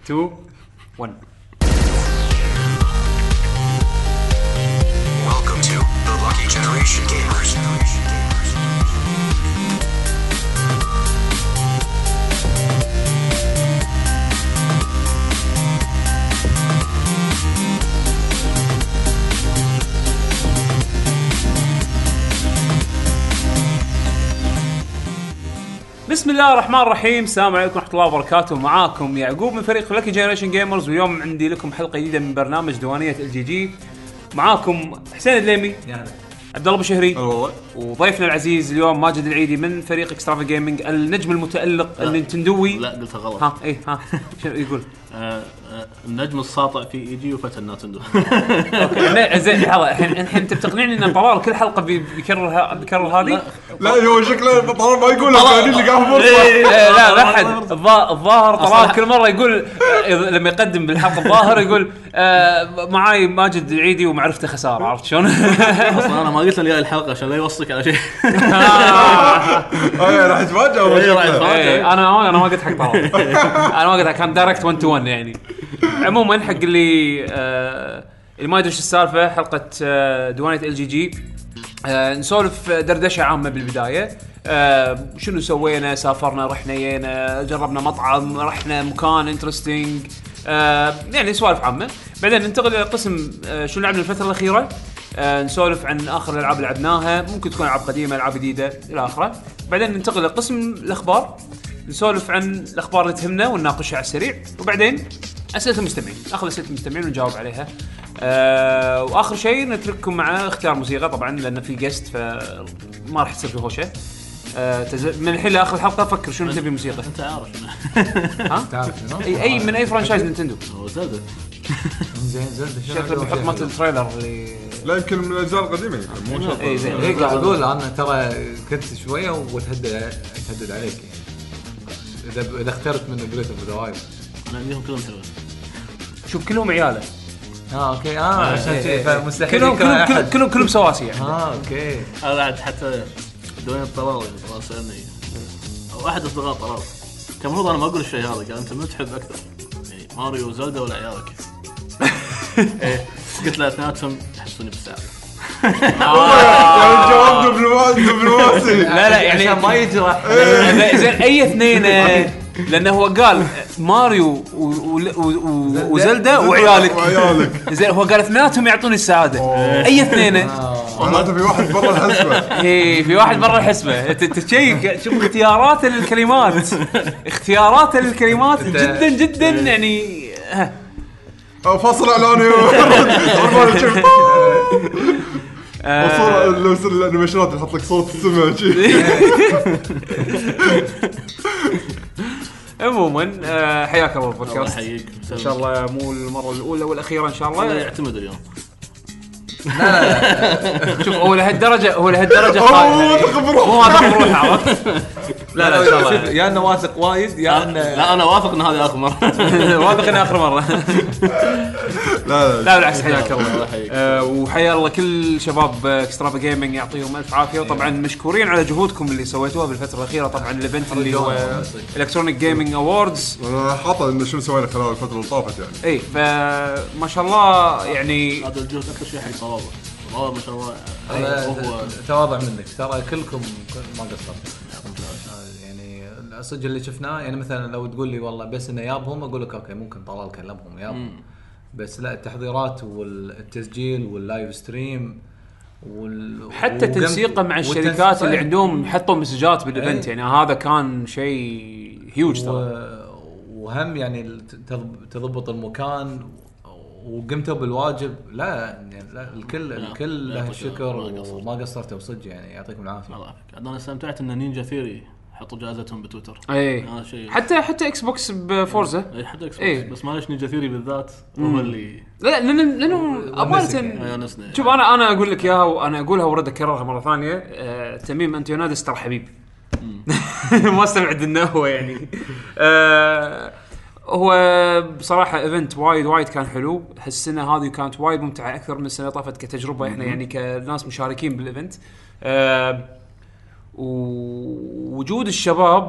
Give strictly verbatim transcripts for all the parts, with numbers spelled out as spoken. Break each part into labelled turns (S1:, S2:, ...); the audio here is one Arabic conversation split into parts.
S1: two one.
S2: Welcome to the Lucky Generation Gamers.
S1: بسم الله الرحمن الرحيم. السلام عليكم ورحمة الله وبركاته. معاكم يعقوب من فريق لكي جنريشن جيمرز، واليوم عندي لكم حلقة جديدة من برنامج دوانية ال جي جي. معاكم حسين الدليمي، عبد الله بشهري، وضيفنا العزيز اليوم ماجد العيدي من فريق اكسترافا جيمنج، النجم المتألق النينتندوي.
S3: لا قلتها غلط.
S1: ها ايه ها شنو يقول؟
S3: آه آه النجم الساطع في اي جي وفتى الناتندو.
S1: اوكي زين. لحظه الحين الحين انت بتقنعني ان طلال كل حلقه بيكرر بيكرر هذه؟
S4: لا هو شكله طلال ما يقولها ثاني اللي قاعد فرصه.
S1: لا لا احد الظاهر طلال كل مره يقول لما يقدم بالحلقه الظاهر يقول معاي ماجد العيدي ومعرفته خساره. عرفت شلون؟
S3: اصلا انا ما قلت له الحلقه عشان لا يوصيك على شيء.
S4: اي راح تفاجئ.
S1: انا انا ما قلت حق طلال، انا ما قلت كان دايركت واحد تو واحد يعني. عموما حق اللي آه اللي ما يدري ايش السالفه، حلقه آه دوانيه ال جي جي. آه نسولف دردشه عامه بالبدايه. آه شنو سوينا؟ سافرنا، رحنا، يينا، جربنا مطعم، رحنا مكان انترستينج، آه يعني سوالف عامه. بعدين ننتقل الى قسم آه شو لعبنا الفتره الاخيره. آه نسولف عن اخر الالعاب اللي لعبناها، ممكن تكون العاب قديمه، العاب جديده الى اخره. بعدين ننتقل لقسم الاخبار، نسولف عن الاخبار اللي تهمنا ونناقشها على السريع. وبعدين اسئله المستمعين، ناخذ اسئله المستمعين ونجاوب عليها. أه واخر شيء نترككم مع اختيار موسيقى طبعا، لان في جست فما راح تصير في هوشه. أه تز... من الحين لاخر الحلقه فكر شنو تبي موسيقى.
S3: انت عارف
S1: ها تعرف اي اي من اي فرانشايز نينتندو.
S3: هو زلده
S5: زين زلده
S1: شكله بيحط مات التريلر اللي
S4: لا يمكن من الاجزاء القديمه مو شرط.
S1: اي زين
S5: هيك قاعد اقول انا ترى كنت شويه وتهدد تهدد عليك يعني اذا اذا اخترت من بريث اوف ذا وايلد.
S3: انا عندهم كلهم ترى.
S1: شوف كلهم عياله.
S5: اه اوكي اه عشان كذا فمستحيل
S1: كلهم كلهم كلهم كلهم سواسي يعني.
S5: اه اوكي
S3: انا قاعد حتى دوين الطلال يعني طلال سألني او احد اصدقاء طلال كان المفروض انا ما اقول الشيء هذا، قال انت من تحب اكثر يعني ماريو وزلدا ولا عيالك؟ ايه قلت له اثنيناتهم يحسوني بالسعاده.
S4: يعني جواب دبلوماسي.
S1: لا لا يعني
S5: عشان ما يجرح.
S1: زين اي اثنين، لانه هو قال ماريو وزلدا وعيالك. زين هو قال اثنيناتهم يعطوني السعاده. اي اثنين؟
S4: معناته في واحد برا الحسبه.
S1: اي في واحد برا الحسبه. تشيك شوف اختيارات الكلمات، اختيارات الكلمات جدا جدا يعني.
S4: او فصل اعلاني. وصورة اللوس الانيميشنات يحط لك صوت السماء شيء.
S1: عموما حياك الله بالبودكاست.
S3: الله يحييك
S1: ان شاء الله مو المره الاولى والاخيره ان شاء الله.
S3: الله يعتمد اليوم.
S1: لا لا شوف هو لهالدرجه هو لهالدرجه
S4: مو
S1: واثق بروحه. عرفت؟ لا لا ان شاء الله
S5: يا انه واثق وايد يا انه
S3: لا انا واثق ان هذه اخر مره.
S1: واثق ان اخر مره.
S4: لا
S1: لا بالعكس حياك الله. أه وحيا الله كل شباب اكسترافا جيمنج، يعطيهم الف عافيه. وطبعا مشكورين على جهودكم اللي سويتوها بالفتره الاخيره. طبعا الايفنت اللي هو الكترونيك جيمنج اووردز
S4: انا حاطه انه شو سوينا خلال الفتره اللي طافت يعني.
S1: اي فما شاء الله يعني
S3: هذا الجهد اكثر شيء حق صوابه والله ما شاء الله.
S5: هو تواضع منك ترى، كلكم ما قصرتوا يعني. الصج اللي شفناه يعني مثلا لو تقول لي والله بس انه يابهم اقول لك اوكي ممكن طلال كلمهم يابهم، بس لا التحضيرات والتسجيل واللايف ستريم وال...
S1: حتى تنسيقه مع الشركات اللي عندهم حطوا مسجات بالايفنت يعني هذا كان شيء هيوج ترى.
S5: و... وهم يعني تضبط المكان وقمتوا بالواجب. لا يعني لا الكل الكل له الشكر وما قصرتوا بصدق يعني. يعطيكم العافيه.
S3: الله يعافيك. انا استمتعت ان نينجا ثيري حطوا جائزتهم بتويتر.
S1: اي حتى حتى اكس بوكس بفورزا.
S3: اي حتى اكس بوكس. بس معليش نينجا ثيري بالذات هو اللي
S1: لا لان لانه امانه شوف انا انا اقول لك اياها وانا اقولها ورد اكررها مره ثانيه. آه تميم انت ينادس ترى حبيب. ما استبعد انه هو يعني آه هو بصراحه ايفنت وايد وايد كان حلو. هالسنه هذه كانت وايد ممتعه اكثر من السنه طافت كتجربه احنا يعني كناس مشاركين بالايفنت. آه ووجود الشباب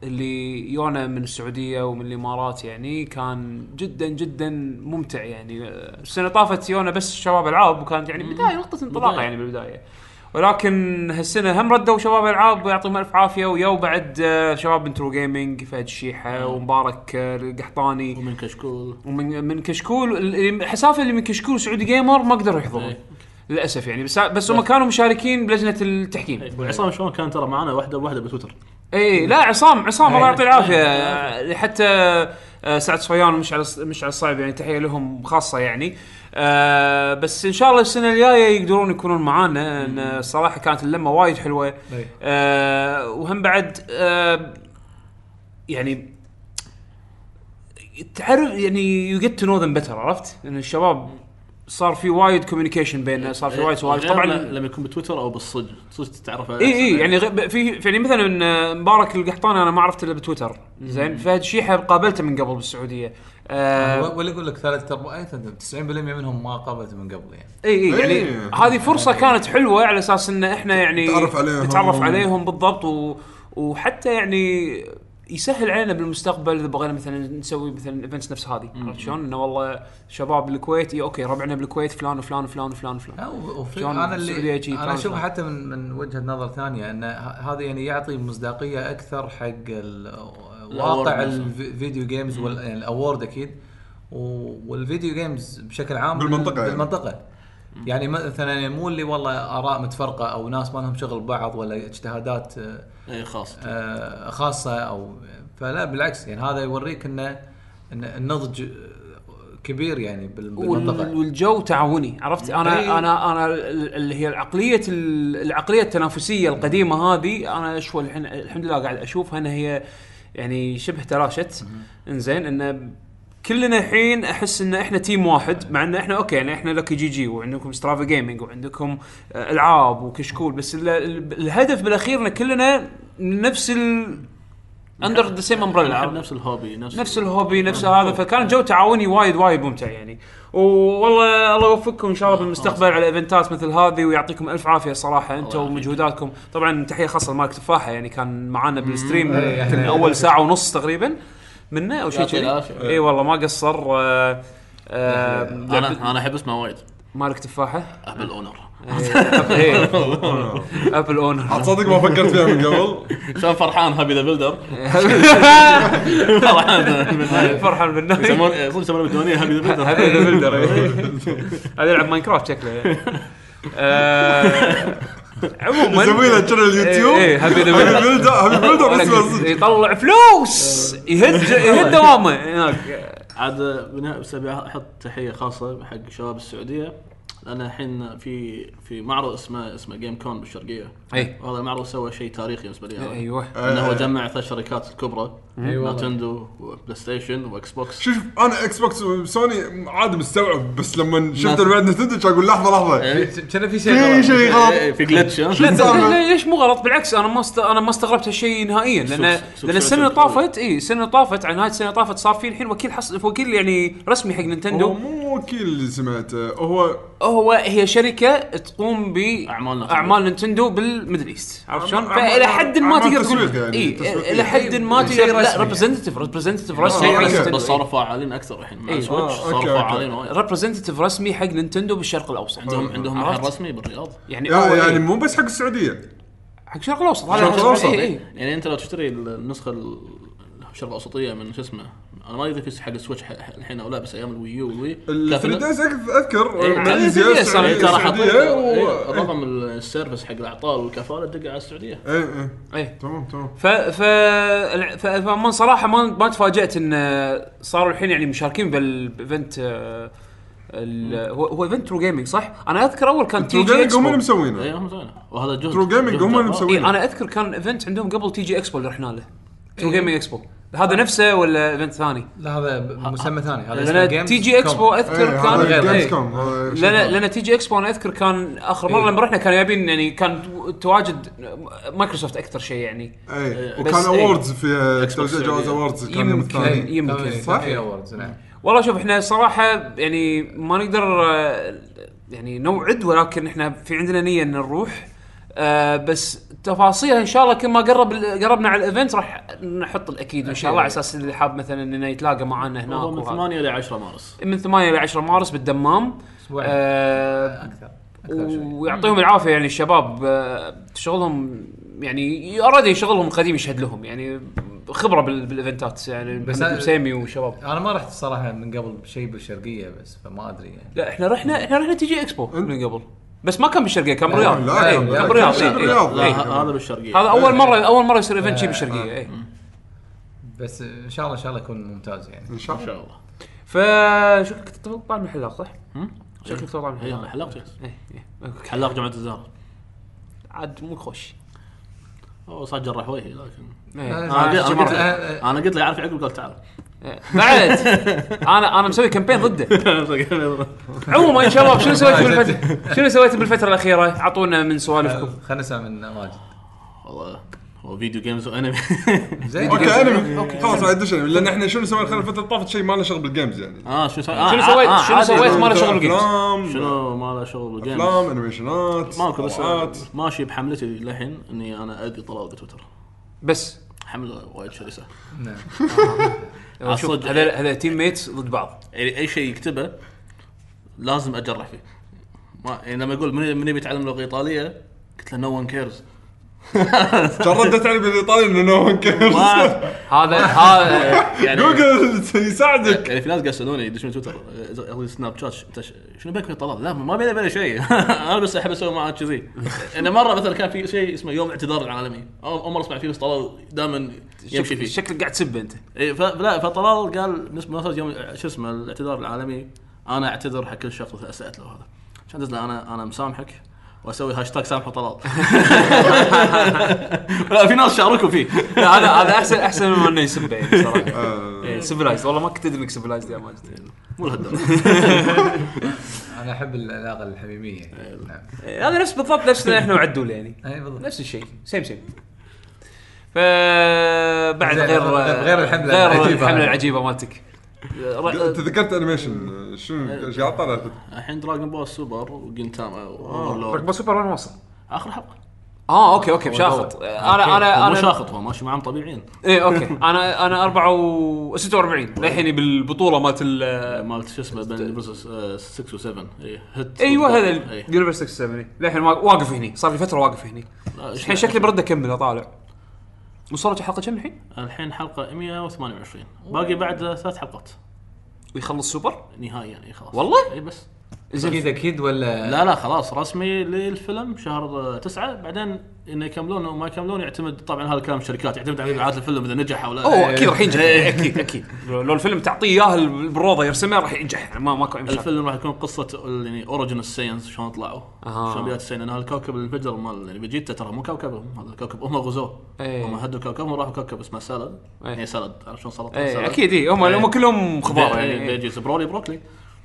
S1: اللي يونا من السعوديه ومن الامارات يعني كان جدا جدا ممتع يعني. السنه طافت يونا بس شباب العاب وكانت يعني بدايه نقطه انطلاقه يعني بالبدايه، ولكن هالسنه هم ردوا شباب العاب ويعطيهم الف عافيه، ويو بعد شباب من ترو جيمنج فهد الشيحه ومبارك القحطاني
S3: ومن كشكول
S1: ومن من كشكول. حسافه اللي من كشكول سعودي جيمر ما قدروا يحضرون للاسف يعني، بس بس هم كانوا مشاركين بلجنه التحكيم.
S3: وعصام شلون كان ترى معنا واحده بواحده بتويتر.
S1: اي لا عصام عصام الله يعطيه العافيه، حتى سعد صفيان مش على مش على الصعب يعني، تحيه لهم خاصه يعني. أه بس ان شاء الله السنه الجايه يقدرون يكونون معانا، ان الصراحه كانت اللمه وايد حلوه. أه وهم بعد أه يعني تعرف يعني يو جيت تو نو ذم بيتر، عرفت ان الشباب صار في وايد كوميونيكيشن بيننا، صار في وايد سوالف طبعا
S3: لما يكون بتويتر او بالصج صدق تتعرف عليه.
S1: اي اي يعني في يعني مثلا مبارك القحطاني انا ما عرفت الا بتويتر زين، فهد شيحه قابلته من قبل بالسعوديه.
S5: أه ولا يقول لك ثلاث ارباع تسعين بالمية منهم ما قابلته من قبل يعني.
S1: اي اي يعني إيه. هذه فرصه كانت حلوه على اساس ان احنا يعني
S4: نتعرف عليهم
S1: نتعرف عليهم بالضبط، و وحتى يعني يسهل علينا بالمستقبل اذا بغينا مثلا نسوي مثلا ايفنتس نفس هذه، عرفت شلون؟ انه والله شباب بالكويت اوكي ربعنا بالكويت فلان وفلان وفلان وفلان وفلان.
S5: انا اللي انا اشوف حتى من من وجهه نظر ثانيه ان هذا يعني يعطي مصداقيه اكثر حق واقع الفيديو جيمز والاورد اكيد، والفيديو جيمز بشكل عام
S4: بالمنطقه
S5: بالمنطقه يعني مثلا مو اللي والله اراء متفرقه او ناس ما لهم شغل ببعض ولا اجتهادات
S3: اي خاصه
S5: آه خاصه او فلا بالعكس يعني هذا يوريك ان ان النضج كبير يعني بالمنطقه
S1: والجو تعاوني، عرفت؟ انا أي. انا انا اللي هي العقليه العقليه التنافسيه القديمه هذه انا شو الحين الحمد لله قاعد اشوفها انها هي يعني شبه تلاشت. انزين ان كلنا الحين احس ان احنا تيم واحد، مع ان احنا اوكي يعني احنا لك جي جي وعندكم سترافا جيمنج وعندكم العاب وكشكول، بس الهدف بالاخير ان كلنا نفس ال اندر ذا سيم امبريلا،
S3: نفس الهوبي نفس,
S1: نفس الهوبي نفس هذا، فكان جو تعاوني وايد وايد ممتع يعني. والله الله يوفقكم ان شاء الله بالمستقبل على ايفنتات مثل هذه، ويعطيكم الف عافيه صراحه انتم ومجهوداتكم. طبعا تحيه خاصه لمالك تفاحه يعني كان معانا بالستريم اول ساعه ونص تقريبا منه او شيء كذي. اي والله ما قصر. آه
S3: آه انا انا احب اسمه وايد
S1: مالك تفاحه
S3: ابل اونر.
S1: ابل اونر
S4: تصدق ما فكرت فيها من قبل.
S3: شلون فرحان هابي ذا بيلدر
S1: فرحان فرحان بالنهايه
S3: يسمون صدق يسمونه بالديوانيه هابي ذا بيلدر.
S1: هابي ذا بيلدر هذا يلعب ماينكرافت شكله. عموما
S4: نسوي له شانل اليوتيوب
S1: هابي ذا بيلدر
S4: هابي بيلدر اسمه
S1: يطلع فلوس يهد يهد دوامه هناك.
S3: عاد بس احط تحيه خاصه حق شباب السعوديه، لأن الحين في في معرض اسمه اسمه جيم كون بالشرقية.
S1: أي.
S3: وهذا المعرض سوى شيء تاريخي بالنسبة لي.
S1: أيوه.
S3: إنه هو جمع ثلاث شركات الكبرى، نينتندو وبلاي ستيشن وإكس بوكس.
S4: شوف أنا إكس بوكس وسوني عادي مستوعب، بس لما شفت البعد نينتندو كان أقول لحظة لحظة.
S5: كان في شيء غلط.
S4: في شيء غلط.
S3: في جلتش.
S1: لا ليش مو غلط؟ بالعكس أنا ما است أنا ما استغربت هالشيء نهائيا، لأن لأن السنة طافت إيه السنة طافت عن هاي السنة طافت صار في الحين وكيل حص وكيل يعني رسمي حق نينتندو.
S4: هو مو وكيل اللي سمعته، هو
S1: هو هي شركة تقوم بأعمال أعمال نينتندو بالميدل إيست، عرفت شلون؟ فإلى حد ما تقدر تقول إيه إلى حد ما تقدر لا ريبريزنتيف ريبريزنتيف رسمي
S3: بس صاروا فعالين أكثر الحين مع سويتش صاروا فعالين وايد.
S1: ريبريزنتيف رسمي حق نينتندو بالشرق الأوسط،
S3: عندهم عندهم محل رسمي بالرياض
S1: يعني
S4: يعني مو بس حق السعودية،
S1: حق الشرق الأوسط.
S4: هذا
S3: يعني أنت لو تشتري النسخة الشرق الأوسطية من شو اسمه أنا ما أدري في حق السويتش الحين أو لا، بس أيام الويو والوي
S4: الفريداز أذكر
S1: ماليزيا
S3: صار الرقم السيرفس حق الأعطال والكفالة دقة على السعودية.
S4: إيه إيه
S1: إيه
S4: تمام تمام.
S1: ف ف فمن صراحة ما ما تفاجأت إن صاروا الحين يعني مشاركين بالإيفنت. هو هو إيفنت ترو جيمينج صح؟ أنا أذكر أول كان تي جي إكسبو
S4: هم اللي مسوينه.
S3: إيه هم مسوينه وهذا جهد
S4: ترو جيمينج هم اللي مسوينه.
S1: أنا أذكر كان إيفنت عندهم قبل تي جي إكسبو اللي رحنا له ترو جيمينج إكسبو. هذا نفسه ولا إيفنت ثاني؟
S5: لا هذا مسمى ثاني.
S1: هذا اسمه تي جي إكسبو أذكر
S4: ايه
S1: كان
S4: غير
S1: ايه.
S4: لأن
S1: لأن تي جي إكسبو أنا أذكر كان آخر مرة ايه. لما رحنا كان يابين يعني كان تواجد مايكروسوفت أكثر شيء يعني.
S4: ايه وكان أووردز في توزيع جوائز أووردز كان
S1: يمكن يمكن
S4: صح؟
S5: أووردز نعم.
S1: والله شوف إحنا صراحة يعني ما نقدر يعني نوعد، ولكن إحنا في عندنا نية إن نروح. آه بس تفاصيلها ان شاء الله كل ما قرب قربنا على الايفنت راح نحط الاكيد ان شاء الله على اساس اللي حاب مثلا انه يتلاقى معنا هناك.
S3: من ثمانية إلى عشرة مارس.
S1: من ثمانية إلى عشرة مارس بالدمام. آه
S5: اكثر
S1: ويعطيهم العافيه يعني الشباب آه شغلهم يعني اوريدي شغلهم قديم يشهد لهم يعني خبره بالايفنتات يعني
S5: بس
S1: محمد مسيمي وشباب.
S5: انا ما رحت الصراحه من قبل شيء بالشرقيه بس فما ادري يعني.
S1: لا احنا رحنا احنا رحنا تي جي اكسبو من قبل بس ما كان بالشرقيه كان بالرياض.
S4: لا،
S1: اي
S4: كان
S1: كان بالرياض.
S4: كان بالرياض.
S3: لا
S1: إيه.
S3: هذا بالشرقية.
S1: هذا اول مره اول مره يصير ايفنت شيء بالشرقيه. اي
S5: بس ان شاء الله ان شاء الله يكون ممتاز يعني.
S4: ان شاء
S3: إن
S4: الله.
S3: شاء الله.
S1: فشكلك تطلع من الحلاق صح؟ شكلك تطلع من
S3: هي
S1: الحلاق.
S3: حلاق
S1: اي اي أوكي.
S3: حلاق جامعة الزهراء.
S1: عاد مو خوش.
S3: هو صار جراح وجهي لكن
S1: إيه.
S3: انا قلت
S1: آه،
S3: أنا
S1: مرة.
S3: قلت له- انا قلت له يعرف يعقب قال تعال.
S1: بعد انا انا مسوي كامبين ضده. عموما شباب شنو سويتوا بالفتره شنو سويتوا بالفتره الاخيره؟ اعطونا من سوالفكم.
S5: خلينا نسمع من ماجد.
S3: والله هو فيديو جيمز وانمي.
S5: زين
S4: اوكي انمي خلاص عاد دش انمي لان احنا شنو سوينا الفتره اللي طافت شيء ما له شغل بالجيمز يعني.
S3: اه شو سويت؟
S1: شنو سويت شنو سويت ما له شغل بالجيمز؟
S4: افلام
S3: شنو ما له شغل بالجيمز؟
S4: افلام انيميشنات
S3: ماكو بس
S4: طلعات.
S3: ماشي بحملتي للحين اني انا ادي طلال بتويتر.
S1: بس
S3: حمله وايد شرسه.
S5: نعم.
S1: شوف
S3: صدق.
S1: هذا هذا تيم ميتس ضد بعض.
S3: يعني اي شيء يكتبه لازم اجرح فيه. ما يعني لما يقول من من بيتعلم اللغه الايطاليه قلت له نو ون كيرز.
S4: جردت علي بالايطالي انه نو ون كيرز.
S1: هذا هذا
S3: يعني
S4: جوجل يساعدك.
S3: يعني في ناس قاعد يسالوني يدشون تويتر يقول سناب شات انت ش- شنو بك طلال؟ لا ما بيني ولا شيء. انا بس احب اسوي معاه كذي. انه مره مثلا كان في شيء اسمه يوم الاعتذار العالمي اول مره اسمع فيه بس طلال دائما يمشي فيه.
S1: شكلك قاعد تسب انت.
S3: إيه فلا فطلال قال بالنسبه يوم شو اسمه الاعتذار العالمي انا اعتذر حق كل شخص اسأت له هذا عشان دزنا انا انا مسامحك واسوي هاشتاج سامحوا طلال. لا في ناس شاركوا فيه.
S1: لا هذا هذا احسن احسن من انه يسب يعني صراحه. سيفلايز والله ما كنت ادري انك سيفلايز يا ماجد.
S3: مو لهالدرجه.
S5: انا احب العلاقه الحميميه يعني. نعم.
S1: هذا نفس بالضبط نفسنا احنا وعدول يعني
S5: اي بالضبط.
S1: نفس الشيء سيم سيم. فبعد
S5: زين،
S1: غير
S5: غير الحملة
S1: غير
S5: العجيبة.
S1: الحمله العجيبه مالتك.
S4: تذكرت انيميشن شنو ايش قاعد طالع
S3: الحين دراغون بول سوبر وجنتاما
S1: راكب
S3: وورلورد
S1: سوبر وين وصل؟
S3: اخر حلقه.
S1: اه اوكي اوكي بشاخط. انا انا
S3: مو
S1: انا
S3: شاخط هو ماشي معهم طبيعيين.
S1: ايه اوكي انا انا أربعة وستة وأربعين للحين بالبطوله مالت ال
S3: مالت شو اسمه بين فيرسس ستة و7 اي هت
S1: ايوه هذا
S3: إيه.
S1: اليونيفرس سبعة للحين واقف هني صار لي فتره واقف هني. الحين شكلي برد اكمل اطالع. وصلت حلقه كم الحين؟
S3: الحين حلقه مية وثمانية وعشرين باقي بعد ثلاث حلقات
S1: ويخلص سوبر؟
S3: نهائيا يعني خلاص
S1: والله؟
S3: اي بس
S5: اكيد اكيد ولا
S3: لا لا خلاص رسمي للفيلم شهر تسعة بعدين انه يكملون وما يكملون يعتمد طبعا هذا كلام الشركات يعتمد على مبيعات الفيلم اذا نجح او لا.
S1: اوه اكيد راح ينجح اكيد اكيد لو الفيلم تعطيه اياه بالروضه يرسمه راح ينجح ما ماكو اي مشكله.
S3: الفيلم راح يكون قصه ال- يعني اوريجن الساينس شلون طلعوا
S1: أها.
S3: شلون بدايه الساينس انه الكوكب اللي انفجر مال يعني فيجيتا ترى مو كوكبهم هذا الكوكب هم غزوه
S1: إيه.
S3: هم هدوا كوكبهم وراحوا كوكب اسمه سالد
S1: إيه.
S3: يعني سالد عارف شلون سلطه
S1: ايه
S3: سالد.
S1: اكيد اي هم هم كلهم خضار
S3: يعني
S1: يعني
S3: فيجيز برولي بروكلي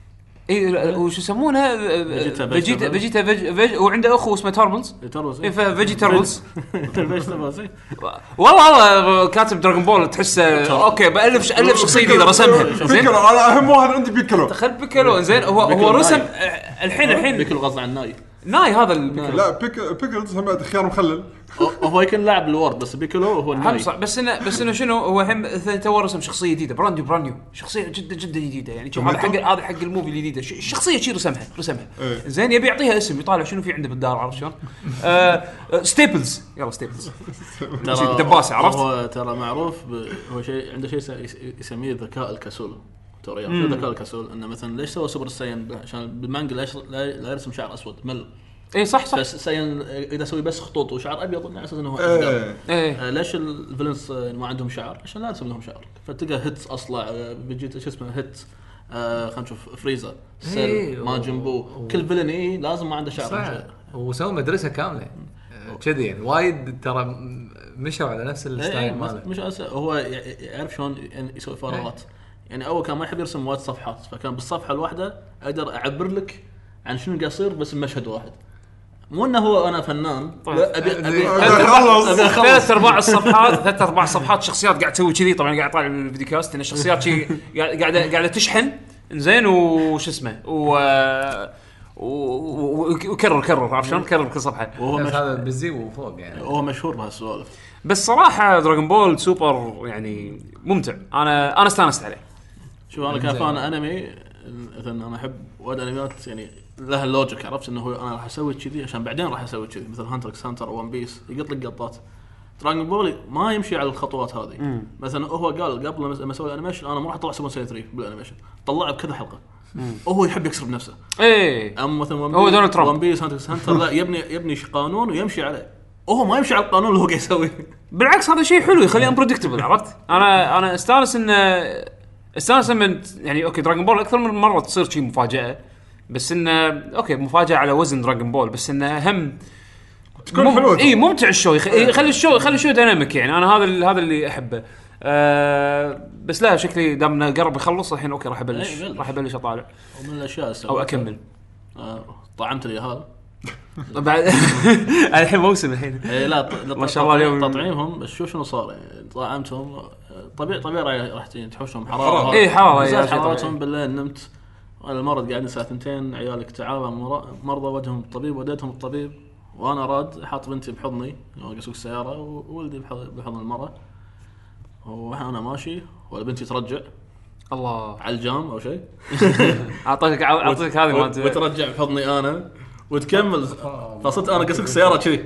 S1: اي وش يسمونها
S3: فيجيتا
S1: فيجيتا
S3: vegetable.
S1: فيجيتا فيج فيج وعنده اخو اسمه تاربلز.
S3: تربز
S1: اي فيجي تاربلز.
S3: فيجيتابلز
S1: والله والله كاتب دراغون بول تحسه اوكي بالف الف شخصيه جديده رسمها زين.
S4: بيكلو انا اهم واحد عندي بيكلو.
S1: دخل بيكلو زين هو هو
S3: بيكلو
S1: رسم
S3: ناي.
S1: آه، الحين الحين
S3: بيكل غصب عن الناي
S1: ناي هذا البيكلو.
S4: لا بيك بيكلز هم خيار مخلل.
S3: هو يمكن لاعب الورد بس بيكلو هو
S1: هم
S3: الناي.
S1: صح بس انه بس انه شنو هو هم تو رسم شخصيه جديده برانديو برانديو شخصيه جدا جدا جديده يعني شوف هذا حق هذا حق الموفي الجديده ش- الشخصيه شي رسمها رسمها
S4: إيه.
S1: زين يبي يعطيها اسم يطالع شنو في عنده بالدار عرفت شلون. آه آه، ستيبلز يلا ستيبلز
S3: ترى
S1: دباسة، عرفت؟
S3: هو ترى معروف ب... هو شيء عنده شيء يس- يسميه الذكاء الكسول ترى يعني الذكاء الكسول انه مثلا ليش سوى سوبر ساين عشان بالمانجا ليش لا لا يرسم شعر اسود مل
S1: اي صح صح
S3: بس ساين اذا اسوي بس خطوط وشعر ابيض على اساس انه هو
S4: إيه.
S3: أجدر.
S1: ايه
S3: آه، ليش الفيلنس آه، ما عندهم شعر عشان لا يرسم لهم شعر فتلقى هيتس اصلع آه، بيجي شو اسمه هيت آه خلينا نشوف فريزر سيل
S5: إيه،
S3: ما جنبو كل فيلن إيه لازم ما عنده شعر
S5: صح وسووا مدرسه كامله آه، كذي يعني وايد ترى م- مشوا على نفس
S3: إيه،
S5: الستايل
S3: مش-
S5: ماله.
S3: مش أس... هو ي- يعرف شلون يعني يسوي فراغات يعني اول كان ما يحب يرسم وايد صفحات فكان بالصفحه الواحده اقدر اعبر لك عن شنو قاعد يصير بس بمشهد واحد مو انه هو انا فنان لا ابي ابي
S4: خلص.
S3: ابي اخلص
S1: ثلاث ارباع الصفحات ثلاث ارباع صفحات شخصيات قاعد تسوي كذي طبعا قاعد طالع بالفيديو كاست ان الشخصيات شي قاعده قاعده قاعده تشحن زين وش اسمه و وكرر كرر عارف شلون كرر كل صفحه.
S3: وهو
S5: بس
S3: مش...
S5: هذا بالزي وفوق يعني.
S3: هو مشهور بهالسوالف.
S1: بس صراحه دراغون بول سوبر يعني ممتع. انا انا استانست عليه.
S3: شوف انا كفان انمي مثلا انا احب وايد انميات يعني لها اللوجيك. عرفت انه هو انا راح اسوي كذي عشان بعدين راح اسوي كذي مثل هانتر اكس هانتر او ون بيس يقط لك قطات. دراغون بول ما يمشي على الخطوات هذه. مم. مثلا هو قال قبل ما اسوي الانيميشن انا ما راح اطلع سوبر سايان ثلاثة بالانيميشن طلعه بكذا حلقه. وهو يحب يكسر بنفسه.
S1: ايه
S3: اما مثلا
S1: هو دونالد ترامب
S3: ون بيس هانتر اكس هانتر لا يبني يبني قانون ويمشي عليه. وهو ما يمشي على القانون اللي هو قاعد يسويه.
S1: بالعكس هذا شيء حلو يخليه امبريدكتبل. عرفت انا انا استانس ان استانس من يعني اوكي دراغون بول اكثر من مره تصير شيء مفاجاه بس انه اوكي مفاجاه على وزن دراغون بول بس انه هم
S4: تكون مم... حلوه.
S1: اي ممتع الشو يخ... يخلي الشو يخلي الشو ديناميك يعني انا هذا ال... هذا اللي احبه. أه بس لا شكلي دامنا قرب يخلص الحين اوكي راح ابلش راح ابلش اطالع
S3: ومن الاشياء
S1: او اكمل.
S3: آه طعمت اليهال
S1: بعد الحين موسم الحين
S3: اي لا
S1: ما شاء الله اليوم
S3: تطعيمهم بس شو شنو صار يعني طعمتهم طبيعي طبيعي راح تحوشهم حراره.
S1: اي حراره
S3: زاد حرارتهم بالليل نمت انا المرض قاعدين الساعه اثنتين عيالك تعالى مرضى وجههم الطبيب وديتهم الطبيب وانا راد حاط بنتي بحضني وانا اسوق السياره وولدي بحضن المراه وانا ماشي ولا بنتي ترجع
S1: الله
S3: على الجام او شيء
S1: اعطيك اعطيك هذه ما
S3: وترجع بحضني انا وتكمل فصرت انا قاسك السياره كذي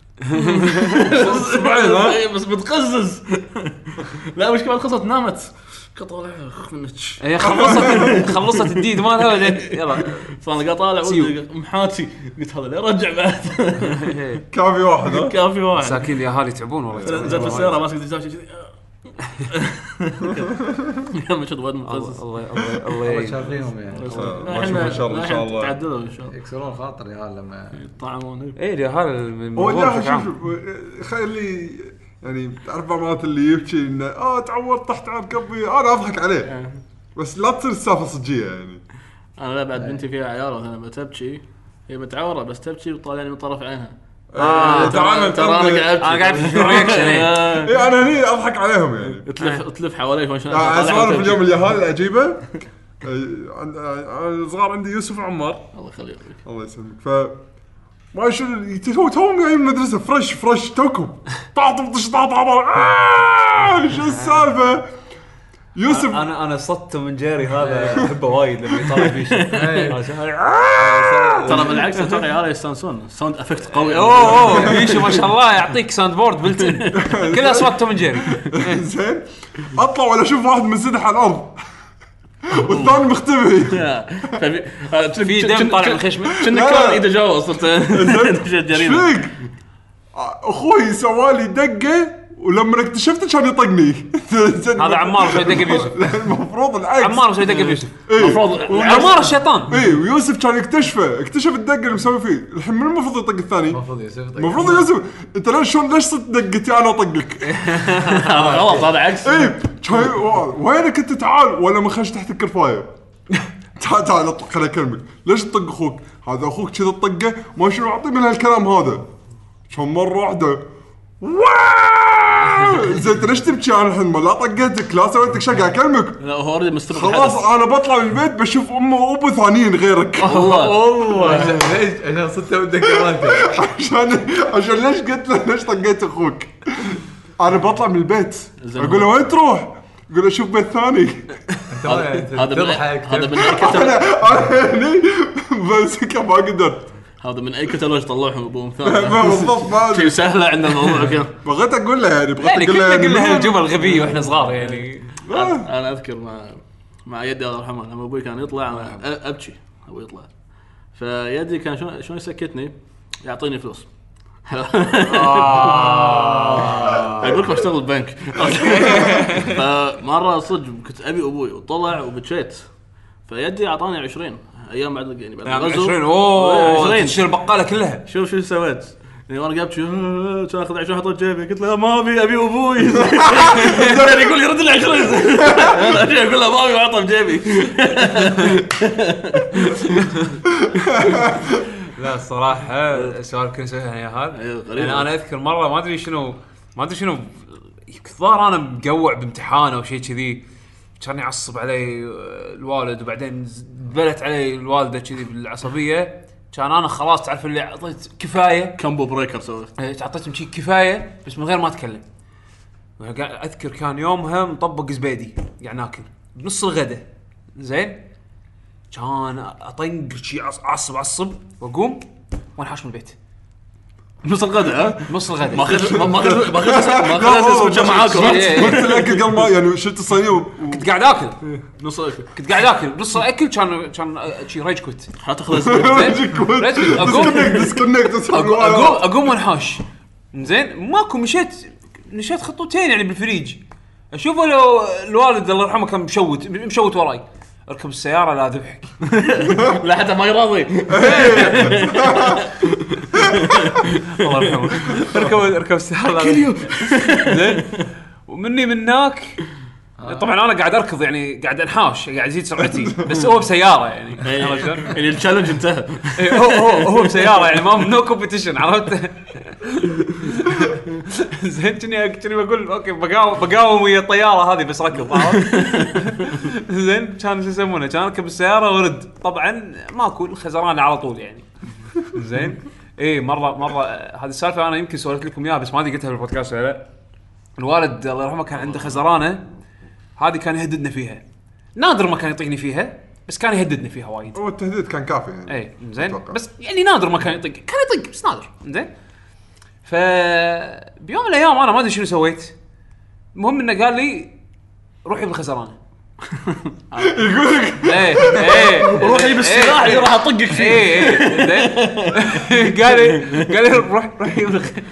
S3: بس بتقزز لا مش كمان خلصت نامت كطالع منك
S1: هي خلصت خلصت الديد مالها بعدين يلا
S3: فانا قاعد طالع محاتي قلت هذا ليه رجع بعد
S4: كافي واحد
S3: كافي واحد
S1: ساكين الاهالي يتعبون والله
S3: زين في السياره ماسك دجاج كذي يا مشهد واد مقزز.
S1: الله الله الله
S5: شافيهم يعني
S4: ما شاء الله ان شاء الله
S3: تعدلوا ان شاء الله
S5: يكسرون خاطري هذا لما
S3: يطعمون.
S1: ايه يا هذا
S4: هو لا شوف خلي يعني تعرف بعض اللي يبكي انه اه تعورت تحت عقبي انا اضحك عليه بس لا تصير السالفه صجيه يعني.
S3: انا لا بعد بنتي فيها عيال مثلا بتبكي هي متعوره بس تبكي وطالعني من طرف عينها.
S1: اه
S3: ترى ترى انا قاعد
S1: انا قاعد في الرياكشن
S4: اي انا هني اضحك عليهم يعني
S3: تلف تلف حواليك ما شاء
S4: الله. اسوالف اليوم اليهال العجيبه انا صغار عندي يوسف وعمار
S3: الله يخليك
S4: الله يسلمك ف ما شو تو توهم جايين من المدرسه فريش فريش توكم طاطم طش طاطم شو السالفه يوسف
S1: انا انا صدت من جيري هذا احبه وايد لما يطلع فيش
S3: ترى بالعكس ترى هذا يستانسون ساوند افكت قوي
S1: اوه اوه فيش ما شاء الله يعطيك ساوند بورد بلتن كل اصوات توم جيري
S4: زين اطلع ولا اشوف واحد منسدح على الارض والثاني مختفي
S1: في دم طالع من خشمه
S3: كنا كان ايده جوا صرت
S4: جريمه اخوي سوالي دقه ولما اكتشفت كان يطقني.
S1: هذا عمار شوي دق بيوسف
S4: المفروض العكس
S1: عمار شوي دق بيوسف المفروض عمار الشيطان
S4: اي ويوسف كان يكتشفه اكتشف الدقه اللي مسوي فيه الحين من المفروض يطق الثاني
S5: المفروض يوسف
S4: المفروض يوسف انت ليش شلون ليش صرت دقتي انا اطقك
S3: هذا غلط هذا عكس
S4: اي وينك انت تعال ولا ما خش تحت الكرفايه تعال تعال اطلع خليني اكلمك ليش تطق اخوك هذا اخوك كذا طقه ما شنو اعطي من هالكلام هذا كم مره واحده زين ليش تبكي انا الحين ما لا طقيتك لا سويتك شيء قاعد اكلمك
S3: لا هو اوريدي مستبق
S4: خلاص انا بطلع من البيت بشوف امه وابو ثانيين غيرك
S5: والله عشان ليش عشان صدت ودك كمان
S4: عشان عشان ليش قلت له ليش طقيت اخوك انا بطلع من البيت اقول له وين تروح يقول اشوف بيت ثاني
S3: هذا
S5: تضحك
S3: هذا من اي كتالوج
S4: انا هني بس ما قدرت
S3: هذا من اي كتالوج طلعوهم ابوهم ثاني
S4: بالضبط ما
S3: شيء سهله عند الموضوع كان
S4: بغيت اقول له يعني بغيت
S1: يعني
S4: اقول له
S1: يعني كلها الجمل غبيه واحنا صغار يعني
S3: انا اذكر مع مع يدي الله يرحمه لما ابوي كان يطلع انا ابكي ابوي يطلع فيدي كان شلون شلون يسكتني يعطيني فلوس اقول لكم اشتغل بنك فمره صدق كنت ابي ابوي وطلع وبكيت فيدي اعطاني عشرين ايام بعد يعني بعد
S1: الغزو عشرين اوه تشتري البقاله كلها
S3: شوف شو سويت يعني وانا قابت شو اخذ عشرين احطه جيبي قلت له ما ابي ابي ابوي يقول لي رد لي عشرين انا اقول له ما ابي واعطه بجيبي
S1: لا الصراحه السؤال كنت اسويها يا هذا يعني انا اذكر مره ما ادري شنو ما ادري شنو كثار انا مقوع بامتحان او شيء كذي كان يعصب علي الوالد وبعدين بلت علي الوالده كذي بالعصبيه، كان انا خلاص تعرف اللي اعطيت كفايه
S3: كامبو بريكر سويت.
S1: اعطيتهم شيء كفايه بس من غير ما اتكلم. اذكر كان يومها مطبق زبيدي قاعد ناكل بنص الغداء زين، كان اطنق شيء عصب عصب واقوم وانحاش من البيت
S3: نص الغداء. ها
S1: نص الغداء
S3: ما اخذ ما اخذ ما اخذ ما اخذ اسمه معاكم.
S4: قلت الاكل قبل ما يعني شلت الصينيه و...
S1: كنت قاعد اكل
S3: نص الاكل
S1: كنت قاعد اكل نص الاكل كان كان شي ريج كوت
S3: حتاخذ
S1: اقوم
S4: ديسكونكت
S1: اقوم اقوم وانحاش زين. ماكو مشيت مشيت خطوتين يعني بالفريج اشوفه لو الوالد الله يرحمه كان مشوت مشوت وراي اركب السياره لا ذبحك
S3: لا حتى ما يراضي.
S1: الله يرحمه اركب اركب السياره زين. ومني منك طبعا انا قاعد اركض يعني قاعد انحاش قاعد ازيد سرعتي بس هو بسياره يعني
S3: يعني التشالنج انتهى.
S1: هو هو هو بسياره يعني ما نو كومبيتيشن عرفت. زين كني كني بقول اوكي بقاوم بقاوم ويا الطياره هذه بس ركض زين. كان شو يسمونه كان اركب السياره ورد طبعا ماكو الخزران على طول يعني زين. ايه مره مره هذه السالفه انا يمكن سولت لكم اياها بس ما ادري قلتها في البودكاست ولا لا. الوالد الله يرحمه كان عنده خزرانه هذه كان يهددنا فيها، نادر ما كان يطيقني فيها بس كان يهددنا فيها وايد.
S4: هو التهديد كان كافي يعني.
S1: اي زين بس يعني نادر ما كان يطيق كان يطيق بس نادر زين. ف بيوم من الايام انا ما ادري شنو سويت، المهم انه قال لي روحي بالخزرانه.
S4: يقول لك
S1: ايه ايه
S3: روحي بالسلاح اللي راح اطقك فيه.
S1: ايه زين. قال لي قال لي روح روحي بالخزرانه.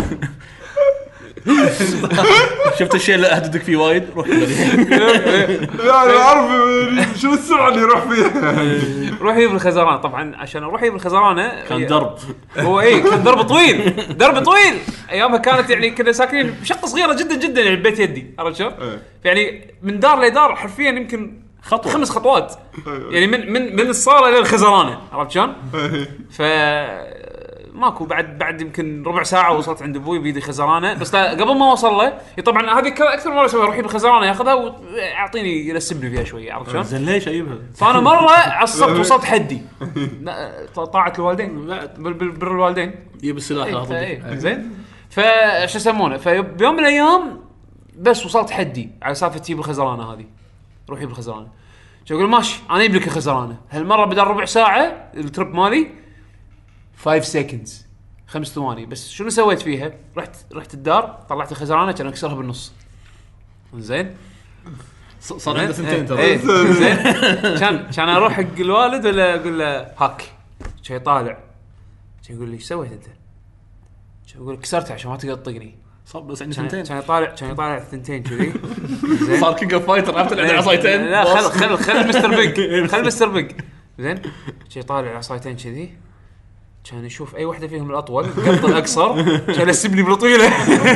S3: شفت الشيء اللي اهددك فيه وايد روح
S4: لا انا اعرف شو السرعه اللي يروح فيها.
S1: روحي بالخزرانه. طبعا عشان اروحي بالخزرانه
S3: كان درب.
S1: هو ايه كان درب طويل درب طويل ايامها كانت يعني كنا ساكنين بشقه صغيره جدا جدا يعني بيت يدي عرفت شلون يعني من دار لدار حرفيا يمكن خطوه خمس خطوات يعني من من من الصاله الى الخزرانه عرفت شلون. ف ماكو بعد بعد يمكن ربع ساعه وصلت عند ابوي بيدي خزرانه بس قبل ما اوصل له طبعا هذه اكثر مره اسويها روحي بالخزرانه ياخذها واعطيني يلسبني فيها شويه عرفت شلون.
S3: زين ليش اجيبها؟
S1: فانا مره عصبت وصلت حدي طاعه الوالدين بر الوالدين
S3: يجيب السلاح
S1: هذا زين. فايش يسمونه فبيوم من الايام بس وصلت حدي على سالفه تجيب الخزرانه هذه روحي بالخزرانه. شو اقول ماشي انا اجيب لك الخزرانه هالمره بدل ربع ساعه الترب مالي خمسة سكندز خمس ثواني بس. شنو سويت فيها؟ رحت رحت الدار طلعت الخزرانه كان اكسرها بالنص زين.
S3: صار عنده سنتين ترى
S1: ايه زين. كان كان اروح حق الوالد ولا اقول له هاك شي طالع شي يقول لي ايش سويت انت؟ شي اقول كسرتها عشان ما تقدر تطقني.
S3: صار بس عندي سنتين
S1: كان يطالع كان يطالع ثنتين كذي
S3: صار كينج اوف فايتر عرفت عنده عصايتين.
S1: لا خل خل خل مستر بيج خل مستر بيج زين. شي طالع عصايتين كذي كان يشوف اي واحده فيهم الاطول قط الاقصر كان يسبني بالطويله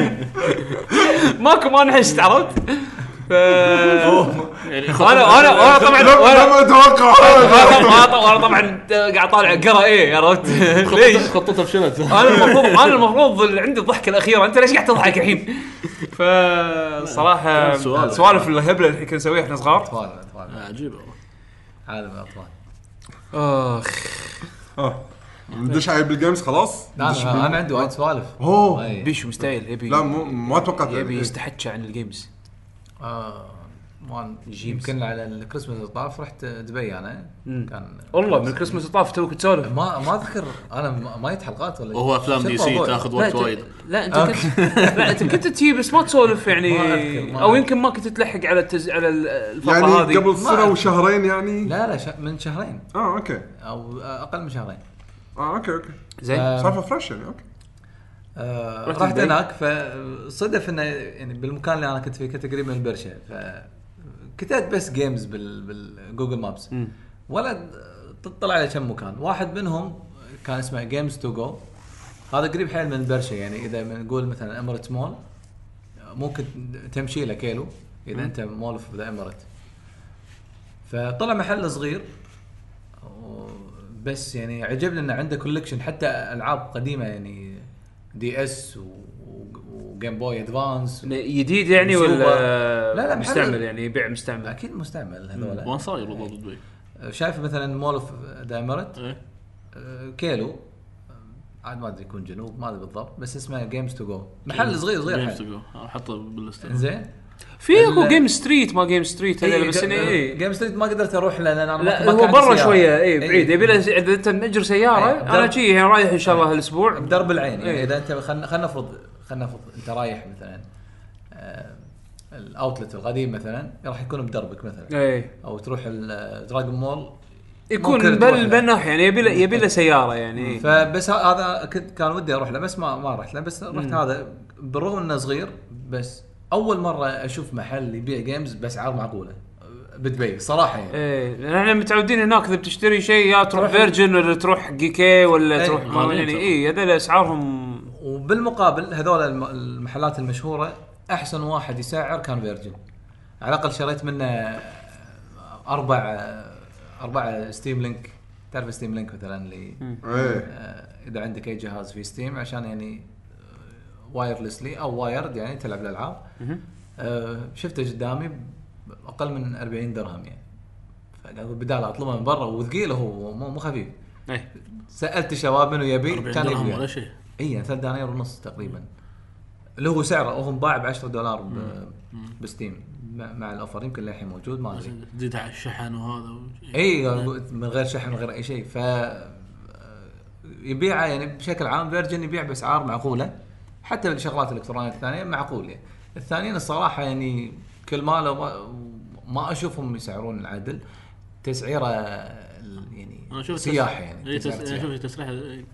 S1: ماكو ما نحشت عرفت. ف انا انا انا طبعا
S4: ما اتوقع
S1: انا طبعا قاعد طالع قرا ايه عرفت ليش
S3: خطته بشنت.
S1: انا المفروض انا المفروض عندي الضحكه الاخيره انت ليش قاعد تضحك الحين. فصراحه سوالف الهبله اللي كنا نسويها احنا صغار
S5: اطفال اطفال
S3: عجيبه
S5: عالم الاطفال.
S1: اخ
S4: اه ندش على بالجيمز خلاص.
S5: لا انا عندي وايد سوالف.
S4: اوه
S1: بيشو مستاهل يبي
S4: لا مو ما توقعت
S1: يبي يستحكى عن الجيمز.
S5: اه ما يمكن على الكريسماس الطاف رحت دبي انا كان
S1: والله من الكريسماس الطاف توك تسولف
S5: ما ما اذكر انا ما يت حلقات ولا
S3: وهو افلام دي سي تاخذ وقت وايد.
S1: لا انت كنت لا انت كنت تجي بس ما تسولف يعني ما او يمكن ما كنت تلحق على التز... على الفقره
S4: يعني
S1: هذه
S4: قبل سنه وشهرين يعني.
S5: لا لا ش... من شهرين
S4: اه اوكي
S5: او اقل من شهرين.
S4: اه اوكي اوكي
S1: زين
S4: صار فريش يعني اوكي.
S5: آه رحت هناك فصدف انه يعني بالمكان اللي انا كنت فيه كنت قريب من البرشا ف كتبت بس جيمز بال بالجوجل مابس ولا تطلع على كم مكان. واحد منهم كان اسمه جيمز تو جو هذا قريب حيل من البرشا يعني اذا نقول مثلا اميريت مول ممكن تمشي له كيلو اذا انت مول في ذا اميريت. فطلع محل صغير بس يعني عجبني انه عنده كولكشن حتى العاب قديمه يعني دي اس وجيم بوي ادفانس
S1: جديد يعني ولا
S5: لا لا
S1: مستعمل يعني يبيع مستعمل
S5: اكيد مستعمل هذول.
S3: وين صاير والله دبي
S5: شايف مثلا مول اوف دايمرت
S3: إيه.
S5: كيلو عاد ما ادري يكون جنوب ما ادري بالضبط بس اسمه جيمز تو جو محل صغير صغير حلو.
S3: احطه بالليست.
S5: زين
S1: في اكو جيم ستريت ما جيم ستريت هذا بس انه ايه
S5: جيم ستريت ما قدرت اروح له لان انا
S1: لا
S5: ما
S1: هو
S5: كان
S1: برا
S5: سيارة.
S1: شويه اي
S5: إيه.
S1: بعيد يبي له اذا انت مأجر سياره
S5: إيه.
S1: انا شي يعني رايح ان شاء الله هالاسبوع
S5: بدرب العين يعني
S1: إيه.
S5: اذا انت خلينا خلينا نفرض خلينا نفرض انت رايح مثلا آه الاوتلت القديم مثلا راح يكون بدربك مثلا
S1: اي
S5: او تروح الدراجون مول
S1: يكون
S5: ممكن تروح
S1: بل
S5: له.
S1: بالناحيه يعني يبي له يبي له سياره يعني
S5: فبس هذا كنت كان ودي اروح له بس ما ما رحت له بس رحت هذا بالرغم انه صغير بس اول مره اشوف محل يبيع جيمز باسعار معقوله بدبي صراحه يعني
S1: ايه لان احنا متعودين هناك اذا بتشتري شيء يا تروح فيرجن ولا تروح جيكي ولا
S5: إيه.
S1: تروح
S3: غاليين
S1: يعني
S3: ترى.
S1: اي هذول اسعارهم
S5: وبالمقابل هذول الم- المحلات المشهوره احسن واحد يسعر كان فيرجن على الاقل شريت منه اربع اربع ستيم لينك تعرف ستيم لينك مثلا اللي
S4: ايه
S5: آه، اذا عندك اي جهاز في ستيم عشان يعني وايرلسلي او وايرد يعني تلعب الالعاب آه، شفته قدامي اقل من أربعين درهم يعني فقالوا بدال اطلبه من برا وثقيل هو مو مو خفيف
S1: ايه
S5: سالت الشباب منو يبي
S3: أربعين
S5: كان
S3: درهم
S5: يبي
S3: ولا شيء.
S5: اي ثلاثة دنانير ونص تقريبا اللي هو سعره وهو مباع ب عشرة دولار ب- بستيم مع, مع الاوفر يمكن للحين موجود ما ادري
S3: تزيد على الشحن وهذا
S5: اي من غير شحن من غير اي شيء ف يبيع يعني بشكل عام فيرجن يبيع باسعار معقوله حتى الشغلات الالكترونيه الثانيه معقول يعني الثانيين الصراحه يعني كل ما لو ما, ما اشوفهم يسعرون العدل تسعيره يعني
S3: انا اشوف
S5: سياحه يعني
S3: اي
S5: تسعيرة
S3: تس...
S5: سياحة.
S3: اشوف تسريح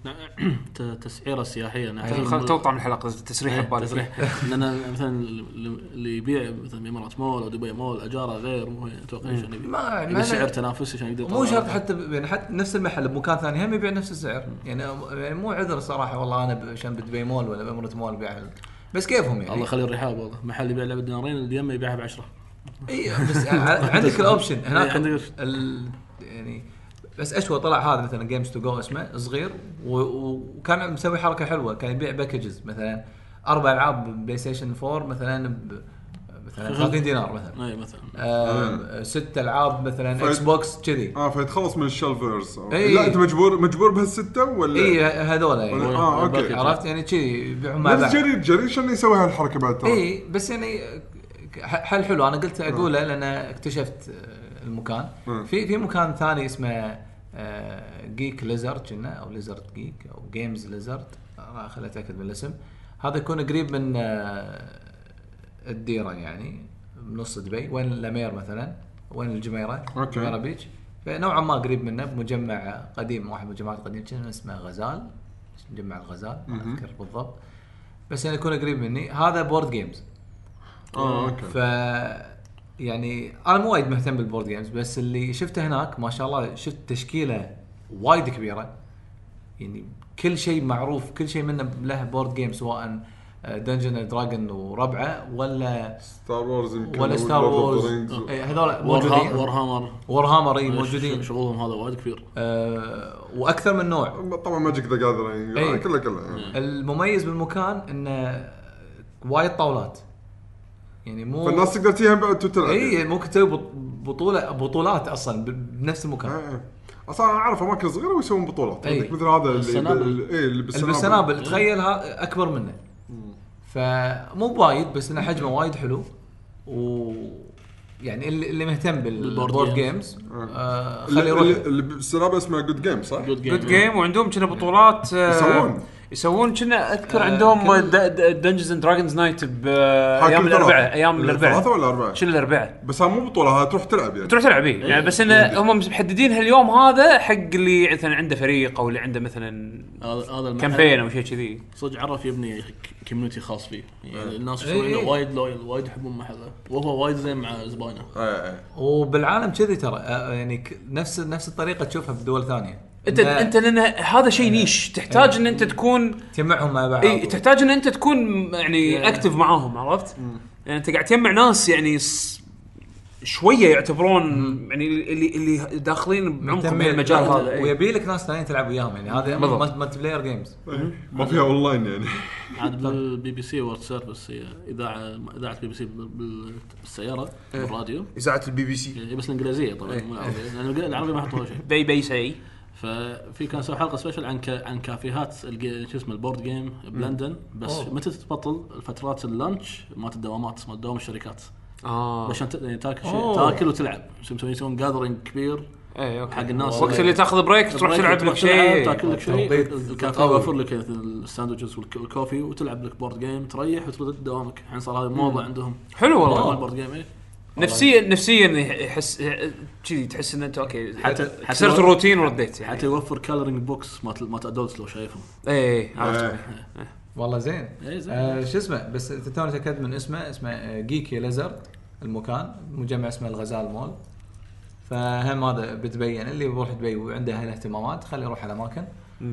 S3: تسعيره سياحيه انا
S1: خل- خل تقطع من الحلقه التسريح ببالي
S3: تسريح لان مثلا اللي يبيع مثلا امارات مول او دبي مول اجاره غير مو اتوقع عشان يبيع
S5: ما
S3: يبي
S5: ما
S3: سعر تنافسي عشان يقدر
S5: مو
S3: يطلع.
S5: شرط حتى ب- يعني حتى نفس المحل بمكان ثاني هم يبيع نفس السعر يعني يعني مو عذر صراحه والله انا ب- عشان بدبي مول ولا بامارات مول بيع بس كيفهم يعني
S3: الله يخلي الرحاب والله محل يبيع لعبه دينارين اللي يمه يبيعها بعشرة.
S5: اي بس ع- عندك الاوبشن هناك
S3: إيه، عندك
S5: ال... يعني بس اشوى طلع هذا مثلا جيمز تو جو اسمه صغير و... وكان مسوي حركه حلوه كان يبيع باكجز مثلا اربع العاب بلاي ستيشن فور مثلا ب مثلا ثلاثين دينار مثلا
S3: اي مثلا
S5: آه ست العاب مثلا
S4: فايد-
S5: اكس بوكس كذي
S4: اه فيتخلص من الشلفرز
S5: إيه.
S4: لا انت مجبور مجبور بهالسته ولا
S5: اي هذول يعني
S4: ولا- اه اوكي
S5: عرفت يعني كذي يبيعون مع
S4: نفس
S5: بعض
S4: جرير جرير شنو يسوي هالحركه بعد ترى
S5: اي بس يعني ح- حل حلو انا قلت اقوله لان اكتشفت المكان
S4: مم.
S5: في في مكان ثاني اسمه جيك ليزرد كنا او ليزرد جيك او جيمز ليزرد خليني اتاكد من الاسم هذا يكون قريب من آه، الديره يعني بنص دبي وين لامير مثلا وين الجميره
S4: أوكي.
S5: جميره بيتش فنوعا ما قريب منه بمجمع قديم واحد من المجمعات القديمه كان اسمه غزال مجمع الغزال ما اذكر بالضبط بس يعني يكون قريب مني هذا بورد جيمز
S4: اه اوكي
S5: ف يعني انا مو وايد مهتم بالبورد جيمز بس اللي شفته هناك ما شاء الله شفت تشكيله وايد كبيره يعني كل شيء معروف كل شيء منه له بورد جيم سواء دنجن دراجون وربعه ولا
S4: ستار وورز يمكن
S5: ولا
S4: أو
S5: ستار
S4: Lord of the
S5: وورز
S4: Rings.
S5: إيه، هذول
S3: وور
S5: موجودين
S3: هامر
S5: وور هامر اي موجودين
S3: شغلهم هذا وايد كبير.
S5: آه واكثر من نوع
S4: طبعا ماجيك ذا جاذرينج
S5: إيه.
S4: كله كله يعني.
S5: المميز بالمكان انه وايد طاولات يعني مو
S4: فالناس تقدر تيها بعد تلعب
S5: اي ممكن تسوي بط- بطوله بطولات اصلا ب- بنفس المكان
S4: ايه اصلا انا اعرف اماكن صغيره ويسوون بطولات
S5: إيه.
S4: عندك مثل هذا اللي
S3: السنابل.
S4: ايه اللي
S5: اللي
S4: بالسنابل
S5: بالسنابل تخيلها اكبر منه فمو وايد بس انه حجمه وايد حلو و يعني اللي, اللي مهتم
S3: بالبورد
S5: بالبورد
S3: جيمز.
S5: جيمز آه
S4: اللي,
S5: خلي يروح
S4: اللي, اللي بالسنابل اسمه جود جيم صح؟
S3: جود
S1: جود جيم وعندهم كنا بطولات آه،
S4: يسوون.
S1: يسوون كنا اذكر
S5: آه،
S1: عندهم
S5: كل-
S1: دنجنز اند دراجونز نايت بايام
S4: كل
S1: الاربعاء
S4: ثلاثة.
S1: ايام الاربعاء
S4: ثلاثة ولا أربعة؟
S1: شنو الاربعاء
S4: بس ها مو بطولة ها تروح تلعب يعني
S1: تروح تلعب إيه. يعني بس انه هم محددين هاليوم هذا حق اللي مثلا عنده فريق او اللي عنده مثلا
S3: هذا هذا المحل
S1: كامبين او شيء كذي
S3: صدق عرف يبني كوميونتي خاص فيه يعني الناس
S5: إيه.
S3: يشوفونه وايد لويال وايد يحبون محله وهو وايد زين مع زباينه.
S4: ايه ايه
S5: وبالعالم كذي ترى آه، يعني ك- نفس نفس الطريقه تشوفها بدول ثانيه
S1: انت
S5: إنه
S1: انت لان هذا شيء نيش تحتاج ان انت تكون
S5: تجمعهم مع بعض
S1: اي تحتاج ان انت تكون يعني اكتف معاهم عرفت يعني انت قاعد تجمع ناس يعني س- شويه يعتبرون يعني اللي اللي داخلين بعمق
S5: مهتمين
S1: بالمجال هذا إيه.
S5: ويبي لك ناس ثانيين تلعب وياهم يعني هذا
S1: بالضبط.
S5: مالتي بلاير جيمز
S4: ما فيها اونلاين يعني
S3: عاد بالبي بي سي وورد سيرفيس، هي اذاعه اذاعه بي بي سي بالسياره بالراديو،
S6: اذاعه البي بي سي
S3: يعني بس الانجليزيه طبعا مو العربيه، لان العربي ما حطوا شيء.
S1: بي بي سي.
S3: ففي كان سووا حلقه سبيشل عن ك... عن كافيهات الجي... شو اسمه البورد جيم بلندن، بس أوه. متى تتبطل الفترات اللانش مالت الدوامات مال دوام الشركات
S1: اه
S3: عشان ت... يعني تاكل شيء تاكل وتلعب، شو مسوين يسوون جاذرينج كبير
S1: اي اوكي
S3: حق الناس
S1: وقت اللي تاخذ بريك تروح تلعب لك شيء،
S3: تاكل لك شيء، الكافيه يوفر لك الساندويتشز والكوفي وتلعب لك بورد جيم، تريح وترد دوامك. الحين صار هذا الموضوع عندهم
S1: حلو والله
S3: البورد جيم. ايه
S1: نفسيا نفسيا يحس كذي، تحس ان انت اوكي
S3: حتى
S1: كسرت الروتين ورديت يعني.
S3: حتى يوفر كالرينج بوكس ما ما تادولت لو شايفهم.
S1: اي عرفت
S5: والله زين.
S3: اي زين.
S5: آه شو اسمه، بس توني تاكد من اسمه، اسمه جيكي ليزر المكان، مجمع اسمه الغزال مول. فهم هذا بتبين اللي بيروح دبي وعنده هالاهتمامات خليه يروح على اماكن.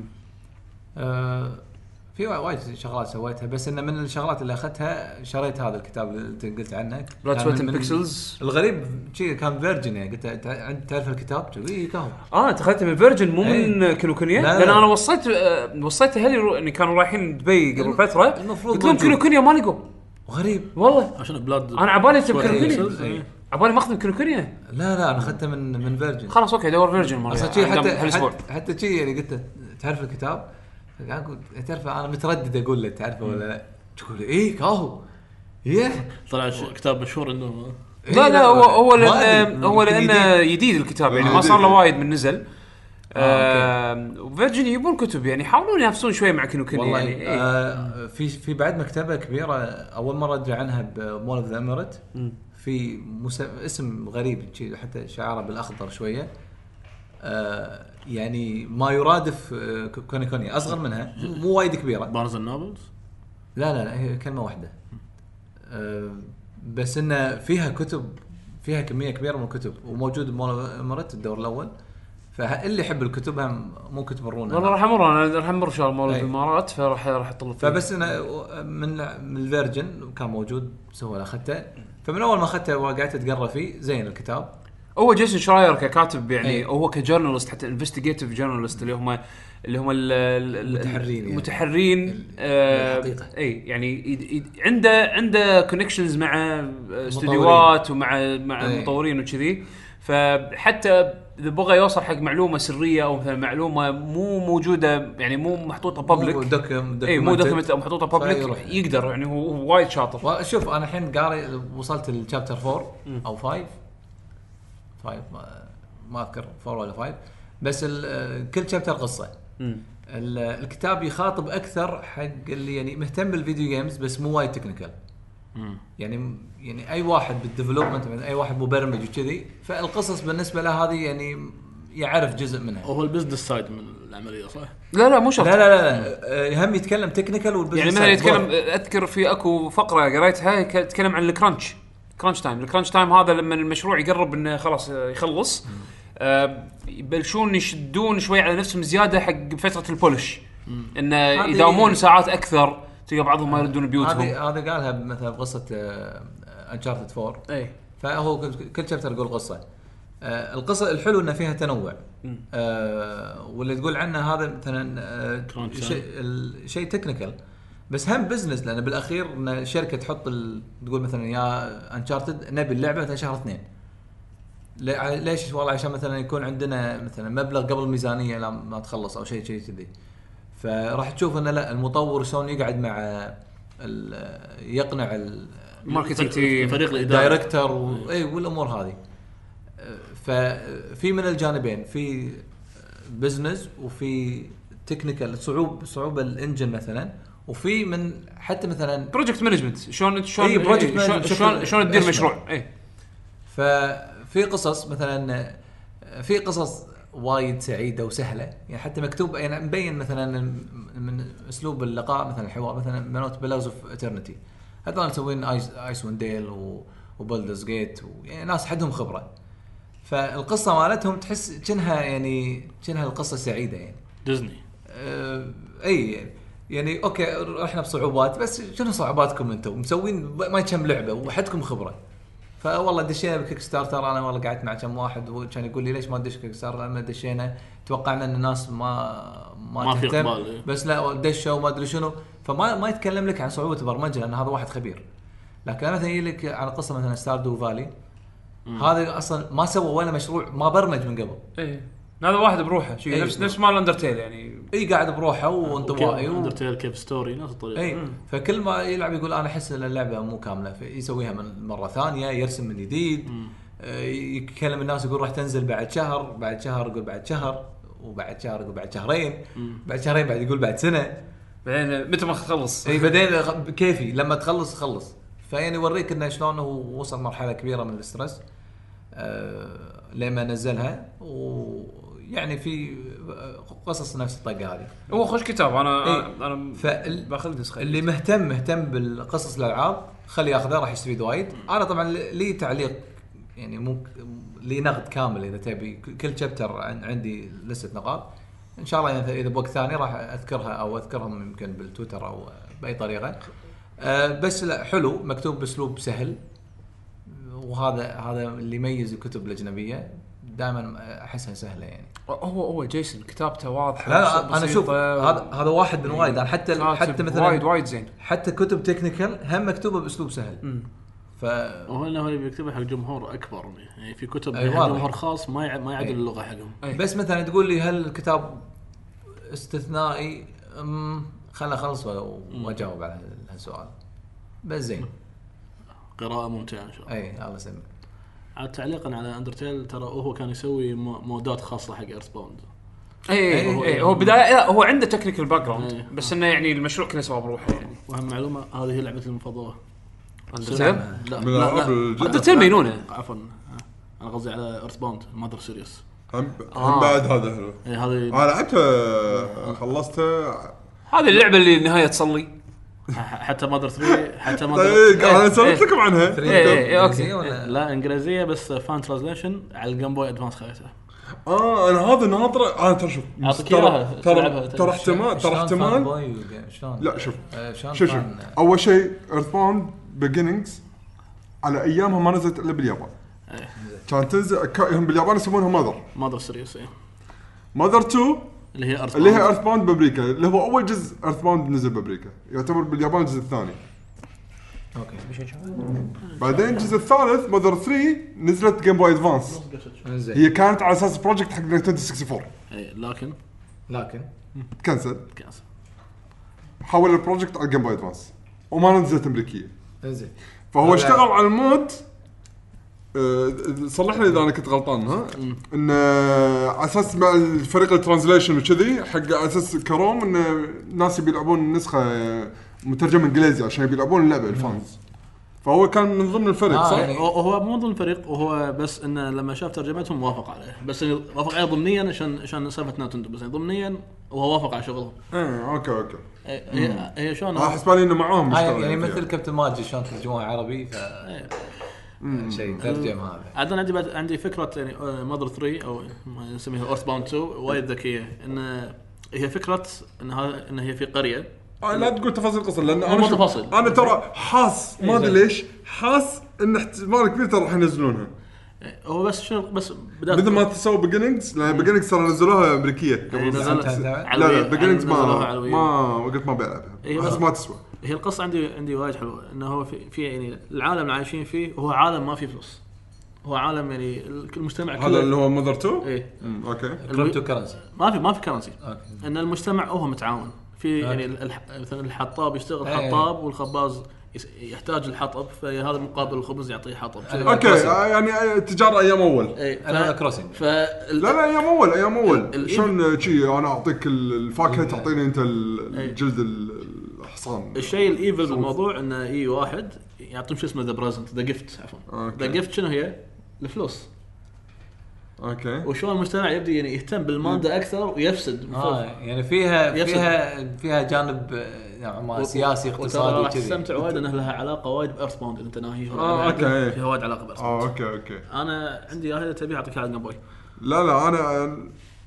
S5: آه في وايد شغلات سويتها، بس انه من الشغلات اللي اخذتها شريت هذا الكتاب اللي انت قلت عنه
S1: بلاد سويت اند بيكسلز.
S5: الغريب شيء كان فيرجن، يعني قلت تعرف الكتاب اي كهو
S1: اه انت اخذته من فيرجن مو من كينوكونيا؟ لان انا وصيت وصيت اهلي اني كانوا رايحين دبي قبل فتره، قلت لهم كينوكونيا ما لقوا.
S5: غريب
S1: والله
S3: عشان بلاد
S1: انا عبالي كينوكونيا، عبالي ماخذ من كينوكونيا.
S5: لا لا انا اخذته من من فيرجن.
S1: خلاص اوكي دور فيرجن مره
S5: حتى حتى, حتى شيء يعني قلت تعرف الكتاب، قاعد تعرف انا متردد اقول له تعرفه ولا لا، تقول ايه كاهو يه
S3: طلع كتاب مشهور انه
S1: إيه لا لا هو هو لأن هو لانه جديد الكتاب يعني ما صار له وايد من نزل. آه وفيرجن يبون كتب يعني يحاولون ينافسون شوي مع كينوكونيا
S5: والله
S1: يعني.
S5: آه في في بعد مكتبه كبيره اول مره ادري عنها بمول اوف ذا اميريت، في مس... اسم غريب حتى شعاره بالاخضر شويه، آه يعني ما يرادف كونيكونيا، اصغر منها مو وايد كبيره.
S3: بارز النوبلز
S5: لا لا لا هي كلمه واحده، أه بس انه فيها كتب، فيها كميه كبيره من الكتب، وموجود بمولات الدور الاول، فاللي يحب الكتب هم ممكن تمرونه.
S1: والله راح امر انا راح امر شغل مول الامارات، فراح راح اطلب فيه.
S5: فبس انا من من الفيرجن كان موجود سوى اخذته، فمن اول ما اخذته وقعدت اتقرا فيه زين الكتاب.
S1: هو جيسون شراير ككاتب يعني أي. هو كجورنالست حتى انفستيجيتيف جورنالست اللي هم اللي هم المتحرين المتحرين يعني. آه اي يعني عنده عنده كونكشنز مع استوديوهات ومع مع المطورين وكذي، فحتى اذا بغى يوصل حق معلومه سريه او مثلا معلومه مو موجوده يعني مو محطوطه بابليك،
S5: مو دوكيومنت
S1: اي مو دوكيومنت او محطوطه بابليك يقدر يعني هو وايد شاطر.
S5: شوف انا الحين قاري وصلت للشابتر فور او فايف فايف ما, ما اذكر فور ولا فايف، بس كل شابتر قصه. الكتاب يخاطب اكثر حق اللي يعني مهتم بالفيديو جيمز بس مو وايد تكنيكال، يعني يعني اي واحد بالديفلوبمنت اي واحد مبرمج وكذي، فالقصص بالنسبه له هذه يعني يعرف جزء منها.
S3: هو البزنس سايد من العمليه صح؟
S1: لا لا مو شرط.
S5: لا لا لا هم يتكلم تكنيكال والبزنس
S1: يعني مثلا يتكلم اذكر في اكو فقره قريتها يتكلم عن الكرانش كرانش تايم. الكرانش تايم هذا لما المشروع يقرب انه خلاص يخلص آه يبلشون يشدون شوي على نفسهم زياده حق فتره البولش، انه يداومون ساعات اكثر، تلقى بعضهم ما يردون بيوتهم.
S5: هذه هذا قالها مثلا بقصه انشارتد فور اي، فهو كل شابتر يقول قصه. آه القصه الحلو انه فيها تنوع، آه واللي تقول عنه هذا مثلا آه شيء شيء تكنيكال بس هم بزنس، لأن بالأخير إن شركة تحط ال... تقول مثلا يا أنشارتد نبي اللعبة مثلا شهر اثنين، ليش؟ والله عشان مثلا يكون عندنا مثلا مبلغ قبل الميزانية لما تخلص أو شيء شيء كذي، فراح تشوف إن لا المطور شلون يقعد مع ال... يقنع
S1: الماركتينج تيم
S3: فريق الإدارة
S5: دايركتور وإيه والأمور هذه. ففي من الجانبين في بزنس وفي تكنيكال صعوبة صعوبة الإنجن مثلا، وفي من حتى مثلا
S1: بروجكت مانجمنت شلون شلون
S5: اي بروجكت مانجمنت
S1: شلون شلون تدير مشروع. اي
S5: ففي قصص مثلا في قصص وايد سعيده وسهله، يعني حتى مكتوب يعني مبين مثلا من اسلوب اللقاء مثلا الحوار مثلا منوت بلاوز اوف اترنتي هذول مسوين ايس ايس وينديل وبولدرز جيت، يعني ناس حدهم خبره، فالقصه مالتهم تحس كأنها يعني كأنها القصه سعيده يعني
S3: ديزني.
S5: اه اي يعني يعني اوكي رحنا بصعوبات بس شنو صعوباتكم انتم مسوين ما كم لعبه وحدكم خبره. فوالله دشينا بكيك ستارتر، انا والله قعدت مع كم واحد وكان يقول لي ليش ما تدش كيك ستارتر، لما دشينا توقعنا ان الناس ما ما,
S3: ما
S5: تهتم بس لا دشوا وما ادري شنو، فما ما يتكلم لك عن صعوبه البرمجه لان هذا واحد خبير. لكن انا مثلا يجي لك على قصه مثلا ستاردو فالي، هذا اصلا ما سوى ولا مشروع، ما برمج من قبل.
S1: ايه هذا واحد بروحه شيء
S5: إيه.
S1: نفس نفس مال اندرتيل يعني.
S5: اي قاعد بروحه وانطوائي و...
S3: اندرتيل كيف ستوري نفس الطريقه.
S5: اي فكل ما يلعب يقول انا احس ان اللعبه مو كامله، فيسويها من مره ثانيه، يرسم من جديد. آه يكلم الناس يقول راح تنزل بعد شهر، بعد شهر يقول بعد شهر، وبعد شهر يقول بعد شهرين، بعد شهرين بعد يقول بعد سنه،
S1: بعدين متى ما تخلص.
S5: اي بعدين كيفي لما تخلص خلص. فيعني يوريك انه شلون هو وصل مرحله كبيره من الاسترس آه لما نزلها. ويعني في قصص نفس الطقه هذه.
S1: هو خوش كتاب انا
S5: إيه.
S1: انا
S5: فال...
S1: باخذ نسخه.
S5: اللي مهتم مهتم بالقصص الالعاب خلي ياخذه راح يستفيد وايد. انا طبعا لي تعليق يعني مو لي نقد كامل اذا تبي كل شابتر عندي لسته نقاط ان شاء الله يعني اذا بوقت ثاني راح اذكرها او اذكرهم يمكن بالتويتر او باي طريقه. أه بس لا حلو مكتوب باسلوب سهل، وهذا هذا اللي يميز الكتب الاجنبيه دائما احسها سهله يعني.
S1: هو هو جيسون كتابته واضحه.
S5: لا انا شوف هذا هذا واحد من وايد. انا حتى حتى مثلا
S1: وايد وايد زين.
S5: حتى كتب تكنيكال هم مكتوبه باسلوب سهل.
S1: امم
S5: ف
S3: هو انه اللي بيكتبها حق جمهور اكبر يعني. في كتب
S5: أي
S3: حق جمهور خاص ما يع... ما يعدل
S5: أي.
S3: اللغه حقهم.
S1: أي.
S5: بس مثلا تقول لي هل الكتاب استثنائي؟ امم خلنا اخلص واجاوب على هالسؤال. بس زين
S3: قراءه ممتعه ان شاء الله.
S5: اي الله يسلمك.
S3: عاد تعليقا على اندرتيل ترى هو كان يسوي مودات خاصه حق ايرث باوند.
S1: اي
S5: إيه.
S1: اي هو بدايه لا هو عنده تكنيكال باك جراوند
S3: إيه.
S1: بس انه يعني المشروع كله سوا بروحه يعني.
S3: واهم معلومه هذه هي لعبتي المفضله.
S1: اندرتيل
S3: لا لا
S4: من الألعاب
S3: لا
S4: الجديدة.
S1: اندرتيل مينونه.
S3: عفوا انا قصدي على ايرث باوند ماذر سيريس.
S4: هم هم بعد هذا حلو.
S3: اي هذه
S4: انا لعبتها خلصتها.
S1: هذه اللعبه اللي النهايه تصلي.
S3: حتى ماذر ثري حتى ماذر
S4: طيب انا سولت لكم عنها.
S1: إيه، أوكي.
S5: ولا
S3: لا انجليزيه بس فان ترانسليشن على الجيم بوي ادفانس خليتها.
S4: اه انا هذا ناطره. انا ترى شوف
S3: أعطيك إياها،
S4: ترى
S3: تلعبها.
S4: ترى ترى احتمال ترى
S5: شلون فان
S4: احتمال
S5: بوي شلون؟
S4: لا شوف
S5: آه، شلون
S4: شوف شوف
S5: فان-
S4: اول شيء ايرث باوند بيجينينجز على ايامها ما نزلت الا باليابان.
S3: إيه.
S4: كانت تنزل كا- هم باليابان يسمونها ماذر
S3: ماذر سيريس اي
S4: ماذر اثنين
S3: اللي هي ارث
S4: اللي هي ايرث باوند بامريكا اللي هو اول جزء ايرث باوند نزل بامريكا يعتبر باليابان الجزء الثاني.
S5: اوكي
S4: بعدين الجزء الثالث ماذر ثلاثة نزلت جيم بوي ادفانس.
S5: زين.
S4: هي كانت على اساس بروجكت حق نينتندو أربعة وستين
S3: اي لكن
S5: لكن
S4: تكنسل.
S3: كاس
S4: حول البروجكت على جيم بوي ادفانس وما نزلت امريكيه.
S5: زين
S4: فهو
S5: هذا-
S4: اشتغل على المود. أه صلحني اذا انا كنت غلطان ها ان أه، على اساس مع الفريق الترانزليشن وكذي حق على اساس كروم ان الناس بيلعبون النسخه مترجمه انجليزي عشان بيلعبون اللعبه الفانز. فهو كان من ضمن الفريق
S5: آه،
S4: صح؟
S5: يعني-
S3: هو هو مو ضمن الفريق وهو بس انه لما شاف ترجمتهم وافق عليه بس إنه وافق عليه ضمنيا عشان عشان سالفه نينتندو بس يعني ضمنيا وهو وافق على شغلهم.
S4: ايه اوكي اوكي.
S3: إيه، هي هي شلون
S4: انا احس بالي انه معاهم
S5: هاي
S4: يشتغل
S5: يعني
S4: فيها.
S5: مثل كابتن ماجد شلون ترجموها عربي ف شيء ترجم هذا.
S3: عاد انا عندي بعد عندي فكره يعني ماذر ثري او ما نسميها اورث باوند تو وايد ذكيه ان هي فكره ان هذا ان هي في قريه.
S4: آه لا تقول تفاصيل القصه لان
S3: مو
S4: انا شوف-
S3: تفاصيل.
S4: انا ترى حاس ما ادري ليش حاس ان احتمال كبير ترى راح ينزلونها
S3: هو بس شنو بس بدأت
S4: مثل ما تسوي بيجينينجز لان بيجينينجز ترى نزلوها امريكيه
S3: إيه،
S4: قبل
S3: نزلت
S4: سنة. لا
S3: علوية.
S4: لا بيجينينجز ما
S3: نزلوها علوية.
S4: ما قلت ما بلعبها
S3: إيه،
S4: بس
S3: بس-
S4: ما تسوى.
S3: هي القصه عندي عندي وايد حلوه انه هو في, في يعني العالم اللي عايشين فيه هو عالم ما فيه فلوس. هو عالم يعني المجتمع كله
S4: هذا اللي هو ماذر تو
S3: ايه
S4: أمم، اوكي
S5: كريبتو كرنسي.
S3: ما في ما في كرنسي
S5: اوكي
S3: ان المجتمع هو متعاون في يعني الح... مثلا الحطاب يشتغل
S5: إيه.
S3: حطاب والخباز يس- يحتاج الحطب فهذا مقابل الخبز يعطيه حطب كذا.
S5: أيوة.
S4: اوكي آه، يعني آه، تجاره ايام اول.
S3: إيه، ف...
S5: انا كروسنج.
S3: ف
S4: لا لا ايام اول ايام
S3: ال-
S4: اول
S3: ال-
S4: شلون شي انا اعطيك ال- الفاكهه تعطيني انت
S3: إيه.
S4: ال- الجلد ال- الحصان.
S3: الشيء الايفل بالموضوع انه اي واحد يعطيهم شو اسمه ذا بريزنت ذا جيفت عفوا
S4: أوكي.
S3: ذا جيفت شنو هي؟ الفلوس.
S4: اوكي
S3: وشلون المجتمع يبدي يعني يهتم بالماده اكثر ويفسد
S5: اه يعني فيها
S3: يفسد.
S5: فيها فيها جانب آه، نوعا ما سياسي
S3: وترى
S5: اقتصادي
S3: راح
S5: كذي.
S3: تستمتع وايد انها لها علاقه وايد بارث باوند اذا انت ناهيها.
S4: آه، أوكي.
S3: فيها وايد علاقه بارث
S4: اه
S3: باوند.
S4: اوكي اوكي.
S3: انا عندي اياها تبي اعطيك على جيم بوي
S4: لا لا انا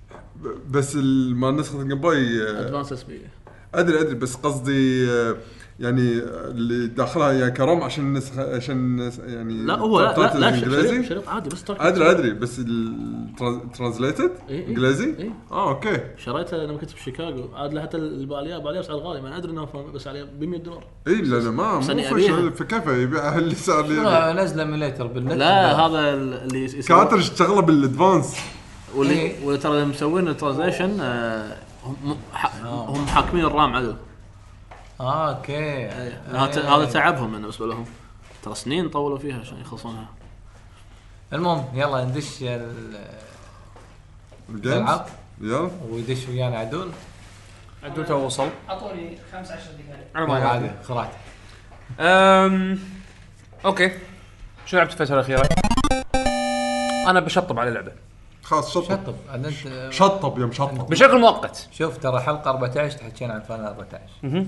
S4: ب- بس ال- ما نسخه الجيم بوي آه،
S3: ادفانس اس بي.
S4: ادري ادري بس قصدي آه، يعني اللي داخلها يعني كرم عشان نسخه عشان يعني
S3: لا هو لا لا, لا
S4: انجليزي
S3: شريط, شريط عادي بس تركب
S4: ادري ادري بس الترانزليتد
S3: إيه؟
S4: انجليزي
S3: إيه؟
S4: اه اوكي
S3: شريته لما كنت في شيكاغو عاد حتى الباليه باليه بسعر غالي ما ادري انه بس عليه ب مية دولار
S4: اي لا انا ما
S3: بس
S4: مو
S3: أنا
S4: فش
S3: أبيها.
S4: فكيف يبيعها اللي صار لي
S5: آه، نزل ايميليتر بالنت
S3: لا هذا اللي يسوي
S4: كاترج تشغله بالادفانس
S3: واللي
S5: إيه.
S3: واللي ترى مسوين الترانزيشن آه هم ح- هم حاكمين الرام عدل
S5: اه اوكي
S3: هذا هذا تعبهم انه بالنسبه لهم ترى سنين طولوا فيها عشان يخلصونها.
S5: المهم يلا ندش ال-
S4: الجيمز
S5: الالعاب
S4: يلا
S5: ويدش ويانا عدول
S1: عدول تو وصل
S6: اعطوني خمس عشر دقائق.
S1: على
S5: ما
S1: ما
S5: عادي
S1: عادي.
S5: خرعت
S1: أم... اوكي شو لعبت الفتره الاخيره؟ انا بشطب على اللعبه
S4: خلاص شطب
S5: شطب عاد انت
S4: شطب يا مشطب
S1: بشكل مؤقت.
S5: شوف ترى حلقه أربعة عشر تحكينا عن فاينل أربعة عشر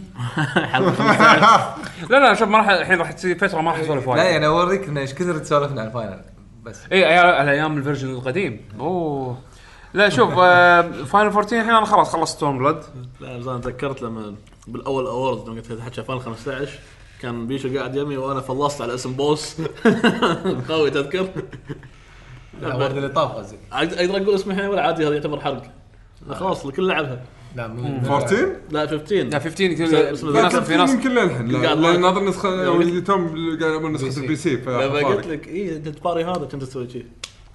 S1: لا لا شوف ما راح الحين راح تصير فتره ما راح اسولف
S5: لا
S1: وايد.
S5: يعني اوريك إن ايش كثر تسولفنا عن فاينل بس
S1: اي على ايام الفيرجن القديم. اوه لا شوف آه، فاينل أربعة عشر الحين انا خلاص خلصت ستورم بلاد.
S3: لا بس انا تذكرت لما بالاول اوورد لما قلت حكي فان خمسة عشر كان بيشو قاعد يمي وانا فلصت على اسم بوس قوي تذكر
S5: الورد اللي طاف قصدي
S3: اقدر اقول اسمه الحين ولا عادي هذا يعتبر حرق لا خلاص الكل لعبها
S5: لا مو
S4: أربعة عشر
S3: لا خمستاشر
S1: لا خمستاشر كل-
S3: بس-
S1: في
S3: بس-
S1: ناس في ناس
S4: يمكن للحين لا
S3: قاعد
S4: لا
S3: ما-
S4: ناظر نسخه اللي توم قاعد يعمل نسخه البي سي
S3: لما قلت
S4: ف
S3: لك ايه انت تباري هذا كنت تسوي شيء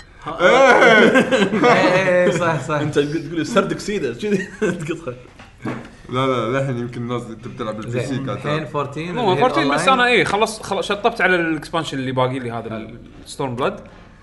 S5: ايه صح صح
S3: انت تقول سردك سيده كذي تقطها
S4: لا لا للحين يمكن الناس تبي تلعب بالبي سي
S5: زين
S4: قاعد
S5: الحين
S4: تلعب.
S5: أربعة عشر
S1: مو
S5: اللي هي
S1: أربعة عشر بس
S5: الأونلاين.
S1: انا ايه خلص خلص شطبت على الاكسبانشن اللي باقي لي هذا الستورم بلاد.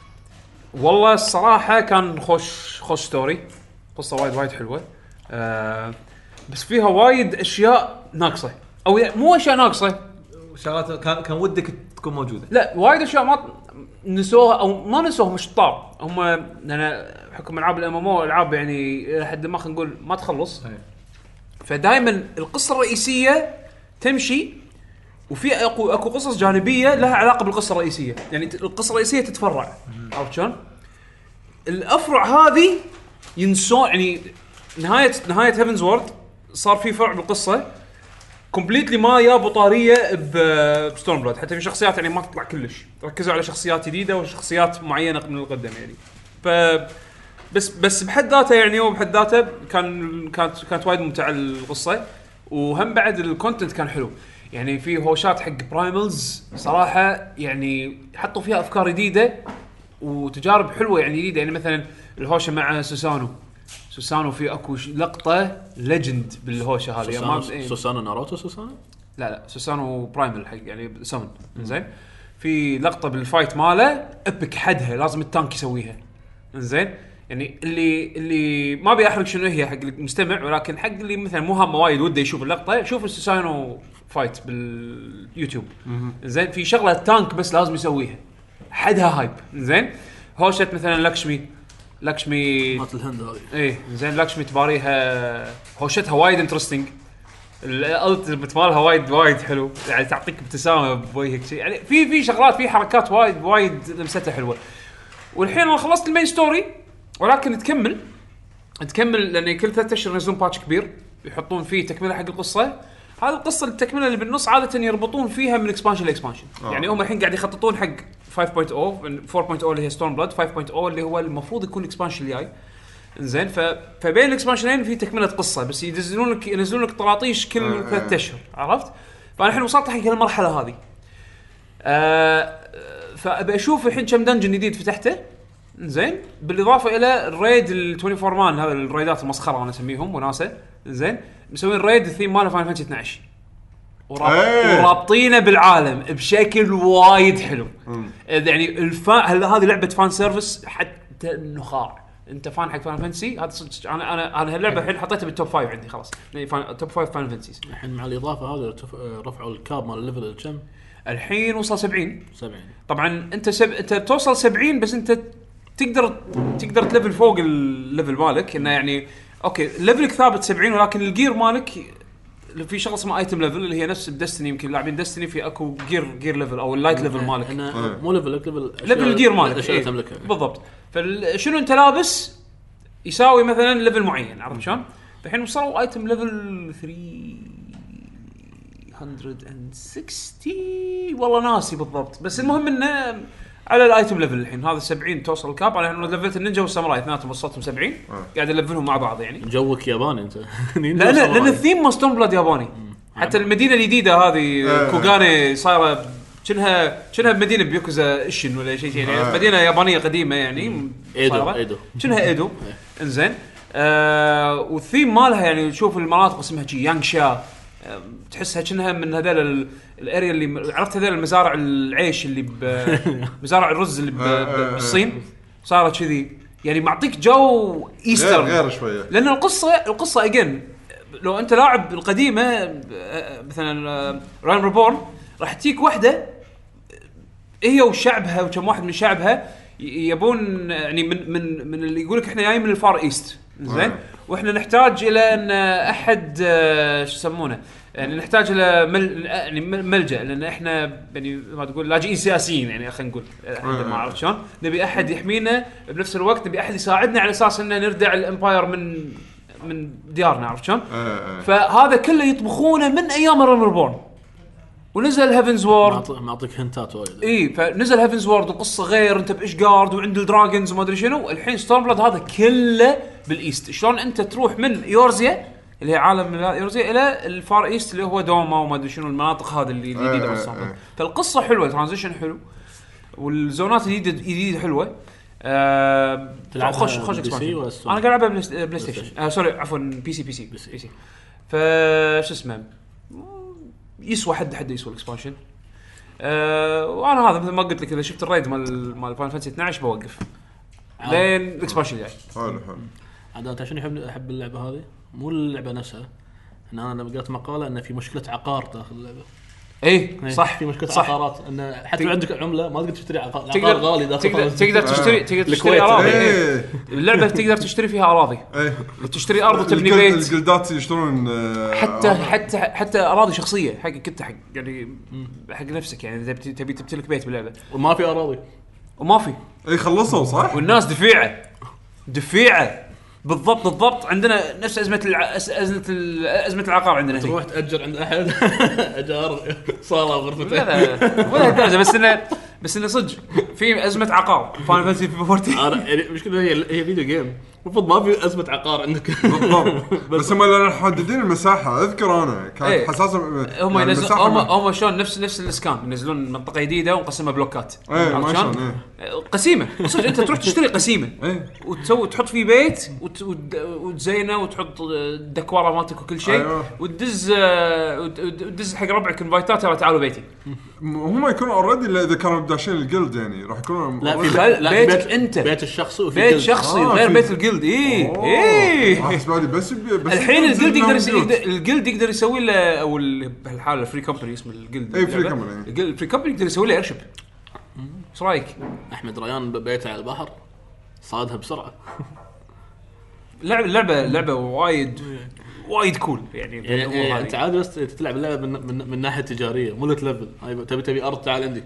S1: والله الصراحه كان خوش خوش ستوري قصه وايد وايد حلوه آه بس فيها وايد اشياء ناقصه او يعني مو اشياء ناقصه
S5: شغلات كان كان ودك تكون موجوده
S1: لا وايد اشياء ما نسوها او ما نسوها مش طار هم انا حكم العاب الام ام او العاب يعني لحد ما خلينا نقول ما تخلص
S5: أي.
S1: فدائما القصه الرئيسيه تمشي وفي اكو اكو قصص جانبيه لها علاقه بالقصه الرئيسيه يعني ت- القصه الرئيسيه تتفرع عرفت شلون الافرع هذه ينسون يعني نهايه نهايه هيفنز وورد صار في فرع بالقصه كومبليتلي ما جابوا طاريه بستورم بلاد حتى في شخصيات يعني ما تطلع كلش ركزوا على شخصيات جديده وشخصيات معينه من القدم يعني ف بس بس بحد ذاته يعني هو بحد ذاته كان كانت كانت وايد ممتعه القصه وهم بعد الكونتنت كان حلو يعني في هوشات حق برايملز صراحه يعني حطوا فيها افكار جديده وتجارب حلوه يعني جديده يعني مثلا الهوشه مع سوسانو سوسانو في اكو ش- لقطه ليجند بالهوشه هذه
S3: سوسانو
S1: إيه.
S3: سوسانو ناروتو سوسانو
S1: لا لا سوسانو برايمل حق يعني سمن زين في لقطه بالفايت ماله ابك حدها لازم التانك يسويها زين يعني اللي اللي ما ابي احرق شنو هي حق المستمع ولكن حق اللي مثلا مو هم وايد وده يشوف اللقطه شوف السوسانو فايت باليوتيوب زين في شغله التانك بس لازم يسويها حدها هايب زين هوشه مثلا لكشمي لكشمي
S3: مات الهند هذه
S1: ايه زين لكشمي تباريها هوشتها وايد انترستينج الالتيميت مالها وايد وايد حلو يعني تعطيك ابتسامه بوجهك شيء يعني في في شغلات في حركات وايد وايد لمستها حلوه والحين انا خلصت المين ستوري ولكن تكمل تكمل لان كل ثلاثة اشهر ينزلون باتش كبير يحطون فيه تكمله حق القصه هذه القصه التكمله اللي بالنص عاده يربطون فيها من اكسبانشن لاكسبانشن
S4: آه.
S1: يعني هم الحين قاعد يخططون حق خمسة نقطة صفر أربعة نقطة صفر اللي هي ستورم بلاد خمسة نقطة صفر اللي هو المفروض يكون الاكسبانشن الجاي انزين ف... فبين الاكسبانشنين في تكمله قصه بس ينزلون لك ينزلون لك طراطيش كل
S4: آه.
S1: ثلاثة اشهر عرفت فانا الحين وصلت حق المرحله هذه آه فابي اشوف الحين كم دنجن جديد فتحته زين بالاضافه الى الريد ال أربعة وعشرين مان هذا الريدات المسخره انا اسميهم وناسه زين مسوين ريد الثيم ماله فاينل فانتسي اثناشر وراب...
S4: إيه.
S1: ورابطينه بالعالم بشكل وايد حلو يعني الفا هذه لعبه فان سيرفيس حتى النخاع انت فان حق فاينل فانتسي هذا صدق انا انا انا هاللعبه الحين حطيتها بالتوب خمسة عندي خلاص يعني فان... توب خمسة فاينل فانتسي
S3: الحين مع الاضافه هذه تف- رفعوا الكاب مال الليفل الكم
S1: الحين وصل سبعين
S3: سبعين
S1: طبعا انت سب... انت توصل سبعين بس انت تقدر تقدر تلفل فوق الليفل مالك انه يعني اوكي ليفلك ثابت سبعين ولكن الجير مالك في شغله اسمها ايتم ليفل اللي هي نفس بدستني يمكن لاعبين دستني في اكو جير جير ليفل او اللايت ليفل مالك
S3: انا مو ليفل ليفل
S1: ليفل الجير مالك
S3: الاشياء
S1: إيه.
S3: اللي تملكها
S1: بالضبط فشنو انت لابس يساوي مثلا ليفل معين عرفت شلون الحين وصلوا ايتم ليفل ثلاثة وستين والله ناسي بالضبط، بس المهم انه على الايتم ليفل الحين هذا سبعين توصل الكاب. انا ليفلت النينجا والساموراي اثنيناتهم وصلتهم سبعين، قاعد الفلهم مع بعض يعني.
S3: جوك ياباني انت
S1: لان لان الثيم ما ستون بلاد ياباني. حتى المدينه الجديده هذه كوغاني صايره كأنها كأنها مدينه بيوكوزا ايشن ولا شيء يعني مدينه يابانيه قديمه يعني
S3: ايدو ايدو
S1: كأنها ايدو. انزين آه والثيم مالها يعني تشوف المناطق اسمها شي يانغشا، تحسها كأنها من هذول الاريا اللي عرفت هذول المزارع العيش اللي بمزارع الرز اللي بالصين صارت كذي يعني معطيك جو ايستر
S4: غير شويه.
S1: لان القصه القصه اجين لو انت لاعب القديمه مثلا راين ريبورن راح تجيك واحده هي وشعبها وكم واحد من شعبها يبون يعني من من من اللي يقولك احنا جايين من الفار ايست زين واحنا نحتاج الى ان احد شو يسمونه يعني نحتاج الى مل يعني ملجا لان احنا يعني ما تقول لاجئين سياسيين يعني خلينا نقول ما اعرف شلون نبي احد يحمينا بنفس الوقت نبي احد يساعدنا على اساس ان نردع الامباير من من ديارنا عرفت شلون فهذا كله يطبخونه من ايام ريمبورن ونزل هيفنز وورد
S3: معطيك هنتات وايد
S1: اي فنزل هيفنز وورد وقصه غير انت باشجارد وعند الدراجونز وما ادري شنو الحين ستورم بلاد هذا كله بالايست شلون انت تروح من يورزيا اللي هي عالم يورزيا الى الفار ايست اللي هو دوما وما ادري شنو المناطق هذه اللي جديده بالصامت فالقصه حلوه ترانزيشن حلو والزونات الجديده جديده حلوه أه خش خش اكسبانشن انا قاعد العبها بلاي, بلاي ستيشن آه سوري عفوا بي سي بي سي بي سي فش اسمه يسوى حد حد يسوى الاكسبانشن أه وانا هذا مثل ما قلت لك اذا شفت الريد مال مال فاينل فانتسي اثناشر بوقف لين الاكسبانشن الجاي.
S4: حلو حلو
S3: عاد عشان يحب احب اللعبه هذه مو اللعبه نفسها ان انا قرأت مقاله ان في مشكله عقار داخل اللعبه.
S1: ايه صح
S3: في مشكله
S1: صح.
S3: عقارات ان حتى لو عندك عمله ما تقدر تشتري عقار
S1: تقدر
S3: غالي داخل
S1: تقدر, تقدر تشتري تقدر تشتري اراضي
S4: ايه.
S1: اللعبه تقدر تشتري فيها اراضي
S4: ايه.
S1: تشتري ارض وتبني
S4: الجلد-
S1: بيت
S4: الجلدات يشترون
S1: حتى حتى حتى اراضي شخصيه حقك انت حق يعني حق نفسك يعني اذا بت- تبي تمتلك بيت باللعبه
S3: وما في اراضي
S1: وما في
S4: اي خلصوا صح.
S1: والناس دفيعه دفيعه بالضبط بالضبط عندنا نفس ازمه الع... ازمه ال... ازمه العقار عندنا
S3: تروح تاجر عند احد اجار صاله غرفتين
S1: لا ولا درجه بس انه بس انه صدق في ازمه عقار فاينل فانتسي أربعتاشر
S3: انا يعني مشكله هي هي فيديو جيم المفروض ما في ازمه عقار عندك
S4: بالضبط بس هم اللي محددين المساحه اذكر انا كانت
S1: ايه.
S4: حساسه
S1: هم
S4: يعني
S1: ينزلون
S4: المساحة
S1: هم
S4: ما-
S1: هم شلون نفس نفس الاسكان ينزلون منطقه جديده ونقسمها بلوكات
S4: ايه ما
S1: عرفت شلون؟
S4: شلون ايه
S1: قسيمه صدق انت تروح تشتري قسيمه
S4: ايه
S1: وتسوي تحط فيه بيت وت... وت... وتزينه وتحط الدكوره مالتك وكل شيء
S4: أيوة.
S1: وتدز وت- وتدز حق ربعك انفايتات ترى تعالوا بيتي
S4: هم يكونوا اوريدي الا اذا كانوا داشين الجلد يعني راح يكونوا
S3: لا في
S4: already-
S1: لا،
S3: لا
S1: بيتك
S3: بيت
S1: أنت.
S3: بيت الشخصي وفي
S1: بيت
S3: جلد.
S1: شخصي
S4: آه،
S1: غير
S4: في-
S1: بيت الجلد ايه
S4: أوه.
S1: ايه
S4: راح اسمع لي بس بس
S1: الحين الجلد يقدر يس-
S4: بيوت.
S1: يقدر الجلد يقدر يسوي له او ال- بهالحاله فري كومباني اسم الجلد
S4: إيه، free company.
S1: الجلد فري كومباني يقدر يسوي له ايرشيب ايش رايك؟
S3: احمد ريان ببيته على البحر صادها بسرعه
S1: اللعبه اللعبه اللعبه وايد وايد كول يعني
S3: يعني,
S1: بالأمور
S3: يعني
S1: هذه.
S3: انت عادي بس تلعب اللعبه من, من, من ناحيه تجاريه مو ليفل هاي تبي تبي ارض تعال عندي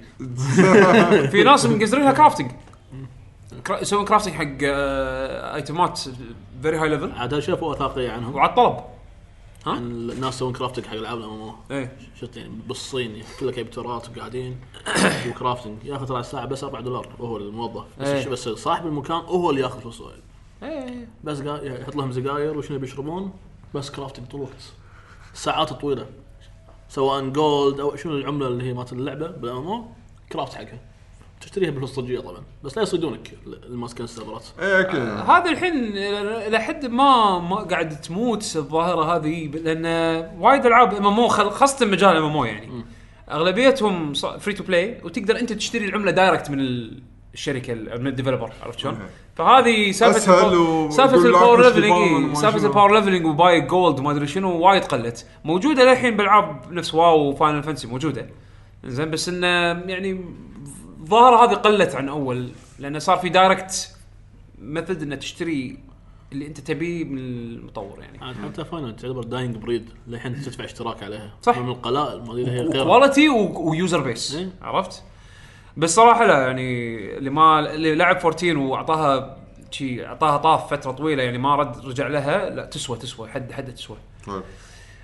S1: في ناس مقزرينها كرافتنج كرا- يسوون كرافتنج حق آه، ايتمات فيري هاي ليفل
S3: عاد شافوا وثائقيه عنهم
S1: وعلى الطلب ها؟
S3: عن الناس يسوون كرافتنج حق العاب الام
S1: ايه
S3: شفت يعني بالصين يحط لك كمبيوترات وقاعدين وكرافتنج ياخذ ترى الساعه بس أربعة دولار وهو الموظف بس,
S1: إيه.
S3: بس صاحب المكان هو اللي ياخذ فلوس وايد
S1: ايه
S3: بس قا- يحط لهم سجاير وشنو بيشربون بس كرافتنج طول الوقت الساعات الطويله سواء جولد او شنو العمله اللي هي مالت اللعبه بالام كرافت حقها تشتريها بالفلوس الصجيه طبعا بس لا يصيدونك الماسكين السيرفرات
S4: ايه اكيد
S1: هذا الحين الى حد ما ما قاعد تموت الظاهره هذه لان وايد العاب ام ام او خاصه مجال ام ام او يعني م. اغلبيتهم فري تو بلاي وتقدر انت تشتري العمله دايركت من الشركه من الديفلوبر عرفت شلون فهذه سالفه
S4: أسهل و-
S1: سالفه
S4: يقول لك
S1: الباور
S4: مش
S1: ليفلنج
S4: ضمان
S1: إيه،
S4: وما
S1: سالفه
S4: شنو.
S1: الباور ليفلنج وباي جولد وما ادري شنو وايد قلت موجوده للحين بالعاب نفس واو وفاينل فانتسي موجوده زين بس انه يعني ظاهره هذه قلت عن اول لانه صار في دايركت ميثود انك تشتري اللي انت تبيه من المطور يعني
S3: عاد حتى فاينل تعتبر داينج بريد للحين تدفع اشتراك عليها
S1: صح.
S3: من القلائل ما هي غير
S1: وكواليتي ويوزر بيس
S3: إيه.
S1: عرفت بس صراحه لا يعني اللي ما اللي لعب أربعتاشر واعطاها شيء اعطاها طاف فتره طويله يعني ما رد رجع لها لا تسوى تسوى حد حد تسوى
S4: طيب.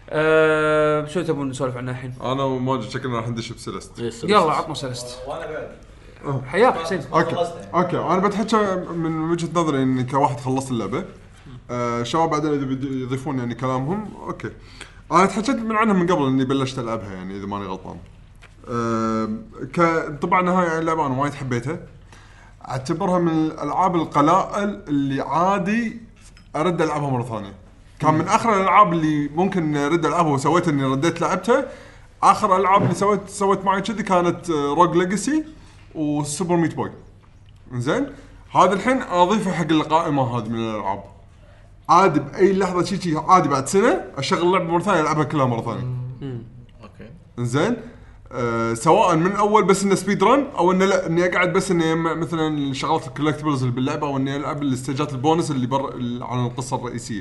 S1: أه شو تبون نسولف عنها الحين؟
S4: انا وماجد شكلنا راح ندش بسلست.
S1: يلا عطنا سلست.
S5: وانا بعد
S1: حياك حسين.
S4: اوكي اوكي انا بتحكي من وجهه نظري اني كواحد خلصت اللعبه. آه شباب بعدين اذا بده يضيفون يعني كلامهم اوكي. انا تحكيت من عنها من قبل اني بلشت العبها يعني اذا ماني غلطان. آه ك طبعا هاي اللعبه انا وايد حبيتها. اعتبرها من الالعاب القلائل اللي عادي ارد العبها مره ثانيه. كان من اخر الالعاب اللي ممكن ارد العبها وسويت اني رديت لعبتها. اخر العاب اللي سويت سويت معي كذي كانت روج ليجاسي وسوبر ميت بوي. زين هذا الحين اضيفه حق القائمه هذه من الالعاب. عادي باي لحظه شي شي عادي بعد سنه اشغل اللعبه مره ثانيه العبها كلها مره ثانيه.
S5: اوكي
S4: زين أه سواء من اول بس انه سبيد رن او انه لا اني اقعد بس اني مثلا شغلات الكولكتبلز اللي باللعبه او اني العب الاستجات البونس اللي بر عن القصه الرئيسيه.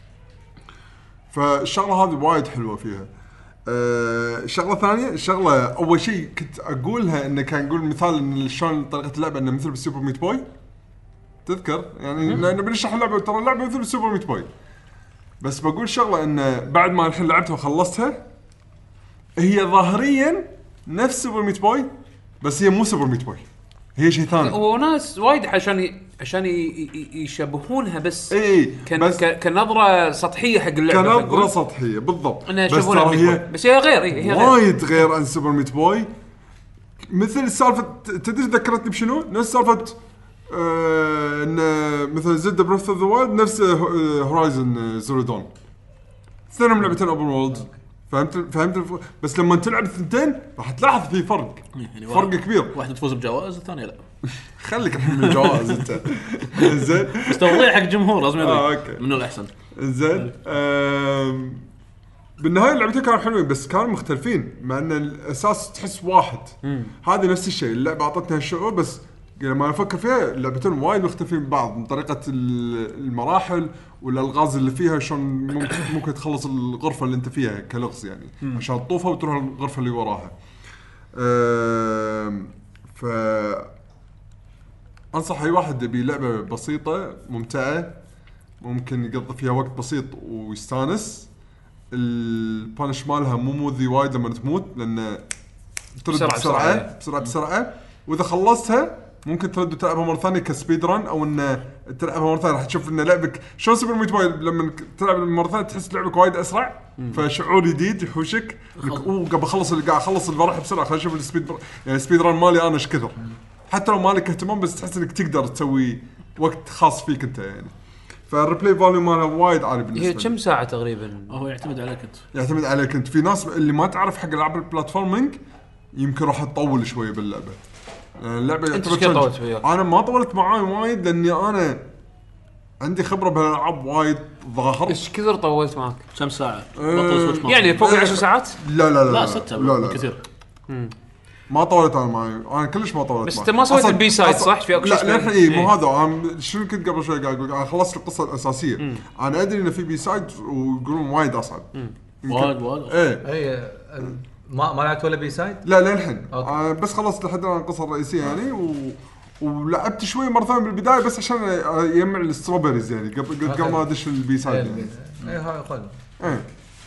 S4: فالشغله هذه وايد حلوه فيها. أه شغله ثانيه الشغله اول شيء كنت اقولها انه كان نقول مثال ان شلون طريقه اللعبه انه مثل بالسوبر ميت بوي تذكر يعني لانه بنشرح اللعبه ترى اللعبه مثل بالسوبر ميت بوي. بس بقول شغله انه بعد ما الحين لعبتها وخلصتها هي ظاهريا نفس سوبر ميت بوي بس هي مو سوبر ميت بوي هي شيء ثاني.
S1: وناس وايد عشان ي... عشان ي... ي... يشبهونها بس
S4: اي
S1: كان
S4: بس
S1: ك... كنظره سطحيه حق اللعبه.
S4: كنظره سطحيه بالضبط.
S1: انها
S4: بس
S1: يشوفونها
S4: ترى
S1: هي...
S4: هي
S1: بس هي غير هي, هي غير
S4: وايد غير عن سوبر ميت بوي. مثل السالفه تدري ذكرتني بشنو نفس سالفه آه ان مثلا زد بريث اوف ذا وايلد نفس هورايزن زيرو دون اثنين لعبتين اوبن وورلد. فهمت فهمت الف... بس لما تلعب الثنتين راح تلاحظ في فرق
S3: يعني
S4: فرق كبير.
S3: واحده تفوز بجوائز الثانيه لا.
S4: خليك الحين من الجوائز انت. زين
S3: بس توضيح حق الجمهور لازم
S4: آه،
S3: يدري
S4: أوكي.
S3: منو الاحسن.
S4: زين آم... بالنهايه اللعبتين كانوا حلوين بس كانوا مختلفين مع ان الاساس تحس واحد. هذه نفس الشيء اللعبه اعطتنا هالشعور بس لما افكر فيها اللعبتين وايد مختلفين من بعض من طريقه المراحل والالغاز اللي فيها شلون ممكن, ممكن تخلص الغرفه اللي انت فيها كلغز يعني عشان تطوفها وتروح الغرفه اللي وراها. ف انصح اي واحد يبي لعبه بسيطه ممتعه ممكن يقضي فيها وقت بسيط ويستانس. البانش مالها مو مؤذي وايد لما تموت لان ترد
S1: بسرعة
S4: بسرعه
S1: بسرعة.
S4: بسرعه بسرعه واذا خلصتها ممكن ترد تلعبها مره ثانيه كسبيد ران او ان تلعبها مره ثانيه راح تشوف ان لعبك شلون سوبر ميت بوي لما تلعب مره ثانيه تحس لعبك وايد اسرع. فشعور جديد يحوشك انك اوه قبل اخلص اللي قاعد اخلص بروح بسرعه خلينا نشوف السبيد بر... يعني سبيد ران مالي انا ايش كثر حتى لو مالك اهتمام بس تحس انك تقدر تسوي وقت خاص فيك انت يعني. فالريبلاي فاليو مالها وايد عالي بالنسبه
S1: هي
S4: لي.
S1: كم ساعه تقريبا؟
S3: هو يعتمد عليك انت.
S4: يعتمد عليك انت. في ناس اللي ما تعرف حق العاب البلاتفورمينج يمكن راح تطول شويه باللعبه. اللعبه
S1: انت كيف طولت فيها؟
S4: انا ما طولت معاي وايد لاني انا عندي خبره بالالعاب وايد ظاهر.
S1: ايش كثر طولت معك؟
S3: كم ساعه؟
S4: أه
S3: بطل سويتش ماركت.
S1: يعني فوق العشر ساعات؟
S4: لا لا لا
S3: لا ستة
S4: لا لا
S3: كثير.
S4: ما طولت انا معي انا كلش ما طولت
S1: بس
S4: معي.
S1: انت ما سويت
S4: أصلاً-
S1: البي سايد
S4: أصلاً-
S1: صح؟ في اكو شيء
S4: لا
S1: اسمه-
S4: للحين إيه، مو
S1: إيه.
S4: هذا انا شنو كنت قبل شوي قاعد اقول انا خلصت القصه الاساسيه. مم. انا ادري انه في بي سايد ويقولون وايد اصعب.
S3: وايد وايد.
S4: ايه
S5: اي ما ما لعبت ولا بي سايد؟
S4: لا للحين
S5: أوكي.
S4: انا بس خلصت لحد الان القصه الرئيسيه يعني و... ولعبت شوي مره ثانيه بالبدايه بس عشان يجمع الستروبريز يعني قبل قبل ما ادش البي سايد يعني.
S5: اي هاي خل
S4: ايه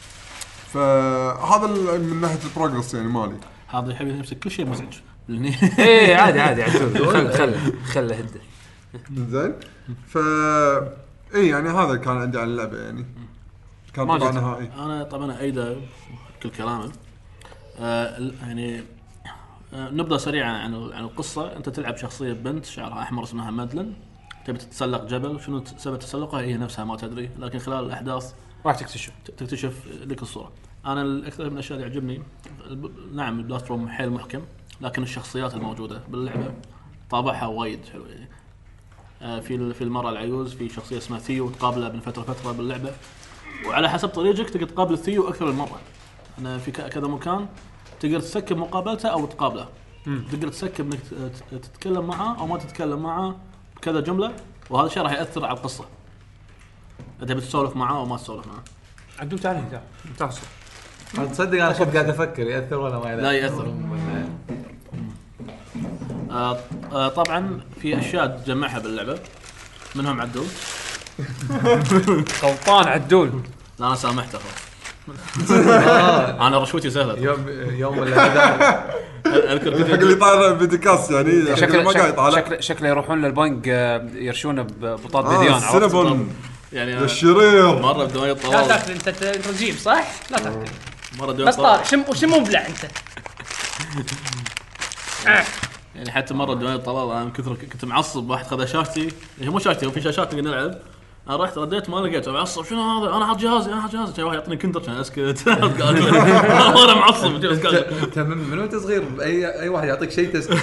S4: فهذا ال- من ناحيه البروجرس يعني مالي.
S3: هذا يحب يمسك كل شيء مزعج. لاني
S1: ايه عادي عادي عدول خل خل خله هده.
S4: زين ف اي يعني هذا كان عندي على اللعبه يعني كان
S1: ما
S4: طبعا
S1: جت.
S4: نهائي.
S3: انا طبعا ايده كل كلامه. آه ال- يعني آه نبدا سريعا عن ال- عن القصه. انت تلعب شخصيه بنت شعرها احمر اسمها مادلين تبي تتسلق جبل. شنو سبب تسلقها هي نفسها ما تدري لكن خلال الاحداث
S1: راح تكتشف.
S3: ت- تكتشف لك الصوره. انا الاكثر من الاشياء اللي يعجبني الب- نعم البلاتفورم حيل محكم لكن الشخصيات الموجوده باللعبه طابعها وايد حلو يعني. آه في ال- في المرأة العيوز في شخصيه اسمها ثيو تقابلها من فتره فتره باللعبه وعلى حسب طريقك تقدر تقابل ثيو اكثر من مره. انا في ك- كذا مكان تقدر تسكب مقابلته او تقابله. تقدر تسكب انك ت- ت- تتكلم معه او ما تتكلم معه بكذا جمله وهذا الشيء راح ياثر على القصه. انت بتسولف معه او ما تسولف معه.
S1: عدول تعال هنا تعال تعال.
S5: تصدق انا كنت قاعد افكر ياثر ولا ما ياثر؟
S3: لا يأثر. آه آه طبعا في اشياء تجمعها باللعبه منهم عدول.
S1: غلطان عدول.
S3: لا انا سامحته خلاص. انا رشوتي سهله.
S5: يوم يوم الاعداد
S3: اذكر
S4: حق
S3: كنت
S4: اللي طالع فيديوكاست يعني حق اللي ما قاعد
S1: شكله
S4: يطالع
S1: شكله شكله يروحون للبنك آه، يرشونه ببطاط
S4: آه،
S1: بديان عرفت؟
S4: السينابون
S3: يعني
S4: الشرير
S3: مره بدون
S6: لا
S3: طلال
S6: تاكل انت أنت رجيم صح؟ لا تاكل
S3: مره بدون
S6: بس
S3: طلال
S6: طار شم وشم مبلع انت. آه.
S3: يعني حتى مره بدون طلال انا من كثر كنت معصب واحد خذ شاشتي هي مو شاشتي هو في شاشات نقدر نلعب انا رحت رديت ما لقيت معصب شنو هذا انا حاط جهازي انا حاط جهازي جاي واحد يعطيني كندر كان اسكت انا معصب جالس قاعد
S5: انت من من وانت صغير اي اي واحد يعطيك شيء تسكت.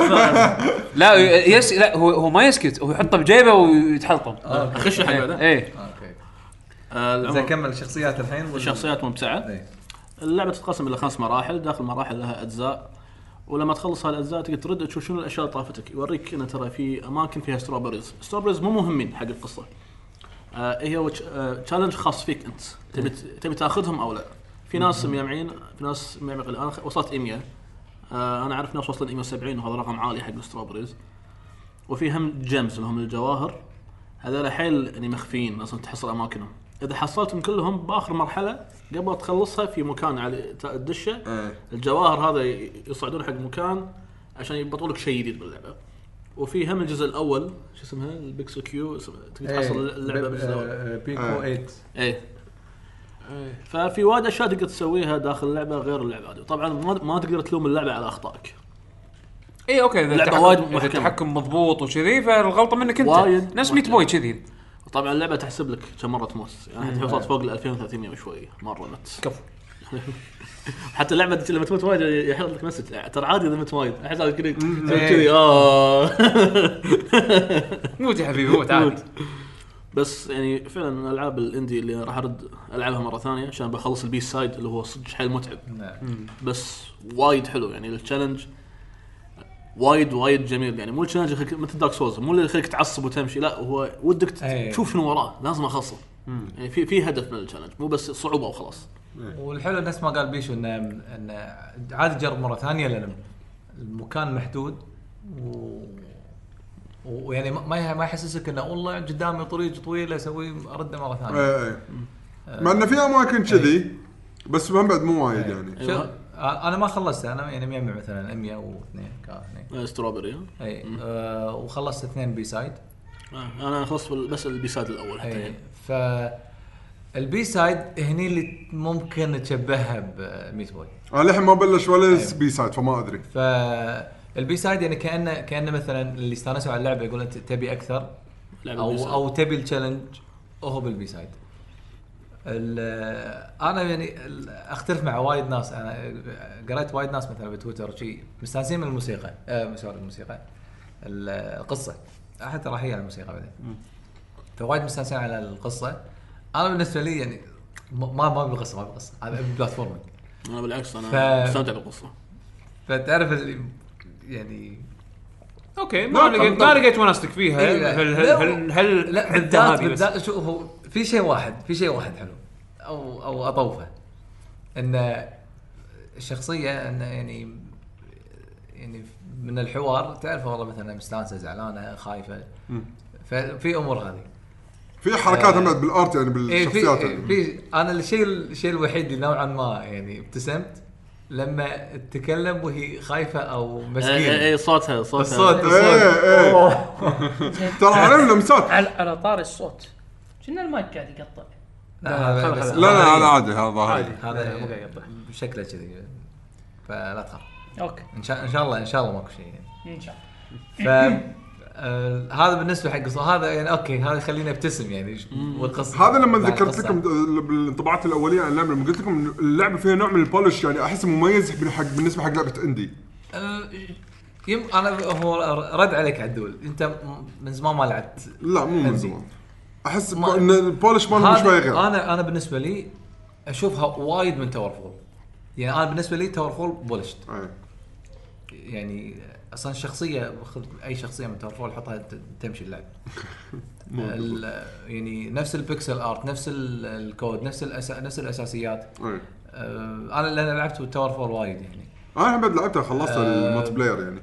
S1: لا يس لا هو هو ما يسكت هو يحطه بجيبه ويتحلطم.
S3: اخش حق بعده
S1: ايه
S5: اوكي
S3: آه،
S5: اذا
S3: العمر-
S5: كمل الشخصيات الحين ولا-
S3: الشخصيات ممتعه
S5: إيه.
S3: اللعبه تتقسم الى خمس مراحل داخل المراحل لها اجزاء ولما تخلص هالاجزاء تقدر ترد تشوف شنو الاشياء اللي طافتك يوريك ان ترى في اماكن فيها ستروبريز ستروبريز مو مهمين حق القصه آه هي هو تشالنج خاص فيك انت تبي تبي تاخذهم او لا في ناس مجمعين في ناس مجمعين انا وصلت مية آه انا اعرف ناس وصلت مية وسبعين وهذا رقم عالي حق الستروبريز وفي هم جيمز اللي هم الجواهر هذول حيل يعني مخفيين اصلا تحصل اماكنهم اذا حصلتهم كلهم باخر مرحله قبل تخلصها في مكان على الدشه الجواهر هذا يصعدون حق مكان عشان يبطلوا لك شيء جديد باللعبه وفي هم الجزء الاول شو اسمها البيكسل كيو تقدر تحصل اللعبه بالجزء الاول
S5: بيكو ثمانية.
S3: ايه ففي وايد اشياء تقدر تسويها داخل اللعبه غير اللعبه هذه طبعا ما ما تقدر تلوم اللعبه على اخطائك
S1: اي اوكي اذا
S3: اللعبة
S1: التحكم-
S3: وايد
S1: إذا
S3: محكمة.
S1: التحكم مضبوط وكذي فالغلطه منك انت
S3: وايد
S1: نفس ميت
S3: محكمة.
S1: بوي كذي.
S3: طبعا اللعبه تحسب لك كم مره تموت يعني حتى وصلت فوق ال ألفين وثلاثمية وشوي مره مت
S1: كفو.
S3: حتى اللعبه لما تموت وايد يحط لك مسج ترى عادي اذا مت وايد احس هذا كذي كذي اه
S1: موت يا حبيبي موت عادي.
S3: بس يعني فعلا من الالعاب الاندي اللي راح ارد العبها مره ثانيه عشان بخلص البي سايد اللي هو صدق حيل متعب
S5: نعم.
S3: بس وايد حلو يعني التشالنج وايد وايد جميل يعني مو التشالنج يخليك مثل دارك سولز مو اللي يخليك تعصب وتمشي لا هو ودك
S5: أيه.
S3: تشوف شنو وراه لازم اخلصه يعني في في هدف من التشالنج مو بس صعوبه وخلاص
S5: والحلو نفس ما قال بيشو انه انه عادي جرب مره ثانيه لان المكان محدود و ويعني ما ما يحسسك انه والله قدامي طريق طويل اسوي ارده مره ثانيه.
S4: ايه ايه مع انه في اماكن كذي بس هم بعد مو وايد يعني.
S5: شوف انا ما خلصت انا يعني مجمع مثلا مية واثنين كاثنين
S3: ستروبري
S5: اي أه وخلصت اثنين بي سايد.
S3: آه. انا خلصت بس البي سايد الاول حتى يعني.
S5: ف البي سايد هني اللي ممكن تشبهها بميت بوي.
S4: انا للحين ما بلش ولا بي سايد فما ادري.
S5: فالبي سايد يعني كانه كانه مثلا اللي استانسوا على اللعبه يقول انت تبي اكثر او او تبي التشالنج هو بالبي سايد. انا يعني اختلف مع وايد ناس انا قريت وايد ناس مثلا بتويتر شيء مستانسين من الموسيقى آه مسار الموسيقى القصه حتى راح هي على الموسيقى بعدين فوايد مستانسين على القصه. انا بالنسبه لي يعني ما ما بالقصه ما بالقصه هذا بلاتفورمينج.
S3: انا بالعكس انا
S5: ف...
S3: استمتع بالقصه
S5: فتعرف اللي يعني
S1: اوكي ما لقيت ما لقيت وناستك فيها
S5: إيه
S1: هل هل هل هل
S5: لا بالذات بالذات شو هو في شيء واحد في شيء واحد حلو او او اطوفه ان الشخصيه انه يعني يعني من الحوار تعرف والله مثلا مستانسه زعلانه خايفه ففي امور هذه
S4: في حركات هم بالارت يعني
S5: إيه
S4: بالشخصيات
S5: في,
S4: يعني.
S5: في انا الشيء الشيء الوحيد اللي نوعا ما يعني ابتسمت لما تتكلم وهي خايفه او مسكينه.
S3: اي اي صوتها صوتها
S5: الصوت الصوت
S4: ايه ايه ترى علم لمسات.
S6: على على طار الصوت كنا المايك قاعد يقطع.
S5: لا
S1: خل-
S5: بس
S1: خل-
S4: لا لا هذا عادي هذا عادي.
S5: هذا
S1: مو قاعد يقطع.
S5: شكله كذي فلا تخاف
S6: اوكي
S5: ان شاء ان شاء الله ان شاء الله ماكو شيء يعني.
S6: ان شاء الله.
S5: ف آه هذا بالنسبه حق الصوت هذا يعني اوكي هذا يخليني ابتسم يعني والقصه
S4: هذا لما
S5: بعد
S4: ذكرت
S5: القصة.
S4: لكم بالانطباعات الاوليه عن اللعبه لما قلت لكم إن اللعبه فيها نوع من البولش يعني احس مميز حق بالنسبه حق لعبه اندي.
S5: آه يم انا هو رد عليك عدول انت من زمان ما لعبت.
S4: لا مو من
S5: عندي.
S4: زمان احس
S5: ما-
S4: ان البولش مالهم شويه غير.
S5: انا انا بالنسبه لي اشوفها وايد من تاور فول يعني انا بالنسبه لي تاور فول بولشت
S4: أيه.
S5: يعني اصلا الشخصيه خذ اي شخصيه من تاور فول حطها ت- تمشي اللعب ال- يعني نفس البيكسل ارت نفس ال- الكود نفس الأسا... نفس الاساسيات.
S4: أيه.
S5: آه انا لان لعبت تاور فول وايد يعني
S4: انا بعد لعبتها خلصت
S5: أه
S4: الملتي بلاير يعني.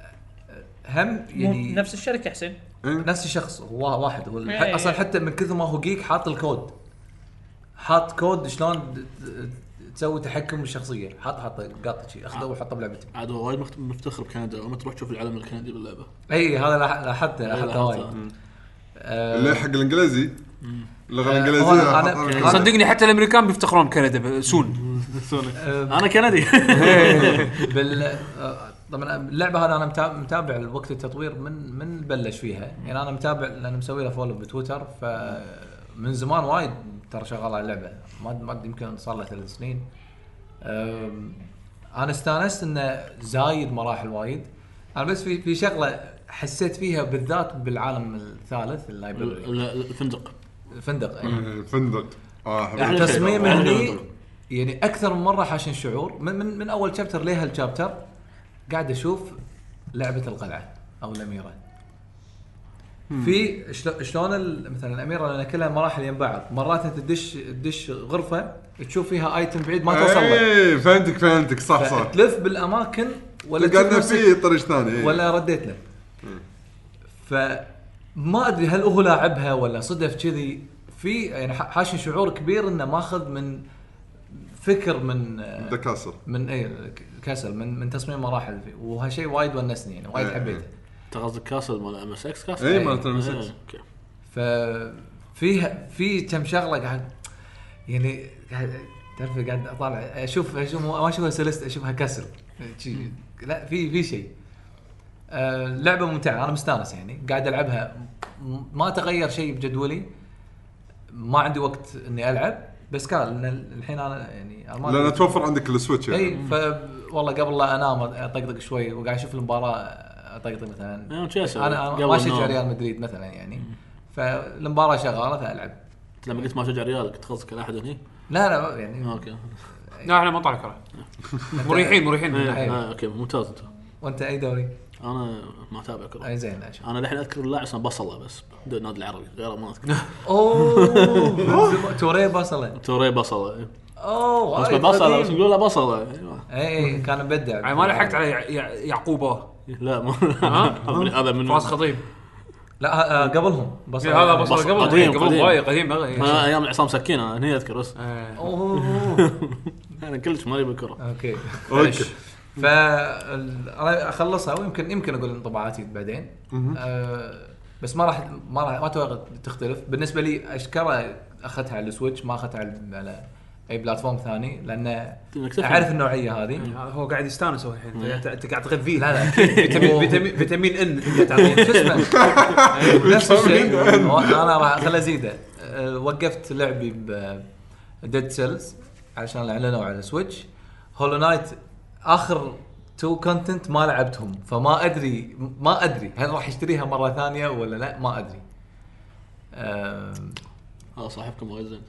S5: هم
S6: مو
S5: يعني
S6: نفس الشركه حسين.
S4: إيه؟
S5: نفس الشخص هو واحد هو
S6: إيه.
S5: اصلا حتى من كثر ما هو جيك حاط الكود حاط كود شلون د- تسوي تحكم بالشخصيه، حاط حاط قاطع شيء اخذه وحطه بلعبتي.
S3: عاد هو وايد مخت- مفتخر بكندا وما تروح تشوف العلم الكندي باللعبه.
S5: اي هذا لاح- لاحظته لاحظته
S3: لاحظته.
S5: وايد. آه،
S4: اللي حق الانجليزي اللغه
S5: آه،
S4: الانجليزيه
S5: هو أنا-
S4: حاطها
S5: أنا-
S4: بالكود.
S1: صدقني حتى الامريكان بيفتخرون بكندا سون.
S3: انا كندي.
S5: بال آه، طبعا اللعبه هذه انا متابع, متابع الوقت التطوير من من بلش فيها، يعني انا متابع لان مسوي له فولو بتويتر، فمن زمان وايد ترى شغال على اللعبه، ما ما يمكن صار له ثلاث سنين. أم، انا استانست انه زايد مراحل وايد. انا بس في في شغله حسيت فيها بالذات بالعالم الثالث اللايبرري
S3: الفندق.
S5: الفندق. أي.
S4: الفندق اه حلو.
S3: يعني
S5: تصميم
S3: يعني
S5: هني يعني اكثر من مره حاشن شعور من من, من اول شابتر ليه هالشابتر قاعد اشوف لعبه القلعه او الاميره. في شلو- شلون ال- مثلا الاميره لان كلها مراحل يم بعض، مرات انت تدش تدش غرفه تشوف فيها ايتم بعيد ما توصل له،
S4: ايه فهمتك فهمتك صح صح.
S5: تلف بالاماكن ولا
S4: قلنا
S5: تشوف
S4: في
S5: نفسك
S4: طريق ثاني إيه.
S5: ولا رديت له. فما ادري هل هو لاعبها ولا صدف كذي، في يعني ح- حاشن شعور كبير انه ماخذ من فكر من آه،
S4: ذا كاسل.
S5: من اي كاسل من من تصميم مراحل فيه، وهالشيء وايد ونسني يعني وايد
S4: إيه.
S5: حبيته.
S3: انت قصدك كاسل مال ام اس اكس كاسل؟
S4: اي
S5: إيه.
S4: مالت
S3: إيه،
S4: المسكس.
S3: اوكي.
S5: ففيها في كم شغله قاعد يعني قاعد تعرف قاعد اطالع اشوف اشوف ما اشوفها سلست اشوفها كسر شي. لا في في شيء. آه لعبه ممتعه انا مستانس يعني قاعد العبها، م- ما تغير شيء بجدولي، ما عندي وقت اني العب بس كان لأن الحين انا يعني أنا ما
S4: لان
S5: أدري-
S4: توفر عندك السويتش يعني.
S5: اي ف والله قبل لا انام اطقطق شوي وقاعد اشوف المباراه اطقطق مثلا.
S3: إيه، شو أسوي؟
S5: انا
S3: قبل
S5: ما اشجع
S3: النوم.
S5: ريال مدريد مثلا يعني، فالمباراه شغاله فالعب.
S3: لما قلت ما شجع ريال كنت قصدك على احد هني؟
S5: لا لا يعني
S3: اوكي.
S1: لا احنا ما طالع كره مريحين مريحين
S3: إيه،
S5: أيوة.
S3: آه، اوكي ممتاز. انت
S5: وانت اي دوري؟
S3: انا ما اتابع كره.
S5: اي زين عشان
S3: انا الحين اذكر اللاعب اسمه بصله بس بدون النادي العربي غيره ما اذكر.
S5: اوه توري بصله.
S3: توري بصله إيه.
S5: اوه
S3: بس
S5: وايد
S3: بصله
S5: قديم.
S3: بس يقولوا له بصله. ايوه
S5: اي كان مبدع.
S1: يعني ما لحقت على يع- يع- يعقوبه
S3: لا ما
S1: ها؟
S3: هذا من
S1: فاس خطيب.
S5: لا آه، قبلهم بصله.
S1: إيه، هذا بصل
S3: بصل
S1: قبل
S3: قديم،
S1: قبل
S3: قديم.
S1: وايد قديم بغي.
S3: ما ايام عصام سكينه هني اذكر بس
S1: إيه.
S5: اوه
S3: انا كلش مالي بالكره.
S5: اوكي
S4: اوكي.
S5: ف انا اخلصها ويمكن يمكن اقول انطباعاتي بعدين. أه بس ما راح ما راح ما اتوقع تختلف بالنسبه لي. اشكره اخذتها على السويتش ما اخذتها على, على اي بلاتفورم ثاني لان
S3: إنك تفهم.
S5: اعرف النوعيه هذه.
S1: هذا هو قاعد يستانس هو الحين انت أنت قاعد تغذيه.
S5: لا لا
S1: فيتامين فيتامين فيتامين ان قاعد تعطيه.
S5: شو اسمه نفس الشيء. هو انا راح اخليه ازيده. أه وقفت لعبي ب ديد سيلز عشان اعلنوا على سويتش. هولو نايت اخر تو كونتنت ما لعبتهم فما ادري ما ادري هل راح اشتريها مره ثانيه ولا لا ما ادري. أه
S3: اه صاحبكم وايد زين.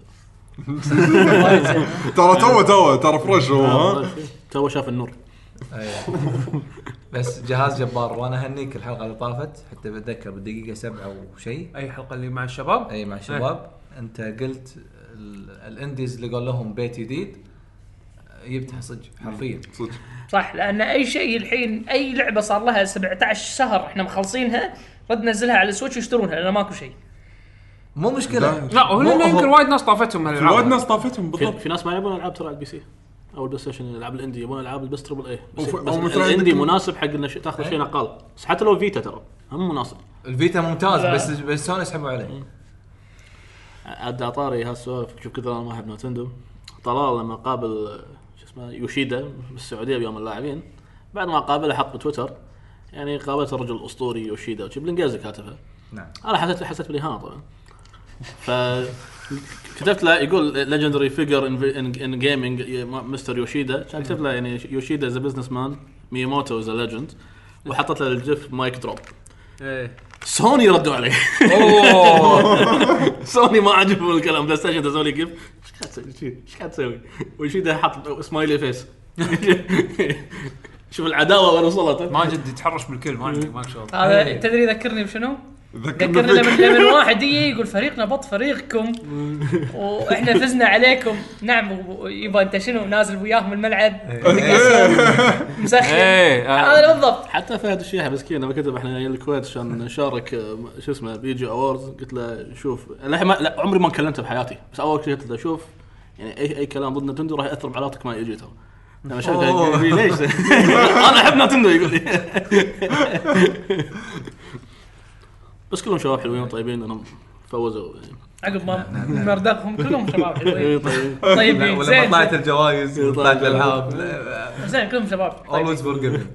S4: ترى تو تو ترى فريش هو ها.
S3: تو شاف النور.
S5: أيوة. بس جهاز جبار وانا هنيك الحلقه اللي طافت حتى بتذكر بالدقيقه سبعة وشيء
S1: اي حلقه اللي مع الشباب.
S5: اي مع الشباب. انت قلت ال- الانديز اللي قال لهم بيت جديد جبتها صدق حرفيا.
S4: صدق.
S6: صح لان اي شيء الحين اي لعبه صار لها سبعة عشر شهر احنا مخلصينها رد ننزلها على السويتش ويشترونها لان ماكو شيء.
S5: مو مشكله.
S1: لا هو
S5: مو-
S1: لأنه يمكن وايد ناس طافتهم
S4: في
S1: هالالعاب.
S4: وايد ناس طافتهم
S3: في,
S4: بالضبط.
S3: في ناس ما يلعبون العاب ترى على البي سي او البلاي ستيشن. الالعاب الاندي يبون العاب بس تربل اي بس,
S4: وف-
S3: بس
S4: أو مثلاً
S3: الاندي
S4: عندك-
S3: مناسب حق انه ش- تاخذ شيء نقال. بس حتى لو فيتا ترى هم مناسب.
S5: الفيتا ممتاز
S6: لا.
S5: بس بس سوني يسحبوا عليه.
S3: عاد عطاري هالسوالف شوف كثر انا ما احب نتندو. طلال لما قابل شو اسمه يوشيدا بالسعوديه بيوم اللاعبين بعد ما قابله حط بتويتر يعني قابلت الرجل الاسطوري يوشيدا وشي بالانجليزي كاتبها.
S5: نعم.
S3: انا حسيت حسيت بالاهانه طبعا. ف كتبت له يقول legendary figure in in, in gaming مستر يوشيدا. كان كتبت له يعني يوشيدا is a businessman مياموتو is a legend وحطت له الجيف مايك دروب.
S1: ايه
S3: سوني ردوا عليه.
S1: اوه
S3: سوني ما عجبهم الكلام. بلاي ستيشن تسوي لي جيف ايش قاعد تسوي ايش قاعد تسوي ويشيدا حط سمايلي فيس. شوف العداوه وين وصلت.
S1: ما جد يتحرش بالكل ما عندي ماك شغل.
S6: هذا تدري يذكرني بشنو؟ ذكرني لما لما واحد يجي يقول فريقنا بط فريقكم واحنا فزنا عليكم. نعم يبا انت شنو نازل وياهم الملعب مسخن. هذا بالضبط.
S3: حتى فهد الشيحة مسكين لما كتب احنا جايين الكويت عشان نشارك شو اسمه بيجي اووردز، قلت له شوف الحين لا عمري ما كلمته بحياتي، بس اول شيء قلت له شوف يعني اي اي كلام ضد نتندو راح ياثر بعلاقتك مع يجي ترى. لما شاف يقول لي ليش انا احب نتندو يقول لي بس كلهم شباب حلوين وطيبين انهم فوزوا يعني
S6: عقب ما مرداقهم كلهم شباب حلوين طيبين.
S5: ولا طلعت الجوائز طلعت الالعاب
S6: زين كلهم شباب
S5: اولويز فورجيفن.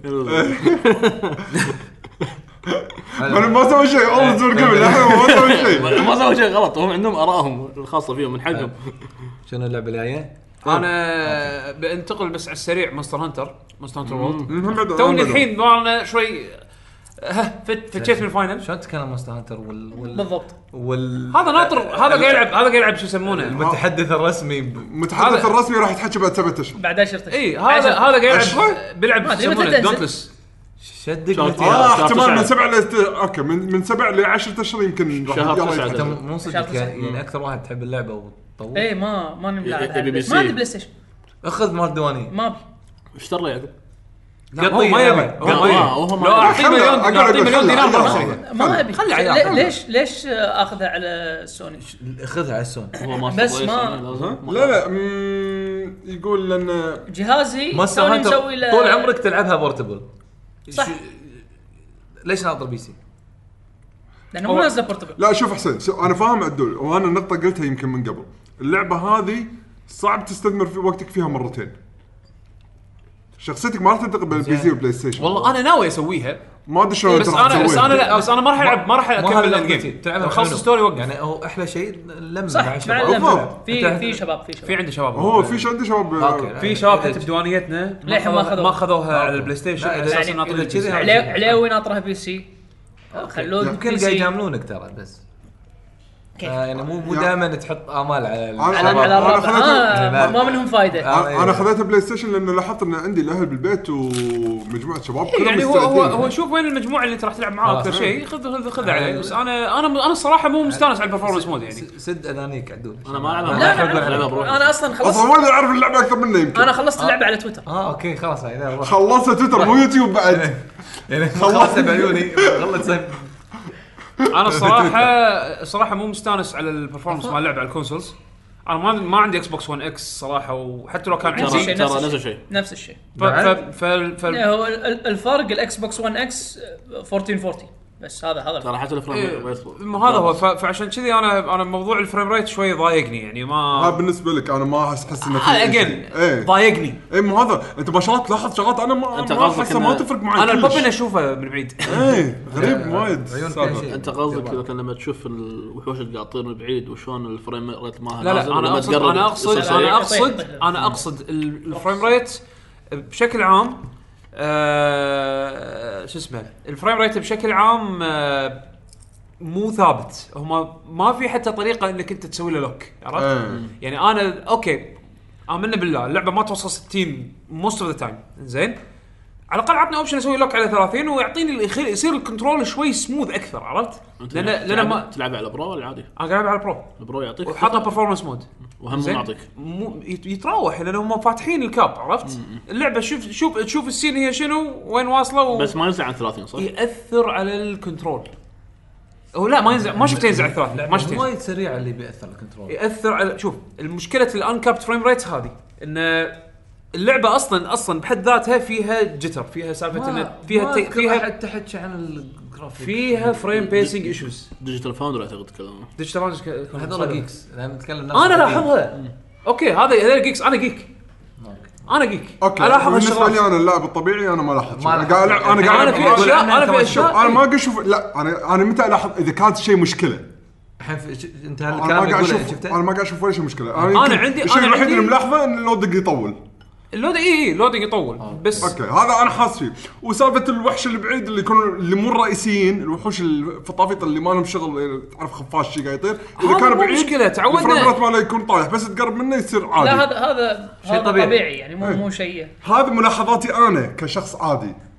S4: انا ما سوي شيء اولويز فورجيفن ما سوي شيء
S3: ما سوي شيء غلط، هم عندهم ارائهم الخاصه فيهم من حقهم.
S5: شنو اللعبه الجايه؟
S1: انا بنتقل بس على السريع مونستر هانتر مونستر هانتر وورلد. توني الحين ضارنا شوي ها فتشيت من الفاينل.
S5: شلون تكلم مونستر هانتر وال... وال...
S6: بالضبط
S5: وال...
S1: هذا ناطر هذا قاعد يلعب هذا قاعد يلعب شو يسمونه
S5: المتحدث الرسمي.
S4: المتحدث الرسمي راح يتحكى بعد سبعة اشهر
S6: بعد عشرة اشهر.
S1: اي هذا هذا قاعد يلعب بيلعب شو يسمونه دونتلس.
S5: شدق
S4: اه احتمال من سبعة ل اوكي من من سبعة ل عشرة اشهر يمكن
S3: شهر.
S5: مو صدق يعني اكثر واحد تحب اللعبه وتطور.
S6: اي ما ما نلعب
S3: ما
S6: عندي بلاي ستيشن.
S5: اخذ مال دواني
S6: ما ابي
S3: اشترى يعقوب
S1: هو ما يبي لو اعطيه مليون اعطيه مليون دينار
S6: ما ابي. ليش ليش اخذها على سوني؟
S5: اخذها على سوني
S3: هو ما
S6: بس ما
S4: لا لا يقول لان
S6: جهازي سوني مسوي له
S5: طول عمرك تلعبها بورتبل.
S6: صح
S5: ليش ناطر بي سي؟
S6: لانه مو نازل بورتبل.
S4: لا شوف حسين انا فاهم عدول وانا النقطه قلتها يمكن من قبل. اللعبه هذه صعب تستثمر في وقتك فيها مرتين. شخصيتك ما راح تنتقل بين البي سي والبلاي ستيشن.
S1: والله انا ناوي اسويها
S4: ما ادري شلون
S1: بس انا بس انا لا بس انا ما راح العب ما راح اكمل الجيم
S5: تلعبها
S1: خلص ستوري وقف.
S5: يعني هو احلى شيء لمس
S6: مع شباب. في في شباب في شباب
S1: في عنده شباب
S4: هو في عندي شباب
S1: في شباب حتى بديوانيتنا ما اخذوها على البلاي ستيشن اساس ناطرين كذا.
S6: علاوي ناطرها بي سي خلوه
S5: يمكن قاعد يجاملونك ترى بس يعني مو مو دائما تحط امال على
S6: على على الربع ما منهم فايده.
S4: انا خذيت بلاي ستيشن لانه لاحظت ان عندي الاهل بالبيت ومجموعه شباب كلهم
S1: يعني هو هو هو شوف وين المجموعه اللي انت راح تلعب معاها اكثر شيء خذ خذ عليه. بس انا انا انا الصراحه مو مستانس على البرفورمانس مود يعني
S5: سد اذانيك عدول.
S3: انا ما العبها
S6: انا اصلا خلصت
S4: اصلا ما اعرف اللعبه اكثر منه يمكن.
S6: انا خلصت اللعبه على تويتر.
S5: اه اوكي خلاص هاي
S4: خلصت تويتر مو يوتيوب بعد
S5: يعني خلصت بعيوني غلط زين.
S1: انا الصراحه الصراحه مو مستانس على البرفورمانس مال اللعبه على الكونسولز. انا ما ما عندي اكس بوكس ون اكس صراحه وحتى لو كان عندي
S3: ترى نفس الشيء
S6: نفس الشيء.
S1: ف ف ف
S6: هو الفرق الاكس بوكس ون اكس ألف وأربعمية وأربعين بس هذا هذا
S3: ترى حتى الفريم ريت
S1: ما هذا هو. فعشان كذي انا انا موضوع الفريم ريت شوي ضايقني يعني ما
S4: ها بالنسبه لك انا ما احس انه
S1: في اجين ضايقني.
S4: اي مو هذا انت ما شاء الله تلاحظ شغلات انا ما
S3: انت
S4: احس ما تفرق معي.
S1: انا البوبن اشوفه من بعيد
S4: اي غريب وايد.
S3: انت قصدك اذا كان لما تشوف الوحوش اللي قاعد تطير من بعيد وشون الفريم ريت مالها
S1: لا لا انا اقصد انا اقصد انا اقصد انا اقصد الفريم ريت بشكل عام. أه شو اسمه الفريم ريت بشكل عام أه مو ثابت. هما ما في حتى طريقه انك انت تسوي له لوك عرفت أه. يعني انا اوكي امنا بالله اللعبه ما توصل ستين موست اوف ذا تايم زين على الاقل عطني اوبشن اسوي لوك على ثلاثين ويعطيني يصير الكنترول شوي سموث اكثر عرفت. لان لان ما
S3: تلعب على برو ولا عادي؟
S1: انا العب على البرو.
S3: البرو يعطيك
S1: وحاطه برفورمانس مود
S3: وهم يعطيك
S1: يتراوح لانه هم فاتحين الكاب عرفت. اللعبه شوف شوف تشوف السين هي شنو وين واصله و...
S3: بس ما ينزل عن ثلاثين صح؟
S1: ياثر على الكنترول. هو لا ما ينزل ما شفت ينزل على ثلاثين ما شفت
S5: وايد سريع اللي بياثر على الكنترول
S1: ياثر على شوف المشكله الانكابت فريم ريت هذه ان اللعبه اصلا اصلا بحد ذاتها فيها جتر فيها سالفه ان فيها تي فيها
S5: تحكي عن الجرافيك
S1: فيها فريم بيسنج ايشوز.
S3: ديجيتال فاوندر اعتقد كلامه
S1: ديجيتال فاوندر
S5: هذول جيكس انا نتكلم
S1: انا لاحظها اوكي هذا هذول جيكس انا جيك انا جيك
S4: الاحظ بالنسبه لي انا اللاعب الطبيعي انا ما لاحظ
S5: انا
S4: قاعد انا قاعد
S1: انا في اشياء انا في اشياء
S4: انا ما قاعد اشوف لا انا انا متى الاحظ اذا كانت شيء مشكله
S5: الحين انت هالكلام اللي تقوله شفته
S4: انا ما قاعد اشوف ولا شيء مشكله.
S1: انا, أنا عندي
S4: الشيء الوحيد اللي ملاحظه ان اللودنج يطول.
S1: اللود اي اي لودنج يطول آه. بس
S4: اوكي هذا انا حاس فيه. وسالفه الوحش اللي بعيد اللي يكونوا اللي مو الرئيسيين الوحوش الفطافيط اللي ما لهم شغل تعرف خفاش شي قاعد يطير اذا كان بعيد
S1: مشكله تعودنا
S4: الفريمات ماله يكون طايح بس تقرب منه يصير عادي.
S6: لا هذا هذا شيء طبيعي. طبيعي يعني مو مو شيء.
S4: هذه ملاحظاتي انا كشخص عادي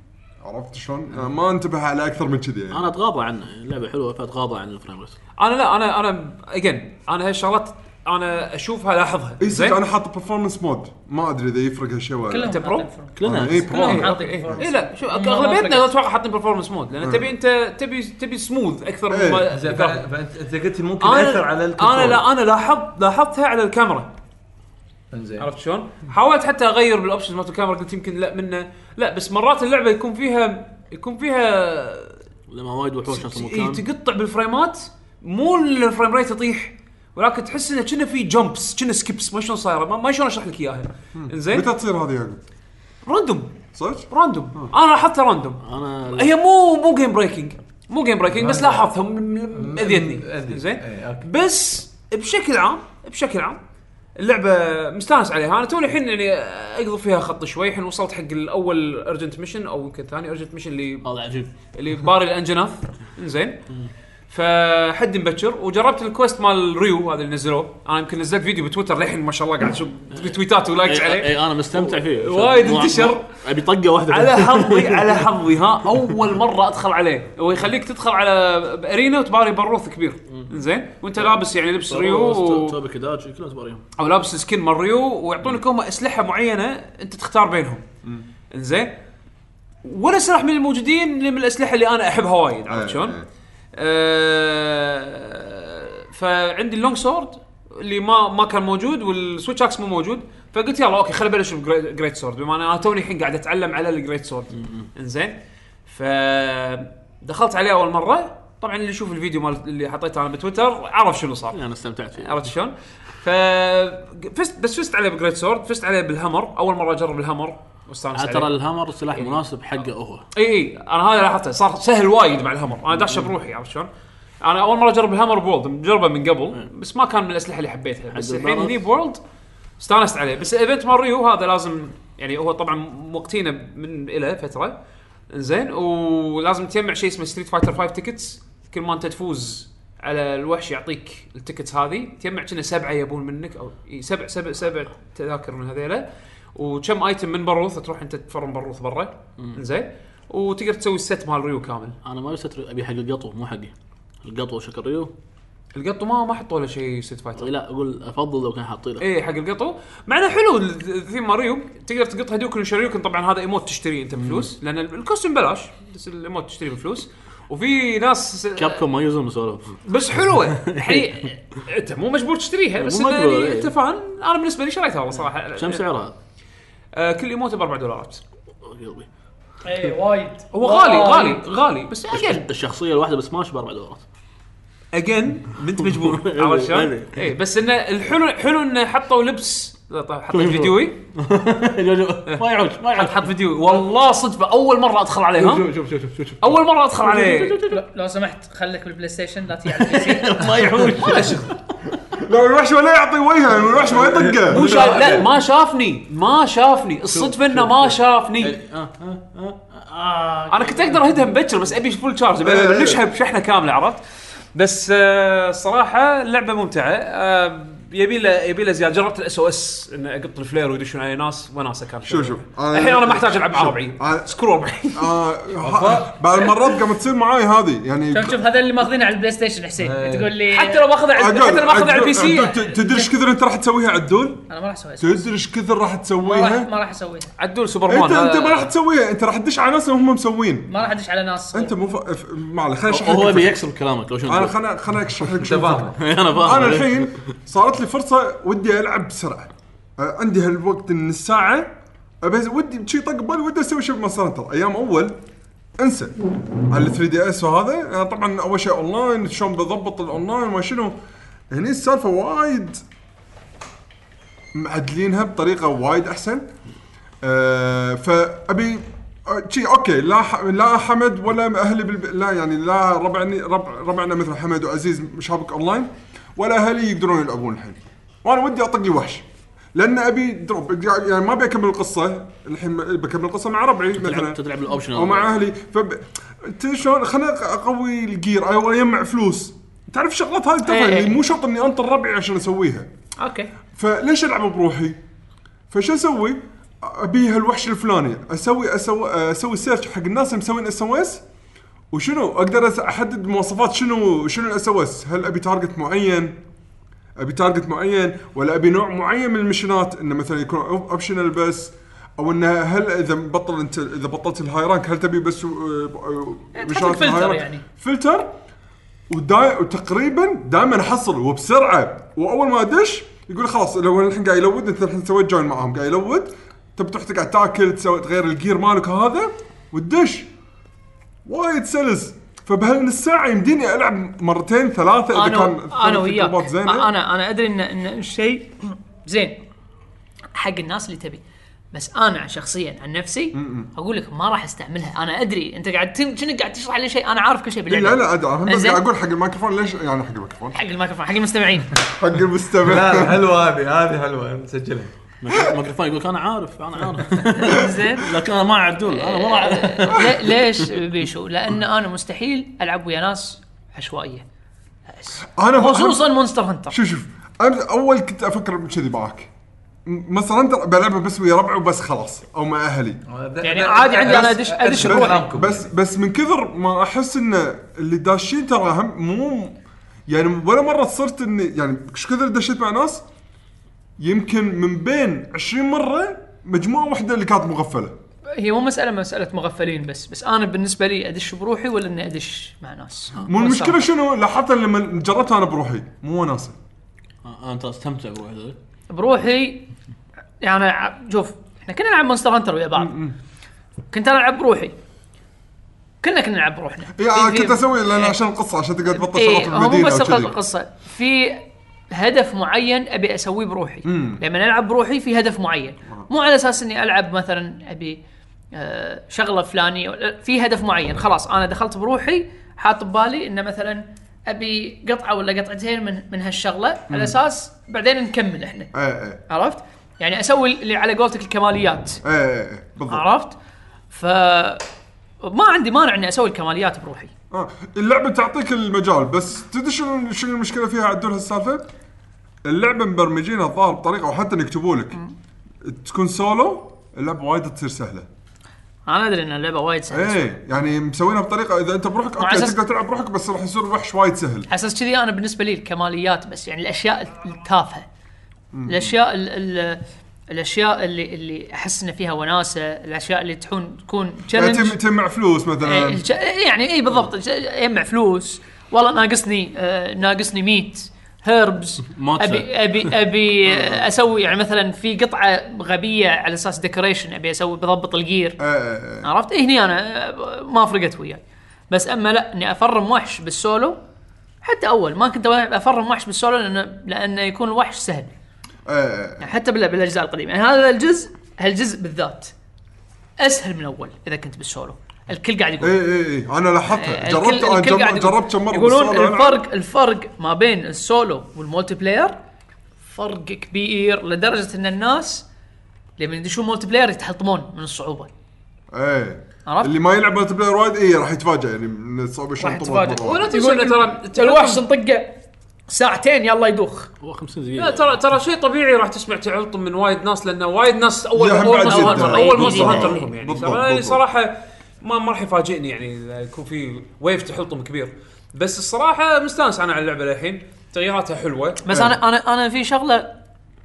S4: عرفت شلون؟ آه، ما انتبه على اكثر من كذي يعني.
S3: انا اتغاضى عنه، اللعبه حلوه فاتغاضى عن الفريم ريت.
S1: انا لا انا انا اجين انا هالشغلات انا اشوفها لاحظها
S4: اي
S1: زين.
S4: صدق انا حاط برفورمانس مود، ما ادري اذا يفرق هالشيء ولا
S6: كلهم
S1: أنت برو؟
S6: حاطين فرق.
S3: كلنا
S4: اي
S6: كلهم
S4: برو.
S6: حاطين
S1: اي
S6: performance.
S1: لا شو
S6: هم ما
S1: اغلبيتنا
S6: فرقت.
S1: اتوقع حاطين برفورمانس مود لان تبي انت تبي تبي سموث اكثر
S4: إيه.
S1: مما
S5: زين فانت انت قلت ممكن
S1: انا
S5: ياثر على الكنترول.
S1: انا لا انا لاحظت لاحظتها على الكاميرا.
S5: انزين
S1: عرفت شلون؟ حاولت حتى اغير بالاوبشنز مالت الكاميرا قلت يمكن لا منه لا بس مرات اللعبه يكون فيها يكون فيها
S3: لما وايد وحوش نفس
S1: إيه
S3: المكان
S1: تقطع بالفريمات مو الفريم ريت يطيح ولكن تحس انه كنا في جمبس كنا سكيبس ما شلون صايره ما, ما شلون اشرح لك اياها. انزين
S4: متى تصير هذه يعقوب؟
S1: راندوم
S4: صدق؟
S1: راندوم انا لاحظتها راندوم.
S3: انا
S1: هي مو مو جيم بريكنج مو جيم بريكنج بس لاحظتها م- م- اذيتني
S5: أذي.
S1: زين.
S5: إيه، أوكي.
S1: بس بشكل عام بشكل عام اللعبه مستانس عليها. انا توني الحين يعني اقضي فيها خط شوي. الحين وصلت حق الاول ارجنت ميشن او يمكن ثاني ارجنت ميشن اللي
S3: هذا عجيب.
S1: اللي باري الانجناث. انزين فحد مبكر وجربت الكويست مال ريو هذا اللي نزلوه. انا يمكن نزلت فيديو بتويتر للحين ما شاء الله قاعد اشوف تويتات ولايكس
S3: اي
S1: عليه.
S3: اي انا مستمتع فيه
S1: وايد
S3: مو-
S1: انتشر.
S3: مو- ابي طقه واحده
S1: على حظي على حظي ها اول مره ادخل عليه. هو يخليك تدخل على ارينا وتباري باروث كبير. زين وانت لابس يعني لبس ريو و...
S3: توبي كداج كلهم تباريهم.
S1: او لابس سكين مال ريو ويعطونك هم اسلحه معينه انت تختار بينهم. زين ولا سلاح من الموجودين اللي من الاسلحه اللي انا احبها وايد. عرفت شلون؟
S4: إيه.
S1: أه فعندي اللونج سورد اللي ما ما كان موجود والسويتش اكس مو موجود. فقلت يلا اوكي خليني ابلش بجريت سورد بما انا توني الحين قاعد اتعلم على الجريت سورد. انزين فدخلت عليه اول مره. طبعا اللي يشوف الفيديو مال اللي حطيته انا بتويتر عرف شنو صار.
S3: انا استمتعت فيه.
S1: عرفت شلون؟ ف فزت بس فزت عليه بجريت سورد. فزت عليه بالهامر اول مره اجرب الهامر واستانست
S3: ترى
S1: عليه.
S3: الهامر سلاح مناسب حقه هو.
S1: اي اي انا هذا لاحظته صار سهل وايد مع الهامر. انا داش بروحي. عرفت شلون؟ انا اول مره اجرب الهامر بولد مجربه من قبل بس ما كان من الاسلحه اللي حبيتها. بس الحين هني بولد استانست عليه. بس الايفنت مال ريو هذا لازم يعني هو طبعا وقتينا من الى فتره. زين ولازم تجمع شيء اسمه ستريت فايتر خمسة تيكتس. كل ما انت تفوز على الوحش يعطيك التيكتس هذه. تجمع كنا سبعه يبون منك او سبع سبع سبع تذاكر من هذيلا وكم ايتم من باروث تروح انت تفرم باروث برا. زين وتقدر تسوي الست مال ريو كامل.
S3: انا ما يستر ابي حق القطو مو حقي. القطو شكل ريو.
S1: القطو ما ما حطوا له شيء ست فايتر.
S3: لا اقول افضل لو كان حاطين له.
S1: ايه حق القطو مع انه حلو الثيم ماريو. تقدر تقط هدوكن وشريوكن. طبعا هذا ايموت تشتريه انت بفلوس لان الكوستم بلاش بس الايموت تشتريه بفلوس. وفي ناس
S3: كابكم ما يوزن مسولف.
S1: بس حلوه الحين انت مو مجبور تشتريها بس
S3: مو مجبور،
S1: يعني
S3: إيه.
S1: انت فاهم. انا بالنسبه لي شريتها والله صراحه.
S3: كم سعرها؟
S1: آه كل ايموت ب أربعة دولارات.
S3: قلبي.
S6: اي وايد
S1: هو غالي
S6: وايد.
S1: غالي غالي بس اجين
S3: الشخصيه الواحده بس ماشي ب أربعة دولارات.
S1: اجين انت مجبور. عرفت شلون؟ اي بس انه الحلو حلو انه حطوا لبس. حط فيديوي
S3: ما يعوج ما يعوج.
S1: حط فيديو والله صدفه اول مره ادخل عليه. ها
S3: شوف شوف شوف شوف
S1: اول مره ادخل عليه.
S6: لا، لو سمحت خليك بالبلاي ستيشن لا تيجي على البي سي.
S3: ما يعوج.
S4: لا الوحش ولا يعطي وجهه الوحش ما يطقه.
S1: مو شاف لا ما شافني ما شافني الصدفه انه ما شافني. انا كنت اقدر اهدها مبكر بس ابي فول تشارج بلشها بشحنه كامله. عرفت بس آه الصراحه اللعبه ممتعه. آه يبي له يبي له زياده. جربت الاس او اس ان اقط الفلير ويدشون على ناس وناسه كان.
S4: شوف شوف
S1: الحين انا ما احتاج العب مع ربعي
S4: أنا-
S1: سكرو ربعي.
S4: آه ه- بعد المرات قامت تصير معاي هذه يعني.
S6: شوف شوف هذا اللي ماخذينه على البلاي ستيشن حسين تقول لي
S1: حتى لو باخذها على
S4: عدول-
S1: حتى لو باخذها على
S4: عدول-
S1: البي سي.
S4: عدول، ت- تدري ايش كثر انت راح تسويها عدول؟
S6: انا ما راح اسويها
S4: تدري ايش كثر راح
S6: ما راح
S4: تسويها؟
S6: ما راح اسويها
S1: عدول سوبرمان.
S4: انت انت ما
S1: هذا-
S4: راح تسويها. انت راح تدش على ناس هم مسوين.
S6: ما راح ادش على ناس
S4: انت مو ف... ف- ما عليه خليني اشرح
S3: هو
S4: لك.
S3: بيكسر كلامك لو شنو.
S4: انا خليني خليني اشرح لك شو
S5: فاهم.
S3: انا فاهم.
S4: انا الحين صارت لي فرصه ودي العب بسرعه. آه، عندي هالوقت من الساعه بس ودي شيء طق بالي ودي اسوي شيء بمسانتر. ايام اول انسى على ثري دي اس وهذا. يعني طبعا اول شيء اونلاين شلون بضبط الاونلاين ما شنو. هني السالفه وايد معدلينها بطريقه وايد احسن. أه فابي آه، شي اوكي لا ح... لا حمد ولا اهلي بالب... لا يعني لا ربعني ربع ربعنا مثل حمد وعزيز مشابك اونلاين ولا اهلي يقدرون يلعبون الحين. وانا ودي اطق لي وحش لان ابي دروب يعني ما بكمل القصه الحين. بكمل القصه مع ربعي مثلا
S3: تلعب تلعب الاوبشن
S4: او مع اهلي. فب ت- شلون خليني اقوي الجير او اجمع فلوس. تعرف الشغلات هذه تفهم
S6: إيه.
S4: اللي مو شرط اني انطر ربعي عشان اسويها.
S6: اوكي
S4: فليش العب بروحي؟ فشو اسوي؟ ابي هالوحش الفلاني اسوي اسوي اسوي سيرش حق الناس اللي مسوين اس او اس وشنو اقدر احدد مواصفات شنو شنو الاس او اس. هل ابي تارجت معين ابي تارجت معين ولا ابي نوع معين من المشينات انه مثلا يكون اوبشنال بس او انه هل اذا بطل انت اذا بطلت الهاي رانك هل تبي بس
S6: مشينات فلتر يعني
S4: فلتر وداي وتقريبا دائما احصل وبسرعه واول ما ادش يقول خلاص لو الحين قاعد يلود انت الحين سويت جوين معهم قاعد يلود تبي تروح تقعد تاكل تسوي تغير الجير مالك هذا وتدش وايد سلس. فبهالنص ساعه يمديني العب مرتين ثلاثه اذا كان
S6: انا وياك انا انا ادري ان ان الشيء زين حق الناس اللي تبي بس انا شخصيا عن نفسي اقول لك ما راح استعملها. انا ادري انت قاعد شنو قاعد تشرح لي شيء انا عارف كل شيء باللعبه.
S4: لا لا ادري انا بس قاعد اقول حق الميكروفون ليش يعني حق الميكروفون
S6: حق الميكروفون حق المستمعين
S4: حق المستمع.
S5: لا حلوه هذه هذه حلوه نسجلها.
S3: الميكروفون يقول انا عارف انا عارف
S6: زين
S3: لكن انا ما عدول انا ما راح.
S6: ليش بيشو؟ لان انا مستحيل العب ويا ناس عشوائيه
S4: انا
S6: خصوصا مونستر هانتر.
S4: شوف شوف انا اول كنت افكر بكذي معك مثلا انت بلعبها بس ويا ربعي وبس خلاص او مع اهلي
S6: يعني عادي عندي انا ادش ادش بروحي
S4: بس بس من كثر ما احس ان اللي داشين ترى هم مو يعني ولا مره صرت اني يعني ايش كثر دشيت مع ناس يمكن من بين عشرين مره مجموعه واحده اللي كانت مغفله.
S6: هي مو مساله مساله مغفلين بس بس انا بالنسبه لي ادش بروحي ولا اني ادش مع ناس.
S4: مو المشكله شنو لاحظت لما جربتها انا بروحي مو وناسه
S3: انت استمتع بروحي
S6: بروحي يعني شوف احنا كنا نلعب مونستر هانتر ويا بعض كنت انا العب بروحي كنا كنا نلعب بروحنا
S4: يعني كنت اسوي لان عشان القصه عشان تقعد تبطل
S6: شغلات
S4: بالمدينه
S6: مو بس القصه في هدف معين ابي اسويه بروحي. لما العب بروحي في هدف معين مو على اساس اني العب مثلا ابي آه شغله فلانيه في هدف معين. خلاص انا دخلت بروحي حاط ببالي ان مثلا ابي قطعه ولا قطعتين من من هالشغله على اساس بعدين نكمل احنا.
S4: ايه ايه
S6: عرفت يعني اسوي اللي على قولتك الكماليات.
S4: ايه ايه بالضبط.
S6: عرفت ف ما عندي مانع اني اسوي الكماليات بروحي.
S4: اه اللعبه تعطيك المجال بس تدري شنو شنو المشكله فيها عدول هالسالفه. اللعبه مبرمجينها الظاهر بطريقه وحتى يكتبوا لك تكون سولو اللعبه وايد تصير سهله.
S6: انا ادري ان اللعبه وايد سهله.
S4: ايه يعني مسوينها بطريقه اذا انت بروحك اوكي تقدر تلعب بروحك بس راح يصير وحش وايد سهل.
S6: حساس كذي انا بالنسبه لي الكماليات بس يعني الاشياء التافهه الاشياء ال ال الاشياء اللي اللي احس ان فيها وناسه الاشياء اللي تكون تكون
S4: تشالنج يعني تجمع فلوس مثلا
S6: يعني اي بالضبط يجمع فلوس والله ناقصني آه ناقصني ميت هيربز ابي ابي ابي اسوي يعني مثلا في قطعه غبيه على اساس ديكوريشن ابي اسوي بضبط الجير. عرفت إيه هني انا ما فرقت وياي بس اما لا اني افرم وحش بالسولو حتى اول ما كنت افرم وحش بالسولو لانه لانه يكون الوحش سهل يعني حتى بالاجزاء القديمه يعني هذا الجزء هالجزء بالذات اسهل من اول اذا كنت بالسولو. الكل قاعد يقول
S4: اي اي اي انا لاحظتها جربت انا جربت جربت كم مره
S6: يقولون الفرق الفرق ما بين السولو والمولتي بلاير فرق كبير لدرجه ان الناس لما يدشون مولتي بلاير يتحطمون من الصعوبه.
S4: ايه اللي ما يلعب مولتي بلاير وايد ايه راح يتفاجئ يعني من الصعوبه شلون
S1: طبعا. ولا تقول ترى
S6: الوحش نطقه ساعتين يلا يدوخ
S3: هو خمسين دقيقه.
S1: لا ترى ترى شيء طبيعي راح تسمع تعلطم من وايد ناس لانه وايد ناس اول اول مره اول مره هانتر لهم يعني صراحه ما ما راح يفاجئني يعني يكون في ويف تحلطم كبير بس الصراحه مستانس انا على اللعبه الحين تغييراتها حلوه.
S6: بس انا انا انا في شغله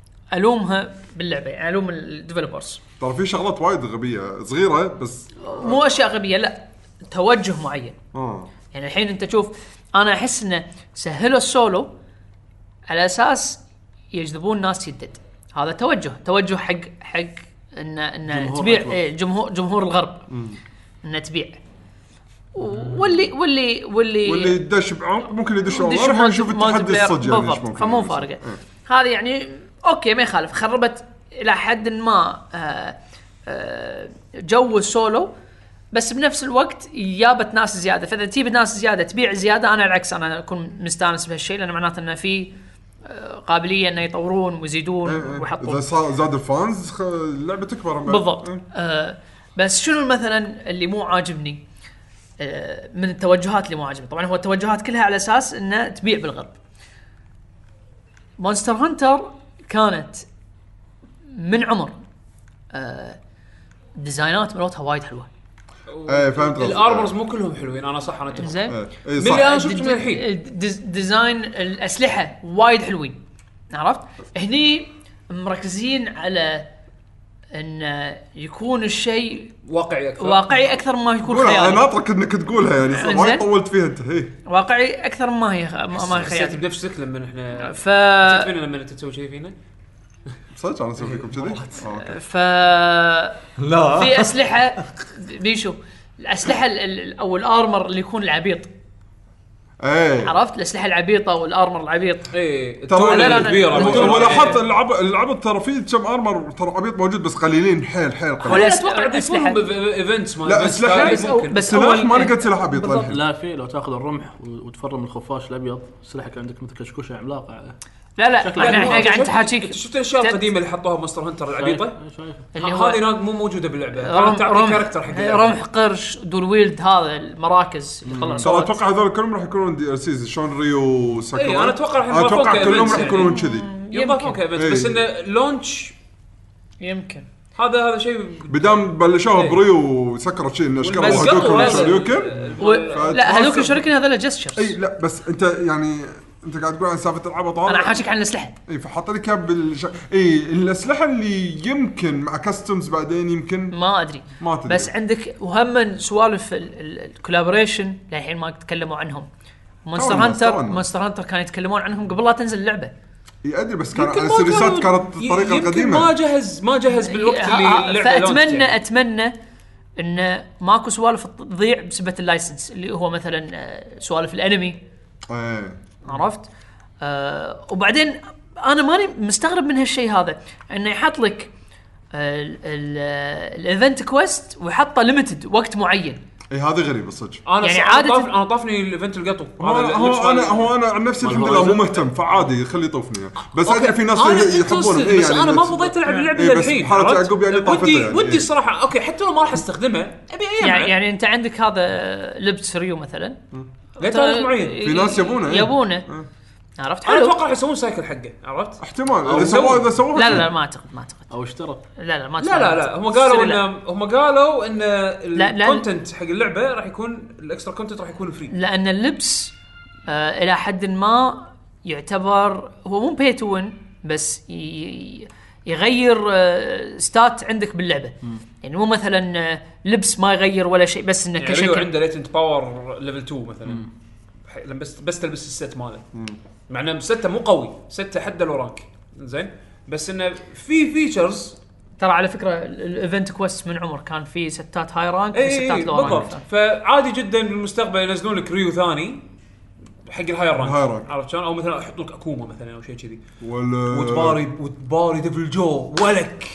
S6: الومها باللعبه يعني الوم الديفلوبرز
S4: ترى في شغلات وايد غبيه صغيره بس
S6: مو اشياء غبيه لا توجه معين.
S4: اه
S6: يعني الحين انت تشوف انا احس انه سهلوا السولو على اساس يجذبون ناس يدد. هذا توجه توجه حق حق ان ان تبيع ايه جمهور جمهور الغرب ان تبيع واللي واللي واللي
S4: واللي يدش بعمق ممكن يدش والله راح نشوف التحدي الصجي
S6: يعني فمو فارقه. هذه يعني اوكي ما يخالف خربت الى حد ما آآ آآ جو السولو بس بنفس الوقت جابت ناس زياده. فاذا تجيب ناس زياده تبيع زياده انا العكس انا اكون مستانس بهالشيء لانه معناته انه في قابليه انه يطورون ويزيدون ويحطون
S4: اذا زاد الفانز اللعبه تكبر
S6: بالضبط. آه بس شنو مثلا اللي مو عاجبني آه من التوجهات اللي مو عاجبني طبعا هو التوجهات كلها على اساس انه تبيع بالغرب. مونستر هانتر كانت من عمر آه ديزاينات مالتها وايد حلوه.
S4: ايه فهمت قصدك.
S1: الارمرز مو كلهم حلوين انا صح انا اتفق.
S6: زين
S4: ايه
S1: من
S4: صح.
S1: اللي انا شفت من الحين
S6: ديزاين الاسلحه وايد حلوين عرفت. هني مركزين على ان يكون الشيء
S1: واقعي اكثر
S6: واقعي اكثر ما يكون
S4: قول انا
S6: خيالي.
S4: ناطرك انك تقولها يعني
S6: إنزين.
S4: وايد طولت فيها انت. هي
S6: واقعي اكثر ما هي ما ما هي
S1: حسيت
S6: خيالي.
S1: بنفسك لما احنا
S6: ف
S1: تدفين لما انت تسوي شيء فينا.
S4: صدق انا اسوي فيكم كذي. آه، أوكي.
S6: ف
S5: لا
S6: في اسلحه بيشو الاسلحه ال- ال- او الارمر اللي يكون العبيط
S4: ايه
S6: عرفت. الاسلحه العبيطه والارمر العبيط
S1: ايه
S4: ترى
S1: التون
S6: لا، لا،
S1: الكبيره
S6: لا،
S4: هو لاحظت العب العب ترى في كم ارمر ترى عبيط موجود بس قليلين حيل حيل قليل.
S6: ولا
S1: اتوقع
S6: أسلحة.
S1: يضيفون ايفنتس ما
S4: لا،
S1: events
S4: أسلحة
S1: ثانية
S6: بس أو
S1: ممكن.
S6: بس
S4: سلاح
S6: أول
S4: ما
S6: يعني-
S4: لقيت سلاح ابيض
S6: بالضبط.
S4: للحين.
S3: لا في لو تاخذ الرمح وتفرم الخفاش الابيض سلاحك عندك مثل كشكوشه عملاقه.
S6: لا لا
S3: شكله
S6: احنا
S1: يعني
S6: احنا قاعد
S1: شفت-
S6: تحاكيك
S1: شفت الاشياء القديمه اللي حطوها مونستر هانتر العبيطه
S3: شايف
S6: اللي هو
S1: هذه هناك مو موجوده باللعبه.
S6: رم
S1: كانت تعطي
S6: رم
S1: كاركتر حق اللعبة.
S6: رمح قرش دول ويلد هذا المراكز اللي طلع
S4: ترى
S6: صوت.
S4: اتوقع هذول كلهم راح يكونون دي ال سيز شلون ريو وساكورا.
S1: إيه، أنا أتوقع راح
S4: أنا اتوقع
S1: يضافون
S4: كلهم
S1: كإيفنتس
S4: راح
S1: يعني.
S4: يكونون كذي.
S1: يضافون كايفنتس بس
S4: إيه.
S1: انه لونش
S6: يمكن
S1: هذا هذا شيء
S4: بدام بلشوها
S1: إيه.
S4: بريو وسكرت شيء انه شكروا
S1: والمسقط
S4: هذوكم
S1: وهذا-
S4: شريوكن.
S6: و...
S1: ال-
S6: لا هذوك الشركين هذول جستشرز.
S4: اي لا بس انت يعني انت قاعد تقول عن سالفه العبط هذا.
S6: انا حاحكيك عن الاسلحه.
S4: اي فحط لك اياه بالش... اي الاسلحه اللي يمكن مع كاستمز بعدين يمكن
S6: ما ادري
S4: ما تدري.
S6: بس عندك وهم سوالف الكولابوريشن للحين ما تكلموا عنهم. مونستر
S4: تونا-
S6: هانتر
S4: تونا.
S6: مونستر هانتر كانوا يتكلمون عنهم قبل لا تنزل اللعبه.
S4: اي ادري بس كان
S1: يمكن
S4: على
S1: ما
S4: السيريسات
S1: كانوا-
S4: كانت الطريقه
S1: يمكن
S4: القديمه.
S1: ما جهز ما جهز بالوقت اللي
S6: ها-
S1: اللعبه لونش
S6: فاتمنى
S1: يعني.
S6: اتمنى ان ماكو سوالف تضيع بسبه اللايسنس اللي هو مثلا آه، سوالف الانمي
S4: ايه
S6: عرفت. آه وبعدين انا ماني مستغرب من هالشيء هذا انه يحط لك الايفنت كويست ويحطه ليميتد وقت معين.
S4: اي هذه غريبه صدق.
S1: انا
S6: يعني
S1: يعني
S6: عادة-
S1: طاف انا طافني الايفنت القطو
S4: هو,
S1: اللي-
S4: هو
S1: اللي
S4: انا هو انا عن نفسي الحمد لله مو مهتم فعادي خليه يطوفني يعني. بس
S1: أوكي.
S4: ادري في ناس
S1: أنا
S4: يحبون
S1: interested،
S4: إيه
S1: بس
S4: يعني
S1: انا ما
S4: بس-
S1: فضيت العب اللعبه
S4: إيه، بس
S1: للحين
S4: بحالة
S1: عرفت؟
S4: يعقوب يعني طافتها
S1: ودي
S4: يعني.
S1: ودي
S4: إيه.
S1: الصراحه اوكي حتى لو ما راح استخدمه ابي ايام
S6: يعني يعني انت عندك هذا لبس ريو مثلا
S1: ليه تاريخ معين
S4: في ناس يبونه، إيه.
S6: يبونه عرفت.
S1: انا
S6: حلو.
S1: اتوقع راح يسوون سايكل حقه عرفت؟
S4: احتمال
S1: أو
S4: اذا سووه
S1: يسوون.
S4: اذا سووه
S6: لا لا لا ما اعتقد ما اعتقد
S3: او اشترى.
S6: لا لا ما
S1: لا لا لا هم قالوا
S6: تصير
S1: ان
S6: لا.
S1: هم قالوا ان
S6: لا.
S1: الكونتنت حق اللعبه راح يكون الاكسترا كونتنت راح يكون فري.
S6: لان اللبس آه الى حد ما يعتبر هو مو بي تو وين بس ي- يغير آه ستات عندك باللعبه. يعني مو مثلا آه، لبس ما يغير ولا شيء بس انه
S1: يعني ريو
S6: كشكل.
S1: عنده ليتنت باور ليفل تو مثلا ح- لما بس بس تلبس الست ماله مع انه سته مو قوي سته حد الورانك زين بس انه في فيتشرز
S6: ترى على فكره الايفنت كويست من عمر كان في ستات هاي رانك
S1: اي
S6: وستات
S1: اي
S6: لو رانك.
S1: بالضبط فعادي جدا بالمستقبل ينزلون لك ريو ثاني حق الهاي
S4: الهاي
S1: رانك
S4: رانك.
S1: عرفت شلون او مثلا يحط لك اكوما مثلا او شيء كذي
S4: ولا
S1: وتباري وتباري ديفل جو ولك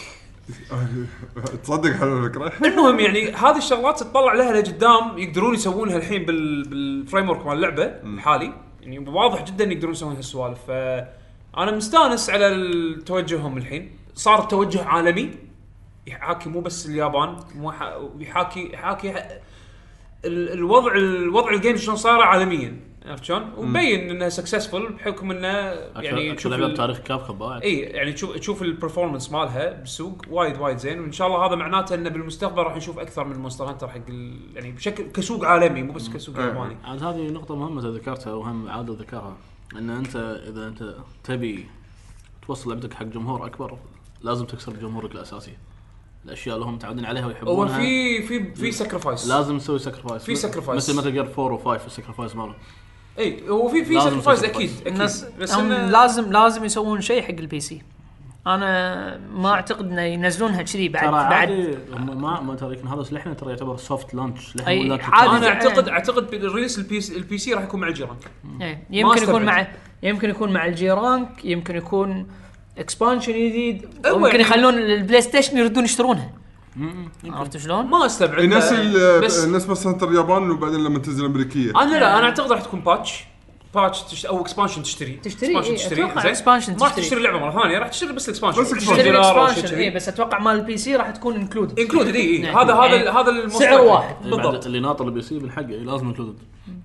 S4: تصدق حلوه الفكره.
S1: المهم يعني هذه الشغلات تطلع لها لقدام يقدرون يسوونها الحين بال بالفريم ورك مال اللعبه الحالي يعني واضح جدا يقدرون يسوون هالسوالف فانا مستانس على توجههم الحين صار توجه عالمي يحاكي مو بس اليابان مو ح... يحاكي يحاكي ح- ال- الوضع الوضع الجيم شلون صار عالميا عرفت شلون ومبين انه سكسسفول بحكم انه يعني
S3: تشوف
S1: ال-
S3: تاريخ كابكم بعد.
S1: اي يعني تشوف تشوف البرفورمانس مالها بالسوق وايد وايد زين وان شاء الله هذا معناته انه بالمستقبل راح نشوف اكثر من مونستر هانتر حق ال... يعني بشكل كسوق عالمي مو بس كسوق ياباني.
S3: عاد هذه نقطة مهمة ذكرتها وهم عادة ذكرها ان انت اذا انت تبي توصل لعبتك حق جمهور اكبر لازم تكسر جمهورك الاساسي. الاشياء اللي هم متعودين عليها
S1: هو
S3: ويحبونها
S1: في في في ساكرفايس
S3: لازم نسوي ساكرفايس.
S1: في sacrifice.
S3: مثل مثل جير فور وفايف الساكرفايس ماله.
S1: اي هو في في
S3: لازم
S1: ساكرفايس
S3: sacrifice.
S1: اكيد اكيد
S6: الناس
S1: بس
S6: هم
S1: إنه
S6: لازم لازم يسوون شيء حق البي سي. انا ما اعتقد انه ينزلونها كذي بعد
S3: ترى
S6: بعد
S3: عادي هم ما ما ترى يمكن هذا سلاحنا ترى يعتبر سوفت لانش
S6: أي
S3: لحين ولا
S6: عادي.
S1: انا
S6: يعني-
S1: اعتقد اعتقد بالريليس البي سي البي سي راح يكون مع الجيران.
S6: إيه، يمكن
S1: استبعد.
S6: يكون مع يمكن يكون مع الجيرانك يمكن يكون اكسبانشن جديد
S1: أيوة
S6: ممكن
S1: يعني-
S6: يخلون البلاي ستيشن يردون يشترونها. عرفت شلون؟
S1: ما استبعد
S4: الناس
S1: بس
S4: الناس بس سنتر اليابان وبعدين لما تنزل امريكيه.
S1: انا لا انا اعتقد راح تكون باتش باتش تشت... او اكسبانشن تشتري
S6: تشتري،
S1: expansion
S6: إيه،
S1: تشتري
S6: أتوقع
S1: زين؟
S6: expansion
S1: ما راح
S6: تشتري.
S1: تشتري اللعبه مره ثانيه راح تشتري بس الاكسبانشن
S4: بس expansion.
S6: تشتري
S1: دولار أو شيء
S6: الاكسبانشن
S1: كذي.
S6: اي بس اتوقع مال البي سي راح تكون انكلود.
S1: انكلودد اي
S6: نعم.
S1: هذا هذا
S6: يعني
S1: ال- هذا الموست
S6: سعر
S1: likely.
S6: واحد.
S3: بالضبط
S1: بالضبط
S3: اللي ناطر البي سي بالحق لازم انكلودد.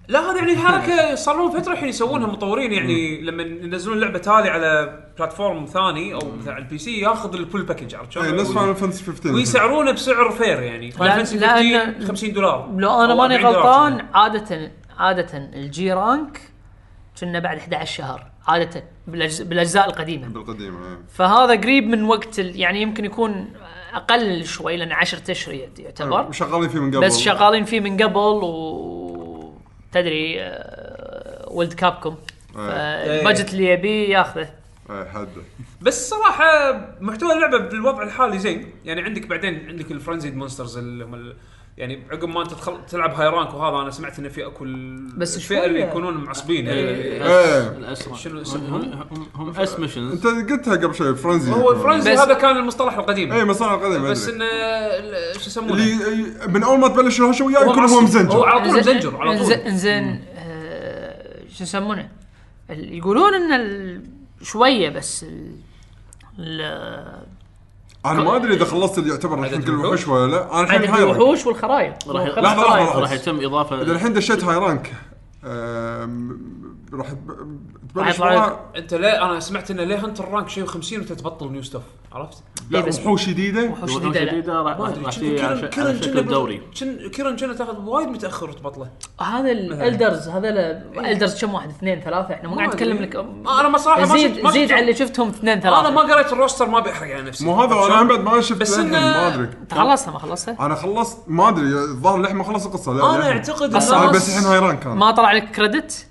S1: لا هذا يعني حركه صار لهم فتره الحين يسوونها مطورين يعني لما ينزلون لعبه تالي على بلاتفورم ثاني او مثلا على البي سي ياخذ الفول باكج عرفت شلون؟
S4: اي نفس فاينل فانتسي خمسة عشر
S1: ويسعرونه بسعر فير يعني فاينل فانتسي خمسين خمسين دولار
S6: لو انا
S1: أو
S6: ماني
S1: أربعين دولار
S6: غلطان
S1: كذا.
S6: عاده عاده الجي رانك كنا بعد إحدى عشر شهر عاده بالأجز... بالاجزاء القديمه
S4: بالقديمه إيه.
S6: فهذا قريب من وقت ال... يعني يمكن يكون اقل شوي لان عشرة اشهر يعتبر
S4: شغالين فيه من قبل
S6: بس شغالين فيه من قبل و تدري آه، ولد كابكوم فالبجت اللي يبيه ياخذه.
S4: اي حد
S1: بس صراحه محتوى اللعبه بالوضع الحالي زين يعني عندك بعدين عندك الفرنزيد مونسترز اللي هم ال... يعني عقب ما انت تدخل تلعب هاي رانك وهذا انا سمعت انه في اكو
S6: بس
S1: الفئه اللي
S6: شوية.
S1: يكونون معصبين يعني
S4: ايه
S3: الاسرع
S1: شنو اسمهم؟
S3: هم هم اس ميشنز
S4: انت قلتها قبل شوي فرنزي
S1: هو الفرنزي
S6: بس-
S1: هذا كان المصطلح القديم
S4: اي مصنع القديم
S1: بس
S4: أدري.
S1: انه ال- شو يسمونه
S4: اللي من اول ما تبلش الهوشه وياه
S1: هو
S4: يكون هو
S1: معصب. هو
S4: مزنجر
S1: على طول مزنجر على طول
S6: انزين انزين آه، شو يسمونه ال- يقولون ان ال- شويه بس ال... ال-
S4: انا ما ادري اذا خلصت اللي يعتبر الحين كل وحوش ولا لا انا الحين
S6: عدد
S4: هاي رانك.
S6: الوحوش والخرايط
S3: راح
S6: خمس
S4: لحظة،
S6: خرايط.
S4: لحظة.
S3: راح يتم اضافه
S4: اذا الحين دشيت هاي رانك أم، راح ب-
S6: راح
S4: تبلش
S6: يطلع
S4: وراها-
S1: انت ليه انا سمعت انه ليه هنتر رانك شيء خمسين وانت تبطل نيو ستاف عرفت؟
S4: لا
S6: إيه بس-
S4: وحوش جديده
S6: وحوش
S3: وحوش
S6: جديده لا.
S3: جديده راح
S1: ما ادري
S3: راح
S1: كيرن
S3: تجي على ش-
S1: كيرن
S3: على
S1: كنا
S3: شكل دوري.
S1: كن- كيرن كنا تاخذ وايد متاخر وتبطله
S6: هذا الالدرز هذا الالدرز كم واحد اثنين ثلاثه احنا مو قاعد نتكلم لك
S1: انا ما صراحه ما شفت-
S6: زيد
S1: ما
S6: زيد
S1: شفت-
S6: على اللي شفتهم اثنين
S1: انا
S6: ثلاثه
S1: ما قريت الروستر ما بيحرق على نفسي
S4: مو هذا انا هم بعد ما شفت
S1: بس
S4: للحين،
S1: إنه-
S4: ما ادري
S6: انت خلصتها ما خلصتها
S4: انا خلصت ما ادري الظاهر للحين ما خلص القصه لا
S1: انا
S4: للحين.
S1: اعتقد
S6: أصلاً
S4: انا
S1: الناس
S4: بس الحين هاي رانك كان
S6: ما طلع لك كريدت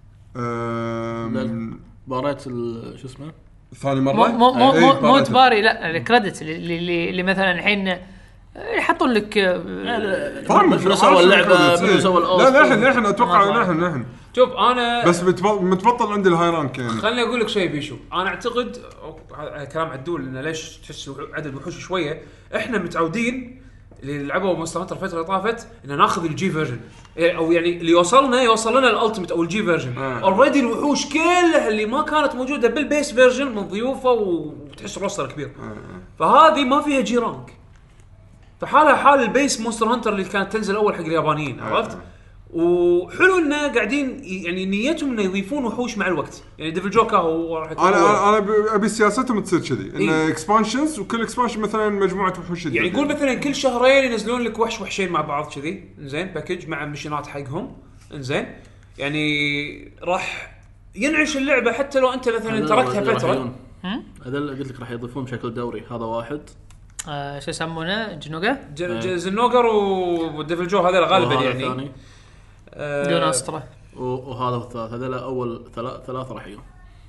S4: أم،
S3: مباراة ال- شو اسمه
S4: ثاني مره
S6: مو مو مو
S4: إيه،
S6: مو, مو
S4: بارت.
S6: تباري لا الكريدت اللي, اللي, اللي مثلا الحين يحطون لك آه،
S4: فاهم
S3: منو
S4: شو-
S3: سوى
S4: عارف شو
S3: اللعبة،
S4: الكريدتس،
S3: منو
S4: إيه.
S3: سوى
S4: لا
S3: الأوسط.
S4: للحين للحين اتوقع
S6: ما
S4: للحين للحين
S1: شوف انا
S4: بس متب- متبطل عندي الهاي رانك يعني
S1: خليني اقول لك شيء بيشو انا اعتقد أو- هذا كلام عدول انه ليش تحس عدد وحوش شويه احنا متعودين اللي لعبوا مونستر هانتر الفتره اللي طافت ان ناخذ الجي فيرجن او يعني اللي يوصلنا يوصل لنا الالتيميت او الجي فيرجن
S4: آه.
S1: اوريدي الوحوش كلها اللي ما كانت موجوده بالبيس فيرجن من ضيوفه وتحس روستر كبير فهذه ما فيها جي رانك فحالها حال البيس مونستر هانتر اللي كانت تنزل اول حق اليابانيين عرفت وحلو انه قاعدين ي- يعني نيتهم انه يضيفون وحوش مع الوقت يعني ديفل جوكا هو راح يكون
S4: انا
S1: هو-
S4: انا انا ب- ابي سياستهم تصير كذي انه
S1: إيه.
S4: اكسبانشنز وكل اكسبانشن مثلا مجموعه وحوش جديده
S1: يعني يقول مثلا كل شهرين ينزلون لك وحش وحشين مع بعض كذي زين باكج مع مشينات حقهم انزين يعني راح ينعش اللعبه حتى لو انت مثلا
S3: هذا
S1: تركتها
S3: اللي راح
S1: فتره
S3: يجون. هذا اللي قلت لك راح يضيفون بشكل دوري هذا واحد
S6: آه، شو يسمونه جنوغا
S1: ج- ج- زنوجر وديفل جو هذول غالبا
S3: وهذا
S1: يعني
S3: الثاني.
S1: آه،
S6: دون استرا
S3: و- وهذا الثالث هذول اول ثلاث ثلاثه راح يجون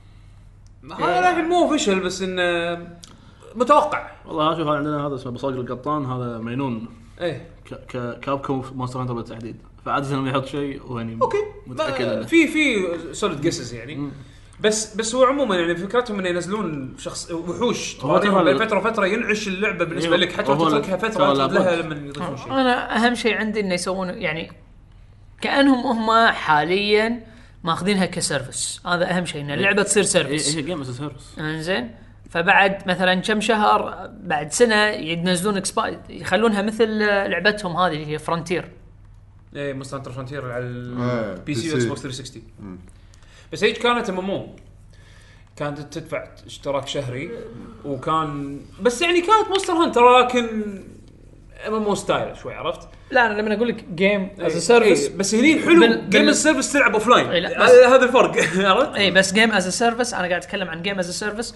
S1: هذا الحين مو اوفيشل بس انه متوقع
S3: والله شوف هذا عندنا هذا اسمه بصاق القطان هذا مينون
S1: ايه
S3: ك ك كابكوم في مونستر هانتر بالتحديد فعاده لما يحط شيء وهني
S1: اوكي
S3: متاكد
S1: ما-
S3: انه
S1: في في سوليد جيسز يعني بس بس هو عموما يعني فكرتهم انه ينزلون شخص وحوش
S3: هو
S1: تواريخهم
S3: ترى-
S1: بين فتره وفتره ينعش اللعبه بالنسبه
S3: أيوه.
S1: لك حتى لو
S3: هو
S1: تتركها
S3: ترى
S1: فتره
S3: لابد.
S1: تلاقي لها لما يضيفون شيء
S6: انا اهم شيء عندي انه يسوون يعني كانهم هم حاليا ماخذينها كسيرفس هذا اهم شيء ان اللعبه تصير
S3: هي
S6: سيرفس
S3: هي جيم از سيرفيس
S6: انزين فبعد مثلا كم شهر بعد سنه ينزلون اكسبا يخلونها مثل لعبتهم هذه اللي هي فرونتير
S1: ايه مونستر هانتر فرونتير على
S4: إيه،
S1: البي سي
S4: بي
S1: واكس
S4: سي.
S1: بوكس ثلاثمية وستين بس هيك كانت ام ام او كانت تدفع اشتراك شهري وكان بس يعني كانت مونستر هانتر لكن ام ام او ستايل شوي عرفت
S6: لا انا لما اقول لك جيم از
S1: إيه،
S6: سيرفيس
S1: إيه، بس هني حلو
S6: بال- بال-
S1: جيم السيرفس تلعب اوف لاين
S6: إيه، لا، بس-
S1: هذا الفرق عرفت
S6: اي بس جيم از سيرفيس انا قاعد اتكلم عن جيم از سيرفيس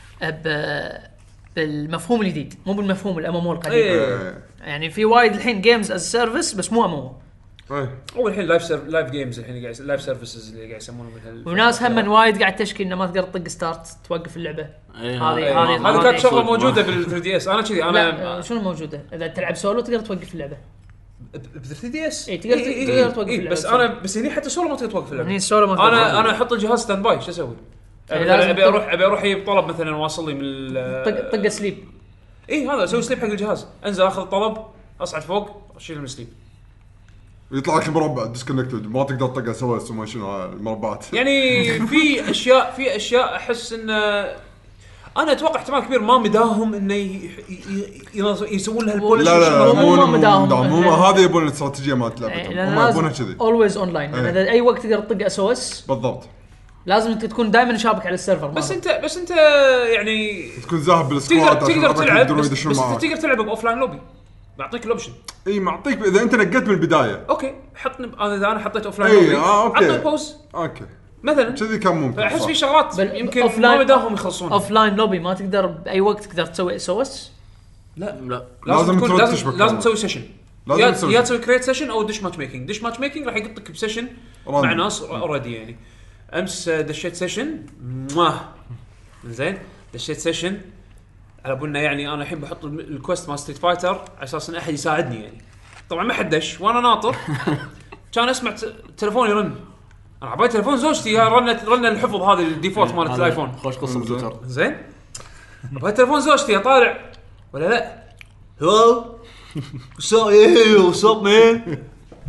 S6: بالمفهوم الجديد مو بالمفهوم الام ام او القديم
S1: إيه.
S6: يعني في وايد الحين جيمز از سيرفيس بس مو ام ام او
S4: إيه.
S1: هو الحين لايف سيرف لايف جيمز الحين قاعد لايف سيرفيسز اللي قاعد يسمونهم مثل
S6: وناس هم من وايد قاعد تشكي انه ما تقدر تطق ستارت توقف اللعبه
S3: إيه،
S6: هذه-
S3: هذا-
S6: هذه-
S1: هذه كانت شغله
S3: صدق.
S1: موجوده بال ثري دي اس انا كذي
S6: لا
S1: انا
S6: آه، شنو موجوده اذا تلعب سولو تقدر توقف اللعبه
S1: ب ثري دي اس
S6: إيه، تقدر- تقدر توقف
S1: إيه،
S6: اللعبة
S1: بس
S6: سولو.
S1: انا بس هني حتى سولو ما تقدر توقف اللعبه
S6: هني سولو ما تقدر
S1: انا
S6: توقف.
S1: انا احط الجهاز ستاند باي شو اسوي؟
S6: إيه،
S1: مثلاً
S6: لازم
S1: ابي
S6: تطق-
S1: اروح ابي اروح اجيب طلب مثلا واصل لي من ال-
S6: طق طق سليب
S1: اي هذا اسوي سليب حق الجهاز انزل اخذ الطلب اصعد فوق اشيل من السليب
S4: يطلع لك مربع ديسكونكتد ما تقدر تطقه سوا سوا شنو المربعات
S1: يعني في اشياء في اشياء احس انه انا اتوقع احتمال كبير ما مداهم انه ي- ي- ي- يسوون لها البولش.
S4: لا لا
S6: مو-
S4: مو
S6: مو مداهم.
S4: مو مو هذا يبون الاستراتيجيه مالت
S6: يعني
S4: لعبتهم
S6: لأن
S4: هم
S6: لازم
S4: يبونها كذي
S6: اولويز اون لاين
S4: إيه.
S6: اذا اي وقت تقدر تطق اس او اس
S4: بالضبط
S6: لازم انت تكون دائما شابك على السيرفر
S1: بس
S6: مالهم.
S1: انت بس انت يعني
S4: تكون ذاهب
S1: تقدر
S4: بالسكواد
S1: تقدر تلعب بس,
S4: بس
S1: بس انت تقدر تلعب باوف لاين لوبي. بعطيك الاوبشن.
S4: اي معطيك اذا انت نقيت من البدايه
S1: اوكي حطني انا اذا انا حطيت اوف لاين
S4: إيه،
S1: لوبي
S4: آه، أوكي.
S1: عطني بوز
S4: اوكي
S1: مثلا.
S4: كذي كان ممكن
S1: احس
S4: صح.
S1: في شغلات
S6: بل-
S1: يمكن
S6: offline-
S1: ما مداهم يخلصون.
S6: اوف لاين لوبي ما تقدر باي وقت تقدر تسوي اس او اس.
S1: لا
S3: لا
S1: لازم
S4: لازم
S1: تكون
S4: تروح
S1: لازم,
S4: تشبك
S1: لازم
S4: والله.
S1: تسوي سيشن.
S4: لازم
S1: يا
S4: تسوي
S1: يا
S4: سيشن.
S1: تسوي كريت سيشن او دش ماتش ميكينج. دش ماتش ميكينج راح يقطك بسيشن مع
S4: راندوم.
S1: ناس اوريدي يعني. امس دشيت سيشن مواه زين دشيت سيشن على بالنا يعني انا الحين بحط الكويست مال ستريت فايتر على اساس ان احد يساعدني يعني. طبعا ما حد دش وانا ناطر كان اسمع ت- تليفوني يرن. انا عبالي تليفون زوجتي رنت رن الحفظ هذا الديفولت مال الايفون
S3: خوش قصه بتويتر.
S1: زين عبالي تليفون زوجتي طالع ولا لا هلو واتس ايه واتس اب مان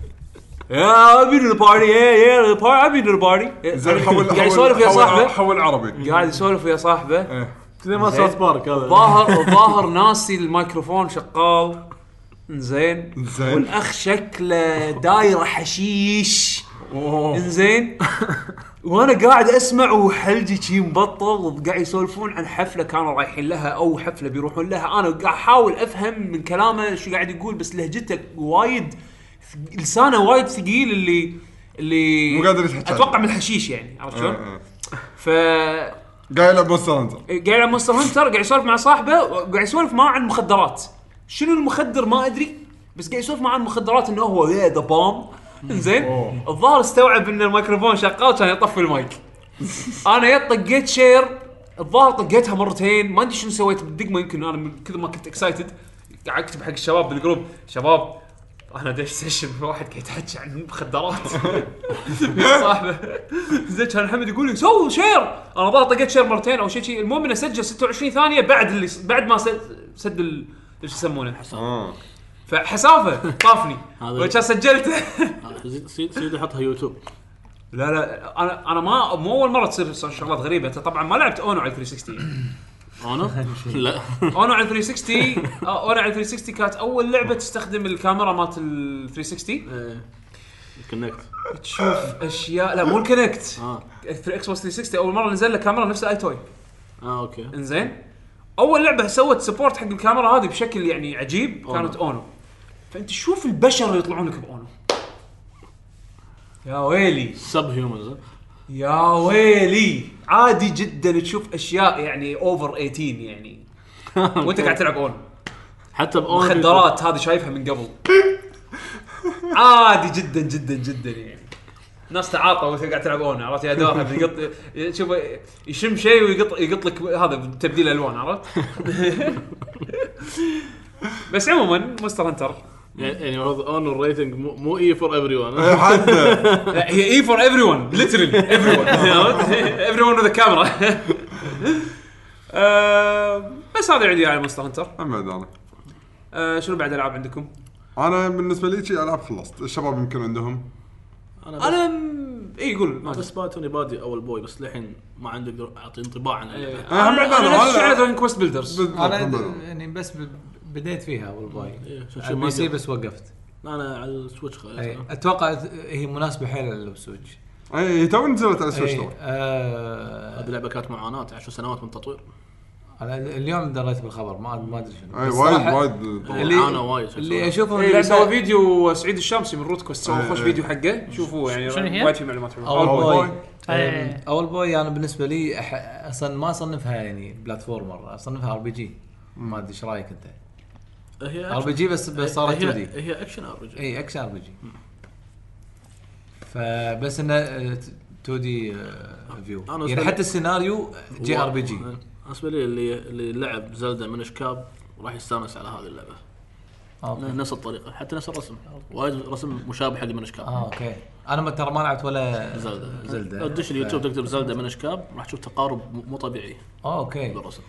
S1: يا ابي ذا بارتي يا يا ذا بارتي ابي ذا بارتي
S4: زين حول
S1: قاعد يسولف يا
S4: حول-
S1: صاحبه
S4: حول عربي
S1: قاعد يسولف يا صاحبه
S4: إيه.
S3: زي ما ساوث بارك هذا
S1: ظاهر ظاهر ناسي الميكروفون شغال زين
S4: زين.
S1: والاخ شكله دايره حشيش زين وانا قاعد اسمع وحلجي شي مبطل وقاعد يسولفون عن حفله كانوا رايحين لها او حفله بيروحون لها. انا قاعد احاول افهم من كلامه شو قاعد يقول بس لهجته وايد لسانه وايد ثقيل اللي اللي
S4: مو قادر يتحكى.
S1: اتوقع من الحشيش يعني عرفت شلون؟
S4: إيه، إيه.
S1: ف
S4: قاعد يلعب مونستر هانتر
S1: قاعد يلعب مونستر هانتر قاعد يسولف مع صاحبه وقاعد يسولف معه عن المخدرات. شنو المخدر ما ادري بس قاعد يسولف معه عن المخدرات انه هو ذا ذا بوم زين. الظاهر استوعب ان الميكروفون شغال كان يطفي المايك. انا يا طقيت شير الظاهر طقيتها مرتين ما ادري شنو سويت بالدقمه. يمكن انا من كثر ما كنت اكسايتد قاعد اكتب حق الشباب بالجروب شباب انا دش سيشن واحد قاعد يتحكي عن المخدرات صاحبه زين كان محمد يقول لي سو شير. انا ظاهر طقيت شير مرتين او شيء شيء. المهم انه سجل ستة وعشرين ثانيه بعد اللي بعد ما سد سد ال- ايش يسمونه
S4: اه
S1: فحسافه طافني
S3: هذا-
S1: وكان سجلته.
S3: سيد سيد يحطها يوتيوب.
S1: لا لا انا انا ما مو اول مره تصير شغلات غريبه. انت طبعا ما لعبت اونو على ثلاثمية وستين.
S3: انا لا
S1: اونو على ثلاثمية وستين اونو على ثلاثمية وستين كانت اول لعبه تستخدم الكاميرا مالت ال ثلاثمية وستين.
S3: إيه. كونكت
S1: تشوف اشياء لا مو الكونكت
S3: اه
S1: اكس بوكس ثلاثمية وستين اول مره نزل له كاميرا نفس الاي توي.
S3: اه اوكي
S1: انزين اول لعبه سوت سبورت حق الكاميرا هذه بشكل يعني عجيب
S3: أونو.
S1: كانت اونو. فانت شوف البشر اللي يطلعون لك باونو يا ويلي
S3: سب هيومنز.
S1: يا ويلي عادي جدا تشوف اشياء يعني اوفر ثمانية عشر يعني وانت قاعد تلعب اونو.
S3: حتى باون
S1: مخدرات هذه شايفها من قبل عادي جدا جدا جدا يعني. ناس تعاطوا وانت قاعد تلعب اونو عرفت يا دورها بيقط شوف يشم شيء ويقط يقط لك هذا تبديل الوان عرفت. بس عموما مونستر هانتر
S3: يعني المفروض اون الريتنج مو مو اي فور ايفري ون.
S4: حد
S1: لا هي اي فور ايفري ون ليترلي ايفري ون ايفري ون وذ كاميرا. بس هذا عندي على مونستر هانتر.
S4: محمد انا
S1: آه شنو بعد العاب عندكم؟
S4: انا بالنسبه لي شيء العاب خلصت. الشباب يمكن عندهم
S3: انا
S1: انا م- اي يقول ما
S3: بس باتوني بادي اول بوي بس للحين ما عندي اقدر اعطي انطباع عن اللعبه.
S4: أنا هم بعد أنا-
S1: انا نفس
S4: أنا-
S1: على دراجون كويست بيلدرز.
S5: انا يعني بس ب- بديت فيها اول باي
S3: إيه، شو- شو
S5: على
S3: ما
S5: البي سي
S3: أقدر.
S5: بس وقفت.
S3: انا على السويتش
S5: أي.
S3: خلاص.
S5: اتوقع هي مناسبه حيل للسويتش.
S4: اي تو نزلت على السويتش
S5: أي،
S4: تو.
S5: آه،
S3: هذه اللعبه كانت معاناه عشر سنوات من تطوير.
S5: انا اليوم دريت بالخبر ما ما ادري شنو.
S4: اي
S5: بس
S4: وايد
S5: صراحة
S4: وايد
S5: اللي
S3: عانوا وايد شو
S5: اللي
S3: يسوون.
S5: اشوفه
S1: اللي سوى
S5: اللعبه
S1: فيديو سعيد الشامسي من روت كويست سوى
S4: إيه،
S1: خوش
S4: إيه.
S1: فيديو حقه شوفوا يعني
S6: شنو هي؟
S1: وايد في معلومات حلوه.
S5: اول
S4: أول
S5: بوي
S4: بوي.
S6: إيه.
S5: اول بوي انا بالنسبه لي أح... اصلا ما اصنفها يعني بلاتفورمر اصنفها ار بي جي. ما ادري ايش رايك انت؟
S3: هي
S5: ار بي جي بس بس صارت تو
S3: هي,
S5: دي.
S3: هي اكشن ار بي جي.
S5: اي اكشن ار بي جي. فبس انه تو دي فيو
S3: أنا
S5: يعني
S3: بالنسبة
S5: حتى السيناريو جي ار بي جي.
S3: بالنسبه لي اللي اللي لعب زلدا من اشكاب راح يستانس على هذه اللعبه.
S5: اوكي
S3: نفس الطريقه حتى نفس الرسم وايد رسم مشابه حق من اشكاب.
S5: اه اوكي انا ما ترى ما لعبت ولا
S3: زلدا
S5: زلدا
S3: لو تدش اليوتيوب تكتب زلدا من اشكاب راح تشوف تقارب مو طبيعي
S5: اه اوكي
S3: بالرسم.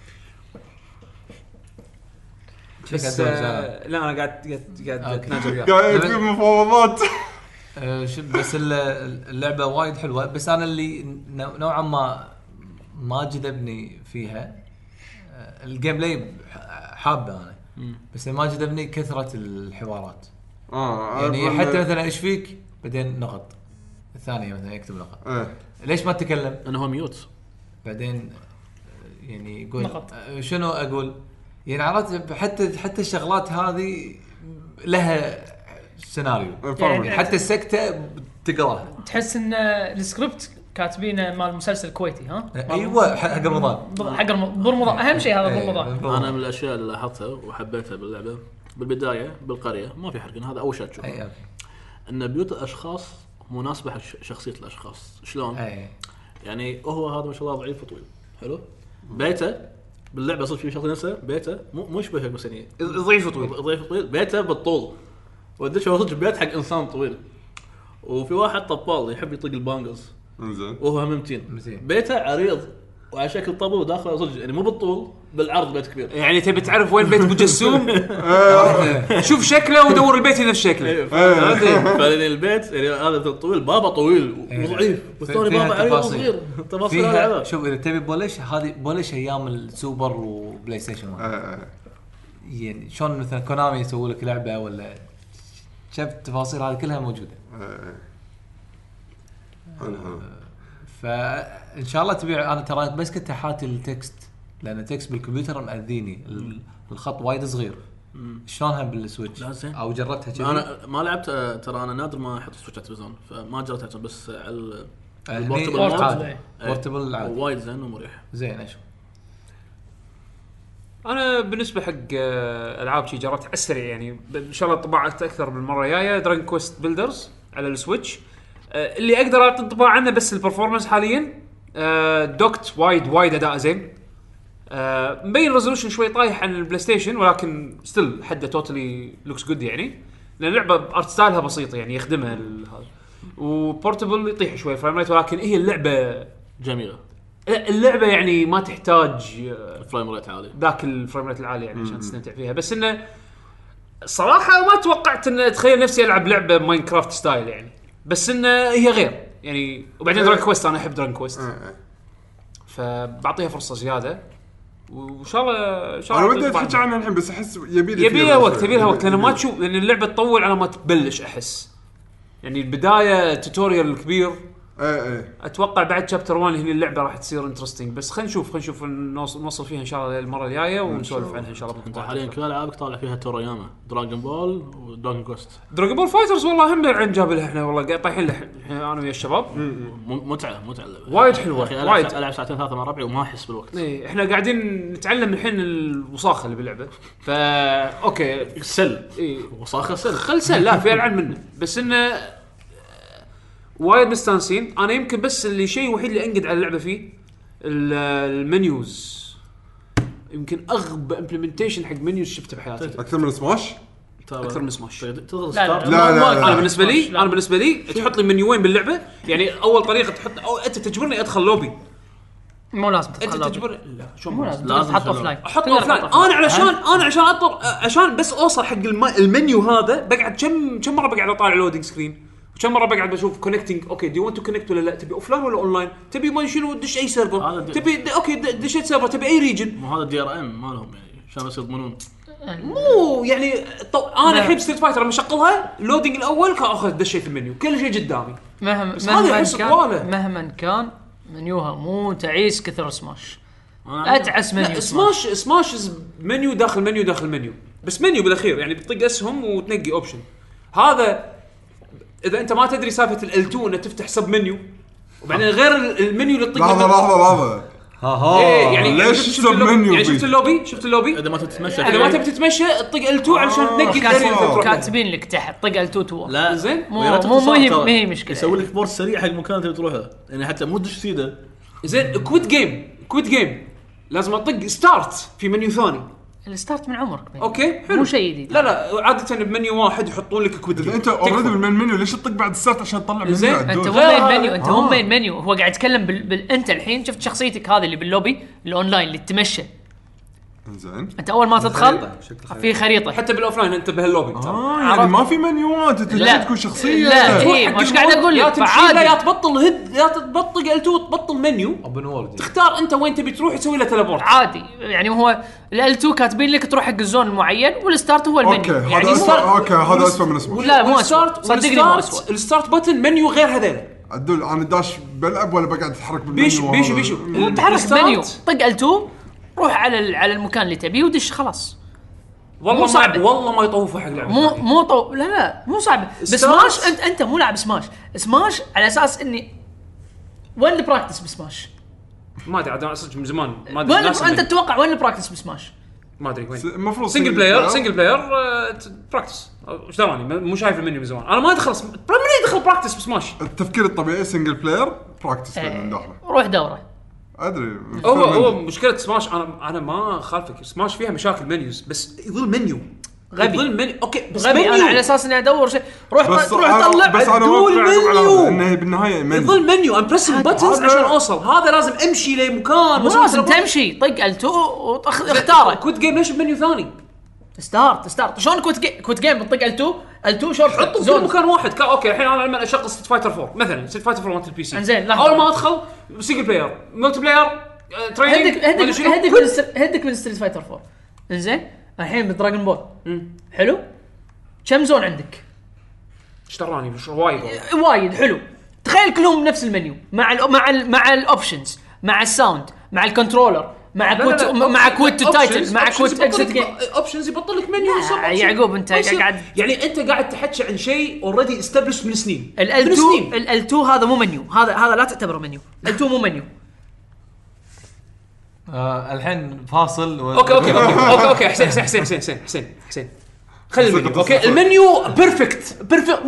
S1: بس آه، لا انا قاعد قاعد قاعد
S5: أوكي.
S1: اتناجر وياه.
S4: قاعد في مفاوضات.
S5: آه، شو- بس ال- اللعبه وايد حلوه بس انا اللي نوع- نوعا ما ما جذبني فيها الجيم بلاي حابه انا بس ما جذبني كثره الحوارات.
S4: اه
S5: يعني حتى مثلا ايش فيك بعدين نقط الثانيه مثلا يكتب نقط
S4: ايه
S5: ليش ما تتكلم
S3: انه هو ميوت
S5: بعدين يعني يقول
S6: نقط.
S5: شنو اقول يعني عرفت حتى حتى الشغلات هذه لها سيناريو
S6: يعني
S5: حتى السكته تقراها
S6: تحس ان السكريبت كاتبينه مال مسلسل كويتي ها
S5: ايوه حق رمضان
S6: حق رمضان اهم شيء هذا رمضان.
S3: انا من الاشياء اللي لاحظتها وحبيتها باللعبه بالبدايه بالقريه ما في حرق هذا اول شيء تشوفه
S5: أي
S3: ان بيوت الاشخاص مناسبه حق شخصيه الاشخاص شلون
S5: أي.
S3: يعني هو هذا ما شاء الله ضعيف وطويل حلو بيته باللعبه صدق في شخصيه نفسه بيته مو مو يشبه بس يعني
S1: ضعيف وطويل
S3: ضعيف وطويل بيته بالطول ودش هو صدق بيت حق انسان طويل وفي واحد طبال يحب يطق البانجلز
S4: انزين
S3: وهو ممتين بيته عريض وعلى شكل طبل وداخله صدق يعني مو بالطول بالعرض بيت كبير
S1: يعني تبي تعرف وين بيت مجسوم شوف شكله ودور البيت نفس شكله
S3: فلان البيت يعني هذا الطويل بابا طويل وضعيف والثاني بابا عريض وصغير تفاصيل هذا
S5: شوف اذا تبي بولش هذه بولش ايام السوبر وبلاي ستيشن يعني شلون مثلا كونامي يسوي لك لعبه ولا شوف التفاصيل هذه كلها موجوده فان شاء الله تبيع. انا ترى بس كنت حاتي التكست لان التكست بالكمبيوتر مأذيني الخط وايد صغير شلونها بالسويتش او جربتها كذي
S3: انا ما لعبت ترى انا نادر ما احط السويتش على التلفزيون فما جربتها بس على
S5: البورتبل بورتبل
S3: وايد زين ومريح
S5: زين. اشوف
S1: انا بالنسبه حق العاب شي جربت على السريع يعني ان شاء الله طبعت اكثر بالمره الجايه دراجون كويست بيلدرز على السويتش اللي اقدر اعطي انطباع عنه بس البرفورمانس حاليا دوكت وايد وايد اداء زين مبين ريزولوشن شوي طايح عن البلاي ستيشن ولكن ستيل حده توتالي لوكس جود يعني لان اللعبه ارت ستايلها بسيطه يعني يخدمها هذا وبورتبل يطيح شوي فريم ريت ولكن هي اللعبه
S3: جميله
S1: اللعبه يعني ما تحتاج
S3: فريم ريت عالي
S1: ذاك الفريم ريت العالي يعني عشان تستمتع فيها بس انه صراحه ما توقعت ان اتخيل نفسي العب لعبه ماينكرافت ستايل يعني بس انه هي غير يعني وبعدين دراجون كويست انا احب دراجون كويست فبعطيها فرصه زياده وان شاء الله ان شاء الله
S4: انا ودي احكي عنها الحين بس احس يبي
S1: يبي لها وقت يبي لها وقت لان ما تشوف لان اللعبه تطول على ما تبلش احس يعني البدايه توتوريال كبير
S4: ايه ايه
S1: اتوقع بعد شابتر واحد هنا اللعبه راح تصير انترستينج بس خلينا نشوف خلينا نشوف نوصل نوصل فيها ان شاء الله المره الجايه ونسولف عنها ان شاء الله.
S3: انت حاليا كل العابك طالع فيها توراياما دراغون بول ودراغون كويست
S1: دراغون بول فايترز والله هم عن جاب لها احنا والله طايحين له انا ويا الشباب
S3: متعه متعه
S1: وايد حلوه وايد
S3: العب ساعتين ثلاثه مع ربعي وما احس بالوقت.
S1: ايه احنا قاعدين نتعلم الحين الوصاخه اللي باللعبه فا اوكي
S3: سل
S1: ايه
S3: وصاخه سل
S1: خل سل لا في العن منه بس انه وايد مستانسين. انا يمكن بس اللي شيء وحيد اللي انقد على اللعبه فيه المنيوز يمكن اغبى امبلمنتيشن حق منيوز شفته بحياتي
S4: اكثر من سماش
S1: اكثر من سماش.
S3: تضغط
S6: لا لا,
S3: ستارت
S4: لا, لا, لا.
S1: انا بالنسبه لي انا بالنسبه لي تحط لي منيوين باللعبه يعني اول طريقه تحط أو انت تجبرني ادخل لوبي
S6: مو لازم
S1: انت
S6: تدخل
S1: تجبر لا شو
S6: مو لازم
S3: لازم
S6: تحط
S3: تخلوه.
S6: اوف لاين
S1: احط اوف لاين انا علشان انا عشان اطر عشان بس اوصل حق الم... المنيو هذا بقعد كم كم مره بقعد اطالع لودينج سكرين وكم مره بقعد بشوف كونكتنج اوكي دي وانت تو كونكت ولا لا تبي اوف لاين ولا اون لاين تبي ما شنو دش اي سيرفر تبي د... اوكي دشيت سيرفر تبي اي ريجن
S3: مو هذا دي ار ام مالهم يعني عشان بس يضمنون
S1: مو يعني طو... انا احب ستريت فايتر لما اشغلها اللودينج الاول كان اخذ دشيت المنيو كل شيء قدامي
S6: مهما
S1: بس هذا
S6: مهما
S1: يحس
S6: كان
S1: بواله.
S6: مهما كان منيوها مو تعيس كثر سماش اتعس منيو
S1: لا سماش سماش منيو داخل منيو داخل منيو بس منيو بالاخير يعني بتطق اسهم وتنقي اوبشن. هذا اذا انت ما تدري سالفه ال اثنين انه تفتح سب منيو وبعدين غير المنيو اللي تطق
S4: لحظه لحظه لحظه
S5: ها ها
S1: إيه يعني
S4: ليش
S1: شفت
S4: سب
S1: اللوبي؟
S4: منيو
S1: يعني شفت
S4: فيه؟
S1: اللوبي شفت اللوبي
S3: اذا ما تتمشى
S1: اذا ما تبي تتمشى اطق ال اثنين علشان تنقي الدري اللي تروح.
S6: كاتبين لك تحت طق ال2 تو
S3: لا
S1: زين
S6: مو مو ما هي ما هي مشكله
S3: يسوي لك بورت سريع حق المكان تبي تروحه يعني حتى مو دش سيده
S1: زين كويت جيم كويت جيم لازم اطق ستارت في منيو ثاني.
S6: الستارت من عمرك بين.
S1: اوكي
S6: مو شيء جديد.
S1: لا لا عاده بمنيو واحد يحطون لك كويت جيم.
S4: انت اوريدي بالمين منيو ليش تطق بعد السات عشان تطلع منيو
S1: زين،
S6: انت
S4: عدول؟
S6: مو بين منيو انت مو بين منيو هو قاعد يتكلم بال... بال... انت الحين شفت شخصيتك هذه اللي باللوبي الاونلاين اللي تمشى
S4: زين.
S6: انت اول ما تدخل
S5: خريطة، شكل خريطة.
S6: في خريطه
S1: حتى بالاوفلاين انت بهاللوبي
S4: اه يعني ما في منيوات انت
S6: لا.
S4: تكون شخصيه.
S6: لا هي مش قاعد اقول
S1: يا
S6: لك
S1: تمشي له يا
S6: فعادي
S1: تبطل هد يا تبطل ال تو تبطل منيو
S5: اوبن وورد
S1: تختار انت وين تبي تروح تسوي له تليبورت
S6: عادي يعني هو ال تو كاتبين لك تروح حق الزون المعين والستارت هو المنيو
S4: اوكي هذا
S6: يعني
S4: أسوأ- اوكي هذا اسوء من اسمه.
S6: لا مو أسوأ.
S1: والستارت
S6: صدقني مو
S1: والستارت
S6: أسوأ.
S1: الستارت بutton منيو غير هذول
S4: ادل انا داش بلعب ولا بقعد اتحرك بالمنيو.
S1: بيشو بيشو
S4: وهذا.
S1: بيشو
S6: مو تحرك منيو طق ال تو روح على ال- على المكان اللي تبيه ودش خلاص
S1: والله
S6: مو
S1: ما
S6: صعب.
S1: والله ما يطوفوا حق لعبه
S6: مو مو طو... لا لا مو صعب بسماش انت انت مو لاعب سماش سماش على اساس اني وين البراكتس بسماش
S1: ما ادري عاد انا صدق من زمان ما ادري
S6: وين
S1: ناس
S6: انت
S1: مني.
S6: تتوقع وين البراكتس بسماش
S1: ما ادري وين
S4: المفروض
S1: سنجل بلاير سنجل بلاير براكتس ايش دراني مو شايف المنيو من زمان انا ما ادخل من يدخل براكتس بسماش
S4: التفكير الطبيعي سنجل بلاير براكتس
S6: إيه.
S4: من داخله
S6: روح دوره
S4: ادري.
S1: هو هو مشكله سماش انا انا ما خالفك سماش فيها مشاكل منيوز بس يظل منيو
S6: غبي.
S1: يظل منيو اوكي بس
S6: غبي
S1: منيو.
S6: انا على اساس اني ادور شيء روح
S4: بس
S6: روح
S4: أنا-
S6: طلع
S4: بس انا
S1: عدول
S4: ما أعرف على
S1: منيو.
S4: هذا، انه بالنهايه منيو.
S1: يظل منيو ام بريسنج باتنز
S4: هذا-
S1: عشان اوصل هذا لازم امشي لمكان
S6: مو لازم تمشي طق ال تو واختاره
S1: كود جيم ليش بمنيو ثاني
S6: ستارت ستارت شلون كوت جيم كوت جيم بتطق ال تو ال تو شورت
S1: حطوا في
S6: زون
S1: مكان واحد كا اوكي الحين انا لما اشغل ستريت فايتر فور مثلا ستريت فايتر فور مالت البي سي
S6: إنزين، لحظة.
S1: اول ما ادخل سنجل بلاير ملتي بلاير تريننج
S6: هدك هدك هدك من الستر- هدك من ستريت فايتر فور انزين الحين بدراجون بول حلو كم زون عندك
S1: اشتراني مش وايد
S6: وايد حلو تخيل كلهم نفس المنيو مع ال مع ال مع الاوبشنز مع الساوند مع الكنترولر مع كوت مع كوت تو تايتل مع كوت اكزيت جيم
S1: اوبشنز يبطل لك منيو
S6: يا
S1: يصب
S6: يعقوب، أنت
S1: ما يصير.
S6: قاعد-
S1: يعني انت قاعد تحكي عن شيء اوريدي استبلش من سنين
S6: ال
S1: من
S6: تو
S1: سنين.
S6: ال تو هذا مو منيو هذا هذا لا تعتبره منيو ال تو مو منيو
S5: آه الحين فاصل و...
S1: اوكي اوكي اوكي اوكي اوكي حسين حسين حسين حسين حسين حسين حسين خلي المنيو
S4: صدق،
S1: اوكي
S4: صدق.
S1: المنيو بيرفكت بيرفكت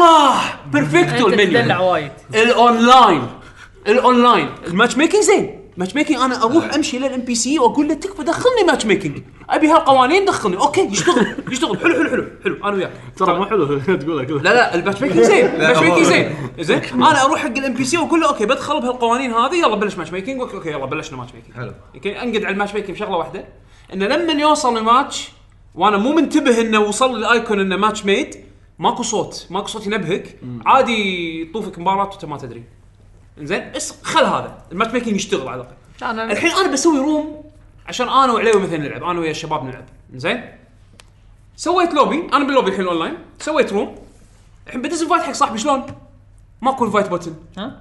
S1: بيرفكتو
S6: انت تدلع
S1: المنيو
S6: وايد
S1: الاونلاين الاونلاين الماتش ميكينج زين ماتش ميكينج انا اروح امشي للام بي سي واقول له تكفى دخلني ماتش ميكينج ابي هالقوانين دخلني اوكي يشتغل يشتغل حلو حلو حلو حلو انا وياك
S3: ترى مو حلو تقولها كلها.
S1: لا لا الماتش ميكينج زين الماتش ميكينج زين زين انا اروح حق الام بي سي واقول له اوكي بدخل بهالقوانين هذه يلا بلش ماتش ميكينج اوكي اوكي يلا بلشنا ماتش ميكينج
S5: حلو.
S1: يمكن انقد على الماتش ميكينج شغله واحده انه لما يوصل الماتش وانا مو منتبه انه وصل الايكون انه ماتش ميد ماكو صوت ماكو صوت ينبهك عادي يطوفك مباراه وانت ما تدري زين بس خل هذا الماتش ميكينج يشتغل على الاقل
S6: انا
S1: الحين انا بسوي روم عشان انا وعليوي مثلا نلعب انا ويا الشباب نلعب زين سويت لوبي انا باللوبي الحين اونلاين سويت روم الحين بدز انفايت حق صاحبي شلون ماكو انفايت بوتن
S6: ها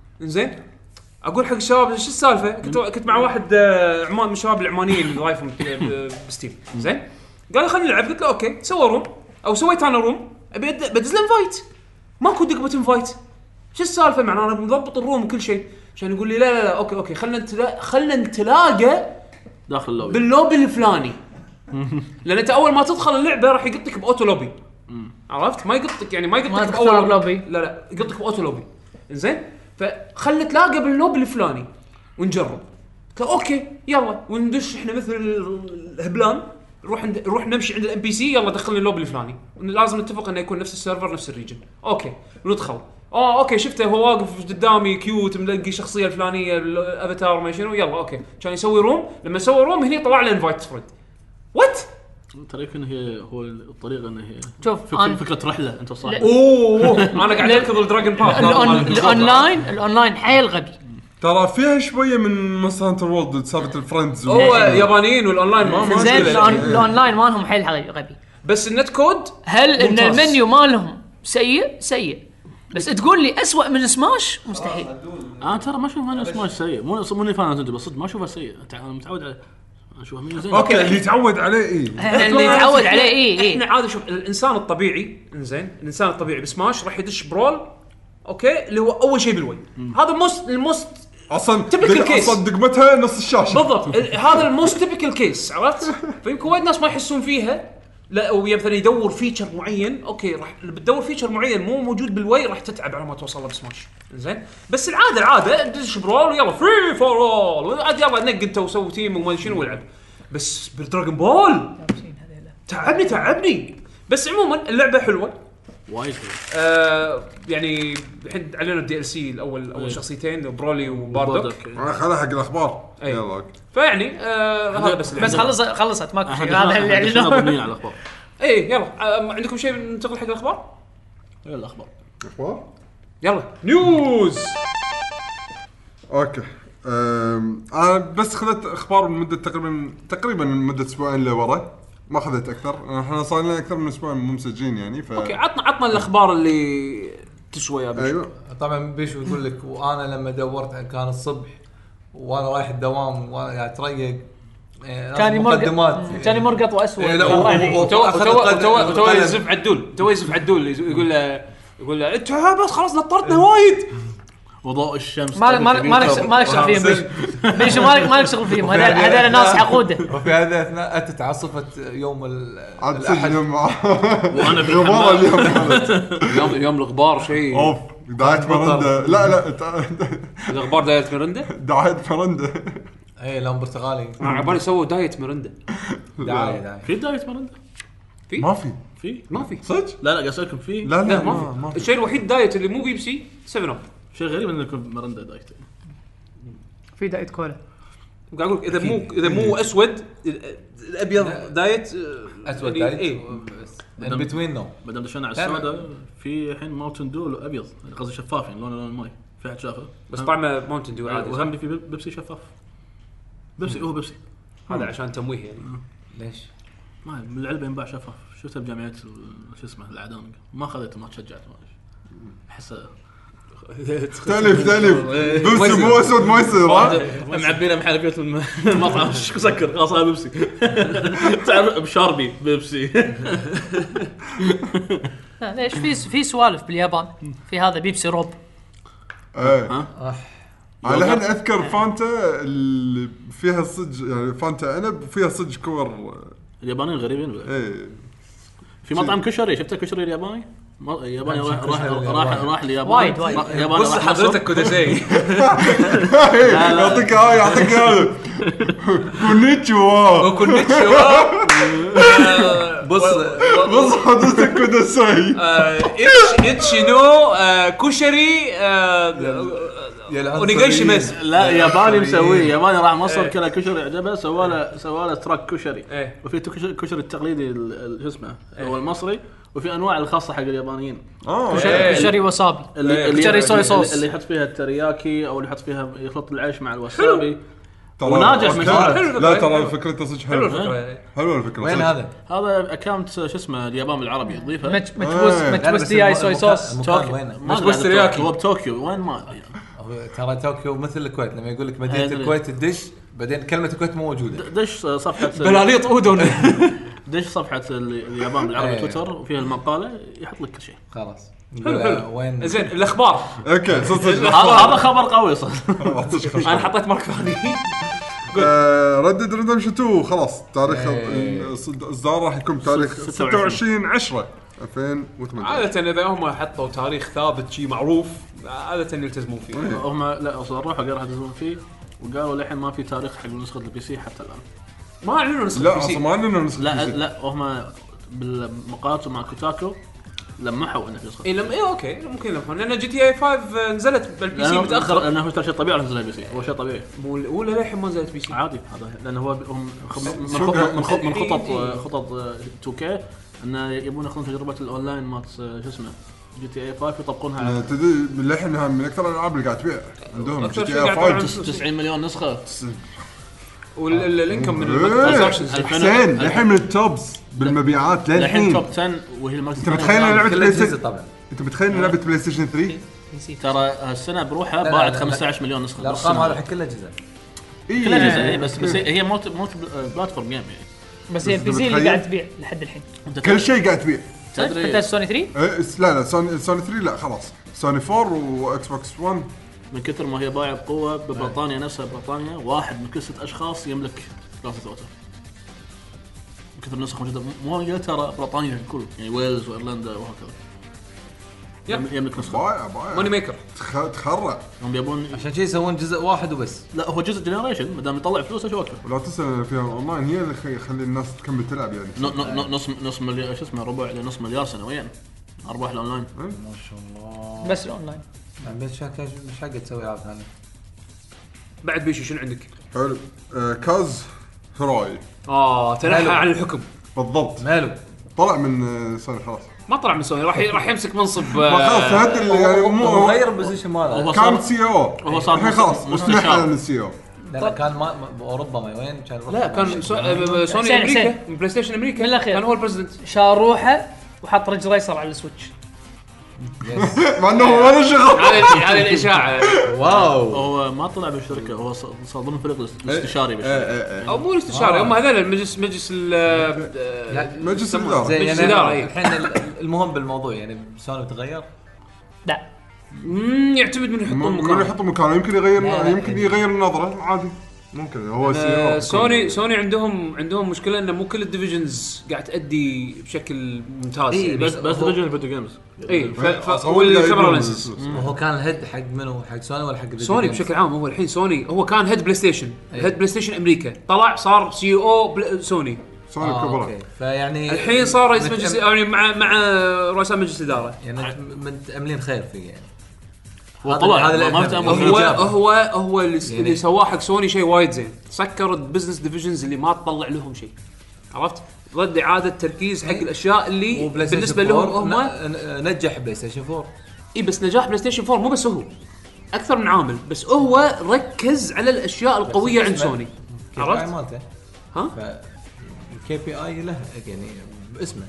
S1: زين اقول حق الشباب شو السالفه كنت كنت مع واحد آه، عمان من الشباب العمانيين اللي ضايفهم بستيم زين قال لي خلينا نلعب قلت له اوكي سوى روم او سويت انا روم ابي أد- بدز له انفايت ماكو دقمه انفايت شو السالفه معنا انا مضبط الروم وكل شيء عشان يقول لي لا لا لا اوكي اوكي خلينا نتلا... خلينا نتلاقى
S3: داخل اللوبي
S1: باللوبي الفلاني لان انت اول ما تدخل اللعبه راح يقطك باوتو لوبي عرفت ما يقطك يعني ما
S6: ما
S1: يقطك
S6: تختار لوبي.
S1: لا لا يقطك باوتو لوبي زين فخلي نتلاقى باللوبي الفلاني ونجرب قلت له اوكي يلا وندش احنا مثل الهبلان نروح عند نروح نمشي عند الام بي سي يلا دخلني اللوبي الفلاني لازم نتفق انه يكون نفس السيرفر نفس الريجن اوكي وندخل اه اوكي شفته هو واقف قدامي كيوت ملقي شخصيه الفلانيه الافاتار ما شنو يلا اوكي كان يسوي روم لما سوى روم هني طلع له انفايت فريند وات
S3: ترى يمكن هي هو الطريقه انه هي
S6: شوف،
S3: فكرة,
S6: أنا-
S3: فكره رحله انت صح
S6: لا.
S1: اوه انا قاعد اركض الدراجون باث
S6: الأون- الاونلاين الاونلاين حيل غبي
S4: ترى فيها شويه من مونستر هانتر وورلد سالفه الفريندز
S1: هو يابانيين والاونلاين ما ما
S6: زين
S1: أدري.
S6: الأون- الاونلاين مالهم حيل غبي
S1: بس النت كود
S6: هل ان
S1: ممتاز.
S6: المنيو مالهم سيء سيء بس تقول لي أسوأ من سماش مستحيل
S3: انا ترى ما اشوف انه سماش سيء مو مو اني فان بس صدق ما اشوفه سيء انا متعود عليه اشوفه منه زين
S4: اوكي اللي يتعود عليه ايه
S6: اللي يتعود عليه اي اي
S1: احنا عادي شوف الانسان الطبيعي انزين الانسان الطبيعي بسماش راح يدش برول اوكي اللي هو اول شيء بالوي هذا موست الموست
S4: اصلا
S1: Typical
S4: دق-
S1: case.
S4: اصلا دقمتها نص الشاشه
S1: بالضبط ال- هذا الموست تيبيكال كيس عرفت فيمكن وايد ناس ما يحسون فيها لا او مثلا يدور فيتشر معين اوكي راح بتدور فيتشر معين مو موجود بالوي راح تتعب على ما توصل له بسماش زين بس العاده العاده دش برول يلا فري فور اول عاد يلا نق انت وسوي تيم وما شنو والعب بس بالدراجون بول تعبني تعبني بس عموما اللعبه حلوه
S3: وايد
S1: آه يعني الحين علينا الدي ال سي الاول اول شخصيتين برولي وباردوك
S4: آه، خلها حق الاخبار.
S1: أي.
S4: يلا اوكي.
S1: فيعني آه هذا بس اللي
S6: بس
S1: عندنا.
S6: خلص خلصت ماكو شيء
S3: هذا
S6: هذا اللي
S3: اللي
S6: يعلنون.
S3: مبنيين على الاخبار.
S1: اي يلا آه عندكم شيء ننتقل حق الاخبار؟
S3: يلا الاخبار
S4: اخبار.
S1: يلا نيوز.
S4: اوكي. أم... انا بس خذت اخبار من مده تقريبا تقريبا من مده اسبوعين لورا، ما خذت اكثر. احنا صار لنا اكثر من اسبوعين مو مسجلين يعني ف
S1: اوكي عطنا عطنا الاخبار اللي تشوي يا بيشو.
S4: ايوه.
S5: طبعا بيشو يقول لك وانا لما دورت كان الصبح وانا رايح الدوام وانا قاعد اتريق
S6: كان
S5: مقدمات
S6: مرقط كان مرقط واسود.
S5: إيه، لا،
S6: يعني.
S5: و- و-
S1: تو
S5: أخذ
S1: تو
S5: القدم-
S1: تو تو
S5: القدم.
S1: يزف عدول تو يزف عدول يقول له يقول له انت بس خلاص نطرتنا وايد.
S3: وضوء الشمس
S6: ما ما ما لك ما لك شغل فيهم بيش ما لك ما لك شغل فيهم هذول هذول ناس عقوده.
S5: وفي هذه الاثناء انت تعصفت يوم ال-
S4: عاد
S5: الاحد
S4: سجل معاه.
S3: وانا في
S4: غبار
S3: الحمام.
S4: اليوم.
S1: يوم يوم الغبار شيء
S4: اوف دعايه مرندا. لا لا تع-
S1: الغبار دايت مرندا.
S4: دعايه مرندا.
S5: اي لون برتقالي
S1: انا عبالي سووا دايت مرندا.
S5: دعايه دعايه
S3: في دايت مرندا
S4: ما في
S3: في
S1: ما في
S4: صدق.
S3: لا لا قاعد اسالكم في
S4: لا
S1: لا
S4: لا
S1: ما
S4: ما
S1: في الشيء الوحيد دايت اللي مو بيبسي سفن اب.
S3: شيء غريب انه يكون مرندا دايت.
S6: في دايت كولا.
S1: قاعد اقول اذا مو اذا مو اسود الابيض دايت
S5: اسود
S1: يعني
S5: دايت
S1: اي
S5: ان بتوين نو
S3: ما دام دشينا على السوداء في الحين ماونتن دول ابيض قصدي شفاف يعني لونه لون الماي في حد شافه
S1: بس طعمه ماونتن ديو عادي.
S3: وهم في بيبسي شفاف بيبسي هو بيبسي
S1: هذا عشان تمويه يعني.
S5: ليش؟
S3: ما من العلبه ينباع شفاف شفته بجامعه شو اسمه العدانق ما خذيته ما تشجعت ما احس
S4: تالف تالف بس مو اسود ما يصير ها؟
S3: معبينا محلبيات من المطعم سكر خلاص هذا بيبسي تعرف بشاربي بيبسي
S6: لا ليش في في سوالف باليابان في هذا بيبسي روب.
S4: ايه انا الحين اذكر فانتا اللي فيها صج يعني فانتا عنب وفيها صج كور.
S3: اليابانيين غريبين بلا.
S4: ايه
S3: في مطعم كشري شفت الكشري الياباني ما- ياباني راح راح
S5: كشري
S3: راح راح اليابان
S6: وايد وايد.
S3: راح- ياباني
S1: بص
S3: راح
S1: حضرتك كوداسي.
S4: يعطيك هاي يعطيك هذا كونيتشوا.
S1: كونيتشوا.
S5: بص
S4: بص حضرتك كوداساي.
S1: اتش اتش نو كشري اونيغاشي مس.
S3: لا ياباني مسويه ياباني راح مصر كلا كشري عجبه سواله سواله تراك كشري
S1: إيه.
S3: وفي كشري الكشري التقليدي ال- ال- شو اسمه هو المصري وفي انواع الخاصه حق اليابانيين
S4: اه
S6: كشري كشري وصابي.
S3: اللي اللي
S6: كشري صويا
S3: اللي-
S6: صوص.
S3: اللي يحط فيها الترياكي او اللي يحط فيها يخلط العيش مع الوسابي
S4: ترى-
S3: وناجح من
S4: لا،
S1: حلو
S4: لا
S1: الفكرة.
S4: ترى فكرته صدق
S1: حلو
S4: حلوه.
S1: الفكره.
S4: حلوه الفكره
S5: وين
S4: صدق.
S5: هذا؟
S3: هذا اكونت شو اسمه اليابان بالعربي تضيفه
S6: مج- مجبوس
S4: إيه.
S6: مجبوس دي اي صويا صوص.
S5: المكان وين؟
S3: ما أدري
S1: بس
S3: عن
S1: ترياكي.
S3: طوكيو. هو بطوكيو وين ما أدري.
S5: ترى طوكيو مثل الكويت لما يقول لك مدينه
S3: أدري.
S5: الكويت الدش بعدين كلمه الكويت مو موجوده.
S3: دش صفحه
S1: بلاليط اودون.
S3: دش صفحه ال- اليابان بالعربي
S5: إيه.
S3: تويتر وفيها المقاله يحط لك كل شيء
S5: خلاص
S1: حلو
S5: نقول
S1: حلو.
S5: وين
S1: زين الاخبار.
S4: اوكي صدق صدق.
S3: هذا هذا خبر قوي صح.
S1: انا حطيت مارك ثاني.
S4: ردد ريدمشن تو خلاص تاريخ
S5: إيه.
S4: الاصدار راح يكون تاريخ ستة وعشرين عشرة ألفين وثمانية عشر.
S1: عادة اذا هم حطوا تاريخ ثابت شيء معروف عادة يلتزمون فيه.
S3: هم لا اصلا روحوا قالوا يدزون فيه وقالوا للحين ما في تاريخ حق نسخه البي سي حتى الان.
S1: ما اعلنوا نسخة
S4: لا
S1: بي
S4: اصلا
S1: سي.
S4: ما عندنا نسخه
S3: لا
S4: بي سي.
S3: لا هم بالمقاطع مع كوتاكو لمحوا انه في نسخه
S1: اي لما اي اوكي ممكن لما لان جي تي اي خمسة نزلت بالبي سي
S3: لأنه-
S1: متاخر.
S3: لانه هو ترى شيء طبيعي نزل البي سي هو شيء طبيعي
S1: مو الاولى للحين ما نزلت بي سي.
S3: عادي هذا لانه هو هم خ- من
S4: شو
S3: خط-
S4: قاعد-
S3: من خط- من خطط
S1: إيه.
S3: خطط تو كيه انه يبون ياخذون تجربه الاونلاين مات شو اسمه جي تي اي خمسة يطبقونها على
S4: تدري للحين هم من اكثر الالعاب اللي قاعد تبيع عندهم
S1: أكثر
S4: جي
S1: شيء
S4: تي
S1: قاعد
S4: اي
S1: يطلع
S4: خمسة.
S3: تسعين مليون نسخه
S1: والانكم من
S4: إيه.
S1: الترانزاكشنز
S4: حسين للحين من التوبز بالمبيعات
S3: الحين
S4: للحين.
S3: توب عشرة وهي المركز
S4: انت متخيل إن لعبه
S5: كل
S4: بلاي
S5: الاجهزه
S4: ستيشن
S5: طبعا
S4: انت متخيل إن لعبه بلاي ستيشن ثلاثة
S3: ترى هالسنه بروحها
S5: لا،
S3: باعت
S5: لا،
S3: خمسة عشر مليون نسخه
S5: الارقام هذا حق كل الاجهزه.
S4: إيه.
S3: كل اجهزه إيه، بس بس هي موت موت بلاتفورم جيم يعني
S6: بس هي البي سي اللي
S4: متخيل؟
S6: قاعد تبيع لحد الحين.
S3: انت
S4: كل شيء قاعد تبيع.
S3: تدري
S6: حتى سوني ثري.
S4: إيه، لا لا سوني سوني ثلاثة لا خلاص سوني أربعة واكس بوكس واحد.
S3: من كثر ما هي بايعه بقوه ببريطانيا نفسها بريطانيا واحد من كل ست اشخاص يملك ثلاثة اوتو من كثر النسخ موجوده مو انجلترا بريطانيا الكل يعني ويلز وايرلندا وهكذا
S1: يب.
S3: يملك نسخه
S4: بايع بايع
S1: موني ميكر.
S4: تخ- تخرع.
S3: هم يبون
S5: عشان شيء يسوون جزء واحد وبس.
S3: لا هو جزء جنريشن ما دام يطلع فلوس ايش وقته
S4: ولا تنسى إن فيها اونلاين هي اللي خ- يخلي الناس تكمل تلعب يعني.
S3: ن- ن- نص نص مليار شو اسمه ربع الى نص مليار سنويا ارباح الاونلاين
S5: ما شاء الله.
S6: بس الاونلاين
S5: مش حق مش حق تسوي العاب ثانيه.
S1: بعد بيشو شنو عندك؟
S4: حلو. آه كاز هراي
S1: اه تنحى
S5: ماله.
S1: عن الحكم.
S4: بالضبط.
S5: ماله
S4: طلع من آه، سوني خلاص.
S1: ما طلع من سوني، راح ي- راح يمسك منصب
S4: ما خلاص
S1: آه
S4: هذا اللي يعني
S5: هو
S4: مو
S5: غير البوزيشن ماله.
S3: هو
S4: كان
S3: صار
S4: سي او.
S3: هو صار
S4: الحين خلاص
S3: مستشار.
S4: مستحيل من السي او.
S5: لا لا كان ما ما- اوروبا ما وين كان
S1: لا كان سو... آه، سوني
S6: حسين،
S1: امريكا
S6: حسين.
S1: من بلاي ستيشن امريكا
S6: من الأخير.
S1: كان هو البريزدنت.
S6: شال روحه وحط ريج ريسر على السويتش.
S4: مع انه هو ولا شغل.
S1: هذه هذه الاشاعه.
S5: واو.
S3: هو ما طلع بالشركه، هو ص- صار ضمن فريق الاستشاري بالشركه.
S1: او مو الاستشاري، هم هذول المجلس مجلس ال آه،
S4: مجلس الاداره.
S5: زين
S1: مجلس
S5: يعني
S1: إدارة، إيه.
S5: الحين ال- المهم بالموضوع يعني سوني بتغير.
S6: لا
S1: مم، يعتمد من يحطون
S4: من
S1: مكانه.
S4: يحط مكانه يمكن يغير
S5: لا، لا.
S4: يمكن يغير النظره عادي ممكن هو سي
S1: آه،
S4: او.
S1: سوني سوني عندهم عندهم مشكله انه مو كل الديفيجنز قاعد تادي بشكل ممتاز
S5: إيه،
S1: يعني.
S3: بس بس
S5: هو-
S3: ديفيجن فيديو جيمز.
S1: اي ف
S4: أصلاً
S1: والكاميرا
S4: قاعد
S1: لينسز
S5: وهو كان الهيد حق منو حق سوني ولا حق فيديو
S1: سوني
S5: جيمز؟
S1: بشكل عام. هو الحين سوني هو كان هيد بلاي ستيشن
S5: إيه.
S1: هيد بلاي ستيشن امريكا، طلع صار سي او بل... سوني.
S4: سوني
S5: آه،
S4: كبره.
S5: اوكي فيعني
S1: الحين صار رئيس
S5: مت-
S1: مجلس يعني مع مع رؤساء مجلس الاداره.
S5: يعني متاملين خير فيه يعني.
S3: هو طلع
S5: هذا
S3: ما
S5: الأهم.
S3: بتأمل
S5: هو-
S3: فيه.
S1: هو
S5: إجابة.
S1: هو هو اللي,
S5: يعني-
S1: اللي سواه حق سوني شيء وايد زين، سكر البزنس ديفيجنز اللي ما تطلع لهم شيء، عرفت؟ ضد اعاده تركيز حق الاشياء اللي
S5: وبلاي ستيشن
S1: بالنسبه لهم
S5: فور
S1: هم.
S5: ن- ن- نجح بلاي ستيشن فور.
S1: اي بس نجاح بلاي ستيشن فور مو بس هو، اكثر من عامل، بس هو ركز على الاشياء القويه عند سوني،
S5: عرفت؟
S1: عرفت؟
S5: مالته
S1: ها؟
S5: الكي بي اي له يعني باسمه.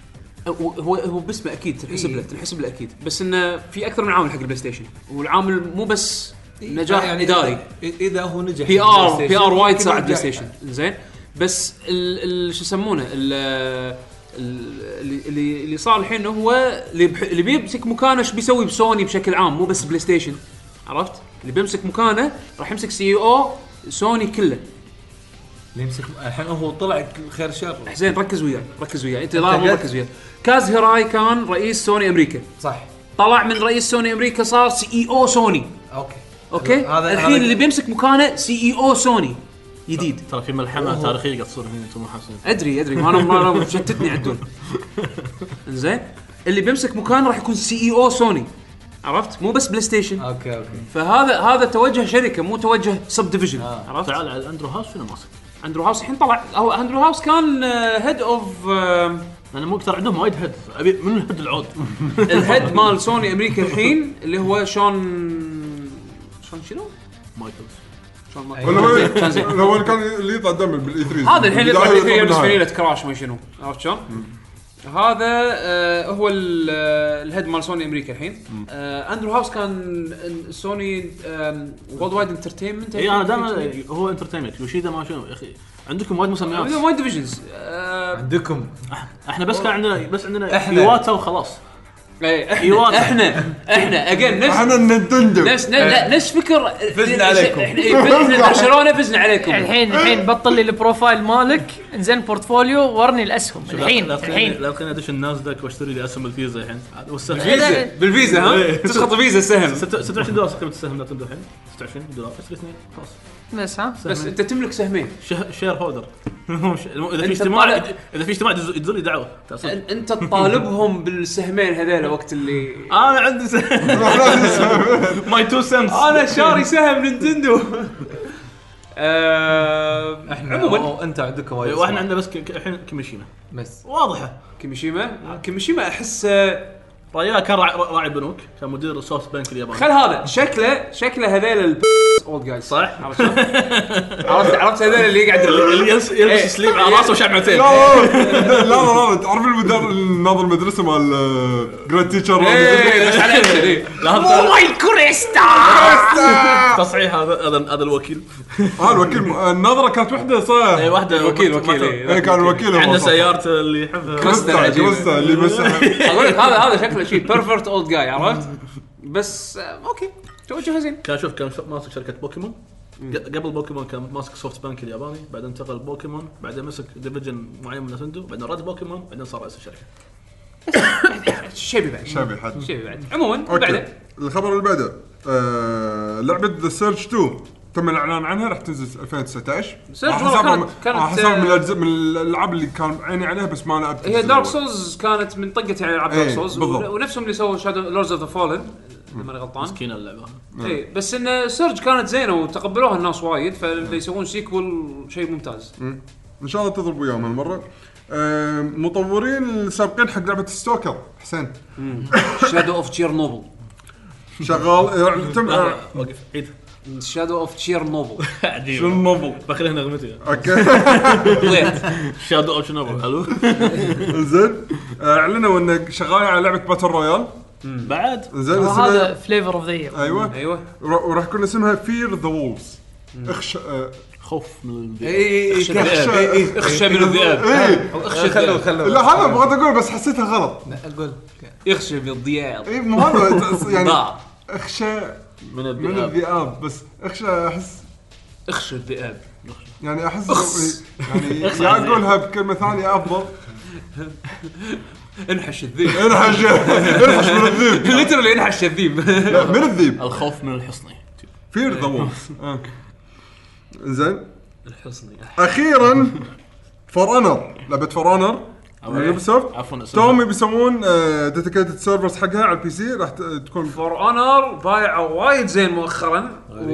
S1: هو هو هو باسمه اكيد تنحسب له تنحسب له اكيد، بس انه في اكثر من عامل حق البلاي ستيشن، والعامل مو بس نجاح يعني اداري.
S5: إذا- اذا هو نجح
S1: بي
S5: بالبلاي
S1: ار
S5: ستيشن،
S1: بي ار وايد
S5: يمكن
S1: ساعد بلاي
S5: ينجح.
S1: ستيشن زين، بس ال ال شو يسمونه ال- ال- اللي اللي اللي صار الحين هو اللي بح- اللي بيمسك مكانه ايش بيسوي بسوني بشكل عام، مو بس بلاي ستيشن، عرفت؟ اللي بيمسك مكانه راح يمسك سي او سوني كله.
S5: اللي يمسك الحين هو طلع خير شر.
S1: حسين ركز وياي ركز وياي انت لا مو مركز وياي. كاز هيراي كان رئيس سوني امريكا،
S5: صح.
S1: طلع من رئيس سوني امريكا صار سي اي او سوني.
S5: اوكي
S1: اوكي
S5: هذا-
S1: الحين
S5: هذا-
S1: اللي بيمسك مكانه سي اي او سوني جديد.
S3: ترى في ملحمه تاريخيه قاعد تصير هنا انتم مو حاسين.
S1: ادري ادري ما انا ما انا مشتتني عدول. انزين اللي بيمسك مكانه راح يكون سي اي او سوني، عرفت؟ مو بس بلاي ستيشن.
S5: اوكي اوكي
S1: فهذا هذا توجه شركه مو توجه سب ديفيجن،
S5: آه.
S1: عرفت؟
S3: تعال على اندرو هاوس شنو ماسك؟
S1: اندرو هاوس الحين طلع، هو اندرو هاوس كان هيد اوف
S3: لان مو اكثر عندهم وايد هيد، ابي من الهيد العود.
S1: الهيد مال سوني امريكا الحين اللي هو شون شون شنو؟
S3: مايكلز.
S1: شون ما
S4: ولا هو
S1: كان زين.
S4: ولا هو اللي كان اللي يطلع دائما بالاي ثلاثة.
S1: هذا الحين يطلع
S4: بالبداية
S1: لي
S4: ويطلع
S1: يلبس
S4: بالنهاية.
S1: فانيلة كراش ما شنو، عرفت شلون؟ هذا آه هو ال- آه، الهيد مال سوني امريكا الحين. آه اندرو هاوس كان سوني وورلد وايد انترتينمنت.
S3: اي انا دائما هو انترتينمنت يوشيدا ما شنو يا اخي عندكم وايد مسميات.
S1: عندهم وايد ديفيجنز.
S5: عندكم
S3: احنا بس كان عندنا بس عندنا
S5: إحنا.
S3: ايواتا وخلاص.
S1: احنا
S3: إيواتا.
S1: احنا احنا اجين نفس
S4: احنا النينتندو.
S1: نفس لا نفس فكر
S5: فزنا عليكم.
S1: احنا إيه، احنا برشلونه فزنا عليكم.
S6: الحين الحين بطل لي البروفايل مالك انزين بورتفوليو ورني الاسهم الحين الحين.
S3: لا تخليني ادش الناسداك واشتري لي اسهم الفيزا الحين. والسهم
S1: بالفيزا بالفيزا ها تسقط فيزا السهم.
S3: ستة وعشرين دولار قيمه السهم نتندو الحين. ستة وعشرين دولار اشتري اثنين خلاص.
S6: بس ها
S1: بس انت تملك سهمين.
S3: شه- شير هولدر. اذا في
S1: أنت
S3: اجتماع
S1: طالع-
S3: اذا في اجتماع يدز- يدزوا لي دعوه. تعصب.
S1: أن- انت تطالبهم بالسهمين هذول وقت اللي
S3: انا عندي ماي تو سنس.
S1: انا شاري سهم نينتندو. آه،
S5: احنا
S1: عموما
S5: أو انت عندكم وايد
S3: واحنا
S5: أسماء.
S3: عندنا بس ك- ك- الحين كيميشيما
S5: بس
S3: واضحه.
S1: كيميشيما كيميشيما احس آه،
S3: ريال كان راعي راعي بنوك، كان مدير سوفت بنك الياباني.
S1: خل هذا شكله شكله هذول ال اولد جايز
S3: صح.
S1: عرفت شلون؟ عرفت عرفت هذول اللي يقعد
S3: اللي يلبس
S1: إيه.
S3: يلبس سليب على راسه وشمعتين.
S4: لا لا لا لا تعرف المدر الناظر المدرسه مال جريد تيتشر.
S1: ايه بس على انت ايه
S3: لا هذا
S1: واي كوريستا.
S3: تصحيح هذا هذا هذا الوكيل.
S4: ها الوكيل الناظره كانت وحده صح.
S3: اي واحده
S1: وكيل وكيل
S4: اي كان الوكيل هو
S3: عنده
S4: صح.
S3: سيارته اللي يحبها.
S1: كريستا عجيب.
S4: كريستا اللي مسح.
S1: اقول لك هذا هذا شكله شيء بيرفكت اولد جاي عرفت بس آه، اوكي توجه زين.
S3: كان شوف كان ماسك شركه بوكيمون. قبل بوكيمون كان ماسك سوفت بنك الياباني، بعدين انتقل بوكيمون، بعدين مسك ديفيجن معين من نتندو، بعدين رد بوكيمون، بعدين صار رئيس الشركه.
S1: شيبي بعد
S4: شابي حد.
S1: شيبي بعد عموما
S4: اوكي
S1: بعده
S4: الخبر اللي بعده آه، لعبه ذا سيرش اثنين تم الاعلان عنها راح تنزل ألفين وتسعة عشر.
S1: سيرج
S4: على
S1: والله
S4: حسب
S1: كانت-
S4: من-
S1: كانت،
S4: على حسب
S1: آه،
S4: من الأجزاء من الالعاب اللي كان عيني عليها بس ما لعبت.
S1: هي دارك سولز كانت من طقه يعني العاب دارك
S4: إيه،
S1: سولز
S4: بالضبط.
S1: ونفسهم اللي سووا شادو لوردز اوف ذا فولن اذا ماني غلطان.
S3: مسكينه اللعبه.
S1: اي بس ان سيرج كانت زينه وتقبلوها الناس وايد فاللي يسوون سيكول شيء ممتاز.
S4: ان شاء الله تضرب وياهم هالمره. آه، مطورين السابقين حق لعبه ستوكر حسين
S1: شادو اوف تشيرنوبل
S4: شغال يعني تم آه،
S3: وقف عيد
S1: شادو اوف تشيرنوبل
S3: عجيب
S4: شنو النوبل
S3: بخليها نغمتي
S4: اوكي
S3: شادو اوف شنو حلو
S4: زين. آه، اعلنوا انه شغال على لعبه باتل رويال.
S3: بعد
S4: زين
S6: هذا
S4: اسمها
S6: فليفر اوف ذا يير.
S4: ايوه
S1: ايوه
S4: ور- وراح يكون اسمها فير ذا وولفز. اخش آه،
S3: خوف من الذئاب.
S5: اي
S1: اخشى
S5: اي
S1: الذئاب. اخشى من الذئاب
S4: ايه
S1: او اخشى
S5: خلوا
S1: الذئاب
S5: خلوا
S4: لا هذا بغيت اقول بس حسيتها غلط.
S5: اقول
S1: اخشى من الذئاب
S4: اي مو هذا يعني
S1: ضاع.
S4: اخشى
S3: من
S4: من
S3: الذئاب
S4: الذئاب بس اخشى احس
S1: اخشى الذئاب
S4: يعني احس يعني يا اقولها بكلمه ثانيه افضل.
S1: انحش الذئب
S4: انحش انحش من الذئب.
S1: ليترلي انحش الذئب.
S4: لا من الذئب.
S3: الخوف من الحصني.
S4: فير ذا وولفز. زين
S1: الحصني
S4: اخيرا فور اونر لعبه فور اونر من يوبيسوفت
S3: عفوا اسمها
S4: توم بيسوون ديديكيتد سيرفرز حقها على البي سي راح ت- تكون
S1: فور اونر بايعوا وايد زين مؤخرا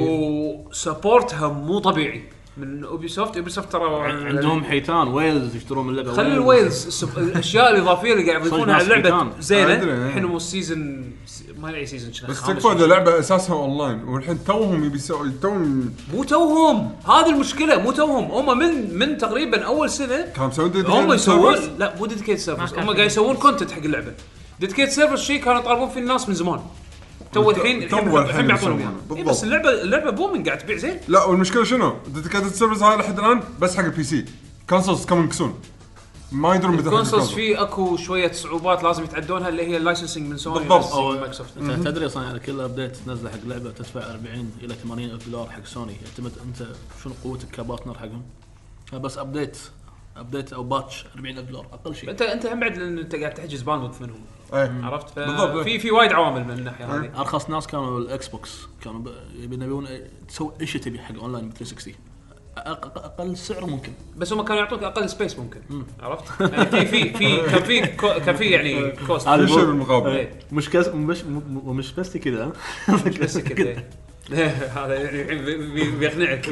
S1: وسبورتها مو طبيعي من اوبيسوفت. اوبيسوفت ترى
S3: عندهم حيتان ويلز يشترون من اللعبه.
S1: خلي الويلز السب- الاشياء الاضافيه اللي قاعد يضيفونها على
S3: صدق ناس
S1: اللعبه
S3: حيتان.
S1: زينه.
S4: أدري.
S1: الحين مو السيزون ما ادري سيزون شنو
S4: بس
S1: خامس
S4: تكفى
S1: ولا
S4: إذا لعبه اساسها اونلاين والحين توهم يبي يسوي توم
S1: مو توهم. هذه المشكله مو توهم. هم من من تقريبا اول سنه
S4: كانوا مسوين dedicated
S1: هم يسوون
S4: servers.
S1: لا مو ديديكيت سيرفرز.
S6: ما كان
S1: هم
S6: في
S1: قاعد يسوون كونتنت حق اللعبه. ديديكيت سيرفرز شيء كانوا يطالبون فيه الناس من زمان. تو الحين
S4: تو
S1: الحين
S4: الحين
S1: الحين بيعطونهم
S4: يسوونه.
S1: إيه
S4: بالضبط.
S1: بس اللعبه اللعبه بومينج قاعد تبيع زين.
S4: لا والمشكله شنو ديديكيتد سيرفرز هاي لحد الان بس حق البي سي. كونسولز كومينج سون ما يدرون متى
S1: الكونسولز في اكو شويه صعوبات لازم يتعدونها اللي هي اللايسنسنج من سوني
S4: بالضبط.
S1: واللايسنسنج من مايكروسوفت.
S3: انت تدري اصلا على كل ابديت تنزله حق لعبه تدفع أربعين الى ثمانين الف دولار حق سوني. يعتمد انت شنو قوتك كبارتنر حقهم. بس ابديت ابديت او باتش أربعين الف دولار اقل شيء.
S1: انت انت هم بعد لان انت قاعد تحجز باندوث منهم
S4: ايه.
S1: عرفت.
S4: بالضبط.
S1: في في وايد عوامل من الناحيه هذه.
S3: ارخص ناس كانوا الاكس بوكس كانوا ب- يبون يبون تسوي ايش تبي حق اونلاين ثلاثمية وستين. أق- أق- اقل سعر ممكن.
S1: بس هم كانوا يعطوك اقل سبيس ممكن عرفت. يعني في في في كان في كو- كان في يعني كوست
S4: في شيء بالمقابل.
S1: إيه.
S3: مش كاس مش م- مش بس كذا.
S1: مش بس كذا. هذا يعني الحين بي- بي- بيقنعك.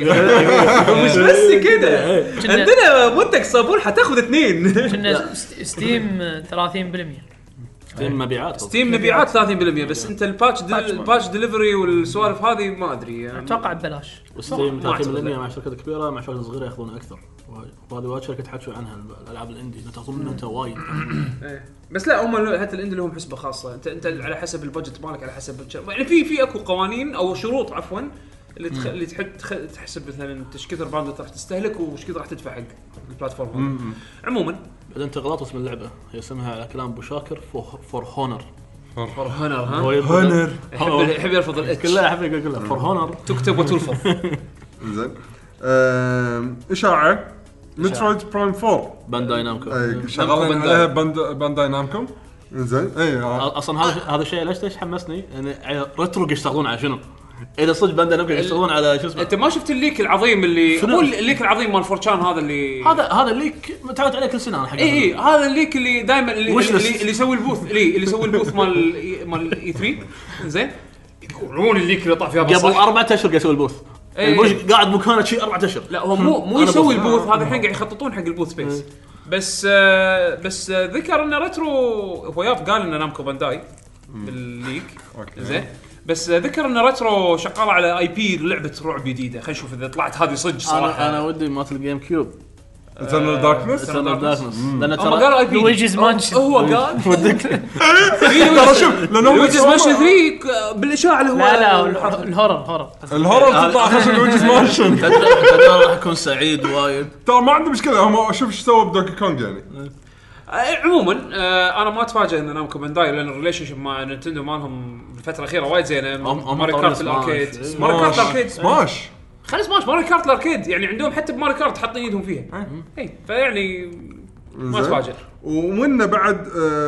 S1: مش بس كذا عندنا منتج صابون حتاخذ اثنين.
S6: كنا ست- ستيم ثلاثين بالمية.
S3: تيم مبيعات.
S1: ستيم مبيعات ثلاثين بالمية بس انت الباتش دل... الباتش ديليفري والسوالف هذه ما ادري يعني.
S6: اتوقع ببلاش.
S3: وستيم
S1: ما
S3: ثلاثين
S1: أعتقد
S3: بالمية
S1: لا.
S3: مع شركات كبيره مع شركات صغيره ياخذون اكثر. وهذه وايد شركات تحكوا عنها الالعاب الاندي انه تاخذون منها انت وايد.
S1: إيه. بس لا هم حتى الاندي لهم حسبه خاصه. انت انت على حسب البادجت مالك على حسب الش- يعني في في اكو قوانين او شروط عفوا اللي تخ... اللي تحط تخ... تحسب مثلا ايش كثر باندوث راح تستهلك وايش كثر راح تدفع حق البلاتفورم هذا. عموما
S3: بعدين انت غلط اسم اللعبه هي اسمها على كلام ابو شاكر فور هونر.
S1: فور هونر ها
S4: هونر
S1: يحب يحب يرفض الاتش
S3: كلها احب يقول كلها فور هونر.
S1: تكتب وتلفظ.
S4: زين آم، اشاعه مترويد برايم فور
S3: بانداي نامكو.
S4: اي شغالين
S1: بانداي.
S4: عليها باند بانداي نامكو. زين اي آه.
S3: اصلا هذا هذا الشيء ليش ليش حمسني يعني ريترو يشتغلون على شنو؟ اذا صدق بانداي نامكو يشتغلون على شو اسمه.
S1: انت ما شفت الليك العظيم اللي
S3: شنو؟
S1: مو الليك العظيم مال فورتشان هذا اللي
S3: هذا هذا الليك متعود عليه كل سنه انا حق.
S1: اي اي هذا الليك اللي دائما اللي,
S3: وش
S1: اللي,
S3: لست؟
S1: اللي يسوي البوث اللي اللي يسوي البوث مال مال اي ثلاثة زين يقولون الليك اللي طاح فيها
S3: قبل
S1: بصح.
S3: أربعة اشهر قاعد يسوي البوث.
S1: إيه.
S3: البوش قاعد مكانه شيء أربعة اشهر.
S1: لا هو مو مو
S3: أنا
S1: يسوي
S3: بوث.
S1: البوث هذا الحين قاعد يخططون حق البوث سبيس. بس آه بس آه ذكر ان ريترو هو ياف قال ان نامكو بانداي بالليك زين. بس آه ذكر ان ريترو شغاله على اي بي لعبه رعب جديده. خلينا نشوف اذا طلعت هذه صدق صراحه.
S3: انا انا ودي مات الجيم كيوب.
S4: ايترنال داركنس
S3: Eternal Darkness. لان
S1: هم
S3: ترى
S1: قالوا اي بي
S6: لويجيز مانشن.
S1: هو قال
S3: ودك
S4: ترى شوف لانه
S1: لويجيز مانشن ثلاثة بالاشاعه اللي هو
S6: لا لا الهورر الهورر.
S4: الهورر تطلع خشن لويجيز مانشن.
S3: تدري تدري راح اكون سعيد وايد.
S4: ترى ما عنده مشكله هم شوف ايش سووا بدوكي كونغ يعني.
S1: آه، عموما آه، انا ما اتفاجئ ان نامكو بانداي لان الريليشن شيب مع نينتندو مالهم بالفتره الاخيره وايد زينه.
S3: هم- هم
S1: ماري
S3: طورين
S1: كارت الاركيد
S3: سماش.
S1: ماري كارت الاركيد
S4: سماش
S1: خلي سماش ماري كارت الاركيد يعني عندهم حتى بماري كارت حاطين ايدهم فيها. اي فيعني ما
S4: زين.
S1: اتفاجئ.
S4: ومنه بعد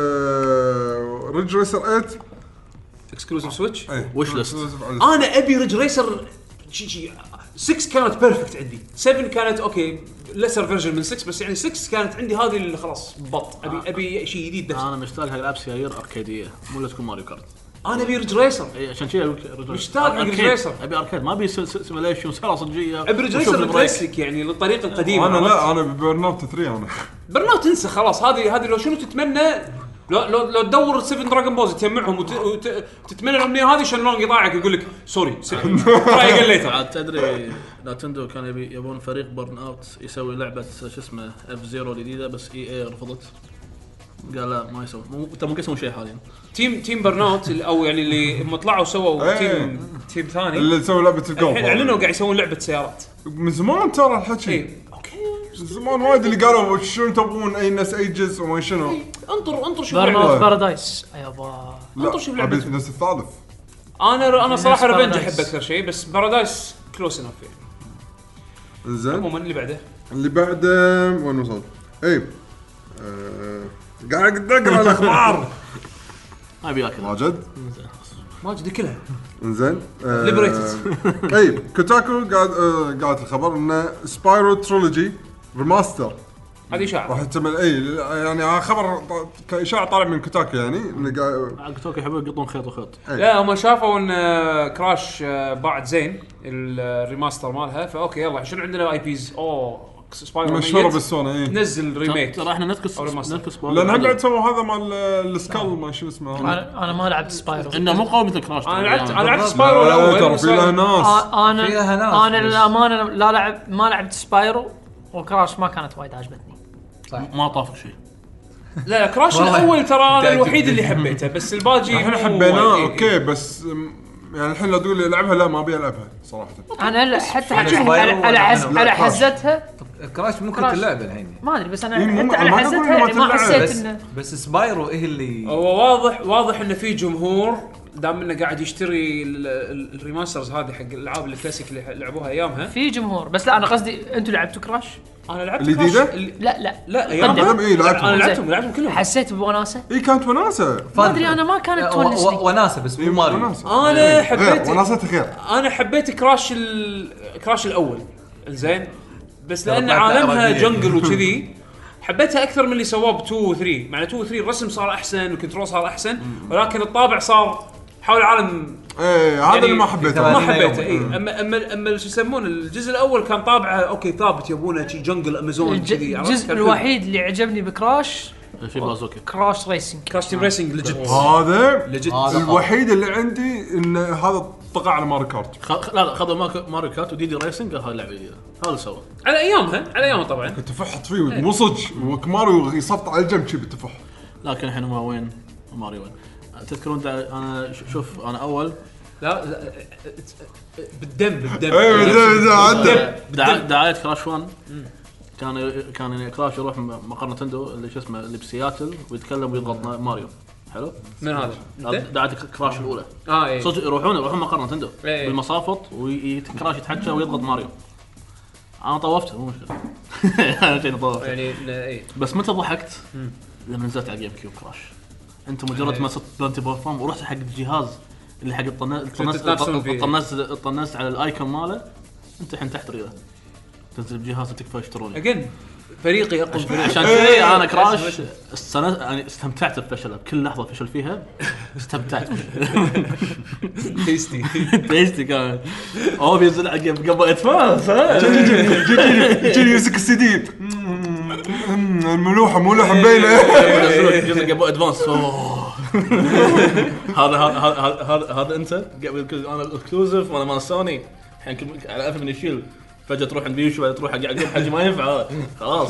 S4: آه ريج ريسر ثمانية
S1: اكسكلوسيف سويتش.
S4: ايه
S3: وش ليست؟
S1: انا ابي ريج ريسر شي شي ستة كانت بيرفكت عندي، سبعة كانت اوكي لسر فيرجن من ستة، بس يعني ستة كانت عندي هذه اللي خلاص بط ابي ابي شيء جديد نفسه.
S3: انا مشتاق حق العاب سيايير اركيديه مو لا تكون ماريو كارت.
S1: انا ابي ريج ريسر.
S3: اي عشان كذا
S1: مشتاق حق ريج ريسر.
S3: ابي اركيد ما ابي سيميليشن سياره صجيه.
S1: ابي ريج ريسر الكلاسيك يعني للطريقه القديمه.
S4: انا لا انا ببرنامج ثلاثة انا
S1: برنامج تنسى خلاص. هذه هذه لو شنو تتمنى لو لو لو تدور سبعة دراجون بوز تجمعهم وتتمنى الامنيه هذه شلون يضاعك يقول لك سوري تراي قليته.
S3: عاد تدري نينتندو كان يبي يبون فريق برن اوت يسوي لعبه شو اسمه اف زيرو الجديده، بس اي اي رفضت قال لا ما يسوي. مو انت ممكن يسوون شيء حاليا.
S1: تيم تيم برناوت او يعني اللي هم طلعوا سووا تيم تيم ثاني
S4: اللي سووا لعبه الجولف
S1: الحين اعلنوا قاعد يسوون لعبه سيارات
S4: من زمان ترى الحكي.
S1: اي اوكي
S4: من زمان وايد اللي قالوا شنو تبون اي ناس ايجز وما شنو.
S1: انطر انطر شوف
S6: برن اوت
S1: لعبة.
S6: بارادايس يابا.
S1: انطر شوف
S4: ابي
S1: لعبة.
S4: الناس الثالث.
S1: انا انا صراحه
S6: Paradise.
S1: ريفنج احب اكثر شيء، بس بارادايس كلوس انف يعني.
S4: زين
S1: عموما اللي بعده
S4: اللي بعده وين وصل؟ اي آه، قاعد اقرا الاخبار.
S3: ما ابي اكل
S4: ماجد
S1: ماجد كلها
S4: انزين آه،
S1: Liberated.
S4: اي كوتاكو قاعد آه، قاعد الخبر ان سبايرو ترولوجي ريماستر
S1: هذه اشاعه.
S4: راح يتم اي يعني خبر ط- كاشاعه طالع من كوتاكو يعني إنه قاعد-
S3: عاد توك يحبون يقطون خيط وخيط.
S1: لا هم شافوا ان آه، كراش آه، باعت زين الريماستر مالها، فاوكي يلا شنو عندنا اي بيز اوه سبايرو
S4: مشهوره بالسوني اي
S1: نزل ريميك.
S3: ترى احنا نتكس
S1: أو ريماستر.
S3: نتكس
S4: لان هم بعد سووا هذا مال السكال ما شو اسمه هذا.
S6: انا انا ما لعبت سبايرو.
S3: انه مو قوي مثل كراش.
S1: انا لعبت انا لعبت
S5: بالضبط.
S1: سبايرو
S4: لا،
S1: الاول
S4: ترى
S1: بس
S4: في لها ناس
S6: آه، انا
S5: فيها ناس
S6: انا
S5: بس.
S6: للامانه لا لعب ما لعبت سبايرو وكراش ما كانت وايد عجبتني.
S3: ما طافك شيء.
S1: لا لا كراش
S5: والله.
S1: الاول ترى انا
S5: تعجب.
S1: الوحيد اللي حبيته، بس الباقي
S4: احنا
S1: مو
S4: حبيناه
S1: وايد.
S4: اوكي بس م، يعني الحين لو تقول لي العبها لا ما ابي العبها صراحه.
S6: انا لا- حتى
S5: يعني
S6: حتى
S5: سبايرو
S6: على على,
S5: ولا
S6: حز
S5: منو؟
S6: على
S4: لا، كراش.
S6: حزتها
S5: كراش ممكن
S6: كراش.
S5: تلعب الحين
S6: ما ادري، بس انا
S4: إيه، مو-
S6: حتى على
S4: ما تقول
S6: حزتها
S4: ما
S6: يعني ما
S4: تلعب.
S6: حسيت
S5: بس
S6: انه
S5: بس سبايرو ايه اللي
S1: هو واضح واضح انه في جمهور دام انه قاعد يشتري ال- ال- الريماسترز هذه حق الالعاب الكلاسيك اللي لعبوها ايامها.
S6: في جمهور. بس لا انا قصدي انتوا لعبتوا كراش؟
S1: انا لعبت
S4: الجديدة؟
S1: كراش اللي-
S6: لا لا
S1: لا
S6: قدم.
S1: ايام
S4: إيه، لعبتهم.
S1: انا لعبتهم لعبتهم كلهم.
S6: حسيت بوناسه.
S4: اي كانت وناسه.
S6: ما ادري انا ما كانت
S5: و- و-
S6: تونسني.
S5: وناسه بس مو ماريو.
S4: وناسه
S1: انا
S4: غير
S1: حبيت
S4: وناسه غير.
S1: انا حبيت كراش ال... كراش الاول زين، بس لان
S5: طلعت
S1: عالمها
S5: أراضية.
S1: جنجل وكذي حبيتها اكثر من اللي سواه ب اثنين و ثلاثة. مع اثنين و ثلاثة الرسم صار احسن والكنترول صار احسن، ولكن الطابع صار حول العالم
S4: ايه هذا
S1: يعني
S4: اللي ما حبيته.
S1: ما
S5: ثمانين
S1: حبيته.
S5: يوم.
S1: اي اما اما اما شو يسمونه الجزء الاول كان طابعه اوكي ثابت يبونه شي جنجل امازون
S6: الج-
S1: كذي. عرفت؟
S6: الجزء
S1: كان حلو.
S6: الوحيد اللي عجبني بكراش
S3: في بازوكا.
S6: كراش ريسنج.
S1: كراش تيم ريسنج ليجيت
S4: هذا
S1: ليجيت
S5: هذا
S4: الوحيد اللي عندي ان هذا طغى على ماري كارت.
S3: خ... لا لا خذوا مارك- ماريو كارت وديدي ريسنج قال هاي اللعبه جديده. هذا اللي سوى.
S1: على ايامها على ايامها طبعا.
S4: كنت فحط فيه مو صدق وكماريو يصفط على الجنب شي بالتفاح.
S3: لكن الحين هو وين ماريو وين. تذكرون دع... انا ش- شوف انا اول
S1: لا لا، بالدم بالدم
S4: ايه بدأ بدأ عدى.
S3: دع... دعايه كراش واحد كان كان كراش يروح م- مقر نتندو اللي شو اسمه اللي بسياتل ويتكلم ويضغط ماريو. حلو.
S1: من هذا
S3: هذا دعايه كراش الاولى.
S1: اه ايه
S3: صدق يروحون يروحون مقر نتندو
S1: إيه.
S3: بالمصافط وكراش يتحكى ويضغط ماريو. انا طوفته مو مشكله. انا شيء طوفت.
S1: يعني ايه
S3: بس متى ضحكت؟ لما نزلت على جيم كيوب كراش. انت مجرد ما صرت بلانتي بورفام ورحت حق الجهاز اللي حق الطناز
S1: تتنافسون فيه.
S3: الطناز الطناز على الايكون ماله. انت الحين تحت ريله تنزل بجهاز تكفى يشتروني.
S1: اجين فريقي اقوى فريق.
S3: عشان كذي انا كراش السنه يعني استمتعت بفشله بكل لحظه فشل فيها استمتعت.
S1: تيستي
S3: تيستي كان هو بينزل على جيم قبل ادفانس.
S4: يجي يمسك السي دي الملوحه ملوحه مبينه.
S3: ينزل قبل ادفانس. هذا هذا هذا هذا انت قبل انا اكسكلوزيف وانا مال سوني الحين كل- على ألف من الشيل فجاه تروح عند بيوش بعد تروح حق يعقوب حاجه ما ينفع هذا خلاص.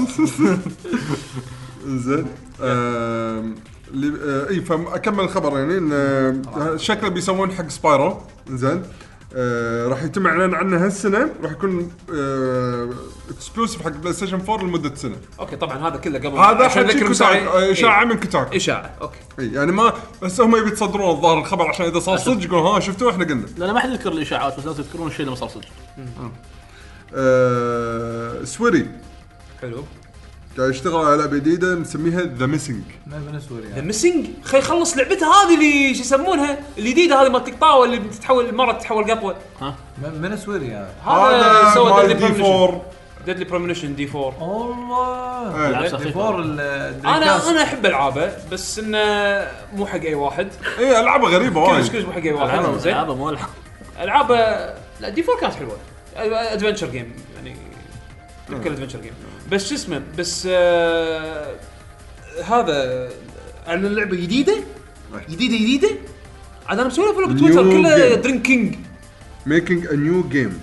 S4: زين آم، اللي آه، اي فاكمل الخبر يعني ان آه، شكله بيسوون حق سبايرو. زين آه، راح يتم اعلان عنه هالسنه. راح يكون اكسكلوسيف حق بلاي ستيشن أربعة لمده سنه.
S1: اوكي طبعا هذا كله قبل
S4: هذا
S1: عشان
S4: حكي
S1: اذكر
S4: كوتاكو اشاعه من كوتاكو.
S1: اشاعه اوكي.
S4: اي يعني ما بس هم يبي يتصدرون الظاهر الخبر عشان اذا صار صدق يقولون ها شفتوا احنا قلنا.
S3: لا ما حد يذكر الاشاعات بس لازم تذكرون الشيء اللي ما صار صدق.
S4: آه، سويري
S1: حلو
S4: قاعد يشتغل على لعبه جديده مسميها ذا ميسنج.
S5: ما بالنسبه لي
S1: ذا ميسنج خي يخلص لعبته هذه اللي شو يسمونها الجديده هذه مالت الطاوله اللي بتتحول مره تتحول قطوه.
S5: بالنسبه لي يعني.
S1: هذا سوى
S4: مال
S1: ديدلي
S4: دي فور.
S1: ديدلي بريمونيشن دي فور.
S5: والله
S4: إيه.
S5: دي فور
S1: انا انا احب العابه بس انه مو حق اي واحد.
S4: اي العابه غريبه
S1: كلش
S4: وايد.
S1: كلش مو حق اي واحد.
S3: العابه
S1: زين
S3: العابه مو العاب
S1: العابه لا دي فور كانت حلوه ادفنتشر جيم يعني تذكر ادفنتشر جيم بس شو اسمه بس آه هذا عن اللعبه جديده جديده جديده عاد انا مسوي له فولو بتويتر
S4: New
S1: كله
S4: game.
S1: درينكينج
S4: ميكينج ا نيو جيم.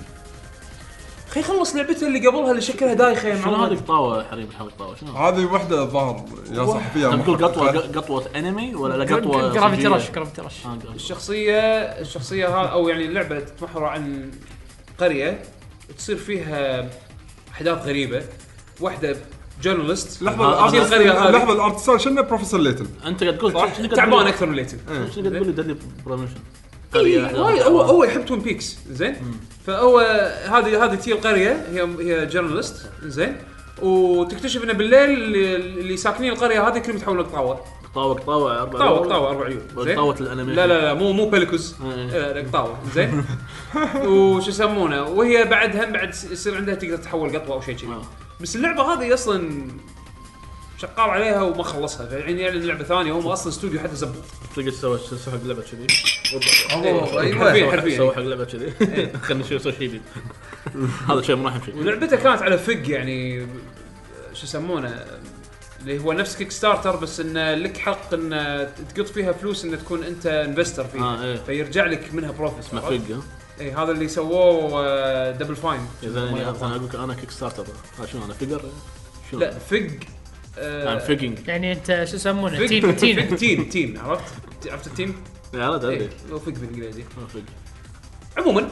S1: خي خلص لعبته اللي قبلها اللي شكلها دايخه يا
S3: شنو
S1: معود.
S3: هذه طاوه حريم حاول طاوه شنو
S4: هذه وحده الظاهر يا صاحبيه
S3: تقول قطوه قطوه انمي ولا لا قطوه
S6: جرافيتي
S3: صجية؟
S6: رش جرافيتي رش
S3: آه، قطوة.
S1: الشخصيه الشخصيه ها او يعني اللعبه تتمحور عن قريه تصير فيها احداث غريبه واحده جورنالست
S4: لحظه
S3: هذا-
S4: الارت
S1: القرية هذه.
S4: لحظه الارت ستايل شنو بروفيسور ليتن.
S3: انت قاعد تقول
S1: صح
S3: شنو قاعد
S1: تعبان
S3: تقول-
S1: اكثر من ليتن.
S3: شنو قاعد تقول لي ديدلي بروموشن
S1: إيه، وايد هو هو يحب توين بيكس زين فهو هذه هذه تي القريه هي هي جورنالست زين وتكتشف انه بالليل اللي, اللي ساكنين القريه هذه كلهم يتحولون لقطاوه
S3: طاوه طاوه اربع
S1: قطاوه قطاوه اربع عيون زين
S3: طاوه الانيميشن
S1: لا لا لا مو مو بيليكوز
S3: إيه.
S1: لا لا قطاوه زين وش يسمونه وهي بعد هم بعد يصير عندها تقدر تتحول قطوه او شيء كذي
S3: آه.
S1: بس اللعبه هذه اصلا شغال عليها وما خلصها يعني يعني لعبه ثانيه هم اصلا استوديو حتى زبط
S3: تقدر تسوي تسوي حق لعبه كذي
S1: حرفيا حرفيا
S3: تسوي حق لعبه كذي خلينا نشوف شيء جديد هذا شيء مراحم شيء
S1: ولعبته كانت على فق يعني شو يسمونه اللي هو نفس كيك ستارتر بس انه لك حق ان تقط فيها فلوس ان تكون انت انفستر فيها
S3: آه، إيه.
S1: فيرجع لك منها بروفيت
S3: ما فق
S1: اي هذا اللي سووه دبل فاين
S3: اذا انا انا اقول لك انا كيك ستارتر هذا شنو انا فيجر شنو
S1: لا فق
S3: انا فيجنج
S6: يعني انت شو يسمونه
S1: فق
S6: تين تين
S1: فق تين تين عرفت عرفت التين
S3: يا لا
S1: اي
S3: ادري
S1: هو فق بالانجليزي
S3: ما فق
S1: عموما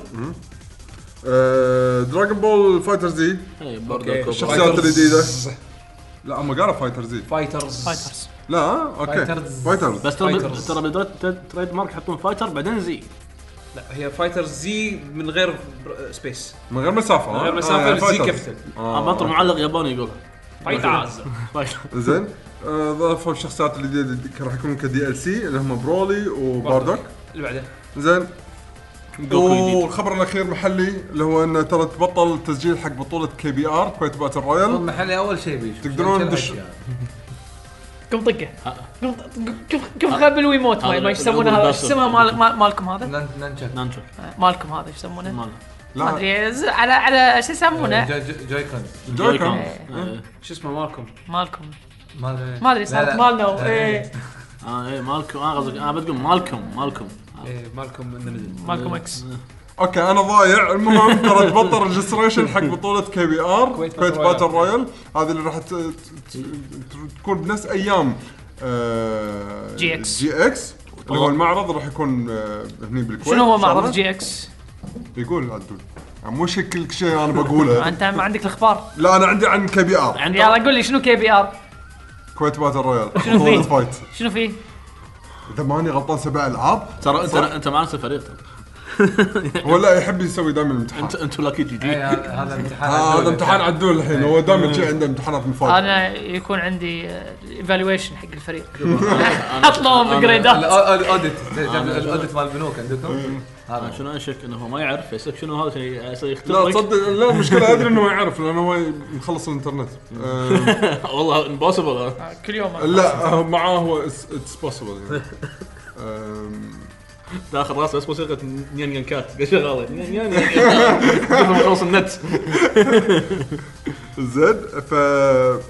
S4: دراغون بول فايتر زي
S3: اي
S1: أوكي.
S3: برضه
S4: الشخصيات الجديده. لا هم قالوا فايتر زي.
S1: فايترز
S6: فايترز
S4: لا آه، اوكي
S5: فايترز.
S4: فايترز
S3: بس ترى
S1: Fighters.
S3: ترى بدرجه تريد مارك يحطون فايتر بعدين زي
S1: لا هي فايترز زي من غير سبيس
S4: من غير مسافه.
S1: من غير
S4: آه،
S1: مسافه
S4: يعني
S1: زي
S4: فايترز.
S1: كابيتال
S3: انا بطل معلق ياباني يقول
S1: فايترز
S3: فايتر
S4: زين آه، ضافوا الشخصيات الجديده راح يكونون كدي ال سي اللي هم برولي وباردوك.
S1: اللي بعده
S4: زين
S3: جوكو جديد.
S4: والخبر الاخير محلي اللي هو انه ترى تبطل تسجيل حق بطوله كي بي ار كويت باتل رويال.
S5: محلي اول شيء بيش
S4: تقدرون تدش-
S6: قم طقه قم قم قم خبل ويموت ما
S3: هذا
S6: ما يسمونه
S3: الأول
S6: هذا
S3: بس.
S6: ايش اسمه مال مال- مالكم هذا
S5: نانشك
S3: نانشو
S6: مالكم هذا ايش يسمونه
S3: ماله
S6: ما
S4: لا
S6: ادري ز- على على شو يسمونه
S5: جويكون
S4: جويكون.
S3: إيه.
S1: شو اسمه مالكم
S6: مالكم
S5: ما
S6: ما ادري صارت مالنا ايه
S3: اه ايه مالكم انا قصدك انا بتقول مالكم مالكم
S1: ايه مالكم انه نزل
S6: مالكم اكس
S4: اوكي انا ضايع. المهم ترى تبطل ريجستريشن حق بطوله كي بي ار
S1: كويت
S4: كويت
S1: باتل
S4: باتل رويال. هذه اللي راح ت- ت- ت- تكون بنفس ايام آه،
S6: جي إكس.
S4: جي اكس اللي هو المعرض راح يكون آه، هني بالكويت.
S6: شنو هو
S4: إن شاء
S6: معرض
S4: الله.
S6: جي اكس
S4: يقول عدول مو شيء كل شيء انا بقوله.
S6: انت ما عندك الاخبار
S4: لا انا عندي عن كي بي ار
S6: يلا قول لي شنو كي بي ار
S4: كويت باتل رويال
S6: شنو فيه؟
S4: بطولة فايت.
S6: شنو فيه
S4: اذا ماني غلطان سبع العاب.
S3: ترى انت
S4: صح؟
S3: انت مع نفس الفريق ترى
S4: هو لا يحب يسوي دائما الامتحان.
S3: انت انتوا لاكي جي جي
S5: هذا امتحان
S4: هذا امتحان عدول الحين هو دائما شيء عنده امتحانات مفاجئه.
S6: انا يكون عندي ايفالويشن حق الفريق حط لهم جريدات
S5: الاوديت الاوديت مال البنوك عندكم
S3: هذا شنو انشك انه هو ما يعرف يسالك شنو هذا شيء يصير
S4: لا
S3: يختبرك
S4: تصدق لا المشكله ادري انه ما يعرف لانه هو مخلص الانترنت. أم،
S3: والله امبوسيبل
S6: كل يوم
S4: لا هو معاه هو اتس بوسيبل.
S3: داخل راسه بس موسيقى نيان نيان كات قاعد شغاله نيان نيان نيان قبل ما يخلص النت
S4: زين ف آه،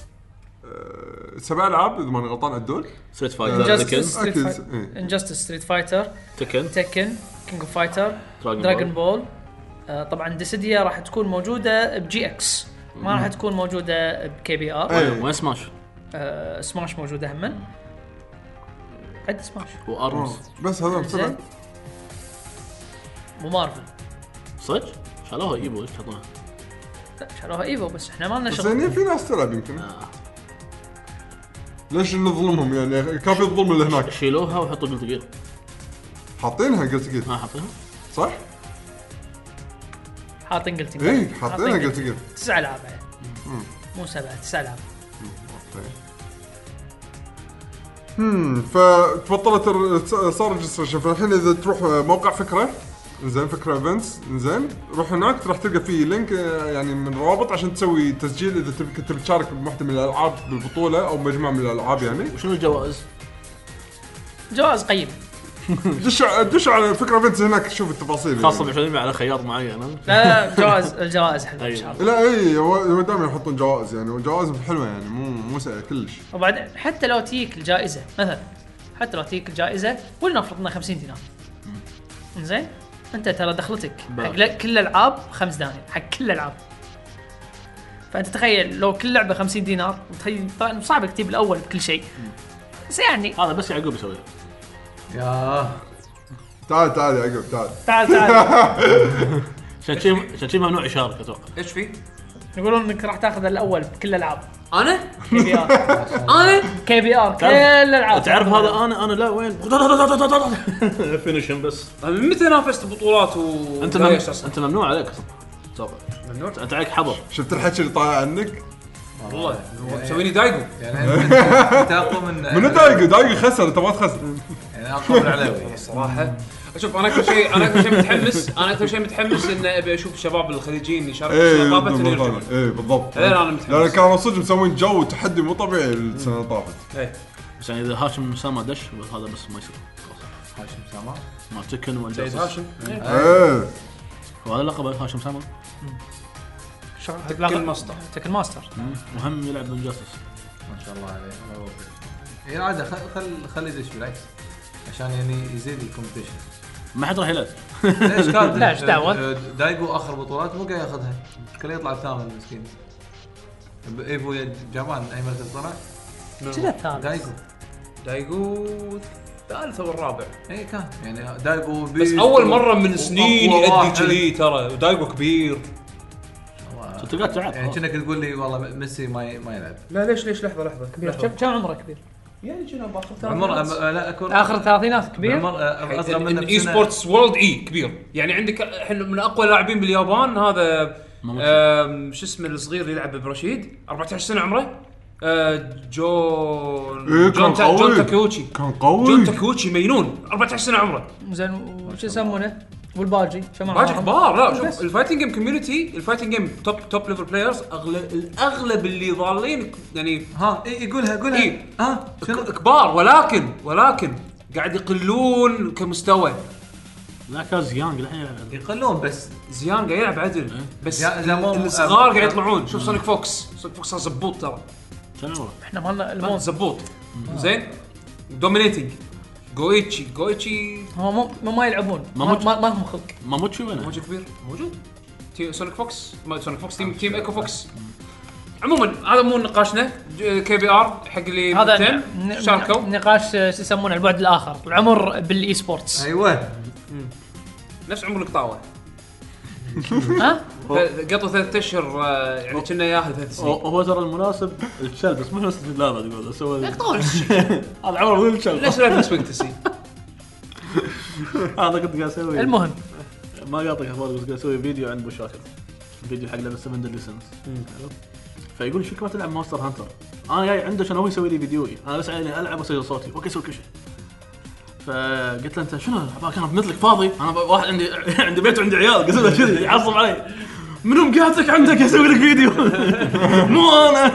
S4: سبع العاب اذا ماني غلطان عدول.
S3: ستريت فايتر تكن
S6: Injustice.
S4: اكيد
S6: Fighter.
S4: إيه.
S6: انجستس ستريت فايتر
S3: تكن
S6: تكن كينج اوف فايتر
S3: دراجون
S6: دراجون بول آه، طبعا ديسيديا راح تكون موجوده بجي اكس ما راح تكون موجوده بكي بي ار
S4: أي.
S3: وين سماش
S6: آه، سماش موجوده هم عد سماش
S3: وارمز
S4: بس هذا سبع.
S6: زين مو مارفل
S3: صدق شالوها ايبو ايش حطوها
S6: لا شروها ايفو بس احنا ما لنا
S4: بس
S6: شغل
S4: يعني في ناس تلعب يمكن. ليش نظلمهم يعني كافي الظلم اللي هناك.
S3: شيلوها وحطوا قلت جير
S4: حاطينها قلت قلت
S3: ما حطيها
S4: صح؟
S6: حاطين قلت
S4: اي حاطينها قلت قلت.
S6: تسع العاب مو سبعه تسع العاب
S4: امم فتبطلت الر- صار ريجستريشن. فالحين اذا تروح موقع فكره زين فكره ايفنتس زين روح هناك راح تلقى فيه لينك يعني من رابط عشان تسوي تسجيل اذا تبي تبي تشارك بواحده من الالعاب بالبطوله او مجموعه من الالعاب يعني.
S3: وشنو الجوائز؟
S6: جواز قيم.
S4: دش دش على فكره ايفنتس هناك شوف التفاصيل
S3: خاصه
S4: يعني.
S3: بالفيلم على خياط معين.
S6: لا لا جواز الجوائز حلوه ان شاء الله.
S4: لا اي هو هو دائما يحطون جوائز يعني وجوائز حلوه يعني مو مو سيئه كلش.
S6: وبعدين حتى لو تجيك الجائزه مثلا حتى لو تجيك الجائزه ولنفرض انها خمسين دينار زين انت ترى دخلتك حق ل- كل الالعاب خمس دنانير حق كل الالعاب. فانت تخيل لو كل لعبه خمسين دينار وتخيل طبعا صعب تجيب الاول بكل شيء بس يعني
S3: هذا بس يعقوب يسويها.
S5: يا
S4: تعال تعال يا عقب تعال.
S6: تعال تعال
S3: عشان شيء عشان شيء ممنوع يشارك اتوقع.
S1: ايش في؟
S6: يقولون انك راح تاخذ الاول بكل الالعاب
S1: انا
S6: كي بي ار
S1: انا
S6: كي بي ار كل الالعاب.
S3: تعرف هذا انا انا لا وين فينيشن بس.
S1: من متى نافست بطولات و
S3: انت
S1: لا
S3: مم...
S1: يشتغل؟
S3: انت ممنوع عليك اصلا. اتوقع
S1: ممنوع
S3: انت عليك حظر.
S4: شفت الحكي اللي طالع عنك؟
S1: والله مسويني دايجو.
S5: يعني انت انت اقوى من
S4: من دايق دايق خسر انت ما تخسر.
S5: يعني اقوى من علوي
S1: صراحه شوف انا اكثر شيء انا اكثر شيء متحمس انا اكثر شيء متحمس ان ابي اشوف الشباب الخليجيين يشاركوا في
S4: ايه
S1: الطابه اللي
S4: بالضبط
S1: يرجعون.
S4: ايه بالضبط.
S1: هذول أنا متحمس.
S4: لان كانوا صدق مسوين جو تحدي مو طبيعي السنه اللي طافت.
S1: ايه
S3: بس يعني اذا هاشم مسامة دش هذا بس ما يصير.
S5: هاشم سامع
S3: ما تكن
S1: سيد
S3: ولا
S1: هاشم
S4: ايه
S3: وهذا لقبه هاشم سامة.
S1: كل مصدر
S6: تكن ماستر
S3: مهم يلعب من جاستس.
S5: ما شاء الله عليه الله يوفقه. هي عاده خل خل خلي يدش بالعكس عشان يعني يزيد الكومبيتيشن.
S3: ما حد راح يلعب.
S5: ليش كان
S6: لا، إيش دعوة؟
S5: دايجو اخر بطولات مو قاعد ياخذها كله يطلع الثامن مسكين. بايفو يا جابان اي مركز طلع
S6: كذا الثالث
S5: دايجو
S1: دايجو الثالث او الرابع.
S5: اي كان يعني دايجو
S1: بس اول مره من سنين يؤدي كذي ترى ودايجو كبير.
S3: تلقى تعب.
S5: يعني كأنك تقول لي والله ميسي ما ما يلعب.
S1: لا ليش ليش لحظه لحظه
S6: كبير. كم كم عمره كبير؟
S1: يعني كنا باخر
S5: عمر أم- لا اكون
S6: اخر الثلاثينات كبير.
S5: عمر أ- اصغر منه
S1: اي سبورتس وورلد اي كبير. يعني عندك احنا من اقوى اللاعبين باليابان هذا آم، شو اسمه الصغير اللي يلعب برشيد أربعة عشر سنه عمره آه، جون
S4: إيه،
S1: جون,
S4: كان
S1: تا
S4: قوي.
S1: جون تاكيوتشي
S4: كان قوي.
S1: جون تاكيوتشي مجنون أربعة عشر سنه عمره.
S6: زين وش يسمونه؟ والباجي شو
S1: باجي
S6: معهم؟
S1: كبار. لا
S6: بس.
S1: شوف الفايتنج جيم كوميونتي الفايتنج جيم توب توب ليفل بلايرز اغلب الاغلب اللي ظالين يعني
S5: ها إيه يقولها قولها
S1: إيه.
S5: ها شنو
S1: ك- كبار ولكن ولكن قاعد يقلون كمستوى.
S3: لا كان زيانج الحين يلعب.
S5: يقلون بس
S1: زيان قاعد يلعب عدل بس
S5: زيان- زيان مو-
S1: الصغار
S5: أم-
S1: قاعد يطلعون. شوف سونيك فوكس سونيك فوكس صار زبوط ترى
S3: شنو عمره؟
S6: احنا مالنا الموت.
S1: زبوط زين دومينيتنج جويتشي جويتشي
S6: هم مو مو ما يلعبون
S3: ما
S6: ما,
S3: موت-
S6: ما, ما لهم خلق.
S3: ماموتشي وينه؟
S1: موجود كبير موجود تي سونيك فوكس ما سونيك فوكس تيم تيم ايكو فوكس. عموما هذا مو نقاشنا كي بي ار حق اللي
S6: هذا
S1: مهتم
S6: ن-
S1: شاركوا
S6: ن- نقاش شو يسمونه البعد الاخر العمر بالاي سبورتس.
S5: ايوه
S1: نفس عمر القطاوه
S6: ها
S1: قطوا ثلاث اشهر آه، يعني كنا ياهل ثلاث سنين.
S3: هو هو ترى المناسب الكلب بس مو نفس اللعبه تقول سوى
S1: قطاوه
S3: هذا عمره وين الكلب.
S1: ليش لا تسوي تسي
S3: هذا كنت قاعد اسوي
S6: المهم
S3: ما قاطعك اخبار بس قاعد اسوي فيديو عند ابو شاكر فيديو حق لعبه سفن ديليسنس فيقول شو ما تلعب ماستر هانتر انا جاي عنده عشان هو يسوي لي فيديوي انا بس يعني العب واسوي صوتي اوكي اسوي كل شيء. فقلت له انت شنو كان مثلك فاضي انا واحد عندي عندي بيت وعندي عيال قلت له كذي يعصب علي منهم قاعدك عندك يسوي لك فيديو مو انا.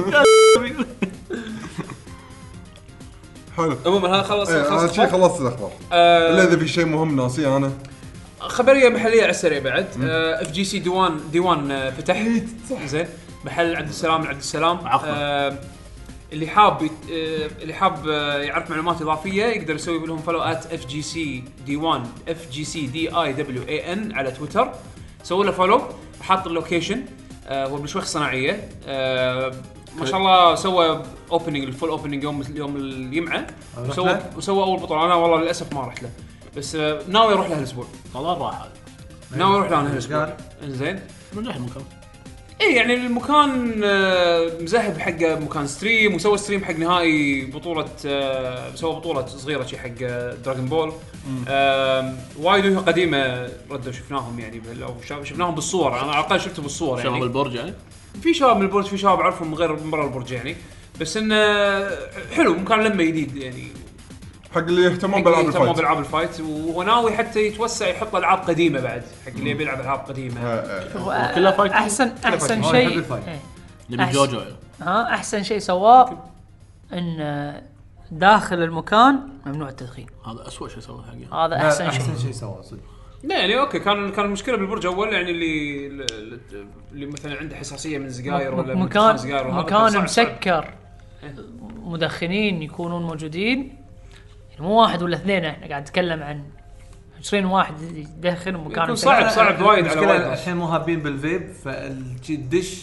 S4: حلو.
S1: عموما هذا خلص
S4: ايه انا
S1: خلص
S4: شي خلصت الاخبار.
S1: آه،
S4: الا اذا في شيء مهم ناسي انا.
S1: خبريه محليه على السريع بعد اف جي سي ديوان ديوان آه، فتح زين محل عبد السلام عبد السلام آه، اللي حاب يت- آه، اللي حاب آه، يعرف معلومات اضافيه يقدر يسوي لهم فولو ات اف جي سي ديوان اف جي سي دي اي دبليو اي ان على تويتر. سووا له فولو حاط اللوكيشن آه، هو بشويخ صناعيه آه، ما شاء الله سوى اوبننج الفول اوبننج يوم يوم الجمعه وسوى وسوى اول بطوله. انا والله للاسف ما رحت له بس آه، ناوي اروح له الاسبوع
S3: طلال راح هذا
S1: ناوي اروح له انا الاسبوع زين.
S3: من ناحيه المكان
S1: ايه يعني المكان آه، مزهب حقه مكان ستريم وسوى ستريم حق نهائي بطوله آه، سوى بطوله صغيره شي حق دراغون بول آه، وايد وجوه قديمه ردوا شفناهم يعني لو شفناهم بالصور انا على الاقل شفته بالصور
S3: شباب
S1: يعني
S3: البرج يعني
S1: في شباب من البرج في شباب اعرفهم من غير من برا البرج يعني بس انه حلو مكان لما جديد يعني
S4: حق اللي يهتمون بالعاب
S1: يهتمون
S4: الفايت.
S1: بالعاب الفايت وهو ناوي حتى يتوسع يحط العاب قديمه بعد حق اللي يبي يلعب العاب قديمه.
S6: هو
S3: كلها فايت.
S6: احسن احسن
S5: هو يحب
S6: شيء
S5: الفايت.
S6: إيه.
S3: نبي
S6: أحس-
S3: جوجو
S6: ها احسن شيء سواه ان داخل المكان ممنوع التدخين.
S3: هذا أسوأ شيء سواه حقي.
S6: هذا احسن شيء.
S5: احسن شيء سواه صدق.
S1: لا يعني اوكي كان كان المشكله بالبرج اول يعني اللي اللي مثلا عنده حساسيه من سجاير ولا من
S6: مكان
S1: سجاير وهذا كان
S6: مكان
S1: صعب- صعب.
S6: مسكر مدخنين يكونون موجودين يعني مو واحد ولا اثنين احنا قاعد نتكلم عن عشرين واحد يدخن ومكان
S1: يكون
S6: مسكر.
S1: صعب صعب وايد على
S5: المشكلة
S1: وايد ناس.
S5: الحين مو هابين بالفيب فالدش